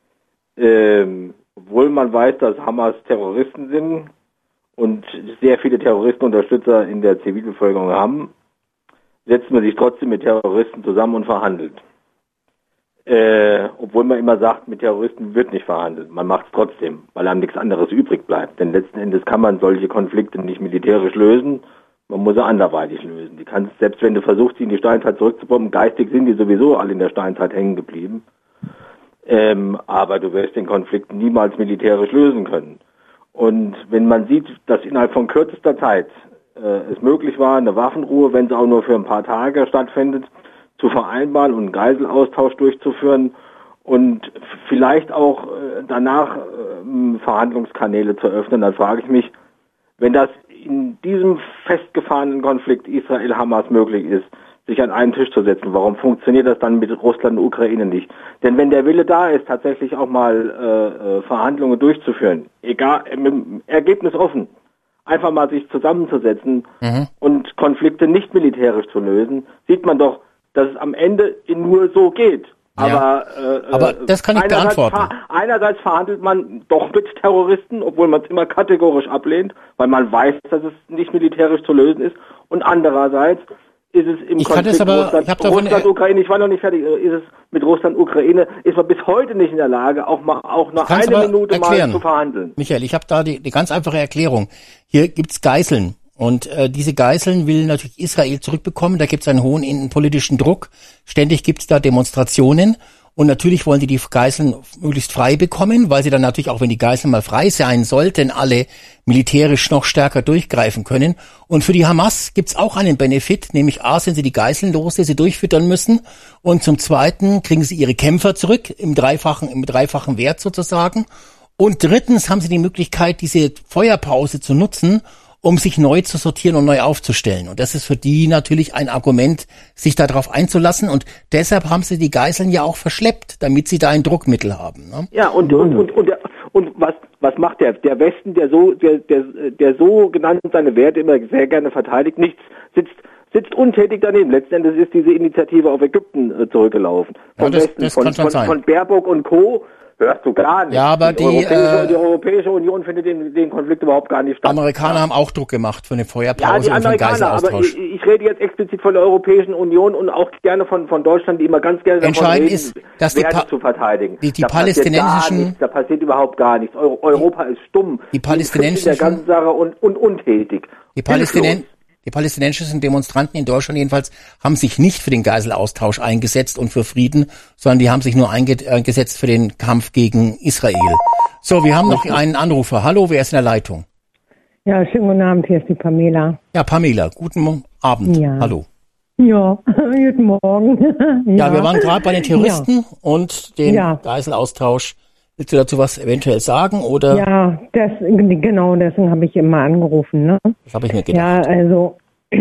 ähm, obwohl man weiß, dass Hamas Terroristen sind und sehr viele Terroristenunterstützer in der Zivilbevölkerung haben, setzt man sich trotzdem mit Terroristen zusammen und verhandelt. Äh, obwohl man immer sagt, mit Terroristen wird nicht verhandelt. Man macht es trotzdem, weil einem nichts anderes übrig bleibt. Denn letzten Endes kann man solche Konflikte nicht militärisch lösen, man muss sie anderweitig lösen. Die kannst, selbst wenn du versuchst, sie in die Steinzeit zurückzubomben, geistig sind die sowieso alle in der Steinzeit hängen geblieben. Ähm, aber du wirst den Konflikt niemals militärisch lösen können. Und wenn man sieht, dass innerhalb von kürzester Zeit äh, es möglich war, eine Waffenruhe, wenn es auch nur für ein paar Tage stattfindet, zu vereinbaren und einen Geiselaustausch durchzuführen und vielleicht auch äh, danach äh, Verhandlungskanäle zu öffnen, dann frage ich mich, wenn das in diesem festgefahrenen Konflikt Israel-Hamas möglich ist, sich an einen Tisch zu setzen, warum funktioniert das dann mit Russland und Ukraine nicht? Denn wenn der Wille da ist, tatsächlich auch mal äh, äh, Verhandlungen durchzuführen, egal, mit dem Ergebnis offen, einfach mal sich zusammenzusetzen mhm. und Konflikte nicht militärisch zu lösen, sieht man doch, dass es am Ende nur so geht. Ja. Aber, äh, Aber das kann ich einerseits beantworten. Ver- einerseits verhandelt man doch mit Terroristen, obwohl man es immer kategorisch ablehnt, weil man weiß, dass es nicht militärisch zu lösen ist. Und andererseits ist es im ich kann Konflikt das aber, Russland, ich hab davon, Russland, Ukraine, ich war noch nicht fertig, ist es mit Russland, Ukraine, ist man bis heute nicht in der Lage, auch mal auch nur eine Minute erklären. mal zu verhandeln. Michael, ich habe da die, die ganz einfache Erklärung. Hier gibt's Geiseln. Und äh, diese Geiseln will natürlich Israel zurückbekommen. Da gibt's einen hohen innenpolitischen Druck. Ständig gibt's da Demonstrationen. Und natürlich wollen die die Geiseln möglichst frei bekommen, weil sie dann natürlich, auch wenn die Geiseln mal frei sein sollten, alle militärisch noch stärker durchgreifen können. Und für die Hamas gibt's auch einen Benefit, nämlich A, sind sie die Geiseln los, die sie durchfüttern müssen. Und zum Zweiten kriegen sie ihre Kämpfer zurück, im dreifachen, im dreifachen Wert sozusagen. Und drittens haben sie die Möglichkeit, diese Feuerpause zu nutzen, um sich neu zu sortieren und neu aufzustellen. Und das ist für die natürlich ein Argument, sich darauf einzulassen. Und deshalb haben sie die Geiseln ja auch verschleppt, damit sie da ein Druckmittel haben. Ne? Ja, und, und, und, und, der, und was, was macht der, der Westen, der so, der, der, der so genannt seine Werte immer sehr gerne verteidigt, nichts, sitzt, sitzt untätig daneben. Letzten Endes ist diese Initiative auf Ägypten äh, zurückgelaufen. Vom ja, das, Westen, das von, kann schon von, sein. von Baerbock und Co. hörst du gar nicht. Ja, aber die, die, Europäische, äh, die Europäische Union findet den, den Konflikt überhaupt gar nicht statt. Amerikaner haben auch Druck gemacht für eine Feuerpause Ja, die und für einen Amerikaner, aber Geiselaustausch. ich, ich rede jetzt explizit von der Europäischen Union und auch gerne von, von Deutschland, die immer ganz gerne davon Entscheidend reden, ist, dass die Werte Pa- zu verteidigen. die- die da passiert gar palästinensischen- nichts, da passiert überhaupt gar nichts. Euro, Europa ist stumm. Die in palästinensischen- der ganzen Sache und, und untätig. Die, Palästinen Hilflos. die palästinensischen Demonstranten in Deutschland jedenfalls haben sich nicht für den Geiselaustausch eingesetzt und für Frieden, sondern die haben sich nur einge- eingesetzt für den Kampf gegen Israel. So, wir haben noch einen Anrufer. Hallo, wer ist in der Leitung? Ja, schönen guten Abend, hier ist die Pamela. Ja, Pamela, guten Mo- Abend. Ja. Hallo. Ja, guten Morgen. Ja, ja wir waren gerade bei den Terroristen ja. und dem ja. Geiselaustausch. Willst du dazu was eventuell sagen, oder? Ja, das, genau, deswegen habe ich immer angerufen, ne? Das habe ich mir gedacht. Ja, also,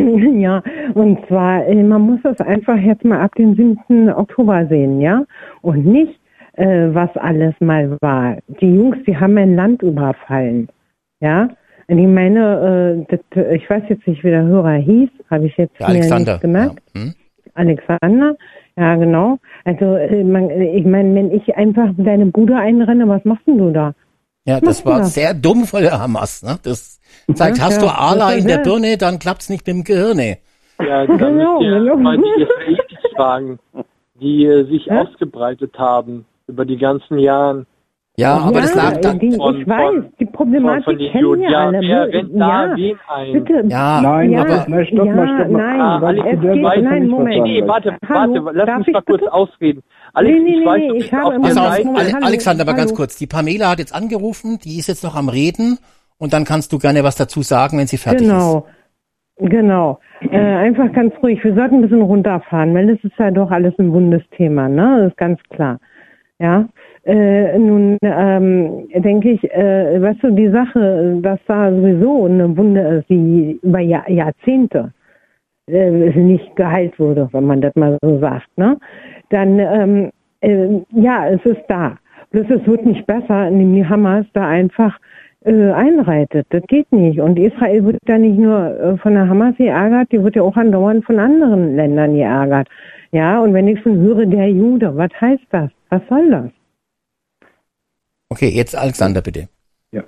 ja, und zwar, man muss das einfach jetzt mal ab dem siebten Oktober sehen, ja? Und nicht äh, was alles mal war. Die Jungs, die haben ein Land überfallen. Ja? Und ich meine, äh, das, ich weiß jetzt nicht, wie der Hörer hieß, habe ich jetzt Der mir Alexander. nicht gemerkt. Ja. Hm? Alexander, ja genau. Also äh, man, ich meine, wenn ich einfach in deine Bude einrenne, was machst denn du da? Ja, Was das machst du war da? sehr dumm von der Hamas. Ne? Das zeigt, Ja, hast ja, du Ala das ist in der ja- Birne, dann klappt's nicht mit dem Gehirne. Ja, da Genau, müsst ihr genau. mal die Israelis fragen, die äh, sich ausgebreitet haben über die ganzen Jahre. Ja, aber das lag da. Die, von- ich weiß, die Problematik von den kennen Juden. wir Ja, alle. wer rennt da ja, wen ein? Bitte. Ja, Nein, ja, aber nein, stopp ja, mal, stopp mal. nein, Ah, Alex, es du geht, weißt nein, nicht, was Moment. Nee, nee, warte, Hallo, warte, lass darf mich ich mal kurz bitte? ausreden. Alex, Nee, nee, ich weiß, nee, du ich bist habe auf immer Pass der noch- auf, Seite. Moment, Ale hallo, Alexander, aber ganz hallo. kurz. Die Pamela hat jetzt angerufen, die ist jetzt noch am Reden und dann kannst du gerne was dazu sagen, wenn sie fertig Genau, genau. Äh, einfach ganz ruhig. Wir sollten ein bisschen runterfahren, weil das ist ja doch alles ein wundes Thema, ne? Das ist ganz klar. Ja. Äh, nun ähm, denke ich, äh, weißt du, die Sache, dass da sowieso eine Wunde ist, die über Jahr, Jahrzehnte äh, nicht geheilt wurde, wenn man das mal so sagt, ne? Dann, ähm, äh, ja, es ist da. Bloß es wird nicht besser, indem die Hamas da einfach äh, einreitet. Das geht nicht. Und Israel wird da nicht nur äh, von der Hamas geärgert, die wird ja auch andauernd von anderen Ländern geärgert. Ja, und wenn ich schon höre, der Jude, was heißt das? Was soll das? ist. Okay, jetzt Alexander bitte. Ja,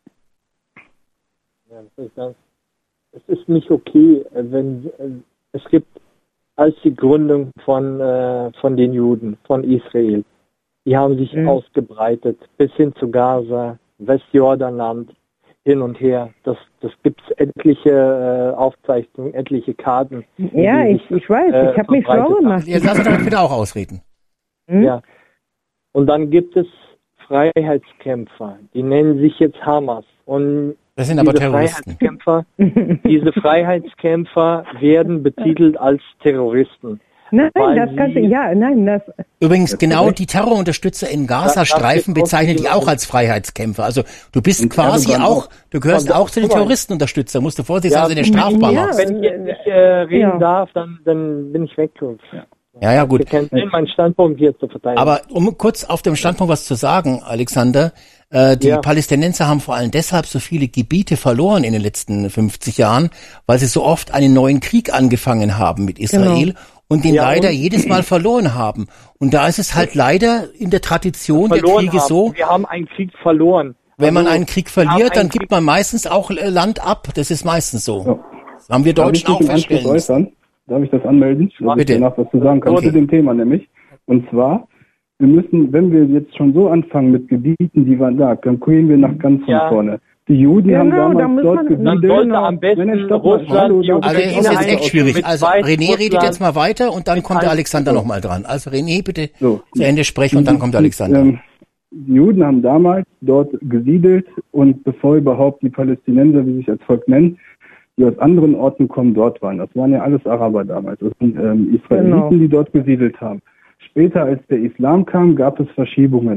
das ist ganz- Es ist nicht okay, äh, wenn äh, es gibt als die Gründung von äh, von den Juden, von Israel, die haben sich Mhm. ausgebreitet bis hin zu Gaza, Westjordanland, hin und her. Das das gibt's etliche äh, Aufzeichnungen, etliche Karten. Ja, die ich, sich, ich weiß, äh, ich habe mich schlau verbreitet gemacht. Jetzt lass uns doch bitte auch ausreden. Hm? Ja. Und dann gibt es Freiheitskämpfer, die nennen sich jetzt Hamas. Und Das sind aber diese Terroristen. Freiheitskämpfer, diese Freiheitskämpfer werden betitelt als Terroristen. Nein, weil das kannst du, sie- ja, nein, das, Übrigens, genau die Terrorunterstützer in Gazastreifen Das- das- bezeichnen die auch als Freiheitskämpfer. Also du bist Und quasi Erdogan auch, du gehörst Und- auch zu den guck mal. Terroristenunterstützer. Musst du vorsichtig Ja, sein, dass du den strafbar ja, machst. Wenn ich jetzt nicht äh, reden Ja. darf, dann, dann bin ich weg. Ja. Ja, ja, gut. Ich kann meinen Standpunkt hier zu verteidigen. Aber um kurz auf dem Standpunkt was zu sagen, Alexander, äh, die Ja. Palästinenser haben vor allem deshalb so viele Gebiete verloren in den letzten fünfzig Jahren, weil sie so oft einen neuen Krieg angefangen haben mit Israel Genau. und den Ja, leider und- jedes Mal verloren haben. Und da ist es halt leider in der Tradition der verloren Kriege haben. so, Wir haben einen Krieg verloren. wenn man Also, einen Krieg wir haben verliert, dann einen gibt Krieg- man meistens auch äh, Land ab. Das ist meistens so. Ja. Das haben wir Darf ich Deutschen mich auch im Anschluss feststellen müssen. äußern? Darf ich das anmelden? Dass Bitte. ich danach was zu sagen kann Okay. zu dem Thema nämlich. Und zwar, wir müssen, wenn wir jetzt schon so anfangen mit Gebieten, die waren da, dann gehen wir nach ganz von Ja. vorne. Die Juden Genau, haben da damals muss dort man- Dann gesiedelt. sollte am besten Nein, nein, stopp mal. Russland Hallo, die da- Also Ukraine es ist jetzt echt ein- schwierig. mit Also Schweiz, René redet Russland. jetzt mal weiter und dann kommt der alles- Alexander nochmal dran. Also René, bitte So. zu Ende sprechen und dann kommt der Alexander. Ähm, die Juden haben damals dort gesiedelt und bevor überhaupt die Palästinenser, wie sich als Volk nennen, die aus anderen Orten kommen, dort waren. Das waren ja alles Araber damals. Das sind ähm, Israeliten, Genau. die dort gesiedelt haben. Später, als der Islam kam, gab es Verschiebungen.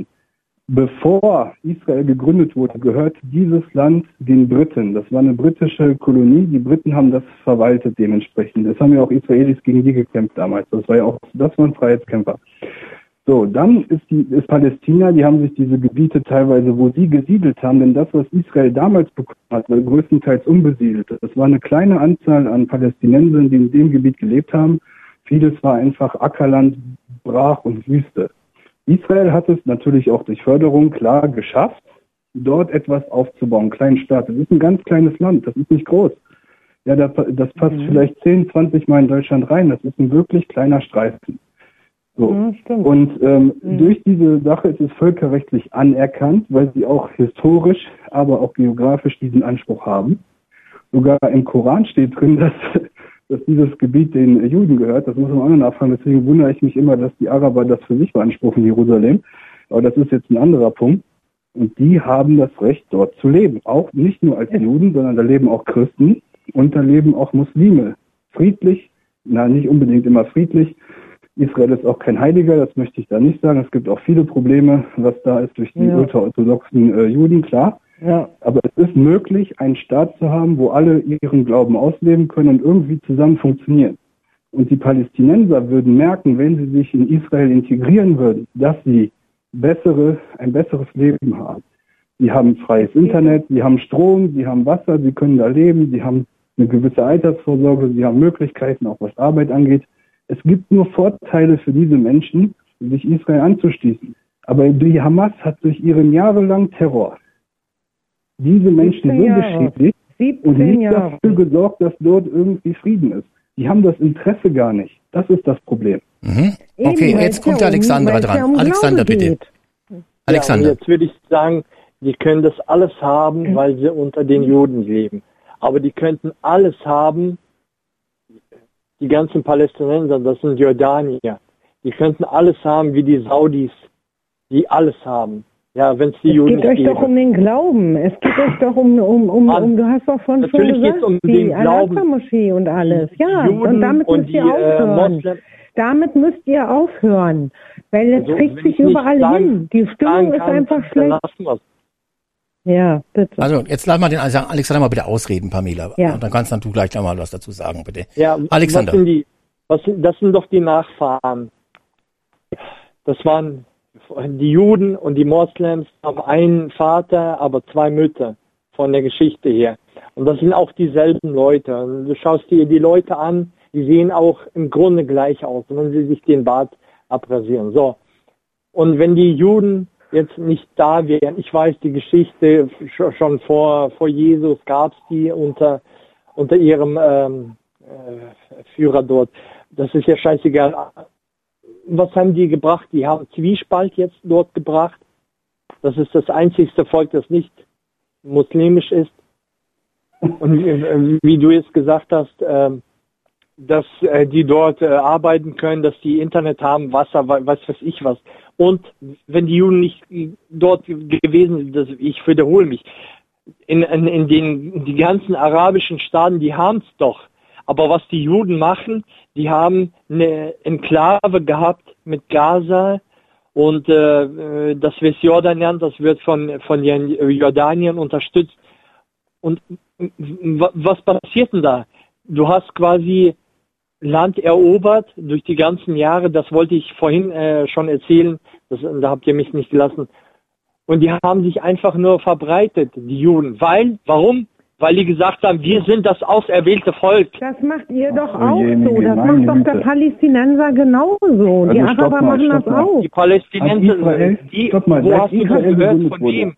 Bevor Israel gegründet wurde, gehört dieses Land den Briten. Das war eine britische Kolonie. Die Briten haben das verwaltet dementsprechend. Das haben ja auch Israelis gegen die gekämpft damals. Das war ja auch, das waren Freiheitskämpfer. So, dann ist die ist Palästina, die haben sich diese Gebiete teilweise, wo sie gesiedelt haben, denn das, was Israel damals bekommen hat, war größtenteils unbesiedelt. Das war eine kleine Anzahl an Palästinensern, die in dem Gebiet gelebt haben. Vieles war einfach Ackerland, Brach und Wüste. Israel hat es natürlich auch durch Förderung klar geschafft, dort etwas aufzubauen, einen kleinen Staat. Das ist ein ganz kleines Land, das ist nicht groß. Ja, das, das passt Mhm. vielleicht zehn, zwanzig Mal in Deutschland rein. Das ist ein wirklich kleiner Streifen. So. Ja, stimmt. Und ähm, Mhm. durch diese Sache ist es völkerrechtlich anerkannt, weil sie auch historisch, aber auch geografisch diesen Anspruch haben. Sogar im Koran steht drin, dass, dass dieses Gebiet den Juden gehört. Das muss man auch noch nachfragen. Deswegen wundere ich mich immer, dass die Araber das für sich beanspruchen, Jerusalem. Aber das ist jetzt ein anderer Punkt. Und die haben das Recht, dort zu leben. Auch nicht nur als Juden, sondern da leben auch Christen und da leben auch Muslime. Friedlich, na nicht unbedingt immer friedlich. Israel ist auch kein Heiliger, das möchte ich da nicht sagen. Es gibt auch viele Probleme, was da ist durch die Ja. ultraorthodoxen äh, Juden, klar. Ja. Aber es ist möglich, einen Staat zu haben, wo alle ihren Glauben ausleben können und irgendwie zusammen funktionieren. Und die Palästinenser würden merken, wenn sie sich in Israel integrieren würden, dass sie bessere, ein besseres Leben haben. Sie haben freies Internet, sie haben Strom, sie haben Wasser, sie können da leben, sie haben eine gewisse Altersvorsorge, sie haben Möglichkeiten, auch was Arbeit angeht. Es gibt nur Vorteile für diese Menschen, sich Israel anzuschließen. Aber die Hamas hat durch ihren jahrelangen Terror diese Menschen so beschädigt und nicht dafür gesorgt, dass dort irgendwie Frieden ist. Die haben das Interesse gar nicht. Das ist das Problem. Mhm. Okay, Eben, jetzt kommt ja Alexandra um, dran. Ja um Alexander, bitte. Geht. Alexander. Ja, und jetzt würde ich sagen, die können das alles haben, weil sie unter den Juden leben. Aber die könnten alles haben, die ganzen Palästinenser, das sind Jordanier. Die könnten alles haben wie die Saudis, die alles haben. Ja, wenn es die es Juden geht euch gäbe. doch um den Glauben. Es geht euch doch um, um, um, Mann, um du hast doch von schon natürlich gesagt, geht's um die den Glauben. Al-Aqsa-Moschee und alles. Ja, Juden und damit und müsst ihr die, äh, aufhören. Moslem- damit müsst ihr aufhören. Weil es Also, kriegt wenn sich ich nicht überall sagen- hin. Die Stimmung sagen ist kann, einfach dann schlecht. lassen wir's. Ja, bitte. Also, jetzt lass mal den Alexander mal bitte ausreden, Pamela. Ja. Und dann kannst dann du gleich noch mal was dazu sagen, bitte. Ja, Alexander. Was sind die, was sind, das sind doch die Nachfahren. Das waren die Juden und die Moslems, haben einen Vater, aber zwei Mütter von der Geschichte her. Und das sind auch dieselben Leute. Und du schaust dir die Leute an, die sehen auch im Grunde gleich aus, wenn sie sich den Bart abrasieren. So. Und wenn die Juden jetzt nicht da wären, ich weiß, die Geschichte schon vor, vor Jesus gab es die unter, unter ihrem ähm, äh, Führer dort. Das ist ja scheißegal. Was haben die gebracht? Die haben Zwiespalt jetzt dort gebracht. Das ist das einzigste Volk, das nicht muslimisch ist. Und wie, wie du jetzt gesagt hast, äh, dass äh, die dort äh, arbeiten können, dass die Internet haben, Wasser, was weiß ich was. Und wenn die Juden nicht dort gewesen sind, das, ich wiederhole mich, in, in, in den die ganzen arabischen Staaten, die haben es doch. Aber was die Juden machen, die haben eine Enklave gehabt mit Gaza und äh, das Westjordanland, das wird von, von den Jordanien unterstützt. Und was passiert denn da? Du hast quasi Land erobert durch die ganzen Jahre, das wollte ich vorhin äh, schon erzählen, das, da habt ihr mich nicht gelassen. Und die haben sich einfach nur verbreitet, die Juden. Weil, warum? Weil die gesagt haben, wir sind das auserwählte Volk. Das macht ihr doch Ach, auch jene so. Das Gemeinde macht doch der Güte. Palästinenser genauso. Die Also stopp Araber mal, machen das stopp mal. auch. Die Palästinenser, Hat Israel- die, stopp mal, wo seit hast du das Israel gehört? gegründet Von wurde. wem?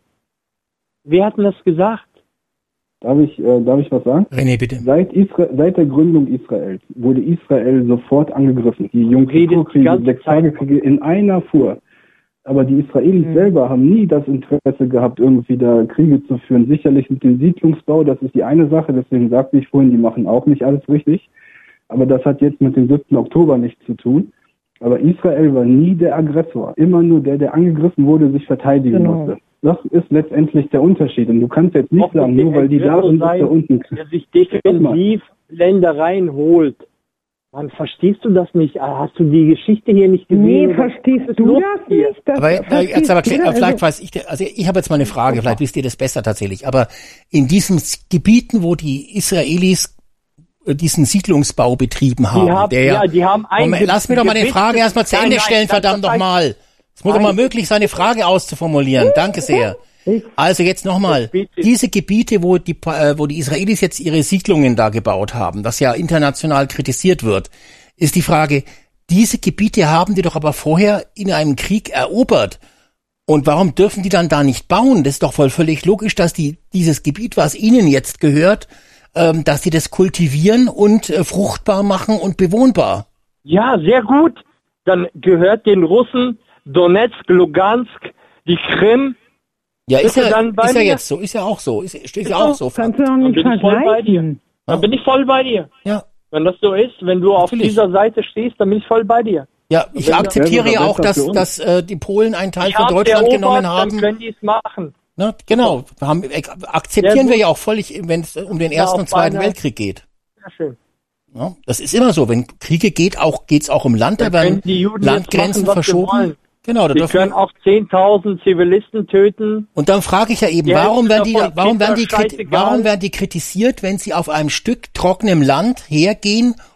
Wer hat denn das gesagt? Darf ich, äh, darf ich was sagen? René, bitte. Seit, Isra seit der Gründung Israels wurde Israel sofort angegriffen. Die Yom Kippur-Kriege, die Sechs-Tage-Kriege in einer Fuhr. Aber die Israelis Mhm. selber haben nie das Interesse gehabt, irgendwie da Kriege zu führen. Sicherlich mit dem Siedlungsbau, das ist die eine Sache, deswegen sagte ich vorhin, die machen auch nicht alles richtig. Aber das hat jetzt mit dem siebten Oktober nichts zu tun. Aber Israel war nie der Aggressor. Immer nur der, der angegriffen wurde, sich verteidigen Genau. musste. Das ist letztendlich der Unterschied. Und du kannst jetzt nicht Auch sagen, mit nur dem weil die da Aggressor sind, ist sein, da unten. der sich defensiv Ländereien holt. Man, verstehst du das nicht? Hast du die Geschichte hier nicht gesehen? Nee, oder? verstehst Was ist du los das hier? nicht? Das Aber äh, verstehst jetzt aber du klar, das? vielleicht weiß ich, also ich habe jetzt mal eine Frage, vielleicht wisst ihr das besser tatsächlich, aber in diesen Gebieten, wo die Israelis äh, diesen Siedlungsbau betrieben haben, Die haben- der ja, die haben ein Moment, lass mir doch mal die Gebiet- Frage erstmal zu Nein, Ende nein, stellen, das- verdammt das heißt- nochmal. Es muss doch mal Nein. möglich sein, eine Frage auszuformulieren. Danke sehr. Also jetzt nochmal, diese Gebiete, wo die, äh, wo die Israelis jetzt ihre Siedlungen da gebaut haben, was ja international kritisiert wird, ist die Frage, diese Gebiete haben die doch aber vorher in einem Krieg erobert. Und warum dürfen die dann da nicht bauen? Das ist doch voll völlig logisch, dass die dieses Gebiet, was ihnen jetzt gehört, ähm, dass die das kultivieren und äh, fruchtbar machen und bewohnbar. Ja, sehr gut. Dann gehört den Russen Donetsk, Lugansk, die Krim. Ja, ist Bist du ja, dann bei ist ja mir? jetzt so, ist ja auch so, ist, ist ja Ist auch so, so. Kannst du doch Dann nicht bin ich voll bei dir. vergleichen. Dann bin ich voll bei dir. Ja. Wenn das so ist, wenn du auf Natürlich. dieser Seite stehst, dann bin ich voll bei dir. Ja, ich Wenn- akzeptiere wäre ja doch auch, besser dass, für uns. dass äh, die Polen einen Teil Die von haben's Deutschland erobert, genommen dann haben. können die es machen. Ne, genau, wir haben, äh, akzeptieren Sehr gut. wir ja auch völlig, wenn es um den Ja, Ersten auf und Zweiten beide- Weltkrieg geht. Sehr schön. Ja, das ist immer so, wenn Kriege geht, auch geht's auch um Land, da Dann werden können die Juden Landgrenzen jetzt machen, was sie verschoben. wollen. Genau, da Die dürfen können auch zehntausend Zivilisten töten. Und dann frage ich ja eben, Die warum Hälfte werden die, davon warum werden die, Kinder, kriti- scheißegal. warum werden die kritisiert, wenn sie auf einem Stück trockenem Land hergehen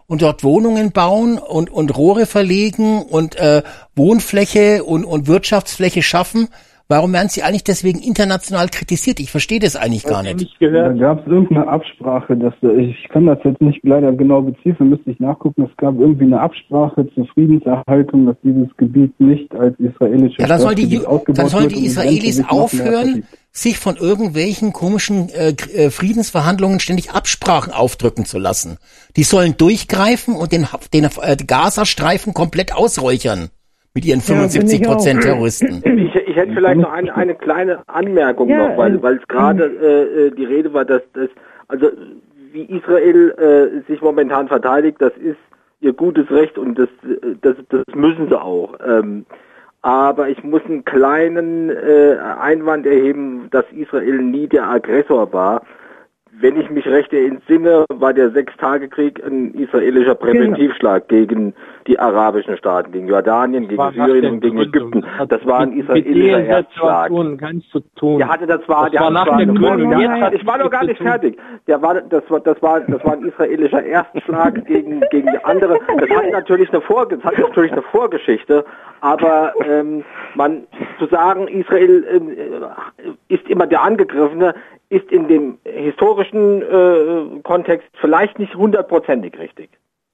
und dort Wohnungen bauen und, und Rohre verlegen und äh, Wohnfläche und, und Wirtschaftsfläche schaffen. Warum werden sie eigentlich deswegen international kritisiert? Ich verstehe das eigentlich gar nicht. Da gab es irgendeine Absprache, dass ich kann das jetzt nicht leider genau beziffern, müsste ich nachgucken. Es gab irgendwie eine Absprache zur Friedenserhaltung, dass dieses Gebiet nicht als israelische Ja, dann soll die, ausgebaut dann sollen wird die Israelis aufhören, sich von irgendwelchen komischen äh, Friedensverhandlungen ständig Absprachen aufdrücken zu lassen. Die sollen durchgreifen und den, den äh, Gazastreifen komplett ausräuchern mit ihren fünfundsiebzig Prozent Terroristen. Ich, ich hätte vielleicht noch eine, eine kleine Anmerkung Ja, noch, weil weil es gerade äh, die Rede war, dass das also wie Israel äh, sich momentan verteidigt, das ist ihr gutes Recht und das das, das müssen sie auch. Ähm, aber ich muss einen kleinen äh, Einwand erheben, dass Israel nie der Aggressor war. Wenn ich mich recht entsinne, war der Sechstagekrieg ein israelischer Präventivschlag genau. gegen die arabischen Staaten, gegen Jordanien, gegen Syrien und gegen Ägypten. Das war ein israelischer Erstschlag. Zu tun. Der hatte das war, das der war nach der Gründung. Jetzt, ich war noch gar nicht fertig. Der war, das war, das war, das war ein israelischer Erstschlag gegen gegen die andere. Das hat natürlich eine Vor, das hat natürlich eine Vorgeschichte. Aber ähm, man zu sagen, Israel äh, ist immer der Angegriffene, ist in dem historischen äh, Kontext vielleicht nicht hundertprozentig richtig.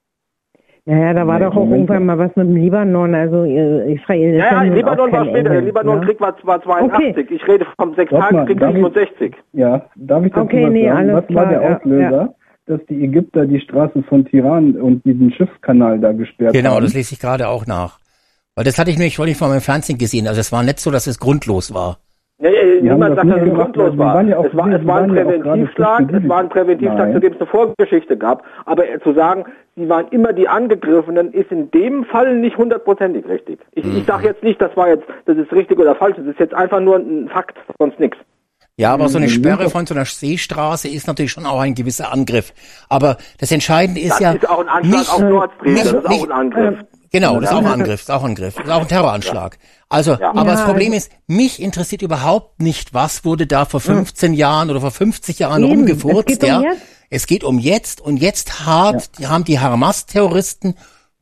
Naja, da war nee, doch auch irgendwann mal was mit dem Libanon, also Israel ist ja, ja, ja Libanon war später, der Libanon-Krieg war, war zweiundachtzig, okay. Ich rede vom Sechstagekrieg siebenundsechzig. Ja, darf ich dazu okay, was nee, sagen? Was klar, war der Auslöser? Ja. Dass die Ägypter die Straße von Tiran und diesen Schiffskanal da gesperrt genau, haben. Genau, das lese ich gerade auch nach. Weil das hatte ich nämlich vorhin von meinem Fernsehen gesehen. Also es war nicht so, dass es grundlos war. Nee, nee, niemand sagt, dass es grundlos war. Ja es war, es war ein Präventivschlag, es war ein Präventivschlag, zu dem es eine Vorgeschichte gab. Aber zu sagen, sie waren immer die Angegriffenen, ist in dem Fall nicht hundertprozentig richtig. Ich, mhm. ich sage jetzt nicht, das war jetzt, das ist richtig oder falsch. Das ist jetzt einfach nur ein Fakt, sonst nichts. Ja, aber so eine Sperre von so einer Seestraße ist natürlich schon auch ein gewisser Angriff. Aber das Entscheidende ist das ja... Das ist auch ein Anschlag nicht, auf Nord Stream, nicht, das ist nicht, auch ein Angriff. Genau, das ist auch ein Angriff, das ist auch ein Angriff, das ist auch ein Terroranschlag. Also, ja. aber ja. das Problem ist, mich interessiert überhaupt nicht, was wurde da vor fünfzehn ja. Jahren oder vor fünfzig Jahren Eben. rumgefurzt. Es geht, um ja. es geht um jetzt und jetzt hat, ja. haben die Hamas-Terroristen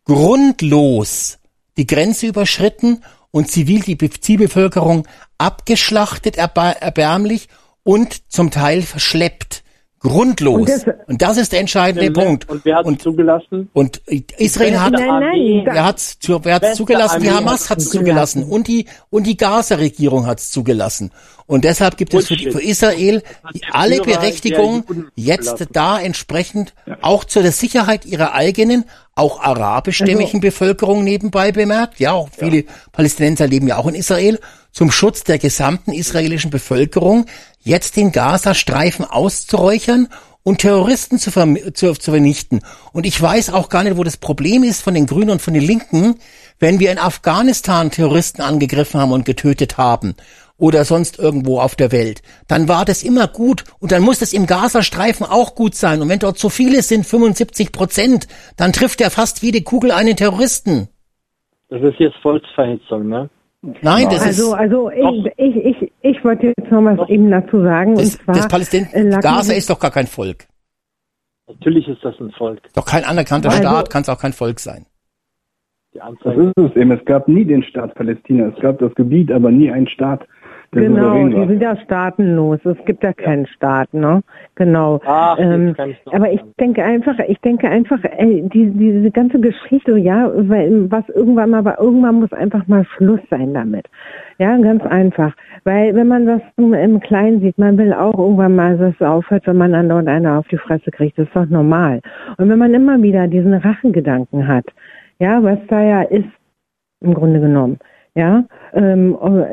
grundlos die Grenze überschritten und zivil die Zivilbevölkerung abgeschlachtet, erbärmlich und zum Teil verschleppt. Grundlos. Und das, und das ist der entscheidende ja, Punkt. Und wer hat es zugelassen? Und Israel hat, nein, nein, wer hat's, wer hat's zugelassen? Die Hamas hat's zugelassen. Und die, und die Gaza-Regierung hat's zugelassen. Und deshalb gibt es für, die, für Israel die, alle Berechtigung, jetzt da entsprechend auch zur Sicherheit ihrer eigenen, auch arabischstämmigen also, Bevölkerung nebenbei bemerkt. Ja, auch viele ja. Palästinenser leben ja auch in Israel. Zum Schutz der gesamten israelischen Bevölkerung jetzt den Gazastreifen auszuräuchern und Terroristen zu, verm- zu, zu vernichten. Und ich weiß auch gar nicht, wo das Problem ist von den Grünen und von den Linken, wenn wir in Afghanistan Terroristen angegriffen haben und getötet haben oder sonst irgendwo auf der Welt, dann war das immer gut und dann muss das im Gazastreifen auch gut sein. Und wenn dort so viele sind, fünfundsiebzig Prozent, dann trifft ja fast jede Kugel einen Terroristen. Das ist jetzt Volksverhetzung, ne? Nein, das also, ist... Also ich, ich, ich, ich wollte jetzt noch was doch. eben dazu sagen. Das, und zwar, das Palästin- äh, Gaza ist doch gar kein Volk. Natürlich ist das ein Volk. Doch kein anerkannter also, Staat, kann es auch kein Volk sein. Die das ist es eben. Es gab nie den Staat Palästina. Es gab das Gebiet, aber nie einen Staat, der genau, souverän war. Die sind ja staatenlos. Es gibt ja keinen ja. Staat, ne? Genau. Ach, ähm, aber ich denke einfach, ich denke einfach, ey, die, diese ganze Geschichte, ja, weil, was irgendwann mal, aber irgendwann muss einfach mal Schluss sein damit. Ja, ganz einfach. Weil, wenn man das im Kleinen sieht, man will auch irgendwann mal, dass es aufhört, wenn man andauernd einer auf die Fresse kriegt. Das ist doch normal. Und wenn man immer wieder diesen Rachengedanken hat, ja, was da ja ist, im Grunde genommen, ja, ähm,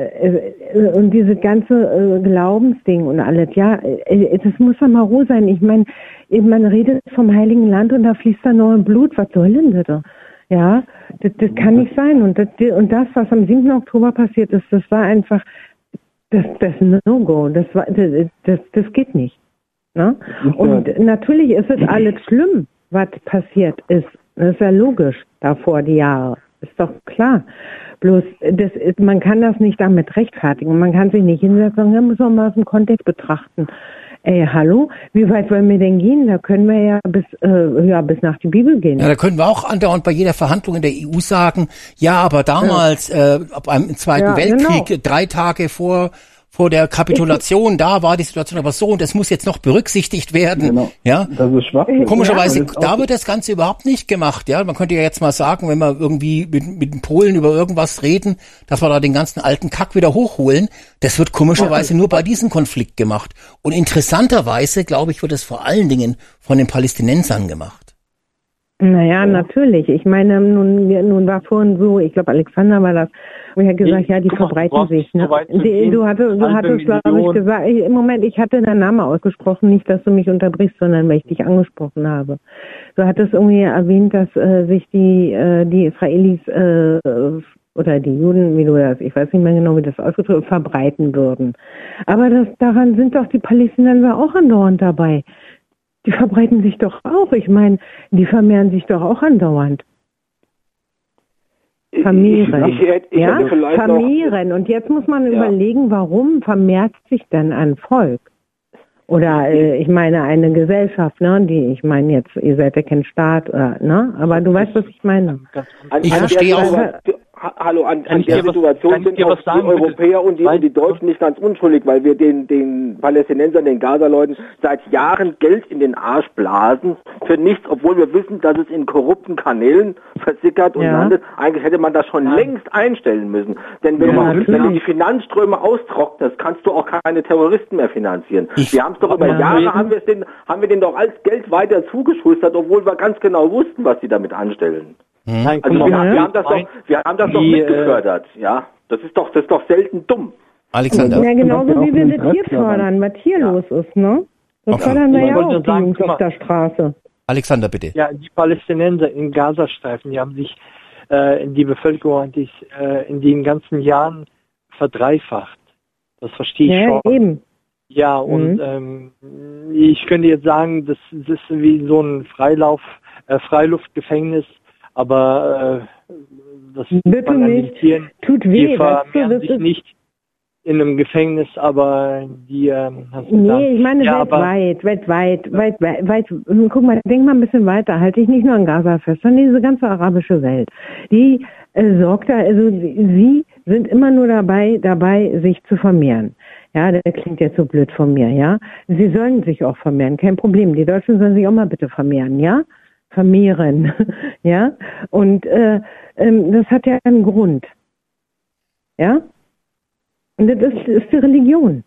und diese ganze äh, Glaubensding und alles, ja, äh, das muss doch mal Ruhe sein. Ich meine, man redet vom Heiligen Land und da fließt da noch ein Blut. Was soll denn bitte? Ja, das, das kann nicht sein. Und das, und das, was am siebten Oktober passiert ist, das war einfach das, das No-Go. Das war, das, das, das geht nicht. Ne? Und natürlich ist es alles schlimm, was passiert ist. Das ist ja logisch davor die Jahre. Ist doch klar. Bloß, das ist, man kann das nicht damit rechtfertigen. Man kann sich nicht hinsetzen und sagen, ja, muss man mal aus dem Kontext betrachten. Ey, hallo? Wie weit wollen wir denn gehen? Da können wir ja bis, äh, ja, bis nach die Bibel gehen. Ja, da können wir auch andauernd bei jeder Verhandlung in der E U sagen, ja, aber damals, ja. äh, ab einem Zweiten Ja, Weltkrieg, genau. drei Tage vor vor der Kapitulation, da war die Situation aber so und das muss jetzt noch berücksichtigt werden. Genau. Ja, das ist schwach. Komischerweise, Ja, das ist da auch- wird das Ganze überhaupt nicht gemacht. Ja, man könnte ja jetzt mal sagen, wenn wir irgendwie mit, mit den Polen über irgendwas reden, dass wir da den ganzen alten Kack wieder hochholen. Das wird komischerweise nur bei diesem Konflikt gemacht. Und interessanterweise, glaube ich, wird es vor allen Dingen von den Palästinensern gemacht. Naja, natürlich. Ich meine, nun, nun war vorhin so, ich glaube, Alexander war das, und er hat gesagt, ja, die Guck mal, verbreiten du brauchst sich. Ne? so weit zu Die, gehen, du hattest, du halbe hattest, glaube ich, Million. gesagt, ich, im Moment, ich hatte deinen Namen ausgesprochen, nicht, dass du mich unterbrichst, sondern weil ich dich angesprochen habe. Du hattest irgendwie erwähnt, dass äh, sich die, äh, die Israelis äh, oder die Juden, wie du das, ich weiß nicht mehr genau, wie das ausgedrückt wird, verbreiten würden. Aber das, daran sind doch die Palästinenser auch andauernd dabei. Die verbreiten sich doch auch. Ich meine, die vermehren sich doch auch andauernd. Vermehren. Ich- ich hätte- ich ja? hätte vielleicht noch- Vermehren. Und jetzt muss man Ja. überlegen, warum vermehrt sich denn ein Volk? Oder äh, ich meine eine Gesellschaft, ne? Die, ich meine jetzt, ihr seid ja kein Staat, oder, ne? Aber du weißt, was ich meine. An, Ich an verstehe der auch- Situation- Ha- Hallo, an, Kann an ich der dir was- Situation kann ich sind dir auch was sagen, die Europäer und die, Weil- und die Deutschen nicht ganz unschuldig, weil wir den, den Palästinensern, den Gaza-Leuten seit Jahren Geld in den Arsch blasen für nichts, obwohl wir wissen, dass es in korrupten Kanälen versickert und Ja. landet. Eigentlich hätte man das schon längst einstellen müssen. Denn wenn, Ja, du, natürlich. wenn du die Finanzströme austrocknest, kannst du auch keine Terroristen mehr finanzieren. Ich- wir haben es doch über Ja. Jahre, haben wir es den, haben wir denen doch als Geld weiter zugeschustert, obwohl wir ganz genau wussten, was sie damit anstellen. Nein, guck Also mal, wir, haben- wir haben das mein- doch, wir haben das doch die, mitgefördert, ja. Das ist doch, das ist doch selten dumm. Alexander. Ja, genauso auch wie wir ein das hier Interesse daran. fördern, was hier Ja. los ist, ne? Das Okay. fördern wir Ich ja wollte auch, nur die sagen, Jungs guck auf mal. der Straße. Alexander, bitte. Ja, die Palästinenser im Gazastreifen, die haben sich äh, in die Bevölkerung die, äh, in den ganzen Jahren verdreifacht. Das verstehe ich Ja, schon. eben. Ja, und Mhm. ähm, ich könnte jetzt sagen, das, das ist wie so ein Freilauf, äh, Freiluftgefängnis, aber äh, das Bitte muss man nicht. lamentieren. Tut Die weh, weißt du, vermehren das sich ist, nicht in einem Gefängnis, aber die ähm, hast du gesagt. nee, ich meine Ja, aber- weltweit, weltweit, weit, weit, weit, guck mal, denk mal ein bisschen weiter, halte ich nicht nur an Gaza fest, sondern diese ganze arabische Welt, die äh, sorgt da, also sie sind immer nur dabei, dabei, sich zu vermehren. Ja, das klingt jetzt so blöd von mir, ja. Sie sollen sich auch vermehren, kein Problem. Die Deutschen sollen sich auch mal bitte vermehren, ja? Vermehren, ja? Und äh, ähm, das hat ja einen Grund. Ja? Und das ist, ist die Religion.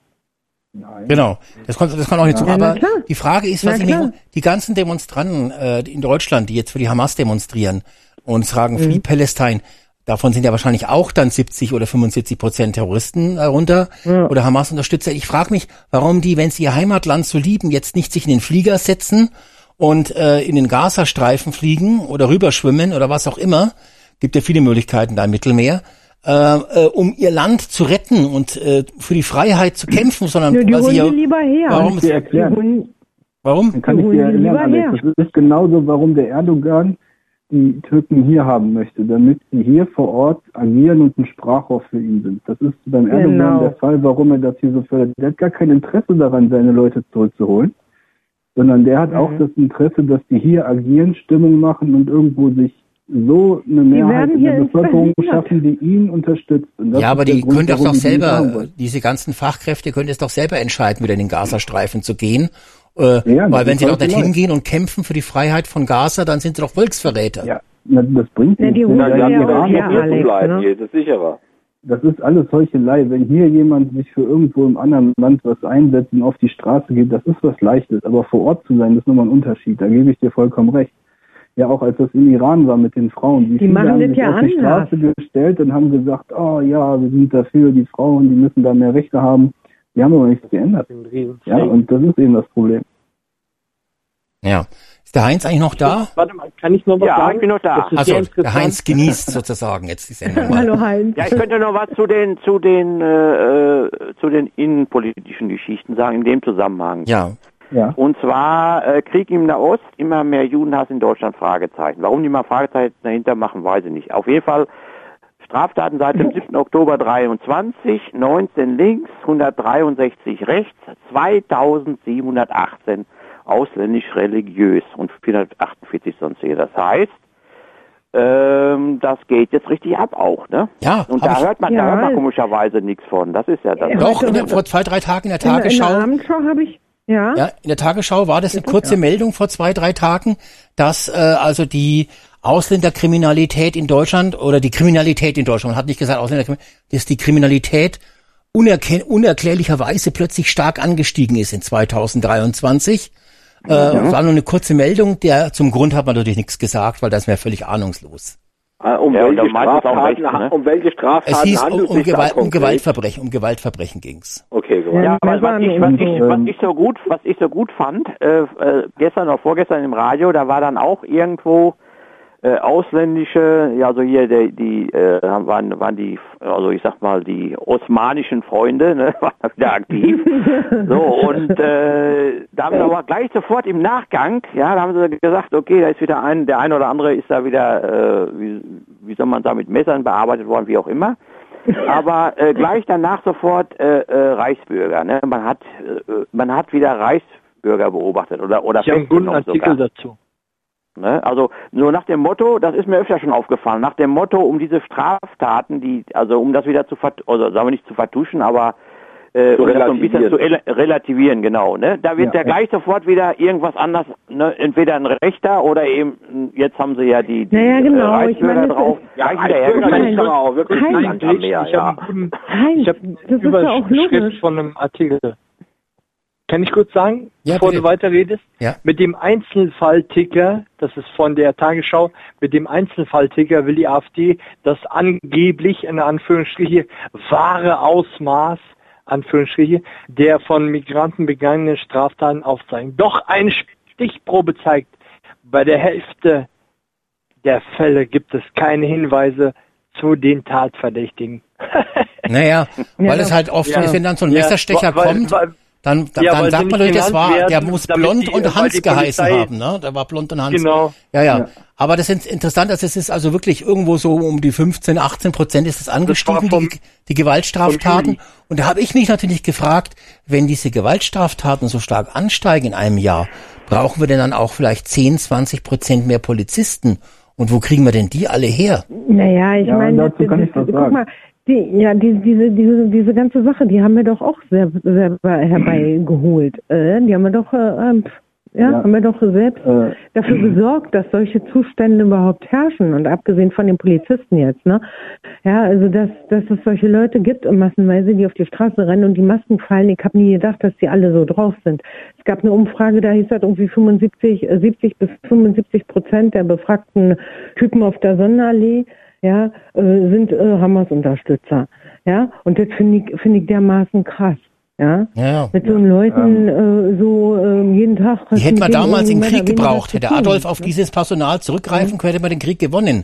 Genau, das kommt, das kommt auch nicht zu. Ja, na Aber klar. die Frage ist, Na was ich mich, klar. die ganzen Demonstranten äh, in Deutschland, die jetzt für die Hamas demonstrieren und sagen Mhm. Free Palestine, davon sind ja wahrscheinlich auch dann siebzig oder fünfundsiebzig Prozent Terroristen darunter Ja. oder Hamas-Unterstützer. Ich frage mich, warum die, wenn sie ihr Heimatland so lieben, jetzt nicht sich in den Flieger setzen und äh, in den Gazastreifen fliegen oder rüberschwimmen oder was auch immer. Gibt ja viele Möglichkeiten da im Mittelmeer. Äh, äh, um ihr Land zu retten und äh, für die Freiheit zu kämpfen, sondern Ja, die weil holen sie ja, die lieber her. warum Kann ich dir Die erklären? holen, warum? Dann kann ich Die dir holen die erklären, lieber Alex. Das ist genauso, warum der Erdogan die Türken hier haben möchte, damit sie hier vor Ort agieren und ein Sprachrohr für ihn sind. Das ist beim Erdogan Genau. der Fall, warum er das hier so fördert. Der hat gar kein Interesse daran, seine Leute zurückzuholen, sondern der hat Mhm. auch das Interesse, dass die hier agieren, Stimmung machen und irgendwo sich so eine Mehrheit werden in hier der Bevölkerung verhindert. schaffen, die ihn unterstützt. Und das Ja, aber ist der die Grund, können das warum doch die ihn haben selber, wollen. diese ganzen Fachkräfte können es doch selber entscheiden, wieder in den Gazastreifen zu gehen. Äh, Ja, weil das wenn ist sie dort voll nicht klar. hingehen und kämpfen für die Freiheit von Gaza, dann sind sie doch Volksverräter. Ja, na, das bringt Na, die nichts. holen Wenn ja die auch Iraner her, hier Alex, bleiben, ne? hier ist es sicherer. Das ist alles Heuchelei. Wenn hier jemand sich für irgendwo im anderen Land was einsetzt und auf die Straße geht, das ist was Leichtes. Aber vor Ort zu sein, das ist nochmal ein Unterschied. Da gebe ich dir vollkommen recht. Ja, auch als das im Iran war mit den Frauen. Wie Die machen haben das sich ja auf die anders. Straße gestellt und haben gesagt, oh ja, wir sind dafür, die Frauen, die müssen da mehr Rechte haben. Die haben aber nichts geändert. Ja, und das ist eben das Problem. Ja. Ist der Heinz eigentlich noch da? Warte mal, kann ich noch was Ja, sagen? ich bin noch da. Das ist Also, sehr der interessant. Heinz genießt sozusagen jetzt die Sendung mal. Hallo Heinz. Ja, ich könnte noch was zu den zu den äh, äh, zu den innenpolitischen Geschichten sagen in dem Zusammenhang. Ja. Ja. Und zwar äh, Krieg im Nahost, immer mehr Judenhass in Deutschland, Fragezeichen. Warum die mal Fragezeichen dahinter machen, weiß ich nicht. Auf jeden Fall Straftaten seit dem siebten Oktober dreiundzwanzig, neunzehn links, hundertdreiundsechzig rechts, zweitausendsiebenhundertachtzehn ausländisch religiös und vierhundertachtundvierzig sonst hier. Das heißt, ähm, das geht jetzt richtig ab auch, ne? Ja. Und da ich, hört man, ja, da hört man komischerweise nichts von. Das ist ja das. Doch, in der, vor zwei, drei Tagen in der Tagesschau. In der Abendschau habe ich, ja. Ja, in der Tagesschau war das eine kurze ja. Meldung vor zwei, drei Tagen, dass äh, also die Ausländerkriminalität in Deutschland oder die Kriminalität in Deutschland, man hat nicht gesagt Ausländerkriminalität, dass die Kriminalität unerklär- unerklärlicherweise plötzlich stark angestiegen ist in zweitausenddreiundzwanzig. Äh, ja. War nur eine kurze Meldung, der zum Grund hat man natürlich nichts gesagt, weil das wäre völlig ahnungslos. Um, ja, welche Straftaten, recht, ne? um welche Straftaten es hieß, handelt um, um, sich Gewalt, da um Gewaltverbrechen, um Gewaltverbrechen ging's. Okay, so. Ja, Ja, aber was ich, was, ich, was ähm, ich so gut, was ich so gut fand, äh, äh, gestern oder vorgestern im Radio, da war dann auch irgendwo äh, ausländische, ja, also hier die, die äh, waren, waren die, also ich sag mal die osmanischen Freunde, ne, waren da wieder aktiv. So und äh, da haben sie aber gleich sofort im Nachgang, ja, da haben sie gesagt, okay, da ist wieder ein, der eine oder andere ist da wieder, äh, wie, wie soll man sagen, mit Messern bearbeitet worden, wie auch immer. Aber äh, gleich danach sofort äh, äh, Reichsbürger, ne? Man hat, äh, man hat wieder Reichsbürger beobachtet oder oder Ich habe einen guten Artikel sogar. dazu. Ne? Also nur nach dem Motto, das ist mir öfter schon aufgefallen, nach dem Motto, um diese Straftaten, die, also um das wieder zu vert, also sagen wir nicht zu vertuschen, aber äh, um das so ein bisschen zu ele- relativieren, genau. Ne? Da wird ja, ja gleich sofort wieder irgendwas anders, ne? Entweder ein Rechter oder eben, jetzt haben sie ja die, die naja, genau. äh, Reichsbürger ich meine, drauf. Ja, Reichsbürger Reichsbürger aber auch wirklich Nein, ein Land mehr, ich ja. habe einen Nein, ich hab das ist ja auch Überschrift logisch. von einem Artikel. Kann ich kurz sagen, Ja, bevor bitte. du weiterredest? Ja. Mit dem Einzelfallticker, das ist von der Tagesschau, mit dem Einzelfallticker will die AfD das angeblich, in Anführungsstriche, wahre Ausmaß, Anführungsstriche, der von Migranten begangenen Straftaten aufzeigen. Doch eine Stichprobe zeigt, bei der Hälfte der Fälle gibt es keine Hinweise zu den Tatverdächtigen. Naja, weil Ja. es halt oft, Ja. wenn dann so ein Ja, Messerstecher weil- kommt, weil- dann, dann, Ja, dann weil sagt sie man nicht natürlich, das war, genannt der werden, muss damit Blond die- und weil Hans die geheißen Polizei- haben, ne? Der war Blond und Hans. Genau. Ja, ja. Ja. Aber das ist interessant, dass es ist also wirklich irgendwo so um die fünfzehn, achtzehn Prozent ist es angestiegen, vom- die, die Gewaltstraftaten. vom Und da habe ich mich natürlich gefragt, wenn diese Gewaltstraftaten so stark ansteigen in einem Jahr, brauchen wir denn dann auch vielleicht zehn, zwanzig Prozent mehr Polizisten? Und wo kriegen wir denn die alle her? Naja, ich Ja, meine, dazu kann ich was guck sagen. mal, die, ja, die, diese, diese, diese ganze Sache, die haben wir doch auch selber, selber herbeigeholt. Äh, die haben wir doch, äh, ähm, ja, Ja. haben wir doch selbst Äh, dafür gesorgt, dass solche Zustände überhaupt herrschen. Und abgesehen von den Polizisten jetzt, ne? Ja, also dass, dass es solche Leute gibt und massenweise, die auf die Straße rennen und die Masken fallen. Ich habe nie gedacht, dass die alle so drauf sind. Es gab eine Umfrage, da hieß das irgendwie fünfundsiebzig, äh, siebzig bis fünfundsiebzig Prozent der befragten Typen auf der Sonnenallee, ja, äh, sind äh, Hamas-Unterstützer. Ja, und das finde ich, finde ich dermaßen krass. Ja, Ja, ja. mit so Leuten äh, so äh, jeden Tag. Die hätten wir mit denen damals im irgendwie Krieg mehr oder weniger gebraucht. zu Hätte tun, Adolf auf ne? dieses Personal zurückgreifen können, hätte man den Krieg gewonnen.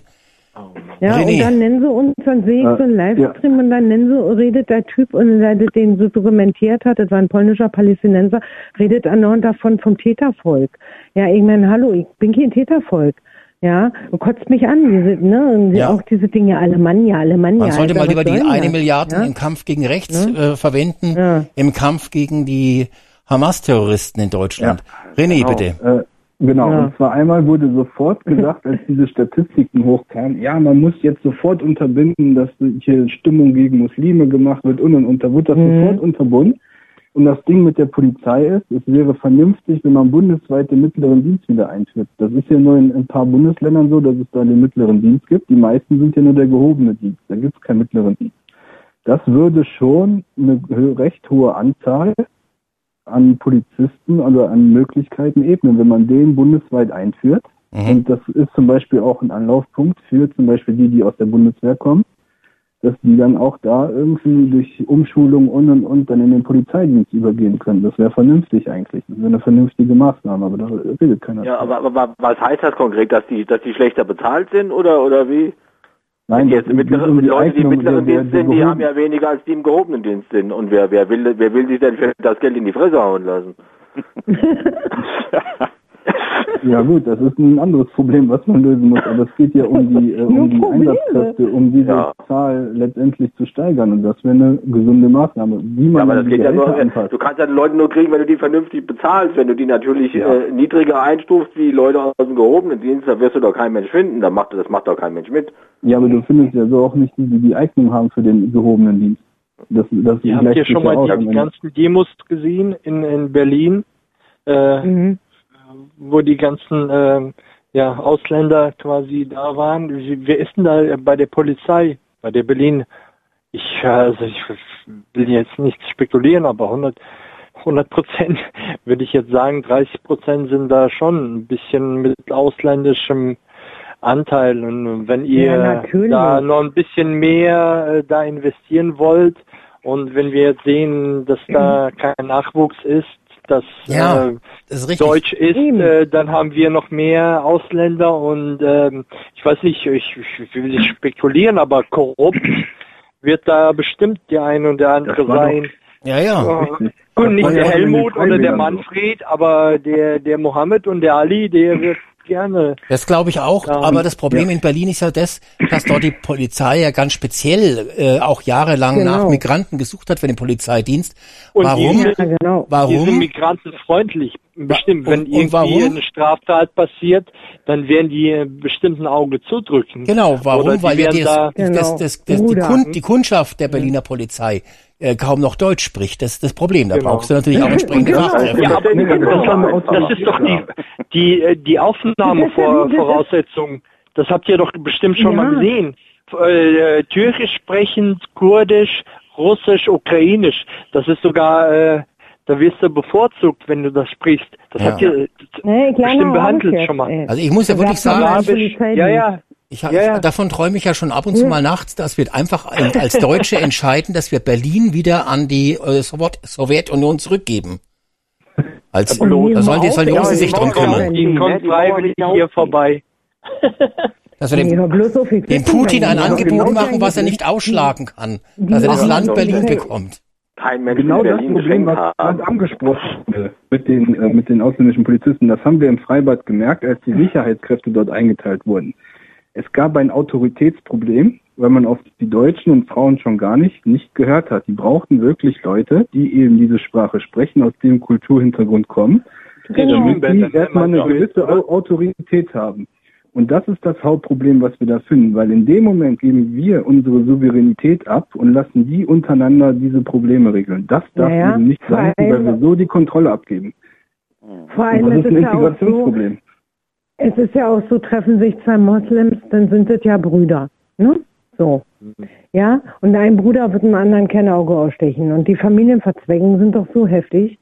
Ja, René. und dann nennen sie uns, dann sehe ich Äh, so einen Livestream und dann nennen sie, redet der Typ, und der den so dokumentiert hat, das war ein polnischer Palästinenser, redet andauernd davon vom Tätervolk. Ja, ich meine, hallo, ich bin kein Tätervolk. Ja, und kotzt mich an, diese, ne, und Ja. auch diese Dinge, Alemannia, Alemannia. Man sollte Alter, mal lieber was die soll denn eine das? Milliarde Ja? im Kampf gegen rechts Ja. äh, verwenden, Ja. im Kampf gegen die Hamas-Terroristen in Deutschland. René, Genau, bitte. Äh, genau, Ja. und zwar einmal wurde sofort gesagt, als diese Statistiken hochkamen, ja, man muss jetzt sofort unterbinden, dass hier Stimmung gegen Muslime gemacht wird und und und. Da wurde das Mhm. sofort unterbunden. Und das Ding mit der Polizei ist, es wäre vernünftig, wenn man bundesweit den mittleren Dienst wieder einführt. Das ist ja nur in ein paar Bundesländern so, dass es da den mittleren Dienst gibt. Die meisten sind ja nur der gehobene Dienst. Da gibt es keinen mittleren Dienst. Das würde schon eine hö- recht hohe Anzahl an Polizisten, also an Möglichkeiten ebnen, wenn man den bundesweit einführt. Mhm. Und das ist zum Beispiel auch ein Anlaufpunkt für zum Beispiel die, die aus der Bundeswehr kommen, dass die dann auch da irgendwie durch Umschulung und und und dann in den Polizeidienst übergehen können. Das wäre vernünftig eigentlich. Das wäre eine vernünftige Maßnahme, aber da redet keiner. Ja, aber, aber was heißt das konkret, dass die, dass die schlechter bezahlt sind oder oder wie? Nein, Jetzt das mittlere, geht um die Leute, die im Eignung mittleren der- der- Dienst der sind, die gehoben- haben ja weniger als die im gehobenen Dienst sind. Und wer, wer will, wer will sich denn für das Geld in die Fresse hauen lassen? Ja gut, das ist ein anderes Problem, was man lösen muss, aber es geht ja um die, äh, um die Einsatzkräfte, um diese Ja. Zahl letztendlich zu steigern und das wäre eine gesunde Maßnahme. Wie man Ja, aber das die geht ja Gehälter nur, anpasst. du kannst ja die Leute nur kriegen, wenn du die vernünftig bezahlst. Wenn du die natürlich äh, niedriger einstufst wie Leute aus dem gehobenen Dienst, dann wirst du doch keinen Mensch finden. Dann macht, das macht doch kein Mensch mit. Ja, aber du findest ja so auch nicht die, die die Eignung haben für den gehobenen Dienst. Das, das Ihr habt gleicht hier sich schon ja mal aus die, am die Ende. ganzen Demos gesehen in, in Berlin, äh, Mhm. wo die ganzen ähm, ja, Ausländer quasi da waren. Wie- Wer ist denn da bei der Polizei, bei der Berlin? Ich, äh, also ich will jetzt nicht spekulieren, aber hundert Prozent würde ich jetzt sagen, dreißig Prozent sind da schon ein bisschen mit ausländischem Anteil. Und wenn ihr Ja, natürlich. da noch ein bisschen mehr äh, da investieren wollt und wenn wir jetzt sehen, dass da kein Nachwuchs ist, dass Ja, äh, das ist richtig. Deutsch ist, äh, dann haben wir noch mehr Ausländer und ähm, ich weiß nicht, ich, ich will nicht spekulieren, aber korrupt wird da bestimmt der ein und der andere war sein. doch- Ja, ja. Äh, Richtig. und nicht Das war der ja in den Helmut oder der Freiwilligern so. Manfred, aber der der Mohammed und der Ali, der wird gerne. Das glaube ich auch, Ja. aber das Problem Ja. in Berlin ist ja das, dass dort die Polizei ja ganz speziell äh, auch jahrelang Genau. nach Migranten gesucht hat für den Polizeidienst. Und Warum? die sind, genau. Warum? Die sind migrantenfreundlich. Bestimmt, und- wenn und irgendwie warum? eine Straftat passiert, dann werden die äh, bestimmt ein Auge zudrücken. Genau, warum? Oder die Weil ja werden das, da, das, das, das, das, die, Bruder. Kund, die Kundschaft der Berliner Polizei äh, kaum noch Deutsch spricht. Das ist das Problem. Da Genau. brauchst du natürlich auch entsprechende Genau. Fachkräfte. Ja, aber das, das ist doch die, die, äh, die Aufnahmevoraussetzung. Das habt ihr doch bestimmt schon Ja. mal gesehen. Äh, Türkisch sprechend, Kurdisch, Russisch, Ukrainisch. Das ist sogar, äh, da wirst du bevorzugt, wenn du das sprichst. Das Ja. habt ihr Nee, kleiner bestimmt behandelt Arabisch schon mal. jetzt, ey. Also ich muss ja Da wirklich gab's doch mal sagen, einen Polizeidienst. Ja, ja. Ich, hab, Ja, ja. davon träume ich ja schon ab und zu Ja. mal nachts, dass wir einfach ein- als Deutsche entscheiden, dass wir Berlin wieder an die äh, Sowjet- Sowjetunion zurückgeben. Als, da sollen die, sollen die Russen sich drum kümmern. Die kommt freiwillig hier vorbei. Dass wir Nee, hör dem, bloß auf, ich dem weiß Putin nicht, ein ja, Angebot genau machen, was er die- nicht ausschlagen kann. die Dass er das machen Land doch Berlin nicht. bekommt. Kein Mensch Genau in das Berlin Problem, was geschenkt haben. gerade angesprochen wurde mit den, äh, mit den ausländischen Polizisten, das haben wir im Freibad gemerkt, als die Sicherheitskräfte dort eingeteilt wurden. Es gab ein Autoritätsproblem, weil man auf die Deutschen und Frauen schon gar nicht, nicht gehört hat. Die brauchten wirklich Leute, die eben diese Sprache sprechen, aus dem Kulturhintergrund kommen, Genau. damit die erstmal eine gewisse Au- Autorität haben. Und das ist das Hauptproblem, was wir da finden, weil in dem Moment geben wir unsere Souveränität ab und lassen die untereinander diese Probleme regeln. Das darf Ja, ja. eben nicht Vor sein, weil allem- wir so die Kontrolle abgeben. Vor Und allem das ist ist ein es ja auch so, Integrationsproblem. es ist ja auch so, treffen sich zwei Moslems, dann sind es ja Brüder, ne? So. Ja, und ein Bruder wird dem anderen kein Auge ausstechen und die Familienverzweigungen sind doch so heftig.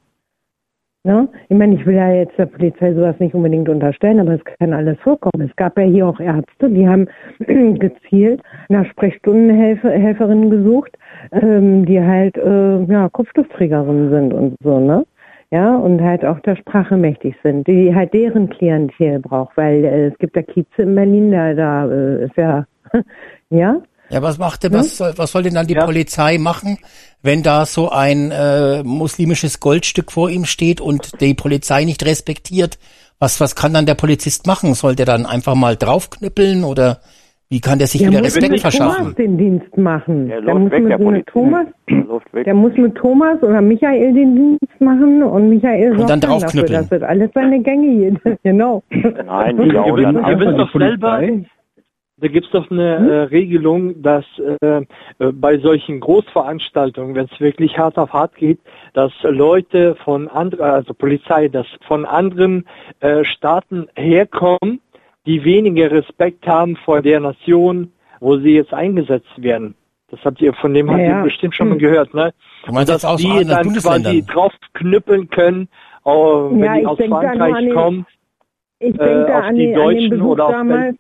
Ne? Ich meine, ich will ja jetzt der Polizei sowas nicht unbedingt unterstellen, aber es kann alles vorkommen. Es gab ja hier auch Ärzte, die haben gezielt nach Sprechstundenhelferinnen gesucht, ähm, die halt äh, ja, Kopftuchträgerinnen sind und so, ne? Ja, und halt auch der Sprache mächtig sind, die halt deren Klientel braucht, weil äh, es gibt ja Kieze in Berlin, da, da äh, ist ja, ja, Ja, was macht denn, was soll, was soll denn dann die Polizei machen, wenn da so ein äh, muslimisches Goldstück vor ihm steht und die Polizei nicht respektiert? Was, was kann dann der Polizist machen? Soll der dann einfach mal draufknüppeln oder wie kann der sich der wieder muss Respekt mit verschaffen? Thomas den Dienst machen. Der, läuft muss weg, mit, der mit Polizist. Thomas, Der läuft weg. der muss mit Thomas oder Michael den Dienst machen und Michael Und sorgt dann dafür, draufknüppeln. dass das alles seine Gänge geht. Genau. Nein, Ihr die hauen wisst, dann ihr ab. wisst doch selber, da gibt's doch eine Hm? äh, Regelung, dass äh, äh, bei solchen Großveranstaltungen, wenn es wirklich hart auf hart geht, dass Leute von anderen, also Polizei, dass von anderen äh, Staaten herkommen, die weniger Respekt haben vor der Nation, wo sie jetzt eingesetzt werden. Das habt ihr, von dem habt Ja, ihr ja. bestimmt schon mal Hm. gehört, ne? Du meinst dass jetzt aus die anderen dann Bundesländern? quasi draufknüppeln können, äh, wenn Ja, die ich aus denk da nur Frankreich an den- kommen. Ich äh, denke da auf an, die die, an den Deutschen Besuch oder auf damals.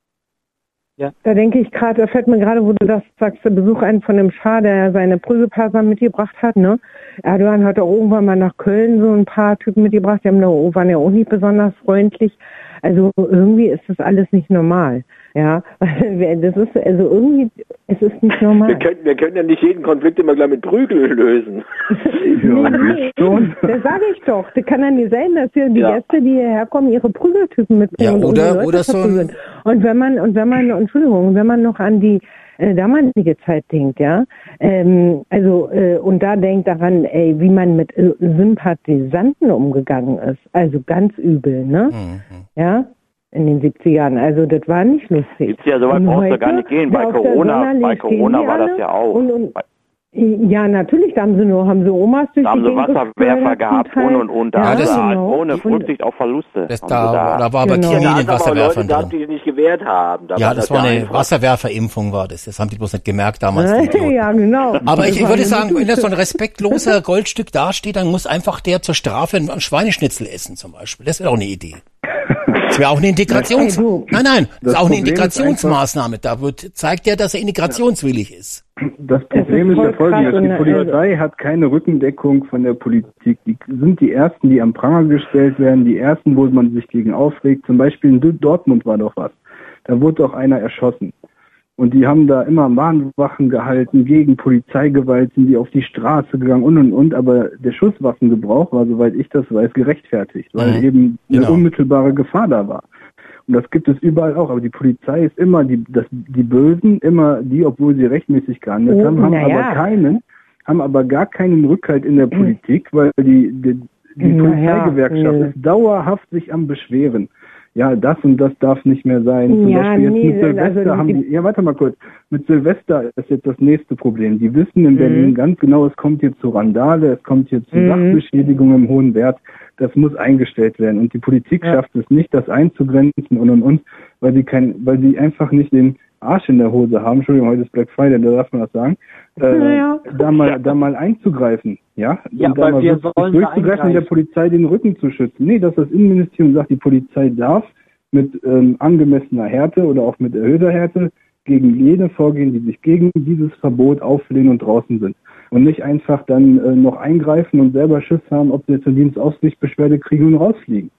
Ja. Da denke ich gerade, da fällt mir gerade, wo du das sagst, der Besuch ein von dem Schah, der seine Prügelpartner mitgebracht hat, ne? Erdogan hat auch irgendwann mal nach Köln so ein paar Typen mitgebracht, die haben da, waren ja auch nicht besonders freundlich. Also irgendwie ist das alles nicht normal. Ja, das ist also irgendwie, es ist nicht normal. Wir können, wir können ja nicht jeden Konflikt immer gleich mit Prügeln lösen. nee, nee, das sage ich doch. Das kann ja nicht sein, dass hier die Ja. Gäste, die hierher kommen, ihre Prügeltypen mitbringen. Ja, und oder- unsere Leute oder so ein- verprügeln. Und wenn man, und wenn man, Entschuldigung, wenn man noch an die äh, damalige Zeit denkt, ja, ähm, also äh, und da denkt daran, ey, wie man mit äh, Sympathisanten umgegangen ist, also ganz übel, ne? Ja, in den siebzigern, also das war nicht lustig. Gibt's ja, so weit Und brauchst du heute, gar nicht gehen. Bei ja, auf der Corona, Sonderling bei stehen Corona die war das alle ja auch. Und, und, ja, natürlich, da haben sie nur, haben sie Omas durch Da haben die sie Gegend Wasserwerfer geschleudert gehabt zum und Teil. und und. Da Ja, haben sie halt genau. ohne Und- Rücksicht auf Verluste. Das haben da, sie da. da war aber Genau. Chemie Da in hat den aber Leute Wasserwerfern gehabt, drin. die sich nicht gewehrt haben. Da Ja, war das ja war eine einfach. Wasserwerferimpfung, war das. Das haben die bloß nicht gemerkt damals. die Idioten. ja, genau. Aber Das ich, ich war würde eine sagen, wenn da Dusche. so ein respektloser Goldstück dasteht, dann muss einfach der zur Strafe ein Schweineschnitzel essen zum Beispiel. Das wäre auch eine Idee. Das wäre auch eine Integrations... Hey, du. Nein, nein, das Das ist auch eine Problem ist Integrationsmaßnahme. Da wird, zeigt er, dass er integrationswillig ist. Das Problem ist voll ja folgendes. krass, Die ne? Polizei hat keine Rückendeckung von der Politik. Die sind die Ersten, die am Pranger gestellt werden, die Ersten, wo man sich gegen aufregt. Zum Beispiel in Dortmund war doch was. Da wurde doch einer erschossen. Und die haben da immer Mahnwachen gehalten gegen Polizeigewalt, sind die auf die Straße gegangen und und und. Aber der Schusswaffengebrauch war, soweit ich das weiß, gerechtfertigt, weil Mhm. eben eine Genau. unmittelbare Gefahr da war. Und das gibt es überall auch. Aber die Polizei ist immer die, das, die Bösen, immer die, obwohl sie rechtmäßig gehandelt Oh, haben, haben na aber ja. keinen, haben aber gar keinen Rückhalt in der Politik, weil die, die, die Na ja, Polizeigewerkschaft nee. ist dauerhaft sich am Beschweren. Ja, das und das darf nicht mehr sein. Zum Ja, Beispiel jetzt nee, mit Silvester also haben die- die, ja, warte mal kurz. Mit Silvester ist jetzt das nächste Problem. Die wissen in Mhm. Berlin ganz genau, es kommt hier zu Randale, es kommt hier zu Mhm. Sachbeschädigung im hohen Wert. Das muss eingestellt werden. Und die Politik Ja. schafft es nicht, das einzugrenzen und und und, weil sie kein, weil sie einfach nicht den Arsch in der Hose haben. Entschuldigung, heute ist Black Friday, da darf man das sagen. Äh, Ja. da mal, da mal einzugreifen, ja? Ja, und da aber mal wir wirklich sollen da durchzugreifen und der eingreifen. Polizei den Rücken zu schützen. Nee, dass das Innenministerium sagt, die Polizei darf mit ähm, angemessener Härte oder auch mit erhöhter Härte gegen jede vorgehen, die sich gegen dieses Verbot auflehnen und draußen sind. Und nicht einfach dann äh, noch eingreifen und selber Schiss haben, ob sie jetzt eine Dienstaufsichtsbeschwerde kriegen und rausfliegen.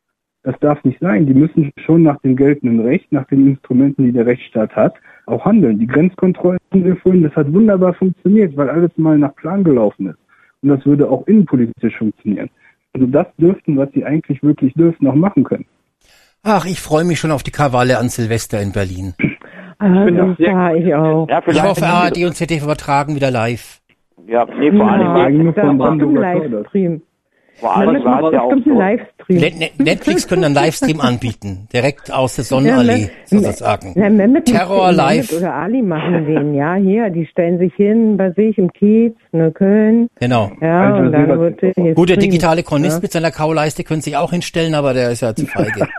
Das darf nicht sein. Die müssen schon nach dem geltenden Recht, nach den Instrumenten, die der Rechtsstaat hat, auch handeln. Die Grenzkontrollen erfüllen, das hat wunderbar funktioniert, weil alles mal nach Plan gelaufen ist. Und das würde auch innenpolitisch funktionieren. Also das dürften, was sie eigentlich wirklich dürfen, auch machen können. Ach, ich freue mich schon auf die Krawalle an Silvester in Berlin. Ah, bin das doch sehr war ich auch. Ja, Ich vielleicht. hoffe, A R D und Z D F übertragen wieder live. Ja, nee, vor allem, Ja, Dingen da von kommt ein Brandenburger Tor, das. Livestream. vor allem war es ja auch kommt ein so. Livestream. Net Net Netflix können einen Livestream anbieten, direkt aus der Sonnenallee, Ja, sozusagen. Na, Mehmet Terror Mehmet live. oder Ali machen den, ja, hier, die stellen sich hin bei sich im Kiez, ne, Köln. Genau. Ja, Al und dann Jazeera wird TV. hier Gut, der streamt, digitale Chronist ja. mit seiner Kauleiste könnte sich auch hinstellen, aber der ist ja zu feige.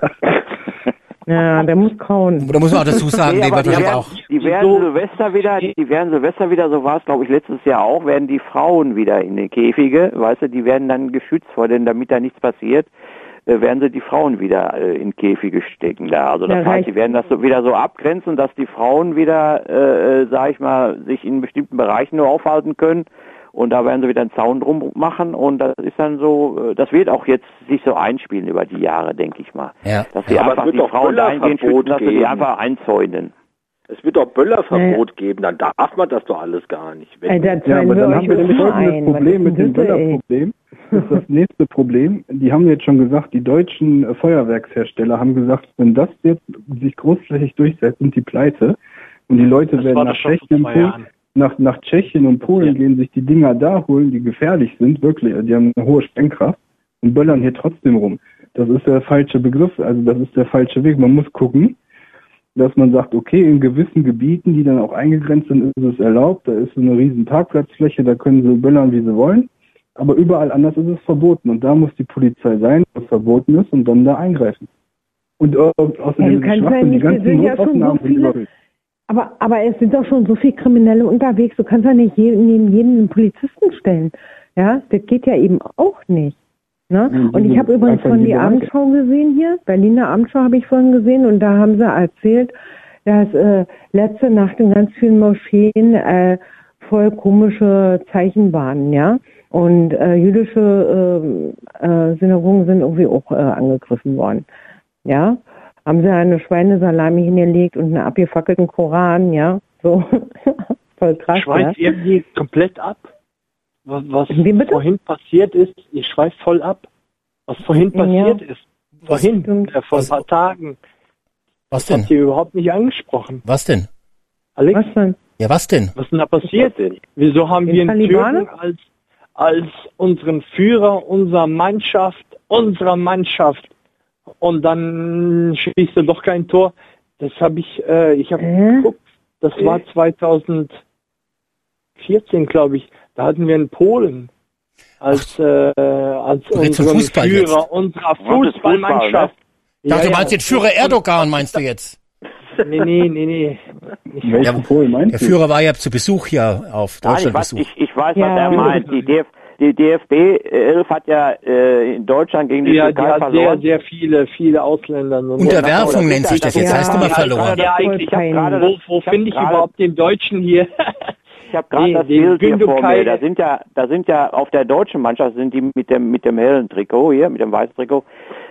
Ja, der muss kauen. Da muss man auch dazu sagen, Nee, der aber wird die wahrscheinlich werden, auch. die werden Silvester wieder, die werden Silvester wieder, so war es glaube ich letztes Jahr auch, werden die Frauen wieder in die Käfige, weißt du, die werden dann geschützt vor denen, damit da nichts passiert, äh, werden sie die Frauen wieder äh, in Käfige stecken da. Also das Ja, heißt, die werden das so wieder so abgrenzen, dass die Frauen wieder, äh, sag ich mal, sich in bestimmten Bereichen nur aufhalten können. Und da werden sie wieder einen Zaun drum machen und das ist dann so, äh, das wird auch jetzt sich so einspielen über die Jahre, denke ich mal. Ja. Dass sie Aber es einfach wird die doch Frauen dahingehend schützen, Böllerverbot dass sie die geben. einfach einzäunen. Es wird doch Böllerverbot geben, dann darf man das doch alles gar nicht. Wenn Ey, da Ja, zahlen aber wir dann euch haben wir wieder nämlich folgendes ein. Was Problem mit ist denn dem das, ey? Böllerproblem. Das ist das nächste Problem. Die haben jetzt schon gesagt, die deutschen äh, Feuerwerkshersteller haben gesagt, wenn das jetzt sich großflächig durchsetzt, sind die pleite. Und die Leute Das werden war nach doch schon vor Tschechien, zwei Polen, Jahren. nach, nach Tschechien und Polen gehen, sich die Dinger da holen, die gefährlich sind, wirklich. Die haben eine hohe Sprengkraft und böllern hier trotzdem rum. Das ist der falsche Begriff, also das ist der falsche Weg. Man muss gucken, dass man sagt, okay, in gewissen Gebieten, die dann auch eingegrenzt sind, ist es erlaubt. Da ist so eine riesen Parkplatzfläche, da können sie böllern, wie sie wollen. Aber überall anders ist es verboten. Und da muss die Polizei sein, was verboten ist, und dann da eingreifen. Und äh, außerdem Ja, du die kannst ja Schwachsinn, die nicht, wir ganzen sind ja schon so Notaufnahmen sind viele, überfüllt. aber, aber es sind doch schon so viele Kriminelle unterwegs, du kannst ja nicht jeden, neben jeden einen Polizisten stellen. Ja, das geht ja eben auch nicht. Ne? Mhm, Und ich habe übrigens einfach von die die Bereiche. Abendschau gesehen hier, Berliner Abendschau habe ich vorhin gesehen und da haben sie erzählt, dass äh, letzte Nacht in ganz vielen Moscheen äh, voll komische Zeichen waren, ja. Und äh, jüdische äh, äh, Synagogen sind irgendwie auch äh, angegriffen worden. Ja, haben sie eine Schweinesalami hingelegt und einen abgefackelten Koran, ja, so. Voll krass, Schweift ja. irgendwie komplett ab. Was, was Wie bitte? vorhin passiert ist, ich schweife voll ab. Was vorhin Ja. passiert ist, Was- vorhin, äh, vor ein paar Tagen, Was das denn? habt ihr überhaupt nicht angesprochen. Was denn? Alex, Was denn? Ja, was denn? was ist denn da passiert? Wieso haben Den wir einen Talibaner? Türken als, als unseren Führer unserer Mannschaft, unserer Mannschaft und dann schießt er doch kein Tor? Das habe ich, äh, ich habe Äh? geguckt, das war zweitausendvierzehn, glaube ich. Da hatten wir einen Polen als, äh, als Du redest von unseren Fußball Führer jetzt. unserer Fußball, ne? Fußballmannschaft. Ich dachte, du meinst den Führer Erdogan, meinst du jetzt? Nee, nee, nee, nee. Ich, Welchen Ja, Polen meinst Der du? Führer war ja zu Besuch hier auf Nein, ich weiß, Deutschlandbesuch. ich, ich weiß, Ja. was er meint. Die, D F, die D F B elf hat ja äh, in Deutschland gegen die ja, die Türkei hat sehr, verloren. sehr viele, viele Ausländer. Und Unterwerfung das nennt ist sich ja- das jetzt. ja- Heißt immer ja, verloren. Ja, Voll eigentlich, ich hab peinlich. gerade, wo, wo Ich hab finde ich gerade- überhaupt den Deutschen hier? Ich habe gerade Nee, das den Bild hier vor Gündogan- mir. Da sind ja, da sind ja auf der deutschen Mannschaft sind die mit dem mit dem hellen Trikot hier, mit dem weißen Trikot.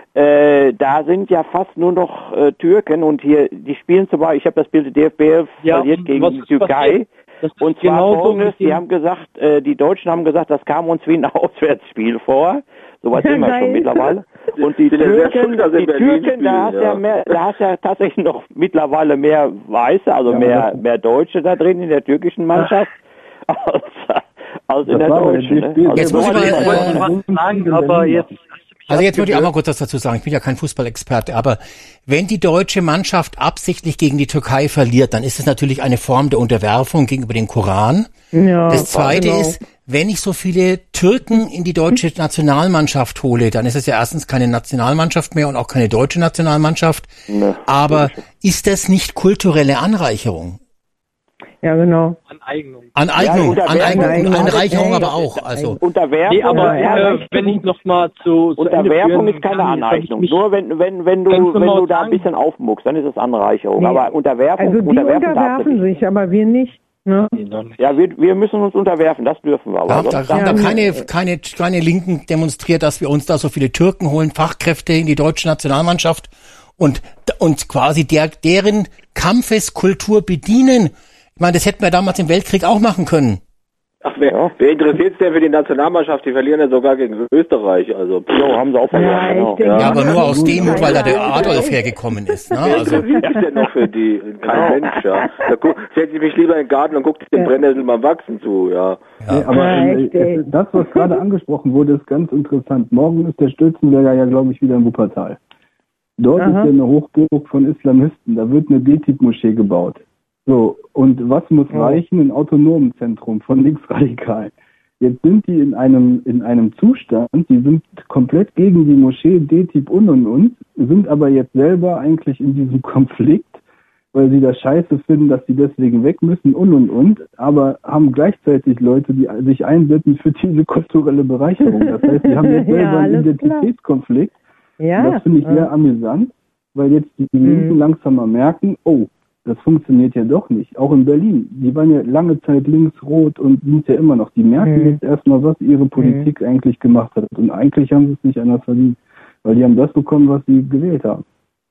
Äh, da sind ja fast nur noch äh, Türken und hier die spielen zum Beispiel. Ich habe das Bild der D F B elf Ja, verliert und gegen was die ist Türkei. passiert? Das ist Und zwar genauso folgendes: mit dem- Die haben gesagt, äh, die Deutschen haben gesagt, das kam uns wie ein Auswärtsspiel vor. Soweit sind wir Geil. schon mittlerweile. Und die Sind ja sehr Türken, schuld, dass sie die in Berlin Türken, da hast spielen, ja ja. mehr, da hast ja tatsächlich noch mittlerweile mehr Weiße, also Ja, mehr das- mehr Deutsche da drin in der türkischen Mannschaft als, als in Das der war aber der deutschen. D F B. Ne? Also Jetzt muss ich so mal, hat die- äh, Ich wollte was sagen, aber jetzt... Also jetzt würde ich auch mal kurz was dazu sagen. Ich bin ja kein Fußballexperte, aber wenn die deutsche Mannschaft absichtlich gegen die Türkei verliert, dann ist es natürlich eine Form der Unterwerfung gegenüber dem Koran. Ja, Das Zweite genau. ist, wenn ich so viele Türken in die deutsche Nationalmannschaft hole, dann ist es ja erstens keine Nationalmannschaft mehr und auch keine deutsche Nationalmannschaft. Ne. Aber ist das nicht kulturelle Anreicherung? Ja, genau. Aneignung. Aneignung, Ja, Aneignung, Unterwerfung. Anreicherung Ja, aber ja. auch. Also Unterwerfung, Nee, aber ja, äh, wenn ich noch mal zu, zu Ende Unterwerfung führen ist keine kann, jetzt hab ich Aneignung. mich- Nur wenn wenn wenn du Kannst du wenn mal du da ein sagen? bisschen aufmuckst, dann ist es Anreicherung. Nee. Aber Unterwerfung, Also die Unterwerfung darfst du unterwerfen nicht. sich, aber wir nicht. Ne? Nee, noch nicht. Ja, wir wir müssen uns unterwerfen, das dürfen wir. Aber da, da sonst- haben da Ja, keine, nee. keine, keine Linken demonstriert, dass wir uns da so viele Türken holen, Fachkräfte in die deutsche Nationalmannschaft und, und quasi der, deren Kampfeskultur bedienen. Ich meine, das hätten wir damals im Weltkrieg auch machen können. Ach, wer, wer interessiert sich denn für die Nationalmannschaft? Die verlieren ja sogar gegen Österreich. Also, Jo, haben sie auch Ja, verloren. genau. ich denke, Ja, aber nur aus gut. Demut, weil da der Adolf hergekommen ist. Ne? wer Also, interessiert sich denn noch für die? Kein Mensch, ja. Da gu- setze ich mich lieber in den Garten und gucke den Ja. Brennnesseln mal wachsen zu, ja. Nee, aber Ja, äh, echt, ey. es- das, was gerade angesprochen wurde, ist ganz interessant. Morgen ist der Stürzenberger ja, glaube ich, wieder in Wuppertal. Dort Aha. ist ja eine Hochburg von Islamisten. Da wird eine D T I B-Moschee gebaut. So, und was muss Ja. reichen? Ein autonomen Zentrum von Linksradikalen. Jetzt sind die in einem in einem Zustand, die sind komplett gegen die Moschee, D T I B und und und, sind aber jetzt selber eigentlich in diesem Konflikt, weil sie das scheiße finden, dass sie deswegen weg müssen und und und, aber haben gleichzeitig Leute, die sich einsetzen für diese kulturelle Bereicherung. Das heißt, sie haben jetzt Ja, selber einen alles klar. Identitätskonflikt. Ja. Und das finde ich ja. sehr amüsant, weil jetzt die Mhm. Linken langsam mal merken, oh, das funktioniert ja doch nicht. Auch in Berlin. Die waren ja lange Zeit links-rot und sind ja immer noch. Die merken Mhm. jetzt erstmal, was ihre Politik eigentlich gemacht hat. Und eigentlich haben sie es nicht anders verdient. Weil die haben das bekommen, was sie gewählt haben.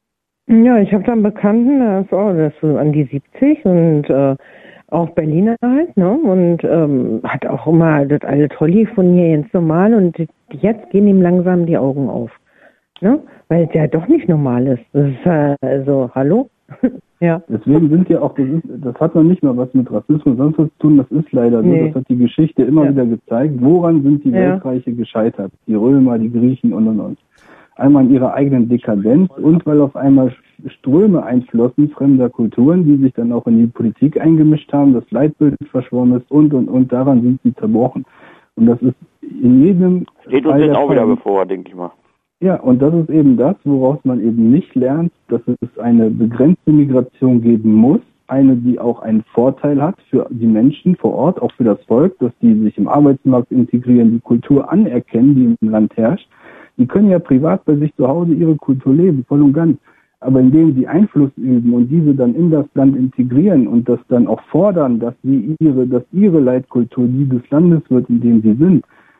Ja, ich habe da einen Bekannten, der ist, oh, der ist so an die siebzig und äh, auch Berliner halt, ne? Und ähm, hat auch immer das alle Tolli von hier ganz normal und jetzt gehen ihm langsam die Augen auf. Ne? Weil es ja doch nicht normal ist. Das ist äh, also, hallo? Ja. Deswegen sind ja auch, das, ist, das hat noch nicht mal was mit Rassismus sonst was zu tun, das ist leider so, Nee. das hat die Geschichte immer Ja. wieder gezeigt. Woran sind die Ja. Weltreiche gescheitert? Die Römer, die Griechen und und und. Einmal in ihrer eigenen Dekadenz und weil auf einmal Ströme einflossen fremder Kulturen, die sich dann auch in die Politik eingemischt haben, das Leitbild verschwommen ist und und und, daran sind sie zerbrochen. Und das ist in jedem Steht uns Fall jetzt der auch wieder Fall. bevor, denke ich mal. Ja, und das ist eben das, woraus man eben nicht lernt, dass es eine begrenzte Migration geben muss, eine, die auch einen Vorteil hat für die Menschen vor Ort, auch für das Volk, dass die sich im Arbeitsmarkt integrieren, die Kultur anerkennen, die im Land herrscht. Die können ja privat bei sich zu Hause ihre Kultur leben, voll und ganz. Aber indem sie Einfluss üben und diese dann in das Land integrieren und das dann auch fordern, dass sie ihre, dass ihre Leitkultur die des Landes wird, in dem sie sind,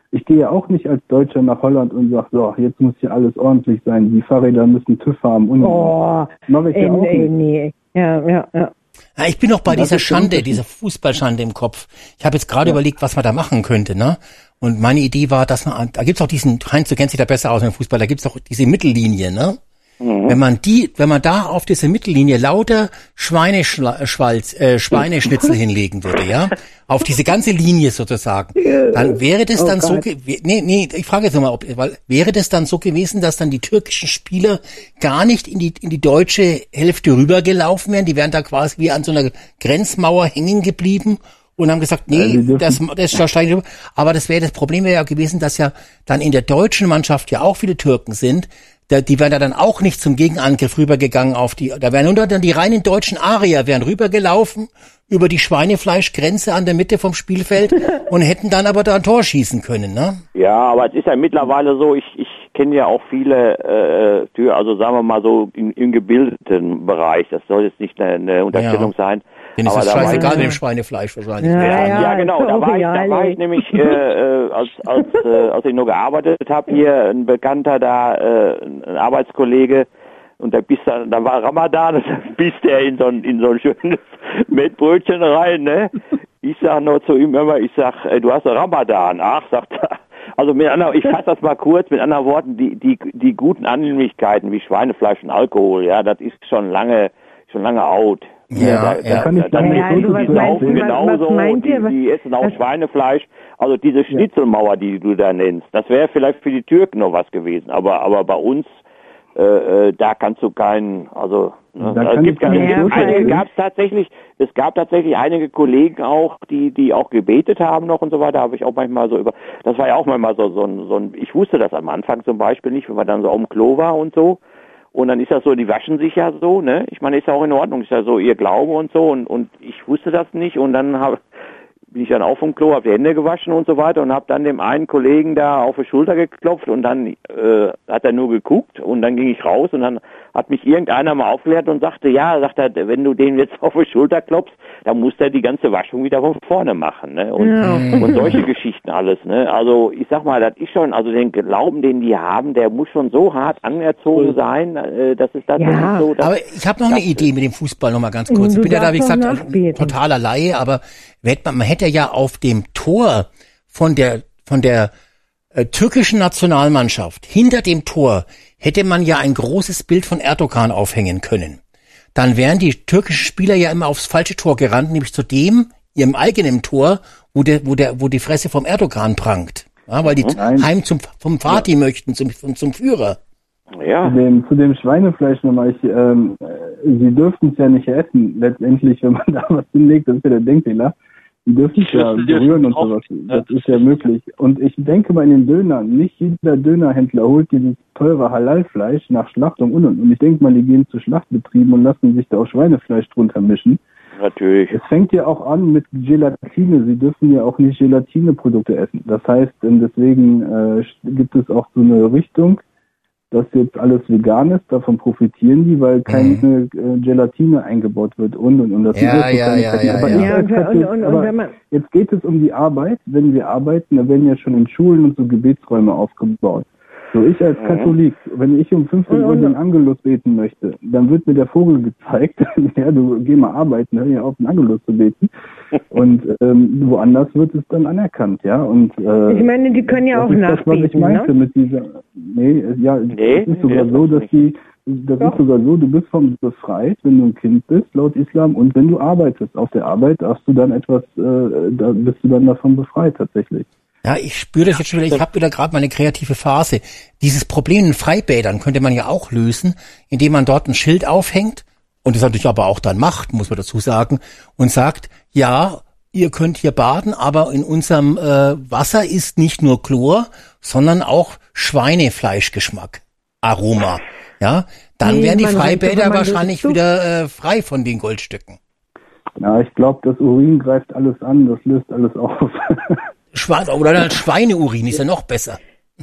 Ich gehe ja auch nicht als Deutscher nach Holland und sage, so, jetzt muss hier alles ordentlich sein. Die Fahrräder müssen TÜV haben. Und Oh, mache ich ey, ja auch ey, nicht. nee. Ja, ja, ja. Ja, ich bin noch bei Das dieser ist der Schande, Unterschied. dieser Fußballschande im Kopf. Ich habe jetzt gerade Ja. überlegt, was man da machen könnte, ne? Und meine Idee war, dass man, da gibt's auch diesen, Heinz, du kennst dich da besser aus mit dem Fußball, da gibt's auch diese Mittellinie, ne? Mhm. Wenn man die, wenn man da auf diese Mittellinie lauter Schweineschwalz, äh, Schweineschnitzel hinlegen würde, ja, auf diese ganze Linie sozusagen, dann wäre das Oh dann so, Gott. ge- we- nee, nee, ich frage jetzt nochmal, ob, weil, wäre das dann so gewesen, dass dann die türkischen Spieler gar nicht in die, in die deutsche Hälfte rübergelaufen wären, die wären da quasi wie an so einer Grenzmauer hängen geblieben und haben gesagt, nee, Ja, die dürfen- das, das da steige ich rüber. Aber das wäre, das Problem wäre ja gewesen, dass ja dann in der deutschen Mannschaft ja auch viele Türken sind. Da, die wären da dann auch nicht zum Gegenangriff rübergegangen auf die, da wären nur dann die reinen deutschen Arier wären rübergelaufen über die Schweinefleischgrenze an der Mitte vom Spielfeld und hätten dann aber da ein Tor schießen können, ne? Ja, aber es ist ja mittlerweile so, ich, ich kenne ja auch viele äh, Tür, also sagen wir mal so im, im gebildeten Bereich, das soll jetzt nicht eine, eine Unterstellung Ja. sein. Denen ist aber das da war scheißegal ich- mit dem Schweinefleisch wahrscheinlich. Ja, Ja, ja, ja, genau, ist da doch war ich, da egal, war ey. ich nämlich, äh, äh, als, als, äh, als ich nur gearbeitet habe, hier ein Bekannter da, äh, ein Arbeitskollege, und da bist da, da war Ramadan, und da bist der in so ein, in so ein schönes Mettbrötchen rein, ne? Ich sag nur zu ihm immer, ich sag, ey, du hast doch Ramadan. Ach, sagt er. Also mit anderen, ich fasse das mal kurz, mit anderen Worten, die, die, die guten Annehmlichkeiten wie Schweinefleisch und Alkohol, ja, das ist schon lange, schon lange out. Ja, da, ja. da, Kann ich da, sagen, dann Ja, die also was Türken meinst laufen du, was- genauso, was meint die, ihr, was- die essen auch was- Schweinefleisch. Also diese Schnitzelmauer, die du da nennst, das wäre vielleicht für die Türken noch was gewesen, aber aber bei uns, äh, äh, da kannst du keinen, also ne, Da es kann gibt ich keine einige, Urteile einige sehen. gab es tatsächlich, es gab tatsächlich einige Kollegen auch, die die auch gebetet haben noch und so weiter, habe ich auch manchmal so über, das war ja auch manchmal so so ein, so ein ich wusste das am Anfang zum Beispiel nicht, wenn man dann so auf dem Klo war und so. Und dann ist das so, die waschen sich ja so, ne? Ich meine, ist ja auch in Ordnung, ist ja so ihr Glaube und so. Und und ich wusste das nicht. Und dann hab, bin ich dann auch vom Klo, habe die Hände gewaschen und so weiter und habe dann dem einen Kollegen da auf die Schulter geklopft und dann äh, hat er nur geguckt und dann ging ich raus und dann hat mich irgendeiner mal aufgeklärt und sagte, ja, sagt er, wenn du den jetzt auf die Schulter klopfst, dann muss er die ganze Waschung wieder von vorne machen, ne? Und, Ja. und solche Geschichten alles, ne? Also ich sag mal, das ist schon, also den Glauben, den die haben, der muss schon so hart anerzogen sein, äh, dass es tatsächlich Ja. so, dass, Aber ich habe noch eine das- Idee mit dem Fußball noch mal ganz kurz. Du Ich bin ja da, wie darfst gesagt, doch ein nachbeten. totaler Laie, aber man, man hätte ja auf dem Tor von der von der äh, türkischen Nationalmannschaft, hinter dem Tor, hätte man ja ein großes Bild von Erdogan aufhängen können. Dann wären die türkischen Spieler ja immer aufs falsche Tor gerannt, nämlich zu dem, ihrem eigenen Tor, wo der, wo der, wo die Fresse vom Erdogan prangt. Ja, weil die Nein. heim zum, vom Fatih möchten, zum, zum, zum Führer. ja. Zu dem, zu dem Schweinefleisch nochmal, ich, ähm, äh, sie dürften es ja nicht essen, letztendlich, wenn man da was hinlegt, das ist ja der Denkfehler. Sie dürfen es ja Schlüssel dürfen berühren und auch sowas. nicht, Das ne? ist ja möglich. Und ich denke bei den Dönern, nicht jeder Dönerhändler holt dieses teure Halalfleisch nach Schlachtung und und. Und ich denke mal, die gehen zu Schlachtbetrieben und lassen sich da auch Schweinefleisch drunter mischen. Natürlich. Es fängt ja auch an mit Gelatine. Sie dürfen ja auch nicht Gelatineprodukte essen. Das heißt, ähm, deswegen äh, gibt es auch so eine Richtung, dass jetzt alles vegan ist. Davon profitieren die, weil keine äh, Gelatine eingebaut wird und und und. Das Ja, sind so ja, kleine ja, Fetten. ja, Aber ja. ich Ja, als und, und, Katholik- und, und aber wenn man, jetzt geht es um die Arbeit. Wenn wir arbeiten, dann werden ja schon in Schulen und so Gebetsräume aufgebaut. So, ich als Mhm. Katholik, wenn ich um fünfzehn Uhr Und- den Angelus beten möchte, dann wird mir der Vogel gezeigt, ja, du geh mal arbeiten, hör ja auf, den Angelus zu beten. Und ähm, woanders wird es dann anerkannt, ja. Und äh, ich meine, die können ja das auch ist das, was ich nachbeten, meinte ne? mit dieser, nee, es- ja, Nee, es ist sogar nee, so, das dass die, das Doch. ist sogar so, du bist vom befreit, wenn du ein Kind bist, laut Islam, und wenn du arbeitest. Auf der Arbeit darfst du dann etwas, äh, da bist du dann davon befreit tatsächlich. Ja, ich spüre das jetzt schon wieder, ich habe wieder gerade meine kreative Phase. Dieses Problem in Freibädern könnte man ja auch lösen, indem man dort ein Schild aufhängt und das natürlich aber auch dann macht, muss man dazu sagen, und sagt, ja, ihr könnt hier baden, aber in unserem äh, Wasser ist nicht nur Chlor, sondern auch Schweinefleischgeschmack, Aroma. Ja, dann Nee, wären die man rennt Freibäder doch immer durch wahrscheinlich den Zug. wieder äh, frei von den Goldstücken. Ja, ich glaube, das Urin greift alles an, das löst alles auf. Schwarz oder dann Schweineurin ist ja noch besser.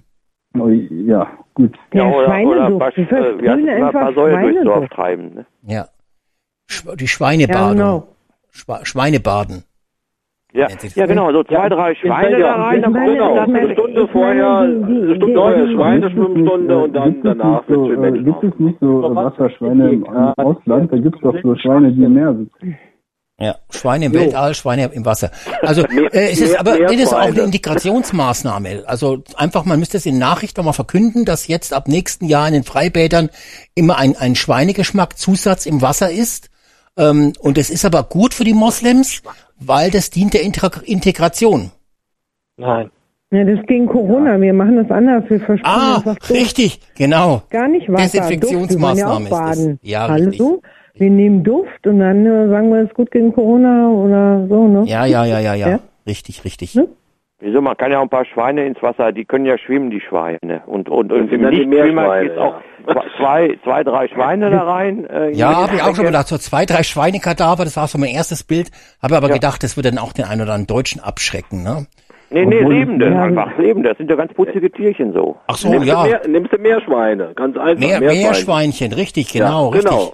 Oh, ja, gut. Ja, Ja, oder, oder Schweinesucht. was, Die äh, wie heißt versprühen es, mal ein paar einfach Säue durchs Dorf Schweinesucht. treiben, ne? Ja. Sch die Schweinebadung. Ja, genau. Schwa Schweinebaden. Ja, ja genau, so zwei, drei Schweine da rein, dann kommt genau, das eine Stunde vorher, eine Stunde vorher Schweineschwimmstunde und dann danach so, äh, gibt es nicht so äh, Wasserschweine im, im Ausland? Da gibt es doch so Schweine, die im Meer sitzen. Ja, Schweine im Weltall, Schweine im Wasser. Also äh, es ist aber das ist auch eine Integrationsmaßnahme. Also einfach, man müsste es in Nachricht nochmal verkünden, dass jetzt ab nächsten Jahr in den Freibädern immer ein, ein Schweinegeschmack-Zusatz im Wasser ist. Ähm, und es ist aber gut für die Moslems, weil das dient der Integra- Integration. Nein. Ja, das ist gegen Corona. Wir machen das anders. Wir versprühen Ah, einfach Duft. richtig, genau. Gar nicht Wasser. Desinfektionsmaßnahme Duft. Wir wollen ja auch ist das. baden. Ja, Hallo? richtig. Wir nehmen Duft und dann äh, sagen wir, es ist gut gegen Corona oder so, ne? Ja, ja, ja, ja, ja. Ja? Richtig, richtig. Ne? Wieso, man kann ja auch ein paar Schweine ins Wasser, die können ja schwimmen, die Schweine. Und, und, und im sind dann die Nichtschwimmer Meerschweine, geht's auch zwei, zwei, drei Schweine da rein. Äh, Ja, in habe die ich auch schon Strecke. gedacht, so zwei, drei Schweinekadaver, das war so mein erstes Bild. Habe aber Ja. gedacht, das würde dann auch den einen oder anderen Deutschen abschrecken, ne? Nee, nee, Obwohl- lebende, Ja. einfach lebende. Das sind ja ganz putzige Tierchen so. Ach so, nimmst, ja. du mehr, nimmst du Meerschweine, ganz einfach. Mehr, Meerschweine. Meerschweinchen, richtig, genau, ja, richtig. genau.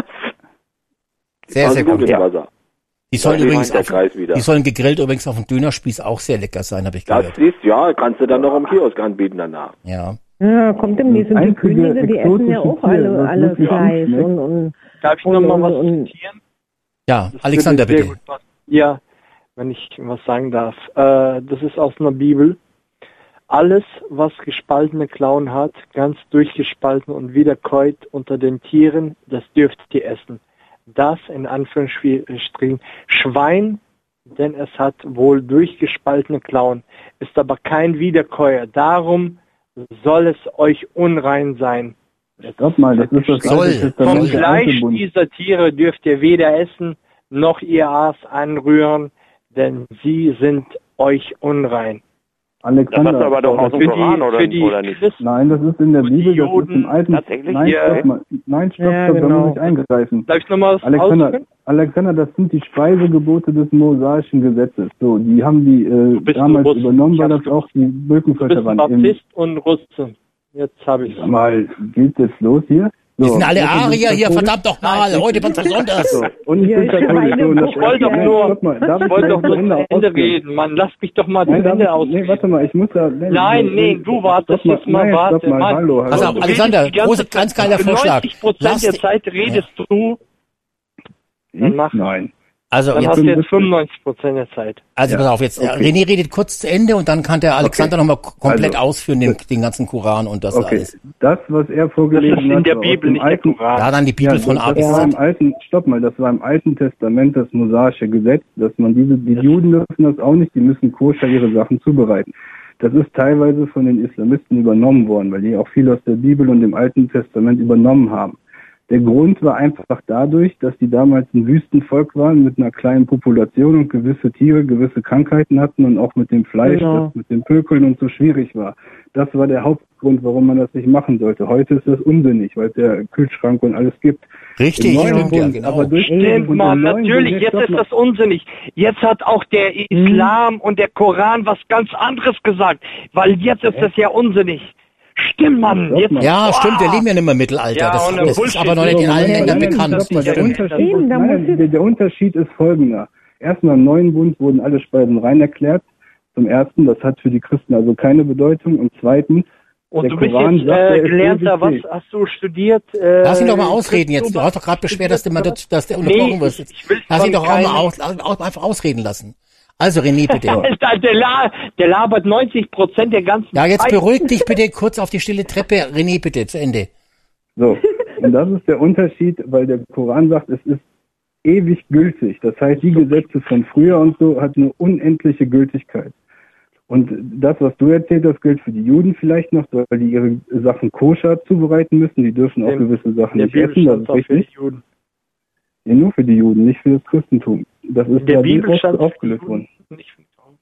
Sehr, Passen sehr gut gut. ins Wasser. Die sollen Ja, übrigens der auf, Kreis wieder. die sollen gegrillt übrigens auf dem Dönerspieß auch sehr lecker sein, habe ich Das gehört. ist, ja, kannst du dann noch im Kiosk anbieten danach. Ja. Ja, kommt demnächst. Und die einzige Könige, die essen ja exotische auch Tier, alle, was alle wirklich Fleisch. gut schmeckt. Und, und, Darf ich und, noch mal was und, und, zitieren? Ja, Das Alexander, würde sehr bitte. gut passen. Ja, wenn ich was sagen darf. Äh, das ist aus einer Bibel. Alles, was gespaltene Klauen hat, ganz durchgespalten und wiederkäut unter den Tieren, das dürft ihr essen. Das in Anführungsstrichen Schwein, denn es hat wohl durchgespaltene Klauen, ist aber kein Wiederkäuer. Darum soll es euch unrein sein. Stopp mal, das ist das Soll. Alte Vom Testament, der alte Fleisch Bund. dieser Tiere dürft ihr weder essen, noch ihr Aas anrühren, denn sie sind euch unrein. Alexander, Das hast du aber doch aus dem Für Koran, die, oder, für die oder nicht? Christen, nein, das ist in der Und die Bibel, das ist Juden im alten... tatsächlich? Nein, Ja. stopp mal, nein, stopp, Ja, stopp, da genau. muss ich eingreifen. darf ich nochmal was Alexander, ausführen? Alexander, das sind die Speisegebote des mosaischen Gesetzes. So, die haben die äh, bist damals ein Russe. übernommen, Ich weil hab's das auch die Du bist Birkenförder ein waren. Baptist und Russe. Jetzt habe ich Sag mal, geht's jetzt los hier? So, Wir sind alle jetzt bin Arier ich hier, katholisch. verdammt doch mal, heute ganz besonders. So, und ich Ja, bin ich katholisch. meine, So, und das Ich wollte doch Nein, nur, stopp mal, darf ich wollte doch gleich nur zu zu Ende ausreden? reden. Man, lass mich doch mal zu Nein, darf Ende ich, ausreden. nee, warte mal, ich muss da... Nee, Nein, nee, du wartest stopp jetzt mal, nein, warte. stopp mal, Mann. hallo, hallo. Pass auf, Du Alexander, redest die ganze große, Zeit- ganz geiler für Vorschlag. neunzig Prozent Lass der die- Zeit redest du, dann mach. Nein. Also, Dann jetzt, hast du bin- jetzt fünfundneunzig Prozent der Zeit. also Ja, pass auf, jetzt, äh, okay. René redet kurz zu Ende und dann kann der Alexander Okay. nochmal komplett Also, ausführen, den, den ganzen Koran und das Okay, alles. das, was er Das vorgelesen ist in hat, der war aus Bibel, dem nicht der alten, Koran. Ja, dann die Bibel ja, von A das bis war im Z. alten, stopp mal, das war im Alten Testament das mosaische Gesetz, dass man diese, die Juden dürfen das auch nicht, die müssen koscher ihre Sachen zubereiten. Das ist teilweise von den Islamisten übernommen worden, weil die auch viel aus der Bibel und dem Alten Testament übernommen haben. Der Grund war einfach dadurch, dass die damals ein Wüstenvolk waren mit einer kleinen Population und gewisse Tiere gewisse Krankheiten hatten und auch mit dem Fleisch, Genau. das mit den Pökeln und so schwierig war. Das war der Hauptgrund, warum man das nicht machen sollte. Heute ist das unsinnig, weil es ja Kühlschrank und alles gibt. Richtig, Im neuen stimmt, ja, Bund, genau. aber durch Stimmt, und Mann, im neuen natürlich, Bund- jetzt stopp ist mal. das unsinnig. Jetzt hat auch der Islam und der Koran was ganz anderes gesagt, weil jetzt ist das ja unsinnig. Stimmt, Mann. Stopp Jetzt, mal. Ja, Wow. stimmt, wir leben ja nicht mehr im Mittelalter. Ja, Das, und das ist Bullshit. aber noch nicht in allen Nein, Ländern nein, bekannt. stopp mal, der, Stimmt. Unterschied Eben, ist, da nein, muss der, der Unterschied ist folgender. Erstmal im neuen Bund wurden alle Speisen rein erklärt. Zum ersten, das hat für die Christen also keine Bedeutung. Und zweitens, Und der du bist Koran jetzt sagt, äh, er ist gelernter, was ewig hast du studiert? Äh, Lass ihn doch mal ausreden jetzt. Christentum? Du hast doch gerade beschwert, dass, du mal, dass dass der Nee, unterbrochen wird. ich- ich will Lass ihn von doch auch mal keinem- aus, aus, einfach ausreden lassen. Also René, bitte. Alter, der, la der labert neunzig Prozent der ganzen Ja, jetzt Zeit. beruhig dich bitte kurz auf die stille Treppe. René, bitte, zu Ende. So, und das ist der Unterschied, weil der Koran sagt, es ist ewig gültig. Das heißt, die Gesetze von früher und so hat eine unendliche Gültigkeit. Und das, was du erzählt hast, gilt für die Juden vielleicht noch, weil die ihre Sachen koscher zubereiten müssen. Die dürfen auch Dem- gewisse Sachen Der nicht essen, das Bibelstand ist auch für die richtig. Juden. Nee, nur für die Juden, nicht für das Christentum. Das ist Der da Bibelstand oft aufgelöst worden. nicht für die Juden.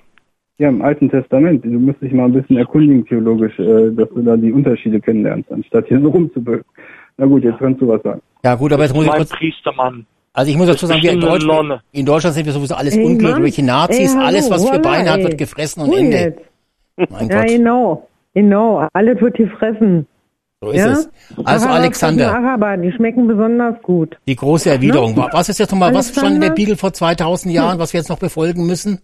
Ja, im Alten Testament. Du musst dich mal ein bisschen erkundigen theologisch, äh, dass du da die Unterschiede kennenlernst, anstatt hier so rumzubögen. Na gut, jetzt kannst du was sagen. Ja gut, aber jetzt muss ich Mein kurz, Priestermann. also ich muss dazu sagen, wir in bestimmt eine Deutschland, Nonne. in Deutschland sind wir sowieso alles Ey, unglücklich. Mann. Welche Nazis, Ey, hallo, alles was vier voila, Beine hat, ey. wird gefressen und Ruhe Ende. jetzt. Mein Ja, Gott. genau. Genau. Alles wird gefressen. So ist ja? es. Also Araber, Alexander. Araber, die schmecken besonders gut. Die große Erwiderung. Ne? Was ist jetzt nochmal, was stand in der Alexander? Bibel vor zweitausend Jahren, was wir jetzt noch befolgen müssen?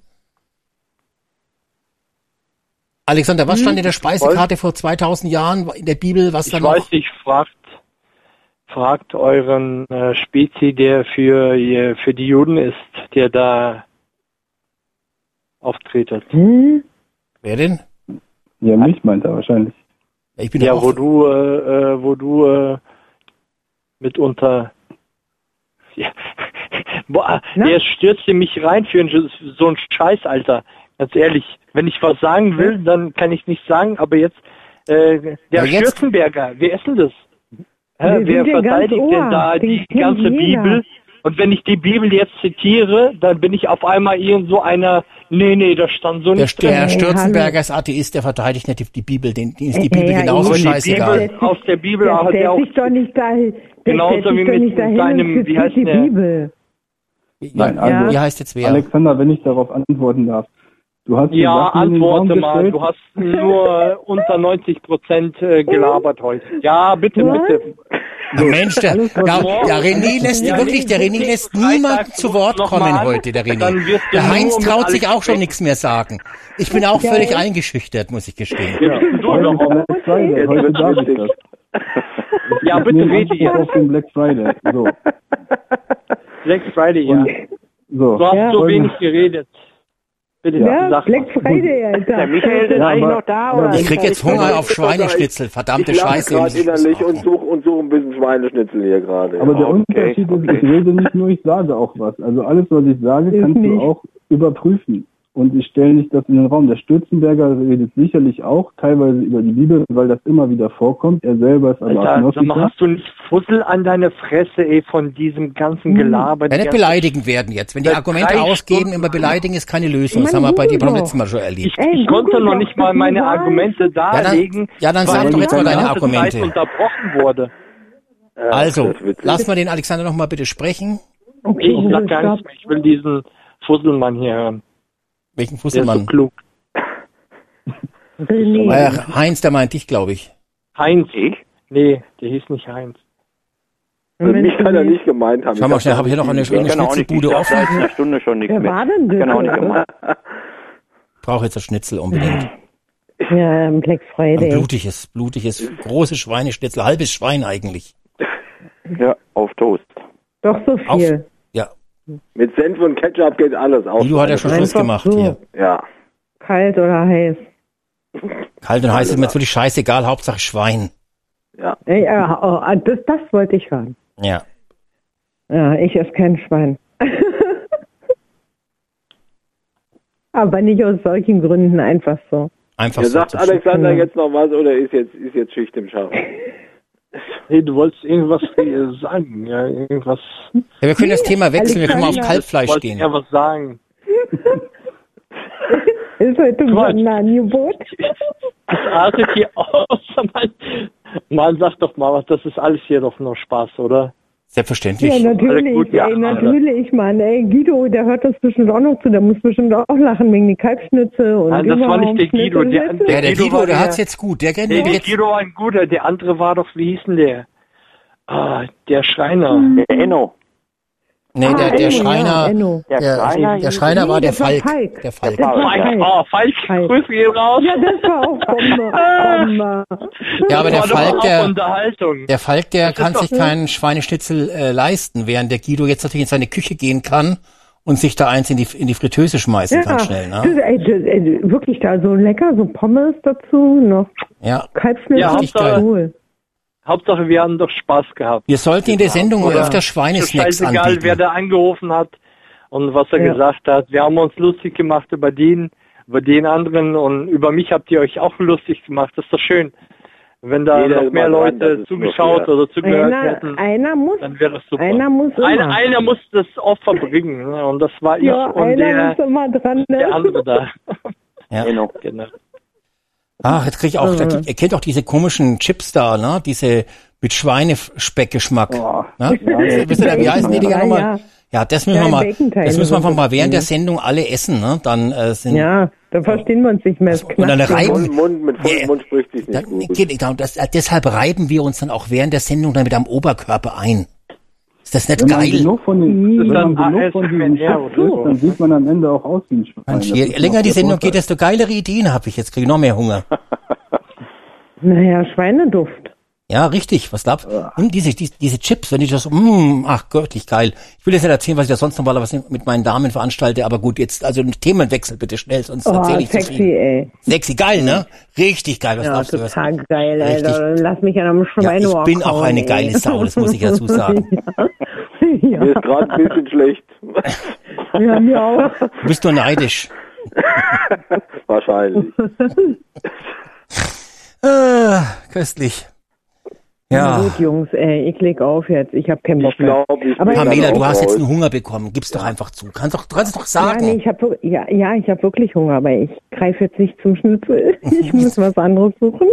Alexander, was Hm? stand in der Speisekarte vor zweitausend Jahren in der Bibel? Was Ich da noch? weiß nicht, fragt, fragt euren äh, Spezi, der für, äh, für die Juden ist, der da auftretet. Hm? Wer denn? Ja, mich meint er wahrscheinlich. Ich bin ja, auch wo du, äh, äh, wo du äh, mitunter, ja, boah, der stürzte mich rein für einen, so einen Scheiß, Alter. Ganz ehrlich, wenn ich was sagen will, dann kann ich nicht sagen, aber jetzt, äh, der Ja, jetzt- Stürzenberger, wer ist denn das? Wir Hä, sind wer ja ganz verteidigt Ohr, denn da den die kennt ganze jeder. Bibel? Und wenn ich die Bibel jetzt zitiere, dann bin ich auf einmal irgend so einer, nee, nee, das stand so Der, nicht drin. der Stürzenberger ist Atheist, der verteidigt nicht die, die Bibel, den, den ist die Ey, Bibel ja, genauso Aber die scheißegal. Bibel, aus der Bibel Der hat er stellt auch sich doch nicht dahin. Der genauso stellt sich wie doch mit nicht dahin seinem- und wie heißt zitiert die der? Bibel. Nein, also, Wie heißt jetzt wer? Alexander, wenn ich darauf antworten darf. Du hast hier Ja, Sachen in den Raum antworte mal. gestellt. Du hast nur unter neunzig Prozent äh, gelabert heute. Ja, bitte, Was? bitte. Ach Mensch, der, Alles, was der, morgen- der René lässt, Ja, wirklich, der René lässt niemanden zu Wort noch kommen mal an, heute, der dann René. wirst du Der Heinz nur mit traut sich Alex auch schon sprechen. nichts mehr sagen. Ich bin auch völlig eingeschüchtert, muss ich gestehen. Ja, heute ist Black Friday, heute darf ich das. Ja, Ich bitte nehme rede Anspruch auf jetzt. den Black Friday. So, Black Friday, ja. und, so. Du hast Ja. so Folgendes- wenig geredet. Bitte, Ja, sag Black mal. Friday, Alter. Der Michael ist Ja, eigentlich aber- noch da, ja, oder? Ich krieg jetzt Hunger auf Schweineschnitzel, verdammte ich lache Scheiße. gerade innerlich und suche und suche ein bisschen Schweineschnitzel hier gerade. Aber der Okay, Unterschied ist, okay. ich rede nicht nur, ich sage auch was. Also alles, was ich sage, Ist kannst du nicht. auch überprüfen. Und ich stelle nicht das in den Raum. Der Stürzenberger redet sicherlich auch teilweise über die Bibel, weil das immer wieder vorkommt. Er selber ist aber Alter, sag mal, Agnostiker. hast du nicht Fussel an deine Fresse, ey, von diesem ganzen Gelaber? Ja, die nicht ganze- beleidigend werden jetzt. Wenn die Seit Argumente drei ausgeben, Stunden- immer beleidigen ist keine Lösung. Das Ich haben meine, wir bei dir Google beim doch. letzten Mal schon erlebt. Ich, Ey, ich konnte Google noch doch, nicht mal das meine ist Argumente dann- darlegen, ja, dann weil sag die doch jetzt mal deine ganze Zeit Argumente. unterbrochen wurde. Also, das ist witzig. lass mal den Alexander noch mal bitte sprechen. Okay, Ich sag gar stopp. nichts mehr, ich will diesen Fusselmann hier hören. Welchen Der ist so Fusselmann? klug. René. Äh, Heinz, der meint dich, glaube ich. Heinz. Ich? Nee, der hieß nicht Heinz. Also mich kann er René. nicht gemeint haben. Schau mal Ich schnell, hab habe ich hier noch eine, gesagt. eine Kann auch nicht, ich Schnitzelbude sag offen? seit einer Stunde schon nichts Wer mehr. war denn das? Kann auch nicht gemeint. Brauche jetzt das Schnitzel unbedingt. Ja, Black Ein Friday. blutiges, blutiges, großes Schweineschnitzel, halbes Schwein eigentlich. Ja, auf Toast. Doch so Auf, viel. ja, Mit Senf und Ketchup geht alles aus. Guido hat ja schon Schluss Einfach gemacht so. hier. Ja. Kalt oder heiß. Kalt und heiß ist mir jetzt wirklich scheißegal, Hauptsache Schwein. Ja. Ey, äh, oh, das, das wollte ich hören. Ja. Ja, ich esse kein Schwein. Aber nicht aus solchen Gründen, einfach so. Einfach Ja, so. sagt zum Alexander Ja. jetzt noch was oder ist jetzt, ist jetzt Schicht im Schacht? Nee, du wolltest irgendwas äh, sagen, ja, irgendwas. Ja, wir können das Thema wechseln, wir können mal auf Alexander. Kalbfleisch Wolltest gehen. ja was sagen. Ist heute ein Quatsch. Bananengebot? Das artet hier aus. Man, man sagt doch mal was, das ist alles hier doch nur Spaß, oder? Selbstverständlich. Ja, Alles natürlich, gut, ja, ey, Alter. natürlich, Mann. Ey, Guido, der hört das bestimmt auch noch zu, der muss bestimmt auch lachen wegen die Kalbschnitze und Nein, das war nicht der Überraumschnitze. Guido, der- Ja, der Guido Guido, war der der- hat's jetzt gut. Der kennt Nee, der jetzt. Guido war ein guter, der andere war doch, wie hieß denn der? Ah, der Schreiner. Der Enno. Nee, Ah, der, der Enno, ja, Schreiner, Enno. Der der, Schreiner der hieß- Schreiner war Nee, der das war Falk. Falk. Der Falk. Das war Falk, Falk. oh, Falk, Falk. Grüße gehen raus. Ja, das war auch Bombe. Bombe. Ja, aber der war doch Falk, auch der, Unterhaltung. der Falk, der Das ist kann doch- sich keinen Schweineschnitzel äh, leisten, während der Guido jetzt natürlich in seine Küche gehen kann und sich da eins in die, in die Fritteuse schmeißen Ja, kann schnell, das, ne? ey, das, ey, wirklich da so lecker, so Pommes dazu, noch Ja. Kalbschnitzel, Ja, richtig Hauptsache- geil. cool. Hauptsache, wir haben doch Spaß gehabt. Wir sollten in der Sendung Oder öfter ist Schweinesnacks scheißegal, anbieten. wer da angerufen hat und was er Ja. gesagt hat. Wir haben uns lustig gemacht über den, über den anderen und über mich habt ihr euch auch lustig gemacht. Das ist doch schön. Wenn da Jeder noch ist mehr mal dran, das Leute ist zugeschaut nur fair. oder zugehört Einer, hätten, einer muss, dann wäre das super. einer muss immer. Einer, einer muss das Opfer bringen. Ne? Und das war ich ja, und einer der, muss immer dran, ne? der andere da. Ja. Enno. Genau. Ach, jetzt krieg ich auch, da gibt- ihr kennt auch diese komischen Chips da, ne? Diese mit Schweinespeckgeschmack. Oh, Ne? ja, Wisst ihr, wie heißen die Dinger Ja, nochmal? ja. Ja, das müssen Ja, wir mal, Baconteile das müssen wir einfach sind mal das, während ja. der Sendung alle essen, ne? Dann äh, sind, Ja, Da verstehen wir uns nicht mehr. Und dann reiben, Mund, mit vollem Ja, Mund spricht sich nicht dann, gut. genau, das, deshalb reiben wir uns dann auch während der Sendung dann mit am Oberkörper ein. Ist das nicht Wenn man geil? genug von, den, wenn man genug von diesen Ja, Chips isst, dann sieht man am Ende auch aus wie ein Schwein. Mensch, Das je ist länger noch die der Sendung Vorteil. geht, desto geilere Ideen habe ich. Jetzt kriege ich noch mehr Hunger. Naja, Schweineduft. Ja, richtig. Was glaubst du? Nimm diese, diese, diese Chips, wenn ich das, mm, ach göttlich geil. Ich will jetzt nicht erzählen, was ich da sonst normalerweise mit meinen Damen veranstalte, aber gut, jetzt, also ein Themenwechsel bitte schnell, sonst Oh, erzähle ich zu sexy, viel. ey. Sexy, geil, ne? Richtig geil, was Ja, glaubst du? total was? geil, Richtig. Alter. Lass mich an einem Ja, Schweineohr ich bin auch kauen, eine ey. geile Sau, das muss ich dazu sagen. ja. Mir ist gerade ein bisschen schlecht. Ja, mir auch. Du bist nur neidisch. Wahrscheinlich. Ah, köstlich. Ja. Na gut, Jungs, ey, ich leg auf jetzt. Ich hab keinen Bock Ich glaube, ich Aber bin Pamela, dann du auch hast jetzt raus. einen Hunger bekommen. Gib's doch einfach zu. Kannst doch, du kannst doch sagen. Ja, nee, ich hab, wir- ja, ja, ich habe wirklich Hunger, aber ich greife jetzt nicht zum Schnitzel. Ich muss was anderes suchen.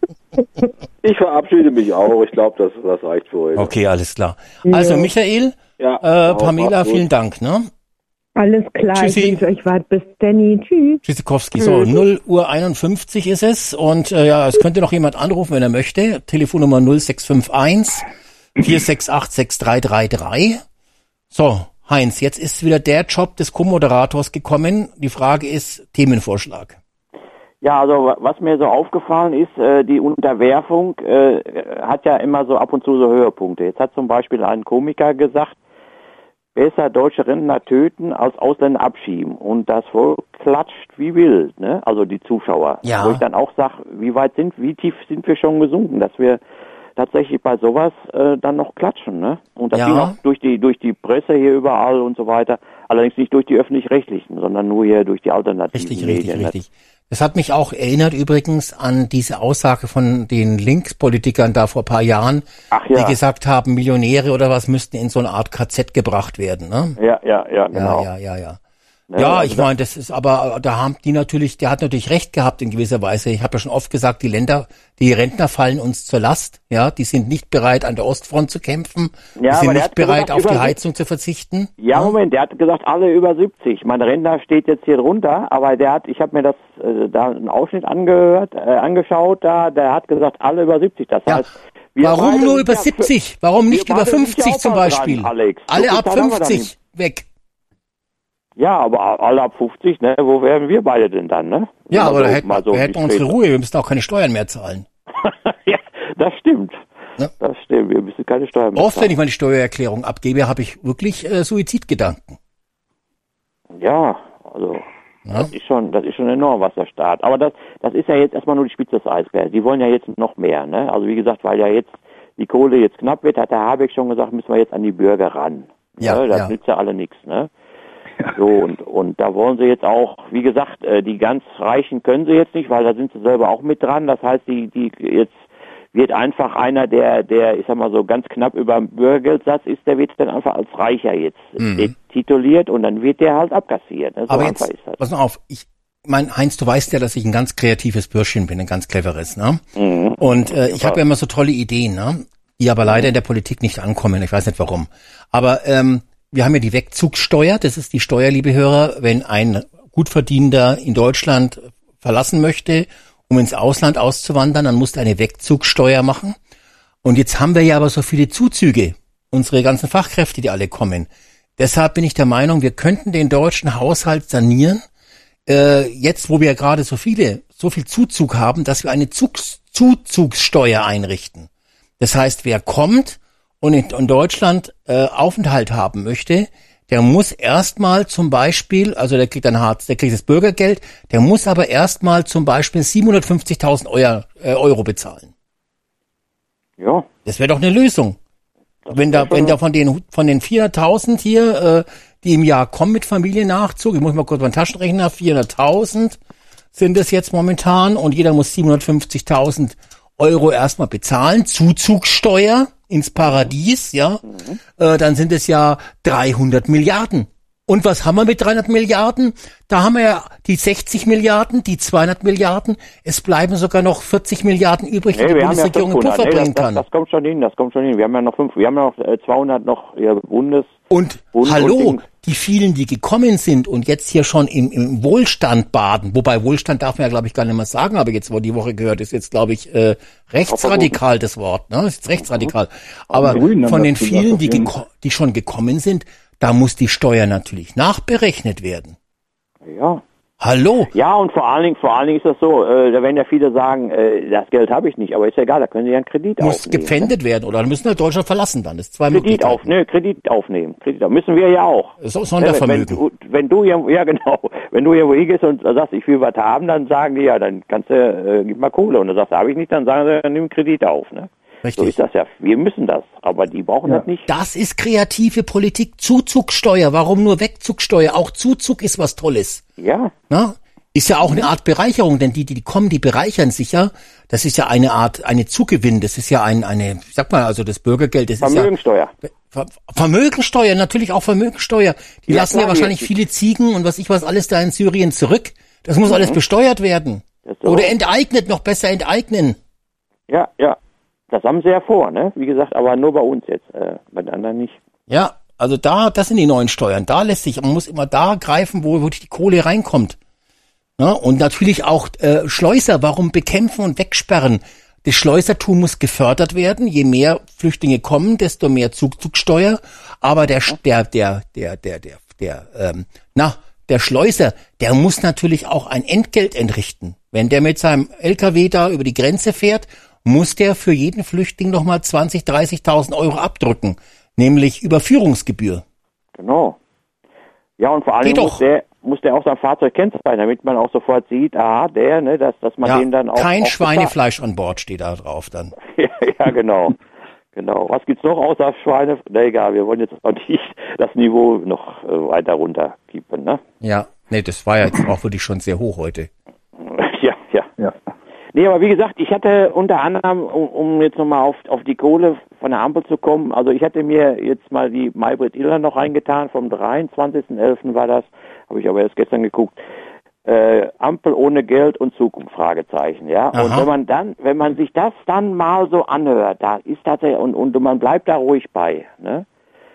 Ich verabschiede mich auch. Ich glaube, das, das reicht für heute. Okay, alles klar. Ja. Also Michael, Ja, äh, auch, Pamela, macht's gut. vielen Dank, ne? Alles klar, Tschüssi. ich wünsche euch was. Bis Danny. Tschüss. Tschüssikowski. So, Mhm. null Uhr einundfünfzig ist es und äh, ja, es könnte noch jemand anrufen, wenn er möchte. Telefonnummer null sechs fünf eins vier sechs acht sechs drei drei drei. So, Heinz, jetzt ist wieder der Job des Co-Moderators gekommen. Die Frage ist Themenvorschlag. Ja, also wa- was mir so aufgefallen ist, äh, die Unterwerfung äh, hat ja immer so ab und zu so Höhepunkte. Jetzt hat zum Beispiel ein Komiker gesagt, besser deutsche Rentner töten als Ausländer abschieben. Und das Volk klatscht wie wild, ne? Also die Zuschauer. Ja. Wo ich dann auch sage, wie weit sind, wie tief sind wir schon gesunken, dass wir tatsächlich bei sowas äh, dann noch klatschen, ne? Und das Ja. ging auch durch die durch die Presse hier überall und so weiter. Allerdings nicht durch die öffentlich-rechtlichen, sondern nur hier durch die alternativen Richtig, Medien. richtig, ne? richtig. Das hat mich auch erinnert übrigens an diese Aussage von den Linkspolitikern da vor ein paar Jahren, Ach ja. die gesagt haben, Millionäre oder was müssten in so eine Art K Z gebracht werden, ne? Ja, ja, ja, genau. Ja, ja, ja, ja. Ne, Ja, also ich das- meine, das ist aber, da haben die natürlich, der hat natürlich recht gehabt in gewisser Weise. Ich habe ja schon oft gesagt, die Länder, die Rentner fallen uns zur Last, ja, die sind nicht bereit, an der Ostfront zu kämpfen, Ja, die sind aber der nicht hat bereit, gesagt, auf die über- Heizung zu verzichten. Ja, Moment, der hat gesagt, alle über siebzig. Mein Rentner steht jetzt hier drunter, aber der hat, ich habe mir das äh, da einen Ausschnitt angehört, äh, angeschaut, da, der hat gesagt, alle über siebzig. Das heißt, wir Warum beide nur sind über ja- siebzig? Warum nicht wir über beide sind ja fünfzig auch zum bald Beispiel? dran, Alex. Alle So ab viel Zeit haben wir da fünfzig weg. Ja, aber alle ab fünfzig, ne? Wo wären wir beide denn dann, ne? Ja, Mal aber so- da hätten mal wir, so da hätten wir unsere diskret. Ruhe, wir müssen auch keine Steuern mehr zahlen. Ja, das stimmt. Ja. Das stimmt, wir müssen keine Steuern mehr Oft, wenn zahlen. ich meine Steuererklärung abgebe, habe ich wirklich äh, Suizidgedanken. Ja, also Ja. das ist schon, das ist schon enorm, was der Staat. Aber das, das ist ja jetzt erstmal nur die Spitze des Eisbergs. Die wollen ja jetzt noch mehr, ne? Also wie gesagt, weil ja jetzt die Kohle jetzt knapp wird, hat der Habeck schon gesagt, müssen wir jetzt an die Bürger ran. Ja, ne? Das ja. nützt ja alle nichts, ne? So, und, und da wollen sie jetzt auch, wie gesagt, äh, die ganz Reichen können sie jetzt nicht, weil da sind sie selber auch mit dran. Das heißt, die, die jetzt wird einfach einer, der, der, ich sag mal so ganz knapp über dem Bürgergeldsatz ist, der wird dann einfach als Reicher jetzt Mhm. tituliert und dann wird der halt abkassiert. Ne? So Aber einfach jetzt, ist das. pass mal auf, ich mein Heinz, du weißt ja, dass ich ein ganz kreatives Bürschchen bin, ein ganz cleveres, ne? Mhm. Und äh, ich habe ja immer so tolle Ideen, ne? Die aber leider in der Politik nicht ankommen. Ich weiß nicht warum. Aber ähm, wir haben ja die Wegzugssteuer. Das ist die Steuer, liebe Hörer, wenn ein Gutverdienender in Deutschland verlassen möchte, um ins Ausland auszuwandern, dann muss er eine Wegzugssteuer machen. Und jetzt haben wir ja aber so viele Zuzüge, unsere ganzen Fachkräfte, die alle kommen. Deshalb bin ich der Meinung, wir könnten den deutschen Haushalt sanieren, äh, jetzt wo wir gerade so viele, so viel Zuzug haben, dass wir eine Zugs- Zuzugssteuer einrichten. Das heißt, wer kommt und in, in Deutschland äh, Aufenthalt haben möchte, der muss erstmal zum Beispiel, also der kriegt ein Hartz, der kriegt das Bürgergeld, der muss aber erstmal zum Beispiel siebenhundertfünfzigtausend Euro, äh, Euro bezahlen. Ja. Das wäre doch eine Lösung. Wenn da, wenn da von den, von den vierhunderttausend hier, äh, die im Jahr kommen mit Familiennachzug, ich muss mal kurz meinen Taschenrechner, vierhunderttausend sind es jetzt momentan und jeder muss siebenhundertfünfzigtausend Euro erstmal bezahlen, Zuzugssteuer ins Paradies, ja, Mhm. äh, dann sind es ja dreihundert Milliarden. Und was haben wir mit dreihundert Milliarden? Da haben wir ja die sechzig Milliarden, die zweihundert Milliarden. Es bleiben sogar noch vierzig Milliarden übrig, die Nee, die wir haben ja Bundesregierung in fünfhundert. Puffer Nee, bringen das, kann. das, das kommt schon hin, das kommt schon hin. Wir haben ja noch fünf, wir haben ja noch äh, zweihundert noch ja, Bundes. Und Bund hallo, und Dings. die vielen, die gekommen sind und jetzt hier schon im, im Wohlstand baden, wobei Wohlstand darf man ja, glaube ich, gar nicht mehr sagen, aber jetzt, wo die Woche gehört, ist jetzt, glaube ich, äh, rechtsradikal das Wort, ne? Ist jetzt rechtsradikal. Aber von den vielen, die, geko- die schon gekommen sind, da muss die Steuer natürlich nachberechnet werden. Ja. Hallo? Ja, und vor allen Dingen, vor allen Dingen ist das so, äh, da werden ja viele sagen, äh, das Geld habe ich nicht, aber ist ja egal, da können Sie ja einen Kredit Muss aufnehmen. gepfändet ne? werden oder müssen wir Deutschland verlassen dann. Das ist zwei Kredit Möglichkeiten. auf, ne, Kredit aufnehmen. Kredit auf. Müssen wir ja auch. So, Sondervermögen. Wenn, wenn, du, wenn du irgendwo, ja genau, wenn du irgendwo hingehst und sagst, ich will was haben, dann sagen die, ja, dann kannst du, äh, gib mal Kohle. Und du sagst, habe ich nicht, dann sagen sie, nimm Kredit auf, ne? Richtig. So ist das ja. Wir müssen das, aber die brauchen Ja. das nicht. Das ist kreative Politik. Zuzugsteuer. Warum nur Wegzugsteuer? Auch Zuzug ist was Tolles. Ja. Na? Ist ja auch eine Art Bereicherung, denn die, die, die kommen, die bereichern sich ja. Das ist ja eine Art, eine Zugewinn. Das ist ja ein, eine, sag mal, also das Bürgergeld, das Vermögensteuer. ist ja. Vermögensteuer, natürlich auch Vermögensteuer. Die Ja, lassen klar, ja wahrscheinlich die- viele Ziegen und was ich was alles da in Syrien zurück. Das muss Mhm. alles besteuert werden. Das ist so. Oder enteignet, noch besser enteignen. Ja, ja. Das haben sie ja vor, ne? Wie gesagt, aber nur bei uns jetzt, äh, bei den anderen nicht. Ja, also da, das sind die neuen Steuern. Da lässt sich, man muss immer da greifen, wo wirklich die Kohle reinkommt. Ja, und natürlich auch äh, Schleuser, warum bekämpfen und wegsperren? Das Schleusertum muss gefördert werden. Je mehr Flüchtlinge kommen, desto mehr Zugzugsteuer. Aber der, der, der, der, der, der, der, ähm, na, der Schleuser, der muss natürlich auch ein Entgelt entrichten. Wenn der mit seinem L K W da über die Grenze fährt, muss der für jeden Flüchtling nochmal zwanzig, dreißigtausend Euro abdrücken. Nämlich Überführungsgebühr. Genau. Ja, und vor allem Geht muss doch. der, muss der auch sein Fahrzeug kennzeichnen, damit man auch sofort sieht, aha, der, ne, dass, dass man Ja, den dann auch. kein auch Schweinefleisch an Bord steht da drauf dann. bezahlt. Ja, genau. Genau. Was gibt's noch außer Schweine? Na egal, wir wollen jetzt auch nicht das Niveau noch äh, weiter runterkippen, ne? Ja, nee, das war ja jetzt auch wirklich schon sehr hoch heute. Ja, ja. Ja. Nee, aber wie gesagt, ich hatte unter anderem, um, um jetzt nochmal auf, auf die Kohle von der Ampel zu kommen, also ich hatte mir jetzt mal die Maybrit Illner noch reingetan, vom dreiundzwanzigsten elften war das, habe ich aber erst gestern geguckt, äh, Ampel ohne Geld und Zukunft, Fragezeichen, ja. Aha. Und wenn man dann, wenn man sich das dann mal so anhört, da ist tatsächlich, und, und man bleibt da ruhig bei, ne?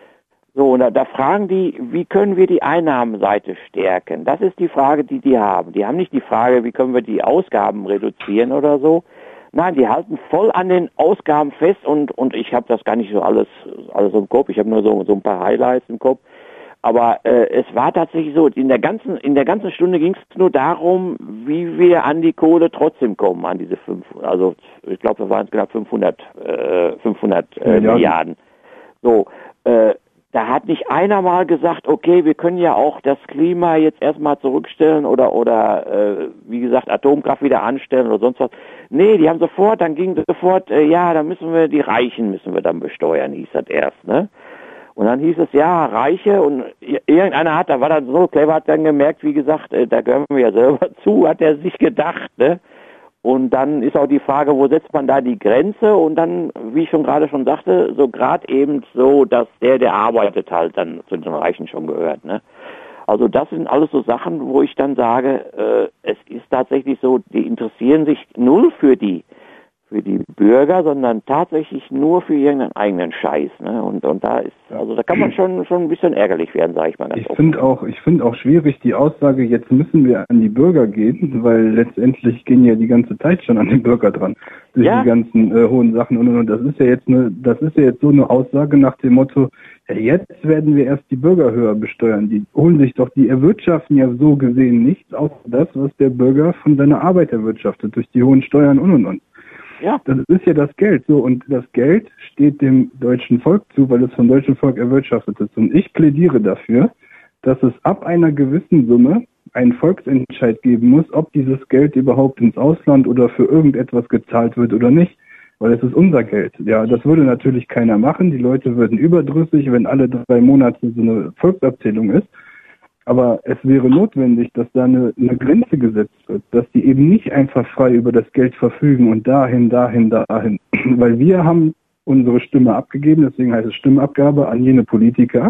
So, und da, da fragen die, wie können wir die Einnahmenseite stärken? Das ist die Frage, die die haben. Die haben nicht die Frage, wie können wir die Ausgaben reduzieren oder so. Nein, die halten voll an den Ausgaben fest und und ich habe das gar nicht so alles alles im Kopf. Ich habe nur so so ein paar Highlights im Kopf. Aber äh, es war tatsächlich so, in der ganzen in der ganzen Stunde ging es nur darum, wie wir an die Kohle trotzdem kommen, an diese fünf, also ich glaube, das waren knapp fünfhundert, äh, fünfhundert äh, Milliarden. Milliarden. So, äh, da hat nicht einer mal gesagt, okay, wir können ja auch das Klima jetzt erstmal zurückstellen oder oder äh, wie gesagt Atomkraft wieder anstellen oder sonst was. Nee, die haben sofort, dann ging sofort, äh, ja, dann müssen wir die Reichen müssen wir dann besteuern, hieß das erst, ne? Und dann hieß es, ja, Reiche und irgendeiner hat, da war dann so clever, hat dann gemerkt, wie gesagt, äh, da gehören wir ja selber zu, hat er sich gedacht, ne? Und dann ist auch die Frage, wo setzt man da die Grenze? Und dann, wie ich schon gerade schon sagte, so gerade eben so, dass der, der arbeitet halt dann zu den Reichen schon gehört, ne? Also das sind alles so Sachen, wo ich dann sage, äh, es ist tatsächlich so, die interessieren sich null für die für die Bürger, sondern tatsächlich nur für irgendeinen eigenen Scheiß, ne? Und und da ist, also da kann man schon schon ein bisschen ärgerlich werden, sage ich mal ganz Ich offen. finde auch, ich finde auch schwierig die Aussage, jetzt müssen wir an die Bürger gehen, weil letztendlich gehen ja die ganze Zeit schon an den Bürger dran durch Ja. die ganzen äh, hohen Sachen und und und. Das ist ja jetzt eine, das ist ja jetzt so eine Aussage nach dem Motto, ja, jetzt werden wir erst die Bürger höher besteuern. Die holen sich doch, die erwirtschaften ja so gesehen nichts, außer das, was der Bürger von seiner Arbeit erwirtschaftet durch die hohen Steuern und und und. Ja. Das ist ja das Geld. So, und das Geld steht dem deutschen Volk zu, weil es vom deutschen Volk erwirtschaftet ist. Und ich plädiere dafür, dass es ab einer gewissen Summe einen Volksentscheid geben muss, ob dieses Geld überhaupt ins Ausland oder für irgendetwas gezahlt wird oder nicht. Weil es ist unser Geld. Ja, das würde natürlich keiner machen. Die Leute würden überdrüssig, wenn alle drei Monate so eine Volksabzählung ist. Aber es wäre notwendig, dass da eine, eine Grenze gesetzt wird, dass die eben nicht einfach frei über das Geld verfügen und dahin, dahin, dahin. Weil wir haben unsere Stimme abgegeben, deswegen heißt es Stimmabgabe an jene Politiker,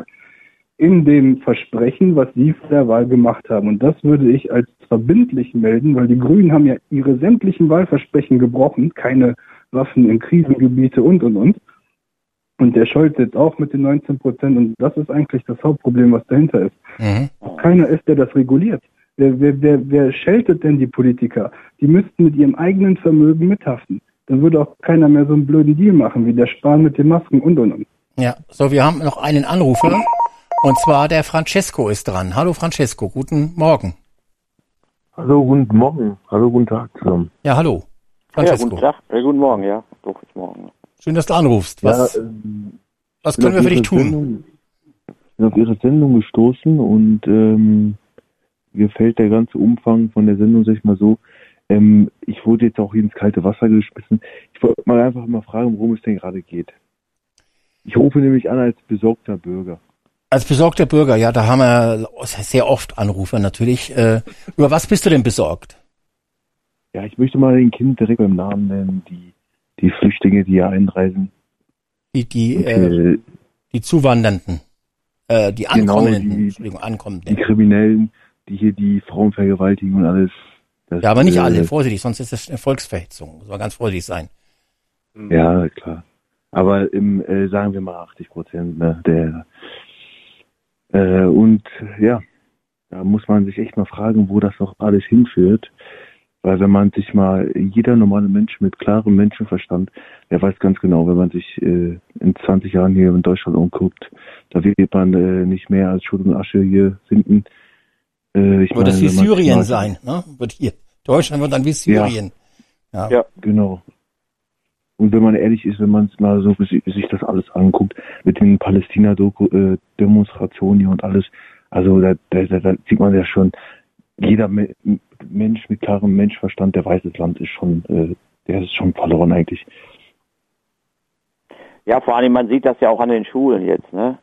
in dem Versprechen, was sie vor der Wahl gemacht haben. Und das würde ich als verbindlich melden, weil die Grünen haben ja ihre sämtlichen Wahlversprechen gebrochen, keine Waffen in Krisengebiete und, und, und. Und der scheut jetzt auch mit den neunzehn Prozent. Und das ist eigentlich das Hauptproblem, was dahinter ist. Mhm. Keiner ist, der das reguliert. Wer, wer, wer, wer scheltet denn die Politiker? Die müssten mit ihrem eigenen Vermögen mithaften. Dann würde auch keiner mehr so einen blöden Deal machen, wie der Spahn mit den Masken und und und. Ja, so, wir haben noch einen Anrufer. Und zwar der Francesco ist dran. Hallo Francesco, guten Morgen. Hallo, guten Morgen. Hallo, guten Tag zusammen. Ja, hallo. Francesco. Ja, guten Tag. Ja, guten Morgen, ja. Doch, guten Morgen. Schön, dass du anrufst. Was, ja, ähm, was können wir für dich tun? Sendung, ich bin auf Ihre Sendung gestoßen und ähm, mir fällt der ganze Umfang von der Sendung, sag ich mal so, ähm, ich wurde jetzt auch hier ins kalte Wasser geschmissen. Ich wollte mal einfach mal fragen, worum es denn gerade geht. Ich rufe nämlich an als besorgter Bürger. Als besorgter Bürger, ja, da haben wir sehr oft Anrufer natürlich. Äh, über was bist du denn besorgt? Ja, ich möchte mal den Kind direkt beim Namen nennen, die, die Flüchtlinge, die hier einreisen. Die, die, okay. äh, die Zuwandernden. Äh, die Ankommenden, genau, die, Entschuldigung, Ankommenden. Die Kriminellen, die hier die Frauen vergewaltigen und alles. Das, ja, aber nicht äh, alle, vorsichtig, sonst ist das eine Volksverhetzung. Muss man ganz vorsichtig sein. Ja, klar. Aber im, äh, sagen wir mal achtzig Prozent, ne, der, äh, und ja, da muss man sich echt mal fragen, wo das noch alles hinführt. Weil wenn man sich mal, jeder normale Mensch mit klarem Menschenverstand, der weiß ganz genau, wenn man sich äh, in zwanzig Jahren hier in Deutschland umguckt, da wird man äh, nicht mehr als Schutt und Asche hier finden. Äh, ich Wird das wie wenn man Syrien mal, sein, ne? Wird hier. Deutschland wird dann wie Syrien. Ja, ja. Genau. Und wenn man ehrlich ist, wenn man es mal so sich das alles anguckt, mit den Palästina-Demonstrationen hier und alles, also da, da, da sieht man ja schon, jeder Me- Mensch mit klarem Menschverstand, der weiß, das Land ist schon, äh, der ist schon verloren eigentlich. Ja, vor allem, man sieht das ja auch an den Schulen jetzt, ne?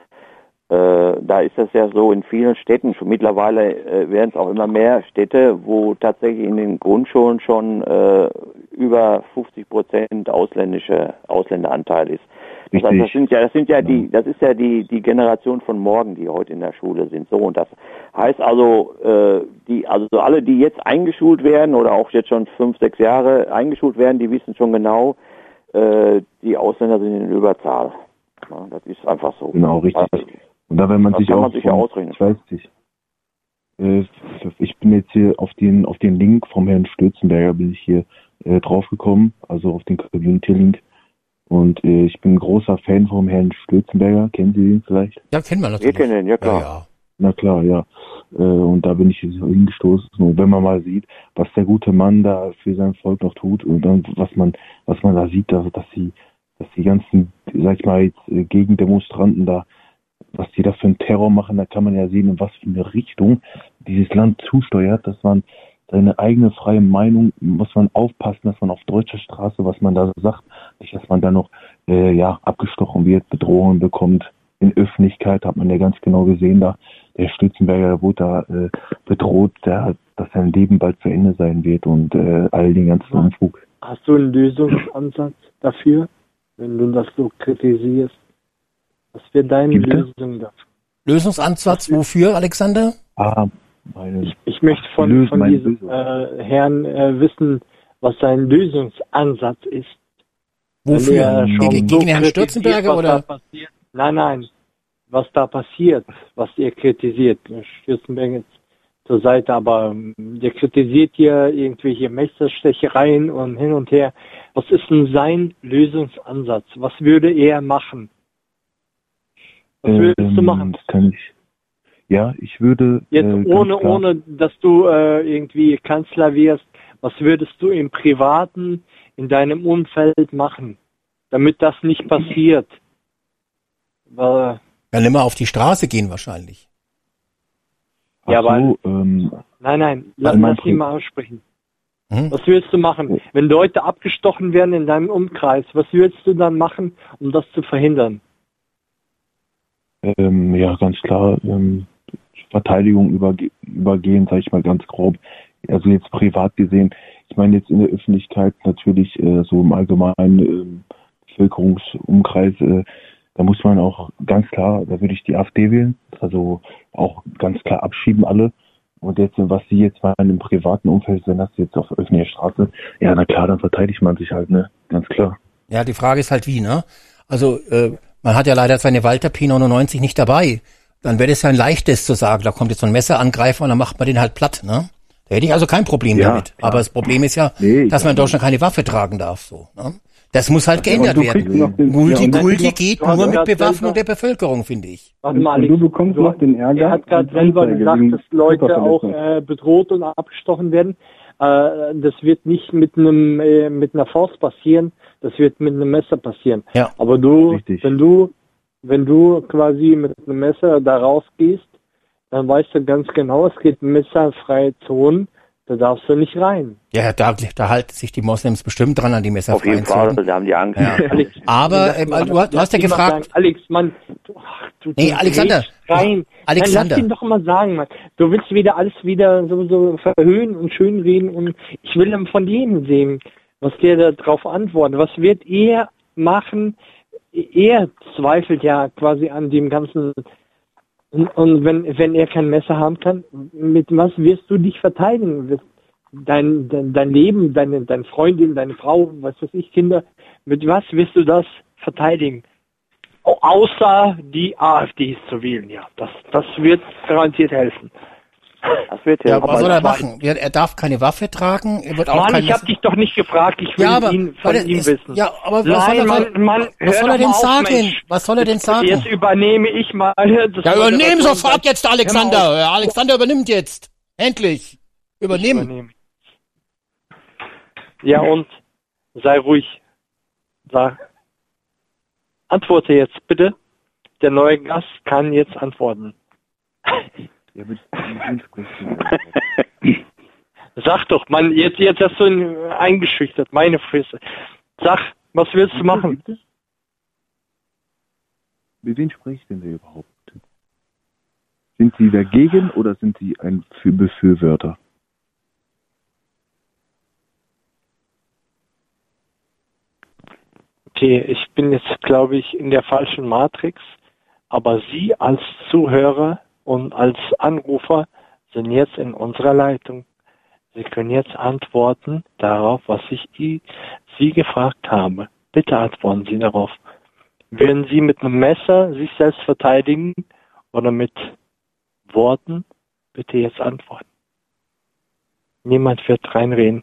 Äh, da ist das ja so in vielen Städten schon. Mittlerweile äh, werden es auch immer mehr Städte, wo tatsächlich in den Grundschulen schon äh, über fünfzig Prozent ausländische Ausländeranteil ist. Das, heißt, das sind ja, das sind ja die, das ist ja die die Generation von morgen, die heute in der Schule sind. So, und das heißt also, äh, die, also alle, die jetzt eingeschult werden oder auch jetzt schon fünf, sechs Jahre eingeschult werden, die wissen schon genau, äh, die Ausländer sind in Überzahl. Ja, das ist einfach so. Genau, richtig. Also, und da, wenn man sich auch, man sich ja ausrechnen. Ich weiß nicht, äh, ich bin jetzt hier auf den auf den Link vom Herrn Stürzenberger bin ich hier äh, draufgekommen, also auf den Community-Link. Und äh, ich bin ein großer Fan vom Herrn Stürzenberger. Kennen Sie ihn vielleicht? Ja, kennen wir natürlich. Wir kennen ihn, ja klar. Ja, ja. Na klar, ja. Äh, und da bin ich hingestoßen. Und wenn man mal sieht, was der gute Mann da für sein Volk noch tut und dann was man was man da sieht, dass, dass sie dass die ganzen, sag ich mal, jetzt, äh, Gegendemonstranten da, was die da für einen Terror machen, da kann man ja sehen, in was für eine Richtung dieses Land zusteuert, dass man seine eigene freie Meinung, muss man aufpassen, dass man auf deutscher Straße, was man da sagt, nicht, dass man da noch äh, ja abgestochen wird, Bedrohungen bekommt. In Öffentlichkeit hat man ja ganz genau gesehen, da der Stützenberger wurde da äh, bedroht, der, dass sein Leben bald zu Ende sein wird und äh, all den ganzen Unfug. Hast du einen Lösungsansatz dafür, wenn du das so kritisierst? Was wäre deine Lösung dafür? Lösungsansatz wofür, Alexander? Ah, meine, ich, ich möchte von, Lös- von meine diesem Lösung. äh, Herrn äh, wissen, was sein Lösungsansatz ist. Wofür? Wenn er schon Gegen, so gegen Herrn kritisiert, Stürzenberger was oder? da passiert. Nein, nein. Was da passiert, was ihr kritisiert. Stürzenberger jetzt zur Seite, aber ähm, der kritisiert hier irgendwelche Messerstechereien und hin und her. Was ist denn sein Lösungsansatz? Was würde er machen? Was würdest ähm, du machen? Das kann ich. Ja, ich würde. Jetzt äh, ohne, ganz klar, ohne, dass du äh, irgendwie Kanzler wirst, was würdest du im Privaten, in deinem Umfeld machen, damit das nicht passiert? Weil, Ja, nimmer auf die Straße gehen wahrscheinlich. Ach ja, so, weil, ähm, nein, nein, lass, mein lass ihn Pri- mal aussprechen. Hm? Was würdest du machen? Wenn Leute abgestochen werden in deinem Umkreis, was würdest du dann machen, um das zu verhindern? Ähm, ja, ganz klar, ähm, Verteidigung überge- übergehen, sage ich mal ganz grob. Also jetzt privat gesehen, ich meine jetzt in der Öffentlichkeit natürlich äh, so im allgemeinen ähm, Bevölkerungsumkreis, äh, da muss man auch ganz klar, da würde ich die AfD wählen, also auch ganz klar abschieben alle. Und jetzt, was Sie jetzt meinen im privaten Umfeld, wenn das jetzt auf öffentlicher Straße, ja, na klar, dann verteidigt man sich halt, ne, ganz klar. Ja, die Frage ist halt wie, ne? Also äh, man hat ja leider seine Walther P neunundneunzig nicht dabei. Dann wäre es ja ein leichtes zu sagen, da kommt jetzt so ein Messerangreifer und dann macht man den halt platt, ne? Da hätte ich also kein Problem Ja, damit. ja. Aber das Problem ist ja, Nee, dass man in Deutschland keine Waffe tragen darf, so, ne? Das muss halt geändert und du kriegst noch werden. den- ja, und du Multikulti kriegst geht noch- nur du mit hast Bewaffnung selber- der Bevölkerung, finde ich. Warte Und, mal, und Alex, du bekommst du- noch den Ärger. Er hat gerade als selber Anzeige gesagt, wegen dass Leute auch Körperverletzung. äh, bedroht und abgestochen werden. Äh, das wird nicht mit einem äh, mit einer Faust passieren, das wird mit einem Messer passieren. Ja. Aber du, Richtig. wenn du, wenn du quasi mit einem Messer da rausgehst, dann weißt du ganz genau, es geht messerfreie Zonen, da darfst du nicht rein. Ja, da, da halten sich die Moslems bestimmt dran an die Messer. Auf jeden Fall, da haben die Angst. Ja. Alex, Aber ähm, du, hast- du hast ja Lass ihn mal gefragt, sagen, Alex, Mann, du, ach, du, Nee, du Alexander, gehst rein. Alexander. Nein, lass ihn doch mal sagen, Mann. Du willst wieder alles wieder so, so verhöhnen und schönreden und ich will dann von dem sehen, was der da drauf antwortet. Was wird er machen? Er zweifelt ja quasi an dem ganzen. Und, und wenn, wenn er kein Messer haben kann, mit was wirst du dich verteidigen? Wirst Dein, dein, dein Leben, deine, deine Freundin, deine Frau, was weiß ich, Kinder, mit was wirst du das verteidigen? Au- Außer die AfD zu wählen, ja. Das, das wird garantiert helfen. Das wird ja, ja. was soll er machen? Er, er darf keine Waffe tragen, er wird auch Mann, kein ich hab dich doch nicht gefragt, ich will Ja, aber- ihn von weil ihm es- wissen. ja, aber was Nein, soll er- Mann, Mann, was hör soll doch er denn mal auf, sagen? Mensch. Was soll er denn Jetzt- sagen? Jetzt übernehme ich mal. Das Ja, übernehmen Moderation- sofort jetzt, der Hör mal Alexander. auf. Ja, Alexander übernimmt jetzt. Endlich. Übernimm. Übernehmen. Ja, und sei ruhig. Sag. Antworte jetzt bitte. Der neue Gast kann jetzt antworten. Ja, mit wem sprichst du? Sag doch, Mann, jetzt, jetzt hast du ihn eingeschüchtert, meine Fresse. Sag, was willst du machen? Mit wem spricht denn der überhaupt? Sind Sie dagegen oder sind Sie ein Für- Befürworter? Okay, ich bin jetzt, glaube ich, in der falschen Matrix, aber Sie als Zuhörer und als Anrufer sind jetzt in unserer Leitung. Sie können jetzt antworten darauf, was ich I- Sie gefragt habe. Bitte antworten Sie darauf. Würden Sie mit einem Messer sich selbst verteidigen oder mit Worten? Bitte jetzt antworten. Niemand wird reinreden.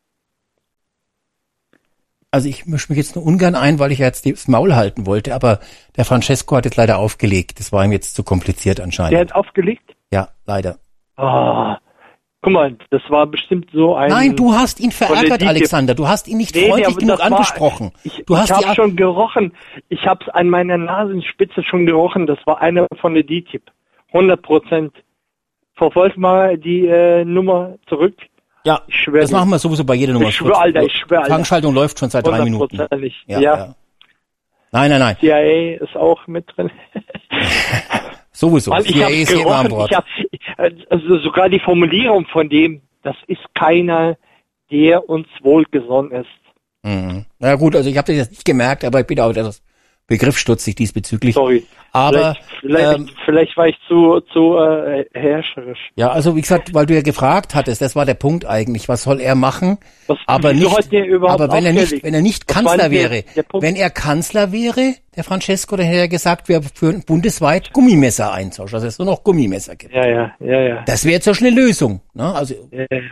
Also ich mische mich jetzt nur ungern ein, weil ich ja jetzt das Maul halten wollte, aber der Francesco hat jetzt leider aufgelegt. Das war ihm jetzt zu kompliziert anscheinend. Der hat aufgelegt? Ja, leider. Ah, guck mal, das war bestimmt so ein... Nein, du hast ihn von der verärgert, Dicke. Alexander. Du hast ihn nicht Nee, nee, freundlich aber genug das war- angesprochen. Ich, du hast ich die habe schon gerochen. Ich habe es an meiner Nasenspitze schon gerochen. Das war einer von der D T I P. hundert Prozent. Verfolgt mal die äh, Nummer zurück. Ja, ich schwör das dir. machen wir sowieso bei jeder Nummer. Ich schwör, Alter, ich schwör, Alter. Fangschaltung läuft schon seit drei Minuten. Hundertprozentig. Ja, Ja. ja. Nein, nein, nein. C I A ist auch mit drin. Sowieso. Mann, ich C I A habe ist hier immer an gerochen. Bord. Ich hab, also sogar die Formulierung von dem, das ist keiner, der uns wohlgesonnen ist. Mhm. Na gut, also ich habe das jetzt nicht gemerkt, aber ich bin auch etwas begriffsstutzig diesbezüglich. Sorry. Aber vielleicht, vielleicht, ähm, vielleicht war ich zu, zu äh, herrscherisch. ja, also wie gesagt, weil du ja gefragt hattest, das war der Punkt eigentlich, was soll er machen? Was, aber wieso nicht, hat der überhaupt aber wenn er nicht, aufgelegt? wenn er nicht Was war Kanzler denn der- wäre, der Punkt? wenn er Kanzler wäre, der Francesco, dann hätte er gesagt, wir führen bundesweit Gummimesser eintauschen, dass es nur noch Gummimesser gibt. Ja, ja, ja, ja. Das wäre jetzt schon eine Lösung, ne? Also Ja, ja.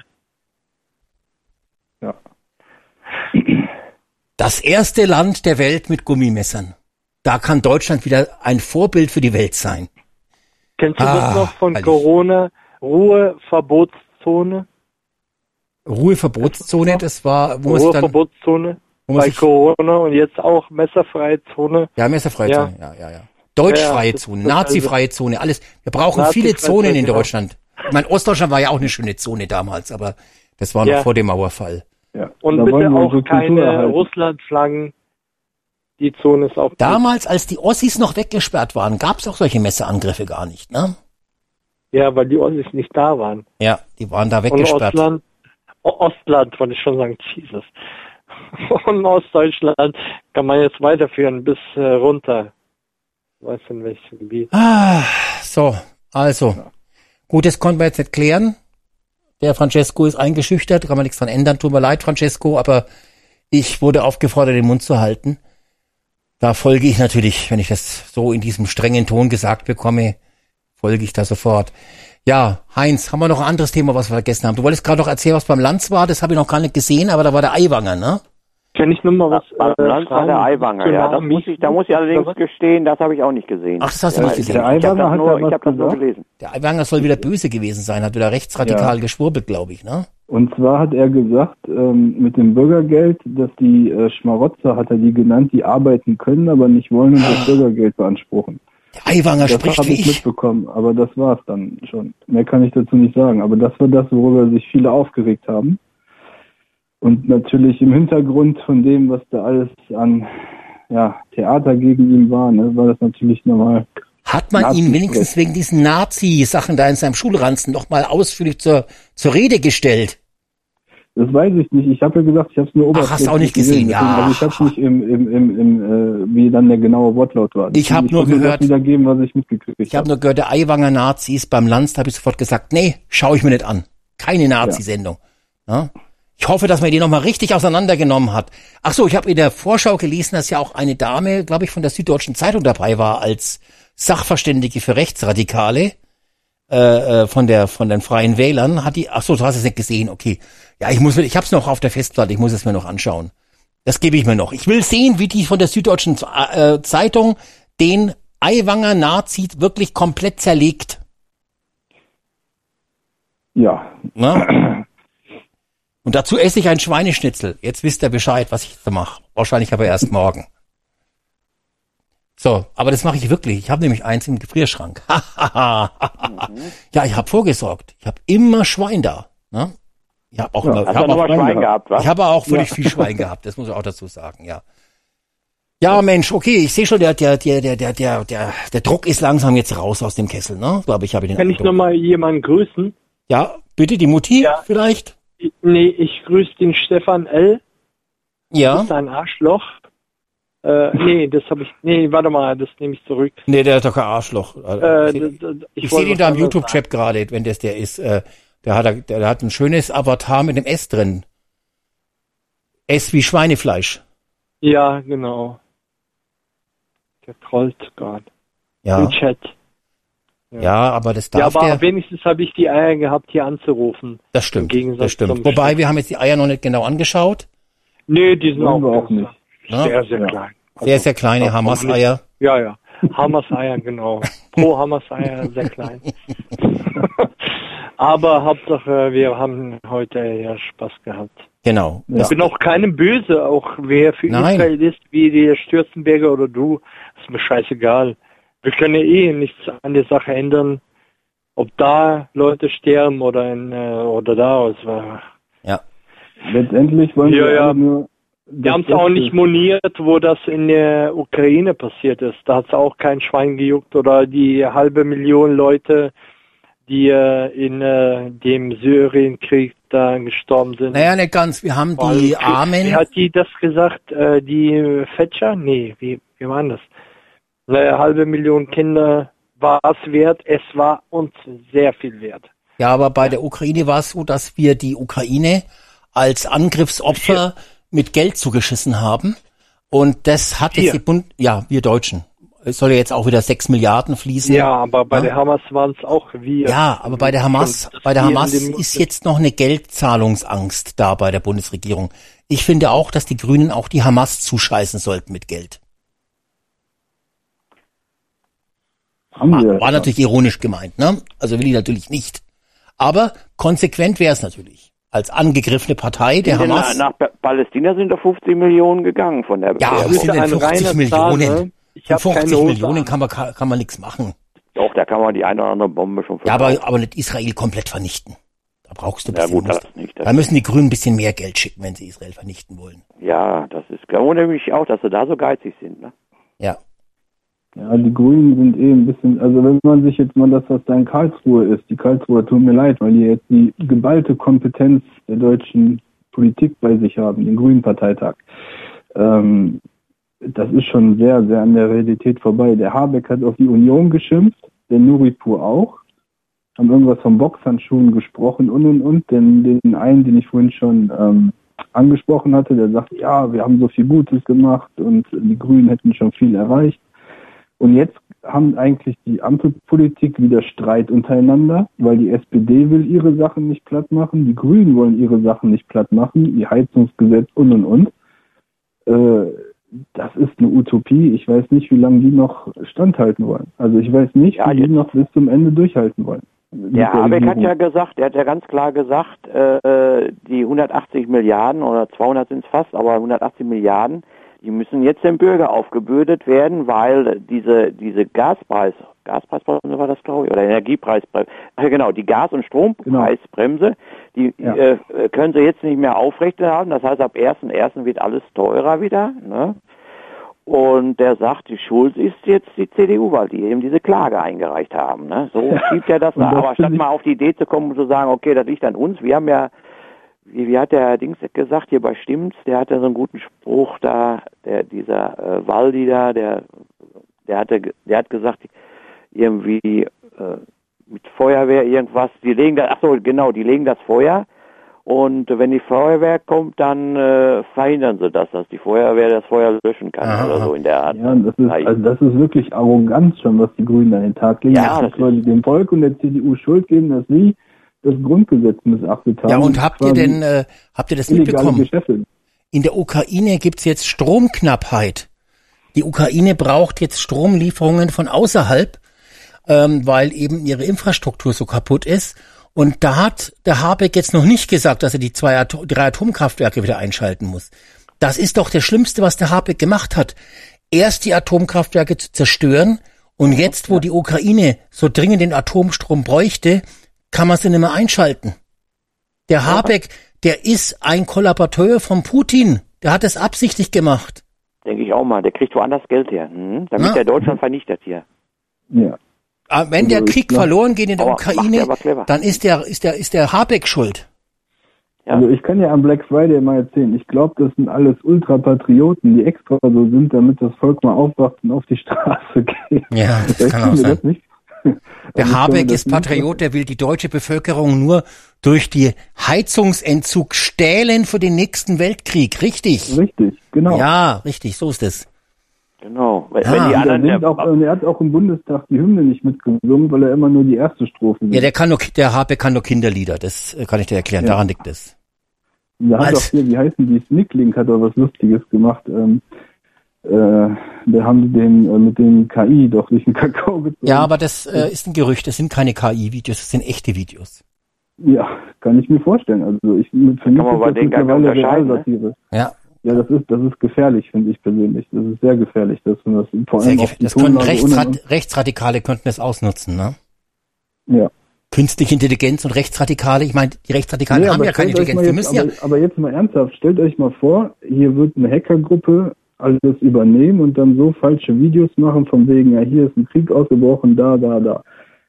Ja. das erste Land der Welt mit Gummimessern. Da kann Deutschland wieder ein Vorbild für die Welt sein. Kennst du Ah, das noch von herrlich. Corona? Ruheverbotszone? Ruheverbotszone, das war, wo man sich dann, Ruheverbotszone wo man bei sich, Corona und jetzt auch messerfreie Zone. ja, messerfreie Ja. Zone, ja, ja, ja. Deutschfreie Ja, das- Zone, das- nazifreie Zone, alles. Wir brauchen viele Nazifreie Zonen Zone, in ja. Deutschland. Ich meine, Ostdeutschland war ja auch eine schöne Zone damals, aber das war noch Ja. vor dem Mauerfall. Ja. Und Da bitte wollen wir auch unsere Kultur keine erhalten. Russlandflaggen. Die Zone ist auch gut. Damals, als die Ossis noch weggesperrt waren, gab es auch solche Messerangriffe gar nicht, ne? Ja, weil die Ossis nicht da waren. Ja, die waren da Und weggesperrt. Ostland, O- Ostland, wollte ich schon sagen, Jesus. Und Ostdeutschland kann man jetzt weiterführen bis äh, runter. Weiß in welchem Gebiet. Ah, so, also. Gut, das konnten wir jetzt nicht klären. Der Francesco ist eingeschüchtert, kann man nichts dran ändern. Tut mir leid, Francesco, aber ich wurde aufgefordert, den Mund zu halten. Da folge ich natürlich, wenn ich das so in diesem strengen Ton gesagt bekomme, folge ich da sofort. Ja, Heinz, haben wir noch ein anderes Thema, was wir vergessen haben? Du wolltest gerade noch erzählen, was beim Lanz war, das habe ich noch gar nicht gesehen, aber da war der Aiwanger, ne? Kann ich nur mal was Beim äh, Lanz war fragen? der Aiwanger, ja. Das muss ich, da muss ich allerdings gestehen, das habe ich auch nicht gesehen. Ach, das hast du ja, nicht gesehen. Der Aiwanger hat nur, ich habe das nur gelesen. Der Aiwanger soll wieder böse gewesen sein, hat wieder rechtsradikal Ja. geschwurbelt, glaube ich, ne? Und zwar hat er gesagt, ähm, mit dem Bürgergeld, dass die äh, Schmarotzer, hat er die genannt, die arbeiten können, aber nicht wollen und das Bürgergeld beanspruchen. Der Aiwanger das spricht hab wie ich ich. mitbekommen, aber das war's dann schon. Mehr kann ich dazu nicht sagen. Aber das war das, worüber sich viele aufgeregt haben. Und natürlich im Hintergrund von dem, was da alles an ja, Theater gegen ihn war, ne, war das natürlich normal. Hat man ihn wenigstens wegen diesen Nazi-Sachen da in seinem Schulranzen noch mal ausführlich zur, zur Rede gestellt? Das weiß ich nicht. Ich habe ja gesagt, ich habe es nur oberflächlich Ach, hast du auch nicht gesehen, deswegen, ja. Also ich habe nicht im, im, im, im äh, wie dann der genaue Wortlaut war. Ich habe nur kann gehört, das wiedergeben, was ich mitgekriegt habe. Ich habe nur gehört, der Aiwanger Nazis beim Lanz, da habe ich sofort gesagt, nee, schaue ich mir nicht an. Keine Nazi-Sendung. Ja. Ich hoffe, dass man die nochmal richtig auseinandergenommen hat. Ach so, ich habe in der Vorschau gelesen, dass ja auch eine Dame, glaube ich, von der Süddeutschen Zeitung dabei war als Sachverständige für Rechtsradikale äh, von der von den Freien Wählern. Hat die? Ach so, du hast es nicht gesehen. Okay, ja, ich muss, ich habe es noch auf der Festplatte. Ich muss es mir noch anschauen. Das gebe ich mir noch. Ich will sehen, wie die von der Süddeutschen äh, Zeitung den Aiwanger Nazi wirklich komplett zerlegt. Ja. Na? Und dazu esse ich ein Schweineschnitzel. Jetzt wisst ihr Bescheid, was ich da mache. Wahrscheinlich aber erst morgen. So, aber das mache ich wirklich. Ich habe nämlich eins im Gefrierschrank. Ja, ich habe vorgesorgt. Ich habe immer Schwein da. Ne? Ich habe auch, Ja, immer, hast ich hab du noch auch mal Schwein gehabt, was? Ich habe auch wirklich Ja. viel Schwein gehabt. Das muss ich auch dazu sagen. Ja. Ja, Mensch, okay. Ich sehe schon, der, der, der, der, der, der, der, der Druck ist langsam jetzt raus aus dem Kessel. Ne, glaube ich, habe den. Kann ich Eindruck. nochmal jemanden grüßen? Ja, bitte die Mutti Ja. vielleicht. Nee, ich grüße den Stefan L. Ja. Das ist ein Arschloch. Äh, nee, das habe ich, nee, warte mal, das nehme ich zurück. Nee, der ist doch kein Arschloch. Äh, ich d- d- ich ich sehe wollte den was da im anderes YouTube-Chat gerade, wenn das der ist. Äh, der hat, der, der hat ein schönes Avatar mit einem S drin. S wie Schweinefleisch. Ja, genau. Der trollt gerade. Ja. Im Chat. Ja, aber das Ja, darf aber der. wenigstens habe ich die Eier gehabt, hier anzurufen. Das stimmt. Im Gegensatz Das stimmt. zum Wobei, Chef. wir haben jetzt die Eier noch nicht genau angeschaut. Nee, die sind Wollen auch, wir auch nicht. Ja. sehr, sehr Ja. klein. Sehr, sehr kleine Also, Hamas-Eier. Ja, ja. Hamas-Eier, genau. Pro Hamas-Eier, sehr klein. Aber Hauptsache, wir haben heute ja Spaß gehabt. Genau. Ich bin auch keinem böse, auch wer für Nein. Israel ist, wie der Stürzenberger oder du, ist mir scheißegal. Wir können ja eh nichts an der Sache ändern, ob da Leute sterben oder in, äh, oder da. Es war, Ja. Letztendlich wollen Ja, wir ja. alle nur. wir haben es auch nicht moniert, wo das in der Ukraine passiert ist. Da hat es auch kein Schwein gejuckt oder die halbe Million Leute, die äh, in äh, dem Syrienkrieg da gestorben sind. Naja, nicht ganz. Wir haben Vor allem, die Armen. Wie hat die das gesagt? Äh, die Fetscher? Nee, wie, wie war das? Eine halbe Million Kinder war es wert. Es war uns sehr viel wert. Ja, aber bei der Ukraine war es so, dass wir die Ukraine als Angriffsopfer mit Geld zugeschissen haben. Und das hat jetzt Wir. die Bund, ja, wir Deutschen. Es soll ja jetzt auch wieder sechs Milliarden fließen. Ja, aber bei Ja. der Hamas waren es auch wir. Ja, aber bei der Hamas, Und bei der wir in Hamas dem- ist jetzt noch eine Geldzahlungsangst da bei der Bundesregierung. Ich finde auch, dass die Grünen auch die Hamas zuscheißen sollten mit Geld. Haben War, wir. war natürlich ironisch gemeint, ne? Also will ich natürlich nicht. Aber konsequent wäre es natürlich. Als angegriffene Partei der Denn Hamas. nach Pa- Palästina sind da fünfzig Millionen gegangen von der Ja, der- was sind denn eine fünfzig reine Millionen? Zahl, ne? Ich Für hab keine fünfzig Hose Millionen an. kann man, kann man nichts machen. Doch, da kann man die eine oder andere Bombe schon Ja, verkaufen. aber, aber nicht Israel komplett vernichten. Da brauchst du ein Ja, bisschen. gut, das nicht. Das da müssen die Grünen ein bisschen mehr Geld schicken, wenn sie Israel vernichten wollen. Ja, das ist, da wundert mich auch, dass sie da so geizig sind. Ne? Ja. Ja, die Grünen sind eh ein bisschen, also wenn man sich jetzt mal das, was da in Karlsruhe ist, die Karlsruher tun mir leid, weil die jetzt die geballte Kompetenz der deutschen Politik bei sich haben, den Grünen Parteitag. Ähm, das ist schon sehr, sehr an der Realität vorbei. Der Habeck hat auf die Union geschimpft, der Nuripur auch, haben irgendwas von Boxhandschuhen gesprochen und und und, denn den einen, den ich vorhin schon ähm, angesprochen hatte, der sagt, ja, wir haben so viel Gutes gemacht und die Grünen hätten schon viel erreicht. Und jetzt haben eigentlich die Ampelpolitik wieder Streit untereinander, weil die S P D will ihre Sachen nicht platt machen, die Grünen wollen ihre Sachen nicht platt machen, die Heizungsgesetz und und und. Äh, das ist eine Utopie. Ich weiß nicht, wie lange die noch standhalten wollen. Also ich weiß nicht, ja, wie die noch bis zum Ende durchhalten wollen. Der Habeck hat ja gesagt, er hat ja ganz klar gesagt, äh, die hundertachtzig Milliarden oder zweihundert sind es fast, aber hundertachtzig Milliarden, die müssen jetzt dem Bürger aufgebürdet werden, weil diese diese Gaspreis, Gaspreisbremse war das, glaube ich, oder Energiepreisbremse, ach genau, die Gas- und Strompreisbremse, die ja. äh, können sie jetzt nicht mehr aufrechterhalten. Das heißt, ab ersten ersten wird alles teurer wieder, ne? Und der sagt, die Schuld ist jetzt die C D U, weil die eben diese Klage eingereicht haben. Ne? So ja. schiebt er das nach. Aber statt mal auf die Idee zu kommen und zu sagen, okay, das liegt an uns. Wir haben ja, wie, wie hat der Herr Dings gesagt, hier bei Stimmt's, der hatte so einen guten Spruch da, der dieser äh, Waldi da, der, der hatte, der hat gesagt, irgendwie äh, mit Feuerwehr irgendwas, die legen das, ach so, genau, die legen das Feuer. Und wenn die Feuerwehr kommt, dann äh, verhindern sie das, dass die Feuerwehr das Feuer löschen kann. Aha. Oder so in der Art. Ja, das ist, also das ist wirklich Arroganz schon, was die Grünen an den Tag legen. Ja, das quasi dem Volk und der C D U Schuld geben, dass sie das Grundgesetz missachtet haben. Ja, und habt ihr denn, äh, habt ihr das mitbekommen? Geschäfte. In der Ukraine gibt's jetzt Stromknappheit. Die Ukraine braucht jetzt Stromlieferungen von außerhalb, ähm, weil eben ihre Infrastruktur so kaputt ist. Und da hat der Habeck jetzt noch nicht gesagt, dass er die zwei Atom- drei Atomkraftwerke wieder einschalten muss. Das ist doch das Schlimmste, was der Habeck gemacht hat. Erst die Atomkraftwerke zu zerstören und jetzt, wo die Ukraine so dringend den Atomstrom bräuchte, kann man sie nicht mehr einschalten. Der Habeck, der ist ein Kollaborateur von Putin. Der hat es absichtlich gemacht. Denke ich auch mal. Der kriegt woanders Geld her, hm? damit ja. der Deutschland vernichtet hier. Ja. Wenn der Krieg verloren geht in der Ukraine, dann ist der, ist der, ist der Habeck schuld. Ja. Also ich kann ja am Black Friday mal erzählen, ich glaube, das sind alles Ultrapatrioten, die extra so sind, damit das Volk mal aufwacht und auf die Straße geht. Ja, das kann auch sein. Der also Habeck ist Patriot, der will die deutsche Bevölkerung nur durch die Heizungsentzug stählen für den nächsten Weltkrieg, richtig? Richtig, genau. Ja, richtig, so ist es. Genau. Wenn ah, die anderen, der, auch, er hat auch im Bundestag die Hymne nicht mitgesungen, weil er immer nur die erste Strophe singt. Ja, der kann nur, der Habeck kann nur Kinderlieder, das kann ich dir erklären, ja. Daran liegt es. Der hat auch hier, wie heißen die, Snicklink hat doch was Lustiges gemacht, ähm, äh, da haben die den äh, mit dem K I doch durch den Kakao gezogen. Ja, aber das äh, ist ein Gerücht, das sind keine K I-Videos, das sind echte Videos. Ja, kann ich mir vorstellen, also ich, für mich kann man bei denen gar nicht unterscheiden, ne? Ja. Ja, das ist, das ist gefährlich, finde ich persönlich. Das ist sehr gefährlich, dass man das vor allem auf die Das können Rechtsrad- Rechtsradikale könnten das ausnutzen, ne? Ja. Künstliche Intelligenz und Rechtsradikale, ich meine, die Rechtsradikalen ja, haben ja keine Intelligenz. Jetzt, die müssen aber, ja. aber jetzt mal ernsthaft, stellt euch mal vor, hier wird eine Hackergruppe alles übernehmen und dann so falsche Videos machen, von wegen, ja, hier ist ein Krieg ausgebrochen, da, da, da.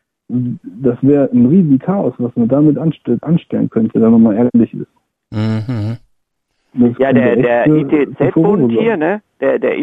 Das wäre ein riesen Chaos, was man damit anstell- anstellen könnte, wenn man mal ehrlich ist. Mhm. Das ja, der, der I T Z-Bund hier, ne, der, der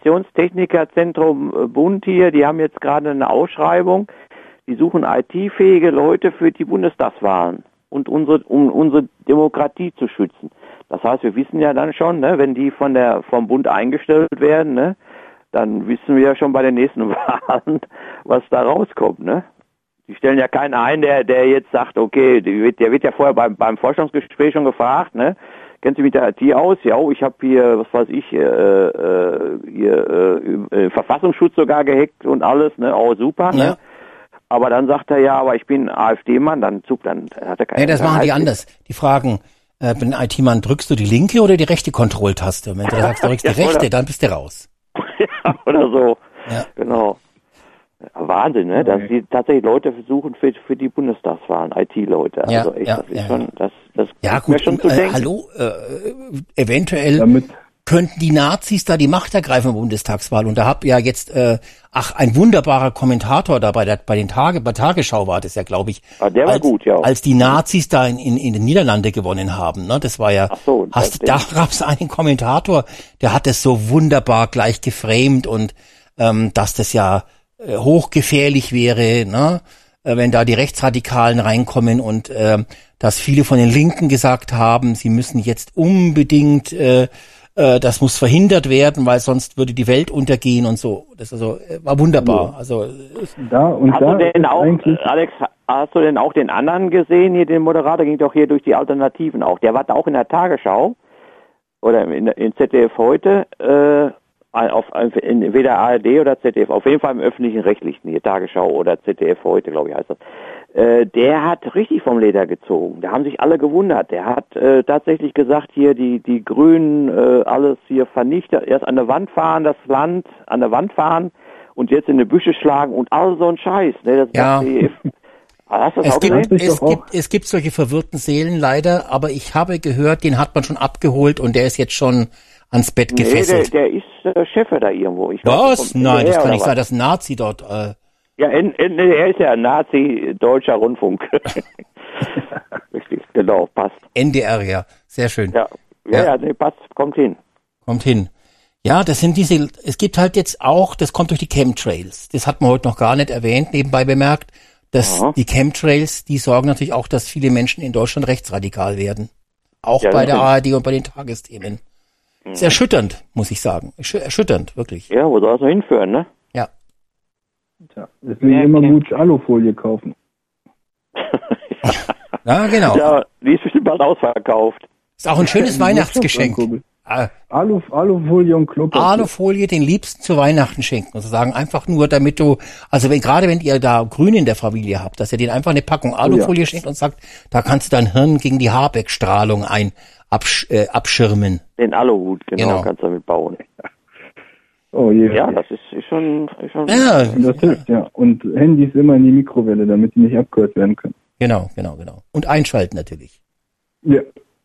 Informationstechnikerzentrum Bund hier, die haben jetzt gerade eine Ausschreibung, die suchen I T-fähige Leute für die Bundestagswahlen und unsere, um unsere Demokratie zu schützen. Das heißt, wir wissen ja dann schon, ne, wenn die von der, vom Bund eingestellt werden, ne, dann wissen wir ja schon bei den nächsten Wahlen, was da rauskommt, ne. Die stellen ja keinen ein, der, der jetzt sagt, okay, der wird, der wird ja vorher beim, beim Forschungsgespräch schon gefragt, ne, kennt Sie mit der I T aus? Ja, oh, ich habe hier, was weiß ich, äh, äh, hier, äh, Verfassungsschutz sogar gehackt und alles, ne? Oh, super, ja. Ne? Aber dann sagt er, ja, aber ich bin AfD-Mann, dann zug, dann hat er keine. Ja, das machen die anders. Die fragen, äh, wenn ein I T-Mann, drückst du die linke oder die rechte Kontrolltaste? Und wenn du sagst, du drückst die rechte, dann bist du raus. Ja, oder so. Ja. Genau. Wahnsinn, ne? Dass die tatsächlich Leute versuchen für, für die Bundestagswahlen, I T-Leute. Ja, also echt, ja, das ist ja, schon, das, das ja, ist mir gut, schon zu äh, denken. Hallo, äh, eventuell Damit könnten die Nazis da die Macht ergreifen in der Bundestagswahl. Und da hab ja jetzt, äh, ach, ein wunderbarer Kommentator da bei der, bei den Tage, bei Tagesschau war das ja, glaube ich. Ah, der war als, gut, ja. Als die Nazis da in, in, in den Niederlande gewonnen haben, ne? Das war ja, ach so, hast, da gab's einen Kommentator, der hat das so wunderbar gleich geframed und, ähm, dass das ja äh, hochgefährlich wäre, ne? Äh, wenn da die Rechtsradikalen reinkommen und, äh, dass viele von den Linken gesagt haben, sie müssen jetzt unbedingt, äh, äh, das muss verhindert werden, weil sonst würde die Welt untergehen und so. Das also äh, war wunderbar. Also da und hast da du denn auch, eigentlich Alex, hast du denn auch den anderen gesehen hier, den Moderator, ging doch hier durch die Alternativen auch. Der war da auch in der Tagesschau oder in, in Z D F heute, äh, auf entweder A R D oder Z D F, auf jeden Fall im öffentlichen Rechtlichen, hier Tagesschau oder Z D F heute, glaube ich, heißt das. Äh, der hat richtig vom Leder gezogen. Da haben sich alle gewundert. Der hat äh, tatsächlich gesagt, hier die die Grünen äh, alles hier vernichtet, erst an der Wand fahren, das Land an der Wand fahren und jetzt in die Büsche schlagen und all so ein Scheiß. Ne? Das ja. Hast du das es, auch gibt, gesehen? es, gibt, es gibt solche verwirrten Seelen leider, aber ich habe gehört, den hat man schon abgeholt und der ist jetzt schon ans Bett gefesselt. Nee, der, der ist äh, Chef da irgendwo. Ich was? Glaub, Nein, das kann nicht was? sein, das Nazi dort. Äh. Ja, in, in, er ist ja Nazi, deutscher Rundfunk. Richtig, genau, passt. N D R, ja, sehr schön. Ja, ja, ja. ja nee, passt, kommt hin. Kommt hin. Ja, das sind diese, es gibt halt jetzt auch, das kommt durch die Chemtrails. Das hat man heute noch gar nicht erwähnt, nebenbei bemerkt, dass Aha. die Chemtrails, die sorgen natürlich auch, dass viele Menschen in Deutschland rechtsradikal werden. Auch ja, bei der A R D und bei den Tagesthemen. Mhm. Ist erschütternd, muss ich sagen. Erschütternd, wirklich. Ja, wo soll es noch hinführen, ne? Ja. Tja, deswegen ja, immer gut Alufolie kaufen. Ja, genau. Ja, die ist bestimmt bald ausverkauft. Ist auch ein schönes ja, Weihnachtsgeschenk. Alu, Alufolie und Klopapier. Alufolie den Liebsten zu Weihnachten schenken. Sozusagen einfach nur, damit du, also wenn, gerade wenn ihr da Grün in der Familie habt, dass ihr denen einfach eine Packung Alufolie oh, ja. schenkt und sagt, da kannst du dein Hirn gegen die Habeck-Strahlung ein, absch, äh, abschirmen. Den Aluhut, genau, genau, kannst du damit bauen. Oh je. Ja, das ist, ist schon, ist schon. Ja, das hilft, ja. Und Handys immer in die Mikrowelle, damit die nicht abgehört werden können. Genau, genau, genau. Und einschalten natürlich. Ja.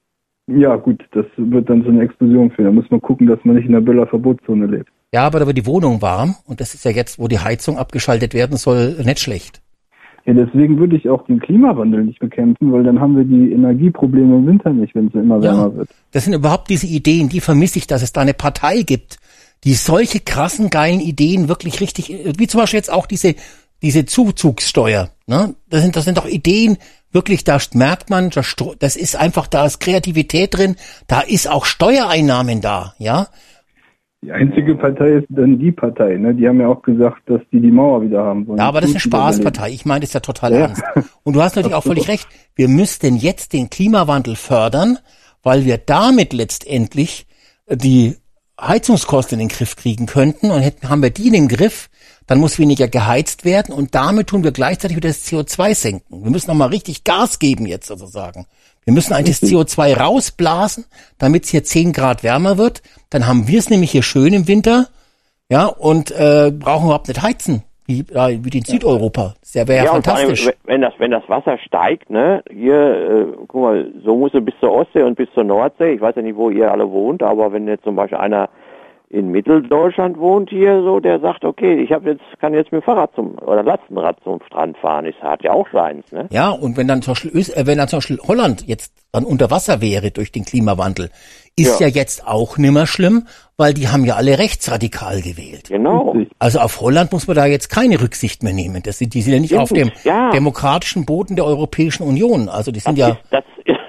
Ja, gut, das wird dann so eine Explosion führen. Da muss man gucken, dass man nicht in der Böller-Verbotszone lebt. Ja, aber da wird die Wohnung warm und das ist ja jetzt, wo die Heizung abgeschaltet werden soll, nicht schlecht. Ja, deswegen würde ich auch den Klimawandel nicht bekämpfen, weil dann haben wir die Energieprobleme im Winter nicht, wenn es immer wärmer ja, wird. Das sind überhaupt diese Ideen, die vermisse ich, dass es da eine Partei gibt, die solche krassen, geilen Ideen wirklich richtig, wie zum Beispiel jetzt auch diese diese Zuzugssteuer, ne? Das sind, das sind doch Ideen, wirklich, da merkt man, das ist einfach, da ist Kreativität drin, da ist auch Steuereinnahmen da, ja? Die einzige Partei ist dann die Partei, ne? Die haben ja auch gesagt, dass die die Mauer wieder haben wollen. Ja, aber das ist eine Spaßpartei, ich meine das ist ja total ja. ernst. Und du hast natürlich auch völlig recht, wir müssten jetzt den Klimawandel fördern, weil wir damit letztendlich die Heizungskosten in den Griff kriegen könnten und hätten, haben wir die in den Griff, dann muss weniger geheizt werden und damit tun wir gleichzeitig wieder das C O zwei senken. Wir müssen nochmal richtig Gas geben jetzt sozusagen. Wir müssen eigentlich das C O zwei rausblasen, damit es hier zehn Grad wärmer wird. Dann haben wir es nämlich hier schön im Winter, ja, und äh, brauchen überhaupt nicht heizen, wie, äh, wie in Südeuropa. Das wäre ja, ja fantastisch. Allem, wenn das wenn das Wasser steigt, ne, hier, äh, guck mal, so muss es bis zur Ostsee und bis zur Nordsee. Ich weiß ja nicht, wo ihr alle wohnt, aber wenn jetzt zum Beispiel einer in Mitteldeutschland wohnt hier so, der sagt, okay, ich habe jetzt kann jetzt mit dem Fahrrad zum oder Lastenrad zum Strand fahren, ist hat ja auch seins, ne? Ja, und wenn dann zum Beispiel äh, wenn dann zum Beispiel Holland jetzt dann unter Wasser wäre durch den Klimawandel, ist ja, ja jetzt auch nimmer schlimm, weil die haben ja alle rechtsradikal gewählt. Genau. Also auf Holland muss man da jetzt keine Rücksicht mehr nehmen. Das sind die sind ja nicht Stimmt. auf dem ja. demokratischen Boden der Europäischen Union. Also die sind das ja ist, das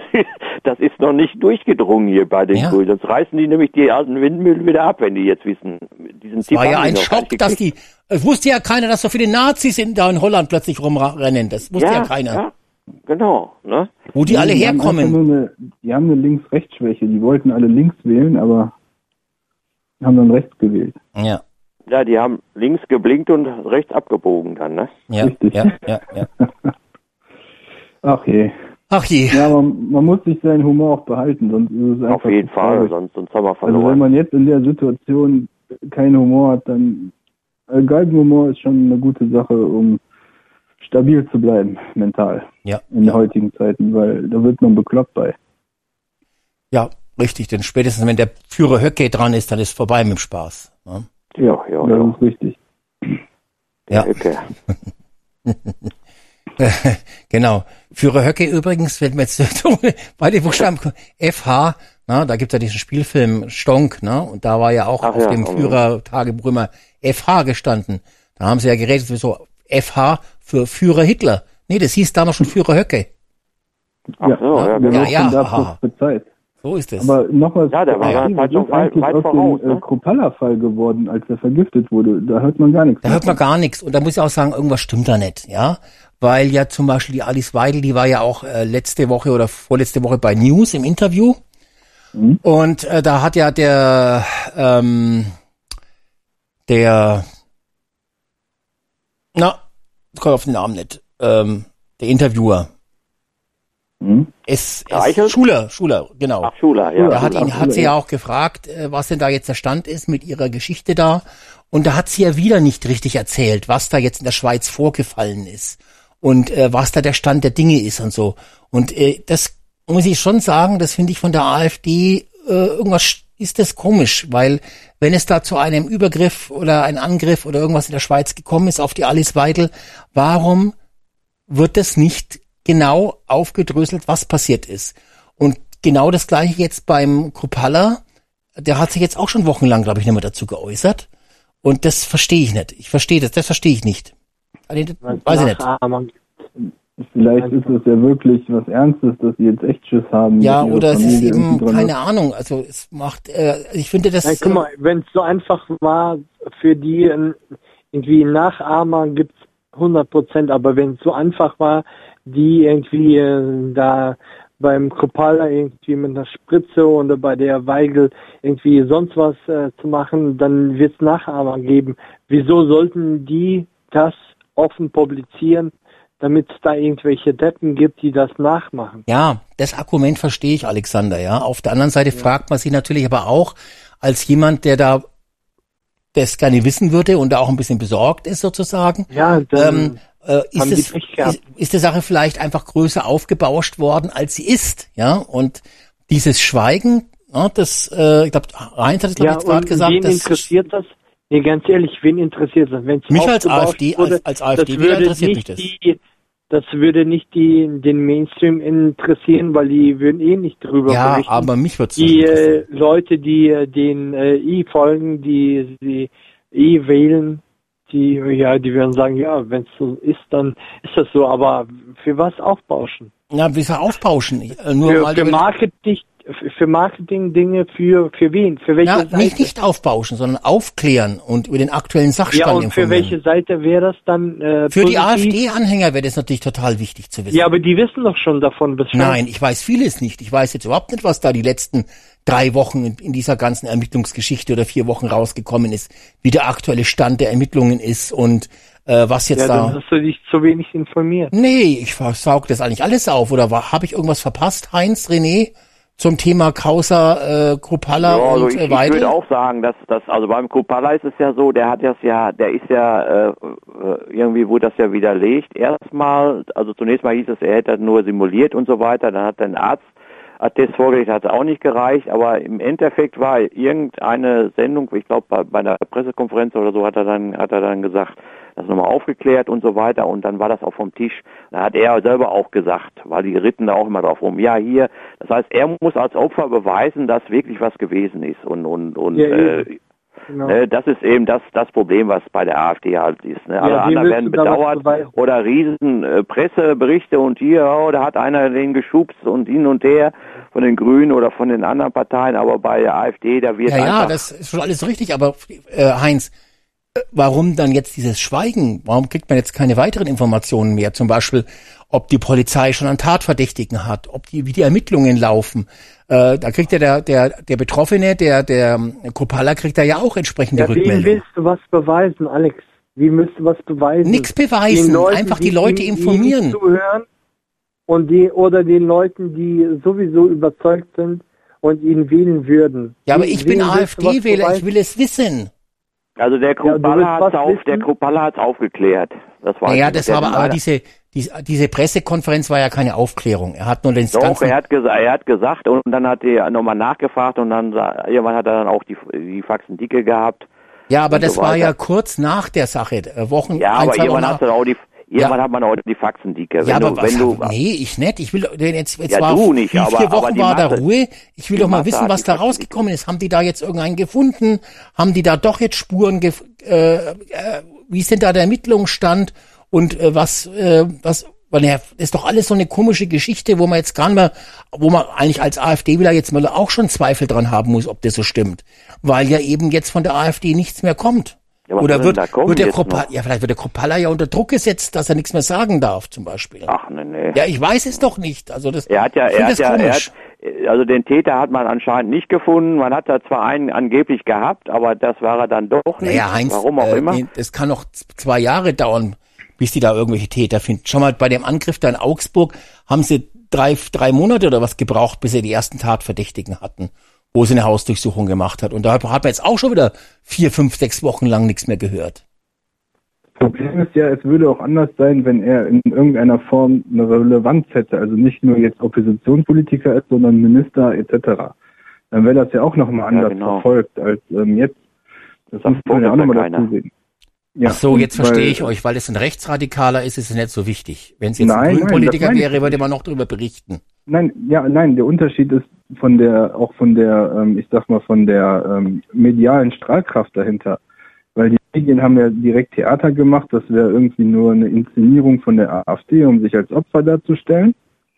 Das ist noch nicht durchgedrungen hier bei den ja. Grünen. Sonst reißen die nämlich die alten Windmühlen wieder ab, wenn die jetzt wissen. Diesen das war ja ein Schock, dass die, es wusste ja keiner, dass so viele Nazis in, da in Holland plötzlich rumrennen. Das wusste ja, ja keiner. Ja, genau. Ne? Wo die, die alle die herkommen. Haben eine, die haben eine Links-Rechts-Schwäche. Die wollten alle links wählen, aber haben dann rechts gewählt. Ja. Ja, die haben links geblinkt und rechts abgebogen dann, ne? Ja, Richtig. ja, ja, ja. Ach je. Ach je. Ja, aber man muss sich seinen Humor auch behalten, sonst ist es einfach... Auf jeden Fall, sonst, sonst haben wir verloren. Also wenn man jetzt in der Situation keinen Humor hat, dann... Äh, Galgenhumor ist schon eine gute Sache, um stabil zu bleiben, mental. Ja. In ja. heutigen Zeiten, weil da wird man bekloppt bei. Ja, richtig, denn spätestens wenn der Führer Höcke dran ist, dann ist vorbei mit dem Spaß. Ne? Ja, ja, das ja. ist richtig. Ja. Höcke. Genau. Führer Höcke übrigens, wenn wir jetzt bei den Buchstaben F H, na, da gibt's ja diesen Spielfilm Stonk, ne? Und da war ja auch Ach auf ja, dem Führer-Tagebuch immer F H gestanden. Da haben sie ja geredet, so F H für Führer Hitler. Nee, das hieß damals schon Führer Höcke. Ja, so, ja, der genau. wird Ja, von ja, da aha. prophezeit. So ist es. Aber nochmals, Ja, der war ja, halt was schon ist weit- eigentlich weit aus voraus, dem äh, ne? Kruppalla-Fall geworden, als er vergiftet wurde? Da hört man gar nichts. Da hört man gar nichts. Und da muss ich auch sagen, irgendwas stimmt da nicht, ja. Weil ja zum Beispiel die Alice Weidel, die war ja auch äh, letzte Woche oder vorletzte Woche bei News im Interview. Mhm. Und äh, da hat ja der, ähm, der, na, ich komme auf den Namen nicht, ähm, der Interviewer. Mhm. Es, Reichelt? es Schuler, Schuler, genau. Ach, Schuler, ja. Da hat Schuler, ihn, hat sie ja. ja auch gefragt, äh, was denn da jetzt der Stand ist mit ihrer Geschichte da. Und da hat sie ja wieder nicht richtig erzählt, was da jetzt in der Schweiz vorgefallen ist und äh, was da der Stand der Dinge ist und so. Und äh, das muss ich schon sagen, das finde ich von der AfD äh, irgendwas ist das komisch, weil wenn es da zu einem Übergriff oder ein Angriff oder irgendwas in der Schweiz gekommen ist auf die Alice Weidel, warum wird das nicht genau aufgedröselt, was passiert ist? Und genau das Gleiche jetzt beim Kruppalla, der hat sich jetzt auch schon wochenlang, glaube ich, nicht mehr dazu geäußert. Und das verstehe ich nicht. Ich verstehe das, das verstehe ich nicht. Also, das weiß ich nicht. Vielleicht ist es ja wirklich was Ernstes, dass sie jetzt echt Schiss haben. Ja, dass ihre oder es ist Familie eben, irgendwie dran keine ist. Ahnung, also es macht, äh, ich finde das... Ja, guck mal, wenn es so einfach war, für die äh, irgendwie Nachahmer gibt's hundert Prozent, aber wenn es so einfach war, die irgendwie äh, da beim Kruppalla irgendwie mit einer Spritze oder bei der Weigel irgendwie sonst was äh, zu machen, dann wird es Nachahmer geben. Wieso sollten die das offen publizieren, damit es da irgendwelche Deppen gibt, die das nachmachen? Ja, das Argument verstehe ich, Alexander, ja. Auf der anderen Seite ja. fragt man sich natürlich aber auch, als jemand, der da das gerne wissen würde und da auch ein bisschen besorgt ist sozusagen, ja, dann ähm, äh, ist, es, ist, ist die Sache vielleicht einfach größer aufgebauscht worden, als sie ist, ja. Und dieses Schweigen, ja, das, äh, ich glaube, Heinz hat es glaube ja, ich jetzt gerade gesagt, wen das interessiert das? Nee, ganz ehrlich, wen interessiert das? Wenn's mich als aufgebauscht AfD, wurde, als, als AfD, das würde interessiert mich nicht das. Die, das würde nicht die, den Mainstream interessieren, weil die würden eh nicht drüber ja, berichten. aber mich wird's Die äh, Leute, die äh, den äh, I folgen, die die I wählen, die ja, die werden sagen, ja, wenn es so ist, dann ist das so. Aber für was aufbauschen? Ja, wieso aufbauschen? Äh, nur für, mal für Marketing, für Marketing-Dinge, für für wen? Für welche ja, Seite? nicht nicht aufbauschen, sondern aufklären und über den aktuellen Sachstand ja, und informieren. für welche Seite wäre das dann? Äh, für die positiv? AfD-Anhänger wäre das natürlich total wichtig zu wissen. Ja, aber die wissen doch schon davon Bescheid. Nein, ich weiß vieles nicht. Ich weiß jetzt überhaupt nicht, was da die letzten drei Wochen in, in dieser ganzen Ermittlungsgeschichte oder vier Wochen rausgekommen ist, wie der aktuelle Stand der Ermittlungen ist und äh, was jetzt ja, da... dann hast du dich zu wenig informiert. Nee, ich saug das eigentlich alles auf. Oder habe ich irgendwas verpasst, Heinz, René, zum Thema Causa äh, Kruppalla ja, und also ich, äh, Weidel? Ich würde auch sagen, dass das, also beim Kruppalla ist es ja so, der hat das ja, der ist ja, äh, irgendwie wurde das ja widerlegt. Erstmal, also zunächst mal hieß es, er hätte nur simuliert und so weiter, dann hat ein Arzt Attest vorgelegt, hat auch nicht gereicht, aber im Endeffekt war irgendeine Sendung, ich glaube bei, bei einer Pressekonferenz oder so, hat er dann, hat er dann gesagt, das nochmal aufgeklärt und so weiter und dann war das auch vom Tisch. Da hat er selber auch gesagt, weil die ritten da auch immer drauf rum. Ja, hier, das heißt, er muss als Opfer beweisen, dass wirklich was gewesen ist und, und, und, ja, äh, genau. ne, das ist eben das, das Problem, was bei der AfD halt ist. Ne? Alle Ja, anderen werden bedauert oder riesen äh, Presseberichte und hier, oh, da hat einer den geschubst und hin und her von den Grünen oder von den anderen Parteien, aber bei der AfD, da wird ja, einfach... Ja, das ist schon alles richtig, aber äh, Heinz, warum dann jetzt dieses Schweigen? Warum kriegt man jetzt keine weiteren Informationen mehr? Zum Beispiel, ob die Polizei schon einen Tatverdächtigen hat, ob die, wie die Ermittlungen laufen. Äh, da kriegt ja der, der, der Betroffene, der, der Kruppalla kriegt da ja auch entsprechende ja, Rückmeldungen. Wie willst du was beweisen, Alex? Wie willst du was beweisen? Nichts beweisen, Leuten, einfach die, die Leute die, informieren. Die zuhören und die, oder den Leuten, die sowieso überzeugt sind und ihn wählen würden. Ja, aber Wie, ich bin AfD-Wähler, ich will es wissen. Also der Kruppalla ja, hat's auf, der Kruppalla hat's aufgeklärt. Das war naja, das war aber, aber diese, diese, diese Pressekonferenz war ja keine Aufklärung. Er hat nur den Doch, ganzen... er hat gesagt, er hat gesagt und dann hat er nochmal nachgefragt und dann irgendwann hat er dann auch die, die Faxen dicke gehabt. Ja, aber das so war ja kurz nach der Sache, Wochen. Ja, ein, aber irgendwann hast du auch die, irgendwann ja. hat man auch die Faxen dicke. Ja, wenn aber du, was, wenn du, nee, ich nicht. Ich will, jetzt, jetzt ja, war, du nicht, wie aber, viele Wochen aber war da Masse, Ruhe? Ich will doch mal wissen, was da Faxen rausgekommen ist. Haben die da jetzt irgendeinen gefunden? Haben die da doch jetzt Spuren, gef äh, äh, wie ist denn da der Ermittlungsstand? Und äh, was, äh, was, Weil ja, ist doch alles so eine komische Geschichte, wo man jetzt gar nicht mehr, wo man eigentlich als AfD-Wähler jetzt mal auch schon Zweifel dran haben muss, ob das so stimmt. Weil ja eben jetzt von der AfD nichts mehr kommt. Ja, Oder wird, wird der Kropala, ja, vielleicht wird der Kropala ja unter Druck gesetzt, dass er nichts mehr sagen darf, zum Beispiel. Ach, nee, nee. Ja, ich weiß es doch nicht. Also das, Er hat ja, ich er finde hat das ja, er komisch. hat, also den Täter hat man anscheinend nicht gefunden. Man hat da zwar einen angeblich gehabt, aber das war er dann doch nicht. Naja, Heinz, Warum auch äh, immer. es kann noch z- zwei Jahre dauern, bis die da irgendwelche Täter finden. Schau mal, bei dem Angriff da in Augsburg haben sie drei, drei Monate oder was gebraucht, bis sie die ersten Tatverdächtigen hatten, wo sie eine Hausdurchsuchung gemacht hat. Und da hat man jetzt auch schon wieder vier, fünf, sechs Wochen lang nichts mehr gehört. Problem ist ja, es würde auch anders sein, wenn er in irgendeiner Form eine Relevanz hätte, also nicht nur jetzt Oppositionspolitiker ist, sondern Minister et cetera. Dann wäre das ja auch nochmal anders genau. verfolgt als ähm, jetzt. Das, Das muss man ja auch verfolgt ja nochmal dazu keiner. sehen. Ja, Ach so, und jetzt verstehe weil- ich euch, weil es ein Rechtsradikaler ist, ist es nicht so wichtig. Wenn es jetzt Nein, ein nein, Grünpolitiker das meine ich wäre, würde man noch darüber berichten. Nein, ja, nein, der Unterschied ist von der, auch von der, ähm, ich sag mal, von der ähm, medialen Strahlkraft dahinter. Weil die Medien haben ja direkt Theater gemacht, das wäre irgendwie nur eine Inszenierung von der AfD, um sich als Opfer darzustellen.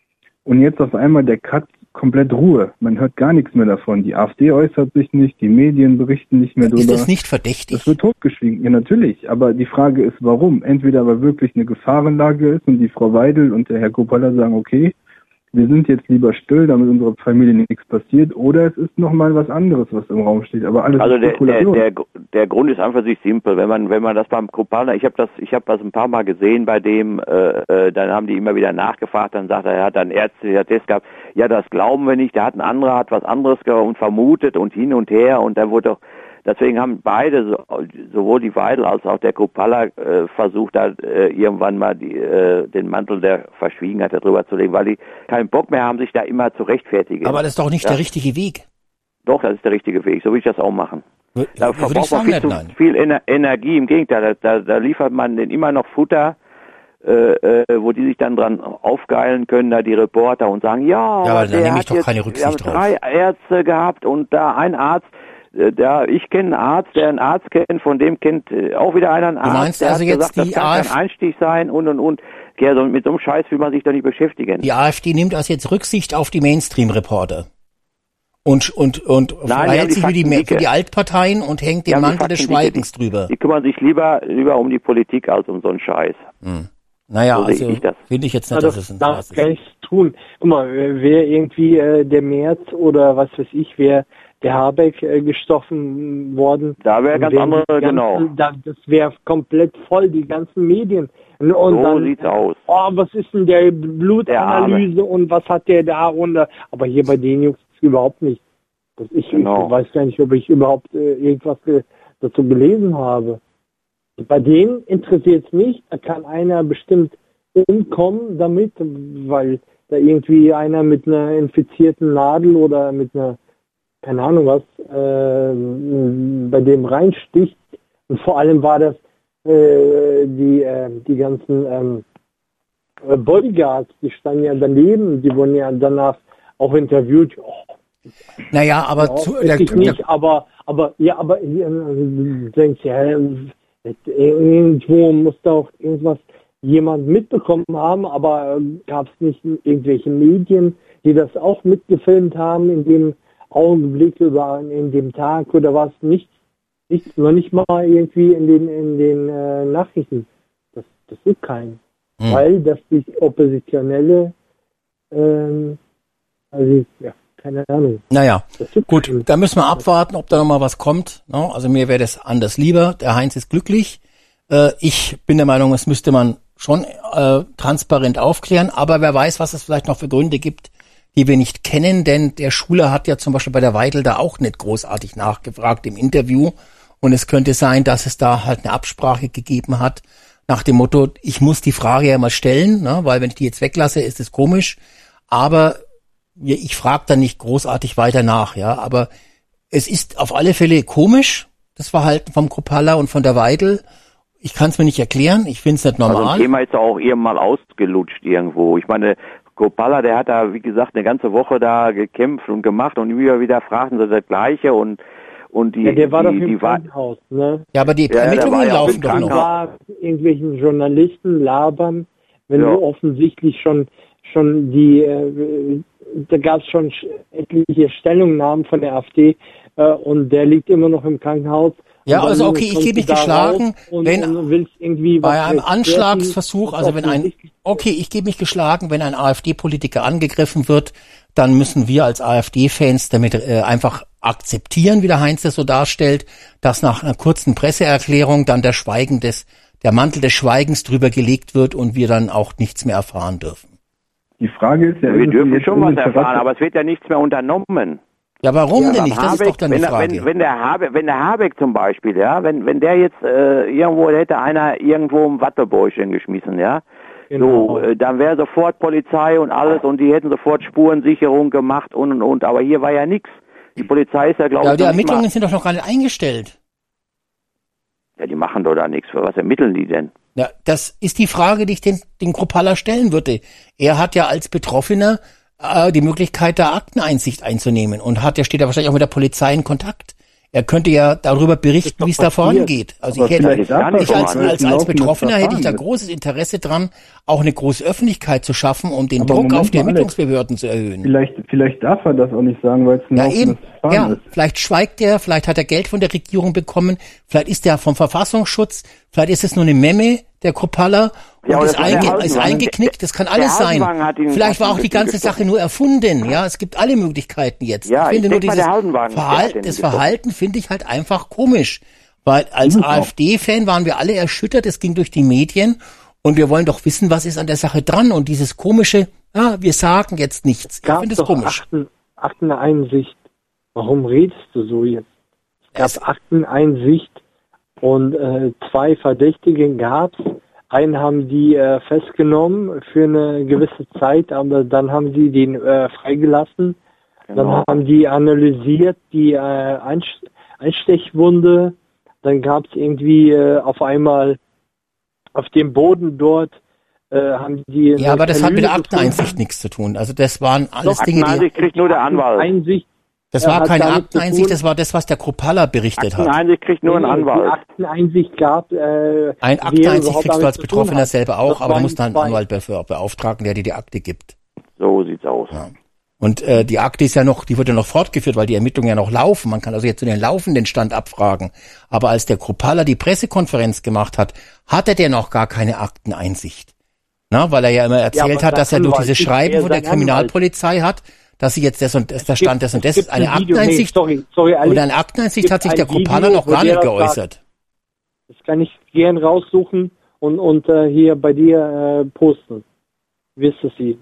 Und jetzt auf einmal der Cut, komplett Ruhe. Man hört gar nichts mehr davon. Die AfD äußert sich nicht, die Medien berichten nicht mehr Ist drüber. das nicht verdächtig? Das wird totgeschwiegen, ja natürlich. Aber die Frage ist, warum? Entweder weil wirklich eine Gefahrenlage ist und die Frau Weidel und der Herr Kropala sagen, okay, wir sind jetzt lieber still, damit unserer Familie nichts passiert, oder es ist nochmal was anderes, was im Raum steht. Aber alles Also ist der, der, Spekulation. der, der Grund ist einfach sich simpel. Wenn man, wenn man das beim Kropala, ich habe das, ich habe das ein paar Mal gesehen bei dem, äh, äh, dann haben die immer wieder nachgefragt, dann sagt er, er hat einen ärztlicher Test gehabt. Ja, das glauben wir nicht. Der hat ein anderer, hat was anderes ge- und vermutet und hin und her und dann wurde doch, deswegen haben beide, so, sowohl die Weidel als auch der Kropala, äh, versucht, da äh, irgendwann mal die, äh, den Mantel der Verschwiegenheit darüber zu legen, weil die keinen Bock mehr haben, sich da immer zu rechtfertigen. Aber das ist doch nicht Ja. der richtige Weg. Doch, das ist der richtige Weg. So will ich das auch machen. Wür- Da würde ich verbraucht man sagen, viel nicht, zu nein. viel Ener Energie. Im Gegenteil, da, da, da liefert man denen immer noch Futter, äh, äh, wo die sich dann dran aufgeilen können, da die Reporter und sagen, ja, Ja, aber da der nehme ich hat doch jetzt, keine wir Rücksicht haben drauf. drei Ärzte gehabt und da ein Arzt, äh, da ich kenne einen Arzt, der einen Arzt kennt, von dem kennt äh, auch wieder einer einen Arzt, meinst der also hat jetzt gesagt, die das kann AfD kein Einstich sein und und und. Ja, so, mit so einem Scheiß will man sich doch nicht beschäftigen. Die AfD nimmt also jetzt Rücksicht auf die Mainstream-Reporter. Und, und, und Nein, die haben verhält die sich wie die, Fakten für die Altparteien und hängt den Die haben die Mantel des Fakten, die- Schweigens drüber. Die kümmern sich lieber, lieber um die Politik als um so einen Scheiß. Hm. Naja, So sehe also ich das. finde ich jetzt nicht, Also, dass es ein darf Spaß ist. gar nichts tun. Guck mal, wäre irgendwie äh, der März oder was weiß ich, wäre der Habeck äh, gestochen worden. Da wäre dann ganz wären andere, die ganzen- genau. Da, das wäre komplett voll, die ganzen Medien. Und, und So dann, sieht's aus. Oh, was ist denn der Blutanalyse und was hat der da? Und, äh, aber hier bei den Jungs überhaupt nicht. Das ich, Genau. ich weiß gar nicht, ob ich überhaupt äh, irgendwas ge dazu gelesen habe. Bei denen interessiert es mich, da kann einer bestimmt umkommen damit, weil da irgendwie einer mit einer infizierten Nadel oder mit einer, keine Ahnung was, äh, bei dem reinsticht. Und vor allem war das äh, die, äh, die ganzen ähm, äh, Bodyguards, die standen ja daneben, die wurden ja danach auch interviewt. Oh, Naja, aber ja, zu, weiß der, ich nicht, der, aber, aber, ja, aber, äh, du denkst ja, irgendwo muss da auch irgendwas jemand mitbekommen haben, aber äh, gab es nicht irgendwelche Medien, die das auch mitgefilmt haben in dem Augenblick oder in dem Tag oder was? Nichts, nichts, noch nicht mal irgendwie in den, in den äh, Nachrichten. Das, das gibt keinen. Hm. Weil das die Oppositionelle, ähm, also, ja, keine Ahnung. naja, Das gibt gut, keinen. da müssen wir abwarten, ob da nochmal was kommt. Ne? Also mir wäre das anders lieber. Der Heinz ist glücklich. Äh, ich bin der Meinung, das müsste man schon äh, transparent aufklären, aber wer weiß, was es vielleicht noch für Gründe gibt, die wir nicht kennen, denn der Schuler hat ja zum Beispiel bei der Weidel da auch nicht großartig nachgefragt im Interview und es könnte sein, dass es da halt eine Absprache gegeben hat nach dem Motto, ich muss die Frage ja mal stellen, ne, weil wenn ich die jetzt weglasse, ist es komisch, aber ich frage da nicht großartig weiter nach, ja, aber es ist auf alle Fälle komisch, das Verhalten vom Kropala und von der Weidel. Ich kann es mir nicht erklären, ich finde es nicht normal. Also ein Thema ist auch irgendwann mal ausgelutscht irgendwo. Ich meine, Kropala, der hat da, wie gesagt, eine ganze Woche da gekämpft und gemacht und immer wieder fragten sie das Gleiche und und die Ja, der war die, doch im die war, Krankenhaus, ne? Ja, aber die Ja, der Ermittlungen war ja auch laufen im doch noch. Da irgendwelchen Journalisten labern, wenn Ja. du offensichtlich schon schon die, äh, da gab es schon etliche Stellungnahmen von der AfD äh, und der liegt immer noch im Krankenhaus. Ja, Und dann also okay, ich kommst gebe mich du da geschlagen, raus und, wenn und willst irgendwie bei was einem rechtfertigen. Anschlagsversuch, also wenn ein, okay, ich gebe mich geschlagen, wenn ein AfD-Politiker angegriffen wird, dann müssen wir als AfD-Fans damit äh, einfach akzeptieren, wie der Heinz das so darstellt, dass nach einer kurzen Presseerklärung dann der Schweigen des, der Mantel des Schweigens drüber gelegt wird und wir dann auch nichts mehr erfahren dürfen. Die Frage ist ja, Wir ist es dürfen jetzt schon was Uninteresse- erfahren, aber es wird ja nichts mehr unternommen. Ja, warum Ja, denn beim nicht? Das ist Habeck, doch dann die wenn, er- Frage. Wenn, wenn, der Habeck, wenn der Habeck zum Beispiel, ja, wenn, wenn der jetzt äh, irgendwo, hätte einer irgendwo ein Wattebäuschen geschmissen, ja, Genau. so, äh, dann wäre sofort Polizei und alles und die hätten sofort Spurensicherung gemacht und und und, aber hier war ja nichts. Die Polizei ist ja, glaube Ja, ich, die noch nicht Ermittlungen mal, sind doch noch gar nicht eingestellt. ja, die machen doch da nichts. Für was ermitteln die denn? Ja, das ist die Frage, die ich den, den Kruppalla stellen würde. Er hat ja als Betroffener äh, die Möglichkeit, da Akteneinsicht einzunehmen und hat, der steht ja wahrscheinlich auch mit der Polizei in Kontakt. Er könnte ja darüber berichten, wie es da vorangeht. Also Aber ich hätte, vielleicht darf er ich doch als, mal. als, Ein als laufendes Betroffener hätte ich da Verfahren. großes Interesse dran, auch eine große Öffentlichkeit zu schaffen, um den Aber Druck Moment auf die mal, Alex. Ermittlungsbehörden zu erhöhen. Vielleicht, vielleicht darf er das auch nicht sagen, weil es ein Ja, laufendes eben. Verfahren Ja, ist. vielleicht schweigt er, vielleicht hat er Geld von der Regierung bekommen, vielleicht ist er vom Verfassungsschutz, vielleicht ist es nur eine Memme, der Kruppalla, und Ja, aber ist, das war der einge ist Haldenwang. eingeknickt, das kann Der alles sein. Haldenwang hat ihn- Vielleicht hat war ihn auch die ganze gestochen. Sache nur erfunden, ja, es gibt alle Möglichkeiten jetzt. Ja, ich finde ich nur denk mal, dieses der Haldenwang, der hat Verhalten, den das gestochen. Verhalten finde ich halt einfach komisch, weil als Ist es auch. AfD-Fan waren wir alle erschüttert, es ging durch die Medien und wir wollen doch wissen, was ist an der Sache dran und dieses komische, ja, wir sagen jetzt nichts. Ich gab finde es doch komisch. Akten, Akteneinsicht. Warum redest du so jetzt? Es gab Es- Akteneinsicht und äh, zwei Verdächtige gab's. Einen haben die äh, festgenommen für eine gewisse Zeit, aber dann haben sie den äh, freigelassen. Dann Genau. haben die analysiert die äh, Einst Einstechwunde. Dann gab's irgendwie äh, auf einmal auf dem Boden dort äh, haben die Ja, eine aber das hat mit der Kanüle gefunden. Akteneinsicht nichts zu tun. Also das waren alles Doch, Dinge, die Akteneinsicht kriegt nur der Anwalt. Einsicht, Das Er war hat keine damit zu Akteneinsicht, tun- das war das, was der Kruppalla berichtet hat. Akteneinsicht kriegt nur ein Nee, Die Anwalt. Akteneinsicht gab. Äh, Ein die Akteneinsicht überhaupt kriegst du damit als zu tun Betroffener hat. selber auch, Das aber du waren musst dann einen zwei. Anwalt beauf- beauftragen, der dir die Akte gibt. So sieht's aus. Ja. Und äh, die Akte ist ja noch, die wird ja noch fortgeführt, weil die Ermittlungen ja noch laufen. Man kann also jetzt so den laufenden Stand abfragen. Aber als der Kruppalla die Pressekonferenz gemacht hat, hatte der noch gar keine Akteneinsicht. Na, weil er ja immer erzählt aber hat, dass er der durch Anwalt diese ist Schreiben eher von der sein Kriminalpolizei hat, dass sie jetzt das und das, der Es gibt- Stand das und es das ist gibt eine ein Video, nee, Akteneinsicht. sorry, sorry, Alex. Und eine Akteneinsicht Es hat sich gibt der ein Kruppalla Video, noch wo gar der nicht das sagt. geäußert. Das kann ich gern raussuchen und, und äh, hier bei dir äh, posten. Wirst du sehen.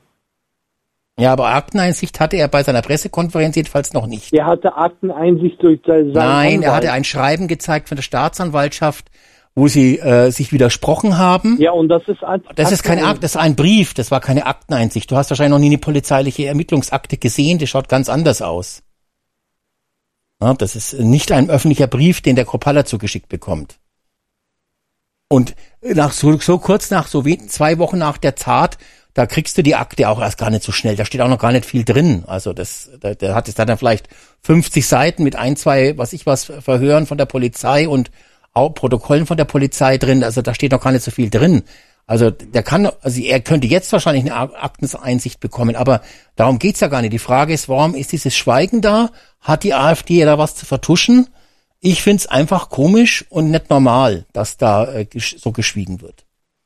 Ja, aber Akteneinsicht hatte er bei seiner Pressekonferenz jedenfalls noch nicht. Der hatte Akteneinsicht durch seinen Nein, er Anwalt. hatte ein Schreiben gezeigt von der Staatsanwaltschaft, wo sie äh, sich widersprochen haben. Ja, und das ist Akt- Das ist keine Akt, das ist ein Brief, das war keine Akteneinsicht. Du hast wahrscheinlich noch nie eine polizeiliche Ermittlungsakte gesehen, die schaut ganz anders aus. Ja, das ist nicht ein öffentlicher Brief, den der Kruppalla zugeschickt bekommt. Und nach so, so kurz nach, so wie zwei Wochen nach der Tat, da kriegst du die Akte auch erst gar nicht so schnell. Da steht auch noch gar nicht viel drin. Also das, da, der hat jetzt dann vielleicht fünfzig Seiten mit ein, zwei, was ich was, Verhören von der Polizei und auch Protokollen von der Polizei drin. Also da steht noch gar nicht so viel drin. Also der kann, also er könnte jetzt wahrscheinlich eine Akteneinsicht bekommen, aber darum geht's ja gar nicht. Die Frage ist, warum ist dieses Schweigen da? Hat die AfD da was zu vertuschen? Ich find's einfach komisch und nicht normal, dass da äh, gesch- so geschwiegen wird.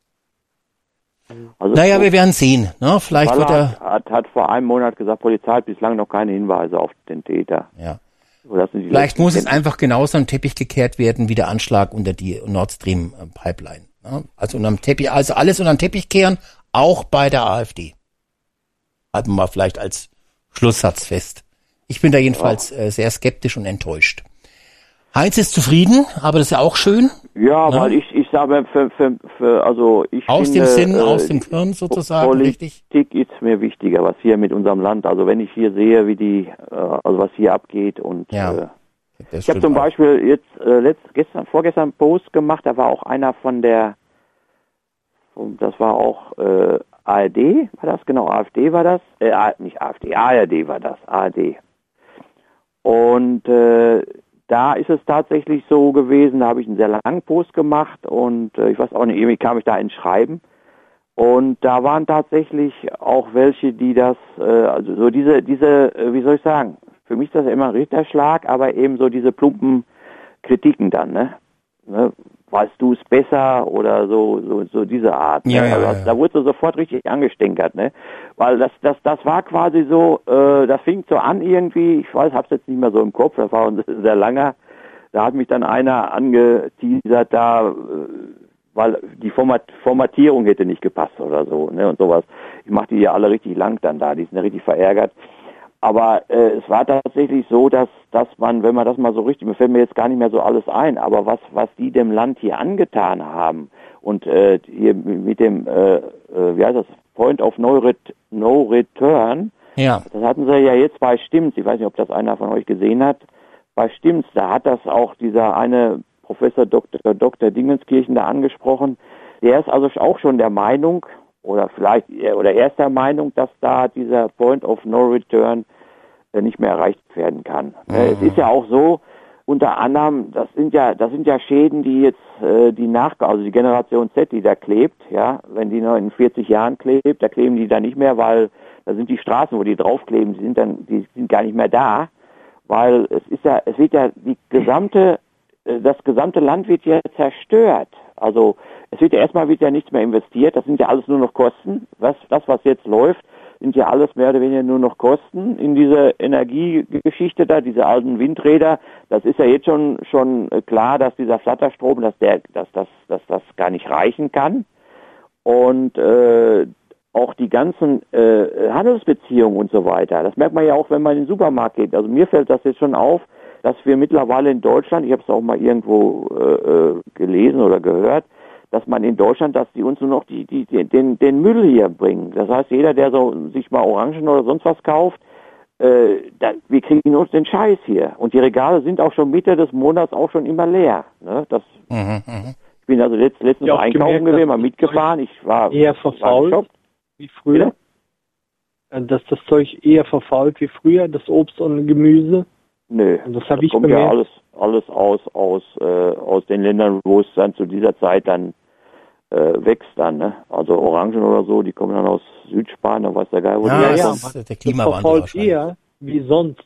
Also Naja, wir werden sehen. Ne? Vielleicht wird er. hat, hat vor einem Monat gesagt, Polizei hat bislang noch keine Hinweise auf den Täter. Ja. So, das sind die Vielleicht letzten muss es Kenntnisse. einfach genauso am Teppich gekehrt werden wie der Anschlag unter die Nord Stream äh, Pipeline. Ne? Also unterm Teppich, also alles unter den Teppich kehren, auch bei der AfD. Halten wir mal vielleicht als Schlusssatz fest. Ich bin da jedenfalls äh, sehr skeptisch und enttäuscht. Heinz ist zufrieden, aber das ist ja auch schön. Ja, Ne? weil ich, ich sage, für, für, für, also ich Aus finde, dem Sinn, äh, aus dem Hirn sozusagen, Politik richtig? ist mir wichtiger, was hier mit unserem Land, also wenn ich hier sehe, wie die, äh, also was hier abgeht und Ja, äh, das ich habe stimmt zum auch. Beispiel jetzt äh, letzt, gestern, vorgestern einen Post gemacht, da war auch einer von der, das war auch äh, A R D, war das genau, AfD war das, äh, A- nicht AfD, A R D war das, A R D. Und äh, da ist es tatsächlich so gewesen, da habe ich einen sehr langen Post gemacht und äh, ich weiß auch nicht, irgendwie kam ich da ins Schreiben Und da waren tatsächlich auch welche, die das, äh, also so diese, diese, äh, wie soll ich sagen, für mich ist das ja immer ein Ritterschlag, aber eben so diese plumpen Kritiken dann, ne? ne? Weißt du es besser oder so, so, so diese Art. Ne? Ja, ja, also, ja. Da wurde so sofort richtig angestänkert, ne? Weil das, das, das war quasi so, äh, das fing so an irgendwie, ich weiß, hab's jetzt nicht mehr so im Kopf, das war ein sehr langer, da hat mich dann einer angeteasert, da, äh, weil die Format, Formatierung hätte nicht gepasst oder so, ne, und sowas. Ich mache die ja alle richtig lang dann da, die sind ja richtig verärgert. Aber äh, es war tatsächlich so, dass dass man, wenn man das mal so richtig, mir fällt mir jetzt gar nicht mehr so alles ein, aber was was die dem Land hier angetan haben und äh, hier mit dem, äh, äh, wie heißt das, Point of No, Ret no Return, ja. Das hatten sie ja jetzt bei Stimms, ich weiß nicht, ob das einer von euch gesehen hat, bei Stimms, da hat das auch dieser eine Professor Doktor Doktor Dingenskirchen da angesprochen. Der ist also auch schon der Meinung, oder vielleicht, oder er ist der Meinung, dass da dieser Point of No Return äh, nicht mehr erreicht werden kann. Mhm. Äh, es ist ja auch so, unter anderem, das sind ja, das sind ja Schäden, die jetzt, äh, die nach, also die Generation Z, die da klebt, ja, wenn die noch in vierzig Jahren klebt, da kleben die da nicht mehr, weil da sind die Straßen, wo die draufkleben, die sind dann, die sind gar nicht mehr da, weil es ist ja, es wird ja die gesamte das gesamte Land wird ja zerstört. Also es wird ja erstmal wird ja nichts mehr investiert, das sind ja alles nur noch Kosten. Was, das, was jetzt läuft, sind ja alles mehr oder weniger nur noch Kosten in dieser Energiegeschichte da, diese alten Windräder. Das ist ja jetzt schon schon klar, dass dieser Flatterstrom, dass der, dass das, dass das gar nicht reichen kann. Und äh, auch die ganzen äh, Handelsbeziehungen und so weiter. Das merkt man ja auch, wenn man in den Supermarkt geht. Also mir fällt das jetzt schon auf, dass wir mittlerweile in Deutschland, ich habe es auch mal irgendwo äh, gelesen oder gehört, dass man in Deutschland, dass die uns nur noch die, die, die, den, den Müll hier bringen. Das heißt, jeder, der so sich mal Orangen oder sonst was kauft, äh, da, wir kriegen uns den Scheiß hier. Und die Regale sind auch schon Mitte des Monats auch schon immer leer. Ne? Das, mhm, mh. Ich bin also letzt, letztens ja, einkaufen gewesen, mal mitgefahren. Ich war eher verfault war wie früher. Bitte? Dass das Zeug eher verfault wie früher, das Obst und Gemüse. Nö, und das, das ich kommt bemerkt. ja alles, alles aus, aus, äh, aus den Ländern, wo es dann zu dieser Zeit dann äh, wächst dann, ne? Also Orangen oder so, die kommen dann aus Südspanien, da weiß der Geil, wo ja, die ja, herkommen. das ist der Klimawandel. Das verfault eher wie sonst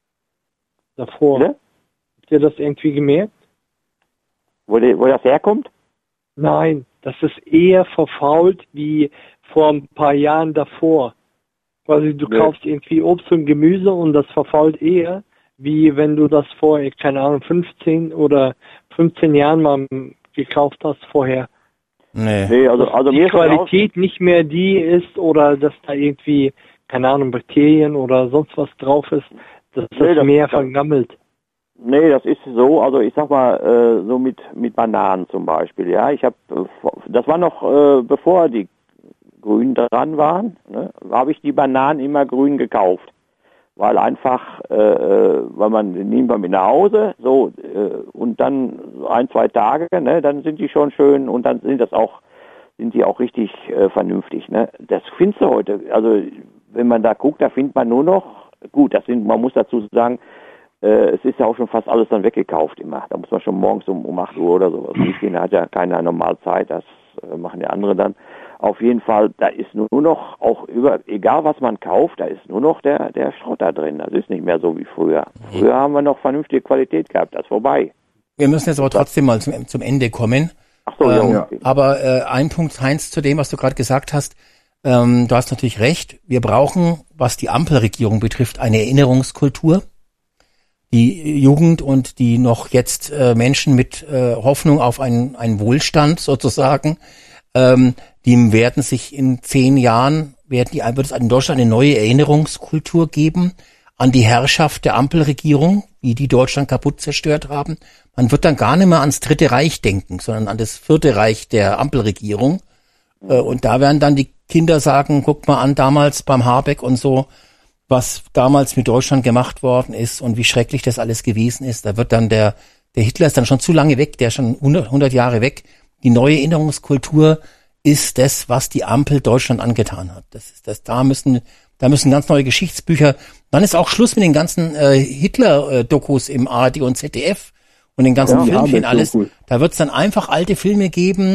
davor. Bitte? Habt ihr das irgendwie gemerkt? Wo, die, wo das herkommt? Nein, das ist eher verfault wie vor ein paar Jahren davor. Quasi du Nö. kaufst irgendwie Obst und Gemüse und das verfault eher, wie wenn du das vor, keine Ahnung, fünfzehn oder fünfzehn Jahren mal gekauft hast vorher. Nee. nee also, also die mir Qualität nicht mehr die ist oder dass da irgendwie, keine Ahnung, Bakterien oder sonst was drauf ist, dass nee, das, das mehr das, vergammelt. Nee, das ist so, also ich sag mal, äh, so mit, mit Bananen zum Beispiel, ja. Ich habe, das war noch, äh, bevor die Grünen dran waren, ne, habe ich die Bananen immer grün gekauft. Weil einfach, äh, weil man nimmt man mit nach Hause, so, äh, und dann ein, zwei Tage, ne, dann sind die schon schön und dann sind das auch, sind die auch richtig äh, vernünftig, ne. Das findest du heute, also wenn man da guckt, da findet man nur noch, gut, das sind, man muss dazu sagen, äh, es ist ja auch schon fast alles dann weggekauft immer. Da muss man schon morgens um, um acht Uhr oder sowas durchgehen, da hat ja keiner Normalzeit, das äh, machen ja andere dann. Auf jeden Fall, da ist nur noch, auch über, egal was man kauft, da ist nur noch der, der Schrott da drin. Das ist nicht mehr so wie früher. Früher haben wir noch vernünftige Qualität gehabt, das ist vorbei. Wir müssen jetzt aber trotzdem mal zum, zum Ende kommen. Ach so, ähm, ja. Okay. Aber äh, ein Punkt, Heinz, zu dem, was du gerade gesagt hast. Ähm, du hast natürlich recht. Wir brauchen, was die Ampelregierung betrifft, eine Erinnerungskultur. Die Jugend und die noch jetzt äh, Menschen mit äh, Hoffnung auf einen, einen Wohlstand sozusagen, ähm, die werden sich in zehn Jahren, werden die, wird es in Deutschland eine neue Erinnerungskultur geben an die Herrschaft der Ampelregierung, wie die Deutschland kaputt zerstört haben. Man wird dann gar nicht mehr ans Dritte Reich denken, sondern an das Vierte Reich der Ampelregierung. Äh, und da werden dann die Kinder sagen, guck mal an, damals beim Habeck und so, was damals mit Deutschland gemacht worden ist und wie schrecklich das alles gewesen ist. Da wird dann der, der Hitler ist dann schon zu lange weg, der ist schon hundert, hundert Jahre weg. Die neue Erinnerungskultur ist das, was die Ampel Deutschland angetan hat. Das ist das, da müssen, da müssen ganz neue Geschichtsbücher. Dann ist auch Schluss mit den ganzen äh, Hitler-Dokus im A R D und Z D F und den ganzen Ja, Filmchen ja, alles. so cool. Da wird es dann einfach alte Filme geben,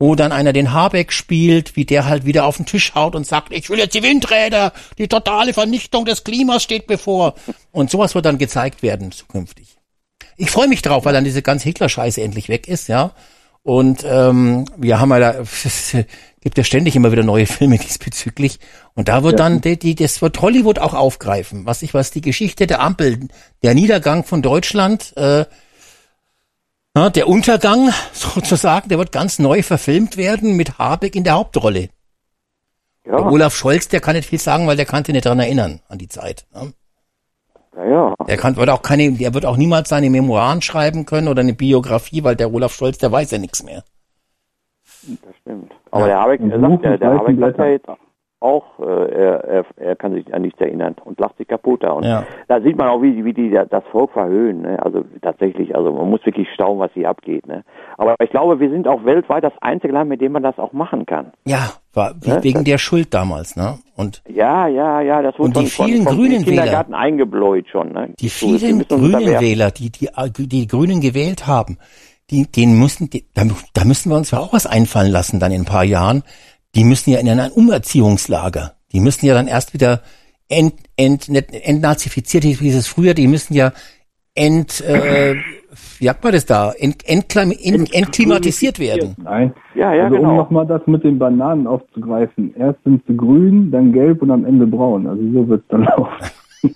wo dann einer den Habeck spielt, wie der halt wieder auf den Tisch haut und sagt, ich will jetzt die Windräder, die totale Vernichtung des Klimas steht bevor. Und sowas wird dann gezeigt werden zukünftig. Ich freue mich drauf, weil dann diese ganze Hitler-Scheiße endlich weg ist, ja. Und ähm, wir haben ja da, es gibt ja ständig immer wieder neue Filme diesbezüglich. Und da wird ja. dann, die, die, das wird Hollywood auch aufgreifen. Was ich, was die Geschichte der Ampel, der Niedergang von Deutschland, äh, ja, der Untergang sozusagen, der wird ganz neu verfilmt werden mit Habeck in der Hauptrolle. Ja. Der Olaf Scholz, der kann nicht viel sagen, weil der kann sich nicht daran erinnern, an die Zeit. Ne? Ja, ja. Der kann, wird auch keine, der wird auch niemals seine Memoiren schreiben können oder eine Biografie, weil der Olaf Scholz, der weiß ja nichts mehr. Das stimmt. Aber ja. der Habeck, er sagt ja, der Habeck sagt ja jetzt auch, äh, er, er, er kann sich an nichts erinnern und lacht sich kaputt da. Und ja. da sieht man auch, wie, wie die das Volk verhöhnen. Ne? Also tatsächlich, also man muss wirklich staunen, was hier abgeht. Ne? Aber ich glaube, wir sind auch weltweit das einzige Land, mit dem man das auch machen kann. Ja, war ne? wegen das, der Schuld damals, ne? Und ja, ja, ja, das wurde und die von, vielen von, grünen von Kindergarten Wähler, eingebläut schon. Ne? Die vielen die grünen Wähler, die, die die die Grünen gewählt haben, die denen mussten, die, da, da müssen wir uns ja auch was einfallen lassen dann in ein paar Jahren. Die müssen ja in ein Umerziehungslager. Die müssen ja dann erst wieder ent, ent, ent, entnazifiziert, wie es früher, die müssen ja ent, äh, wie sagt man das da, ent, entklim, ent, entklimatisiert werden. Nein. Ja, ja, also, genau. Um nochmal das mit den Bananen aufzugreifen. Erst sind sie grün, dann gelb und am Ende braun. Also so wird's dann laufen.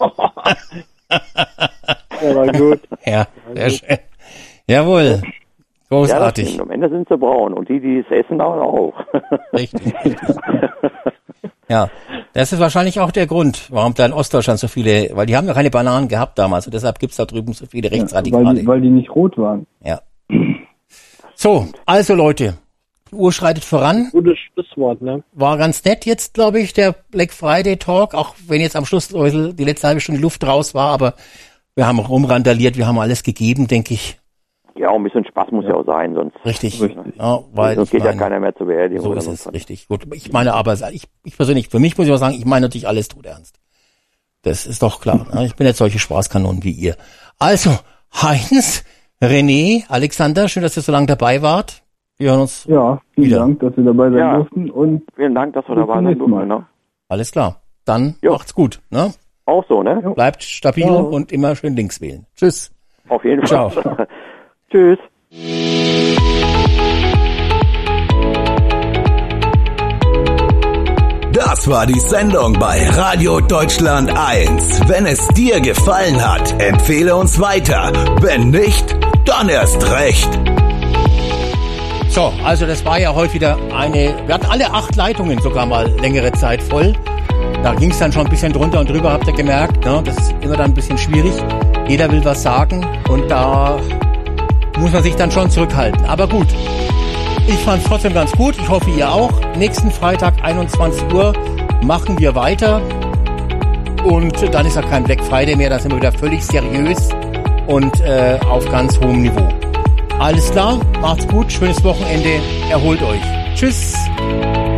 Ja, war gut. Ja, sehr schön. Jawohl. Großartig. Ja, am Ende sind sie braun und die, die es essen, auch. Richtig. Ja, das ist wahrscheinlich auch der Grund, warum da in Ostdeutschland so viele, weil die haben ja keine Bananen gehabt damals und deshalb gibt's da drüben so viele Rechtsradikale. Ja, weil, die, weil die nicht rot waren. Ja. So, also Leute, die Uhr schreitet voran. Gutes Schlusswort, ne? War ganz nett jetzt, glaube ich, der Black Friday Talk, auch wenn jetzt am Schluss die letzte halbe Stunde Luft raus war, aber wir haben rumrandaliert, wir haben alles gegeben, denke ich. Ja, ein bisschen Spaß muss ja, ja auch sein, sonst. Richtig. richtig. Ja, weil sonst geht meine, ja keiner mehr zur Beerdigung. So ist es, richtig. Gut, ich meine aber, ich, ich persönlich, für mich muss ich auch sagen, ich meine natürlich alles todernst. Das ist doch klar. Ne? Ich bin jetzt solche Spaßkanonen wie ihr. Also, Heinz, René, Alexander, schön, dass ihr so lange dabei wart. Wir hören uns Ja, vielen wieder. Dank, dass wir dabei sein ja. durften. Und vielen Dank, dass wir dabei sein durften. Ne? Alles klar. Dann jo. macht's gut. Ne? Auch so, ne? Jo. Bleibt stabil ja. und immer schön links wählen. Tschüss. Auf jeden Fall. Ciao. Tschüss. Das war die Sendung bei Radio Deutschland eins. Wenn es dir gefallen hat, empfehle uns weiter. Wenn nicht, dann erst recht. So, also das war ja heute wieder eine, wir hatten alle acht Leitungen sogar mal längere Zeit voll. Da ging es dann schon ein bisschen drunter und drüber, habt ihr gemerkt. Ne? Das ist immer dann ein bisschen schwierig. Jeder will was sagen und da muss man sich dann schon zurückhalten. Aber gut, ich fand es trotzdem ganz gut. Ich hoffe, ihr auch. Nächsten Freitag, einundzwanzig Uhr, machen wir weiter. Und dann ist ja kein Black Friday mehr. Da sind wir wieder völlig seriös und äh, auf ganz hohem Niveau. Alles klar, macht's gut, schönes Wochenende. Erholt euch. Tschüss.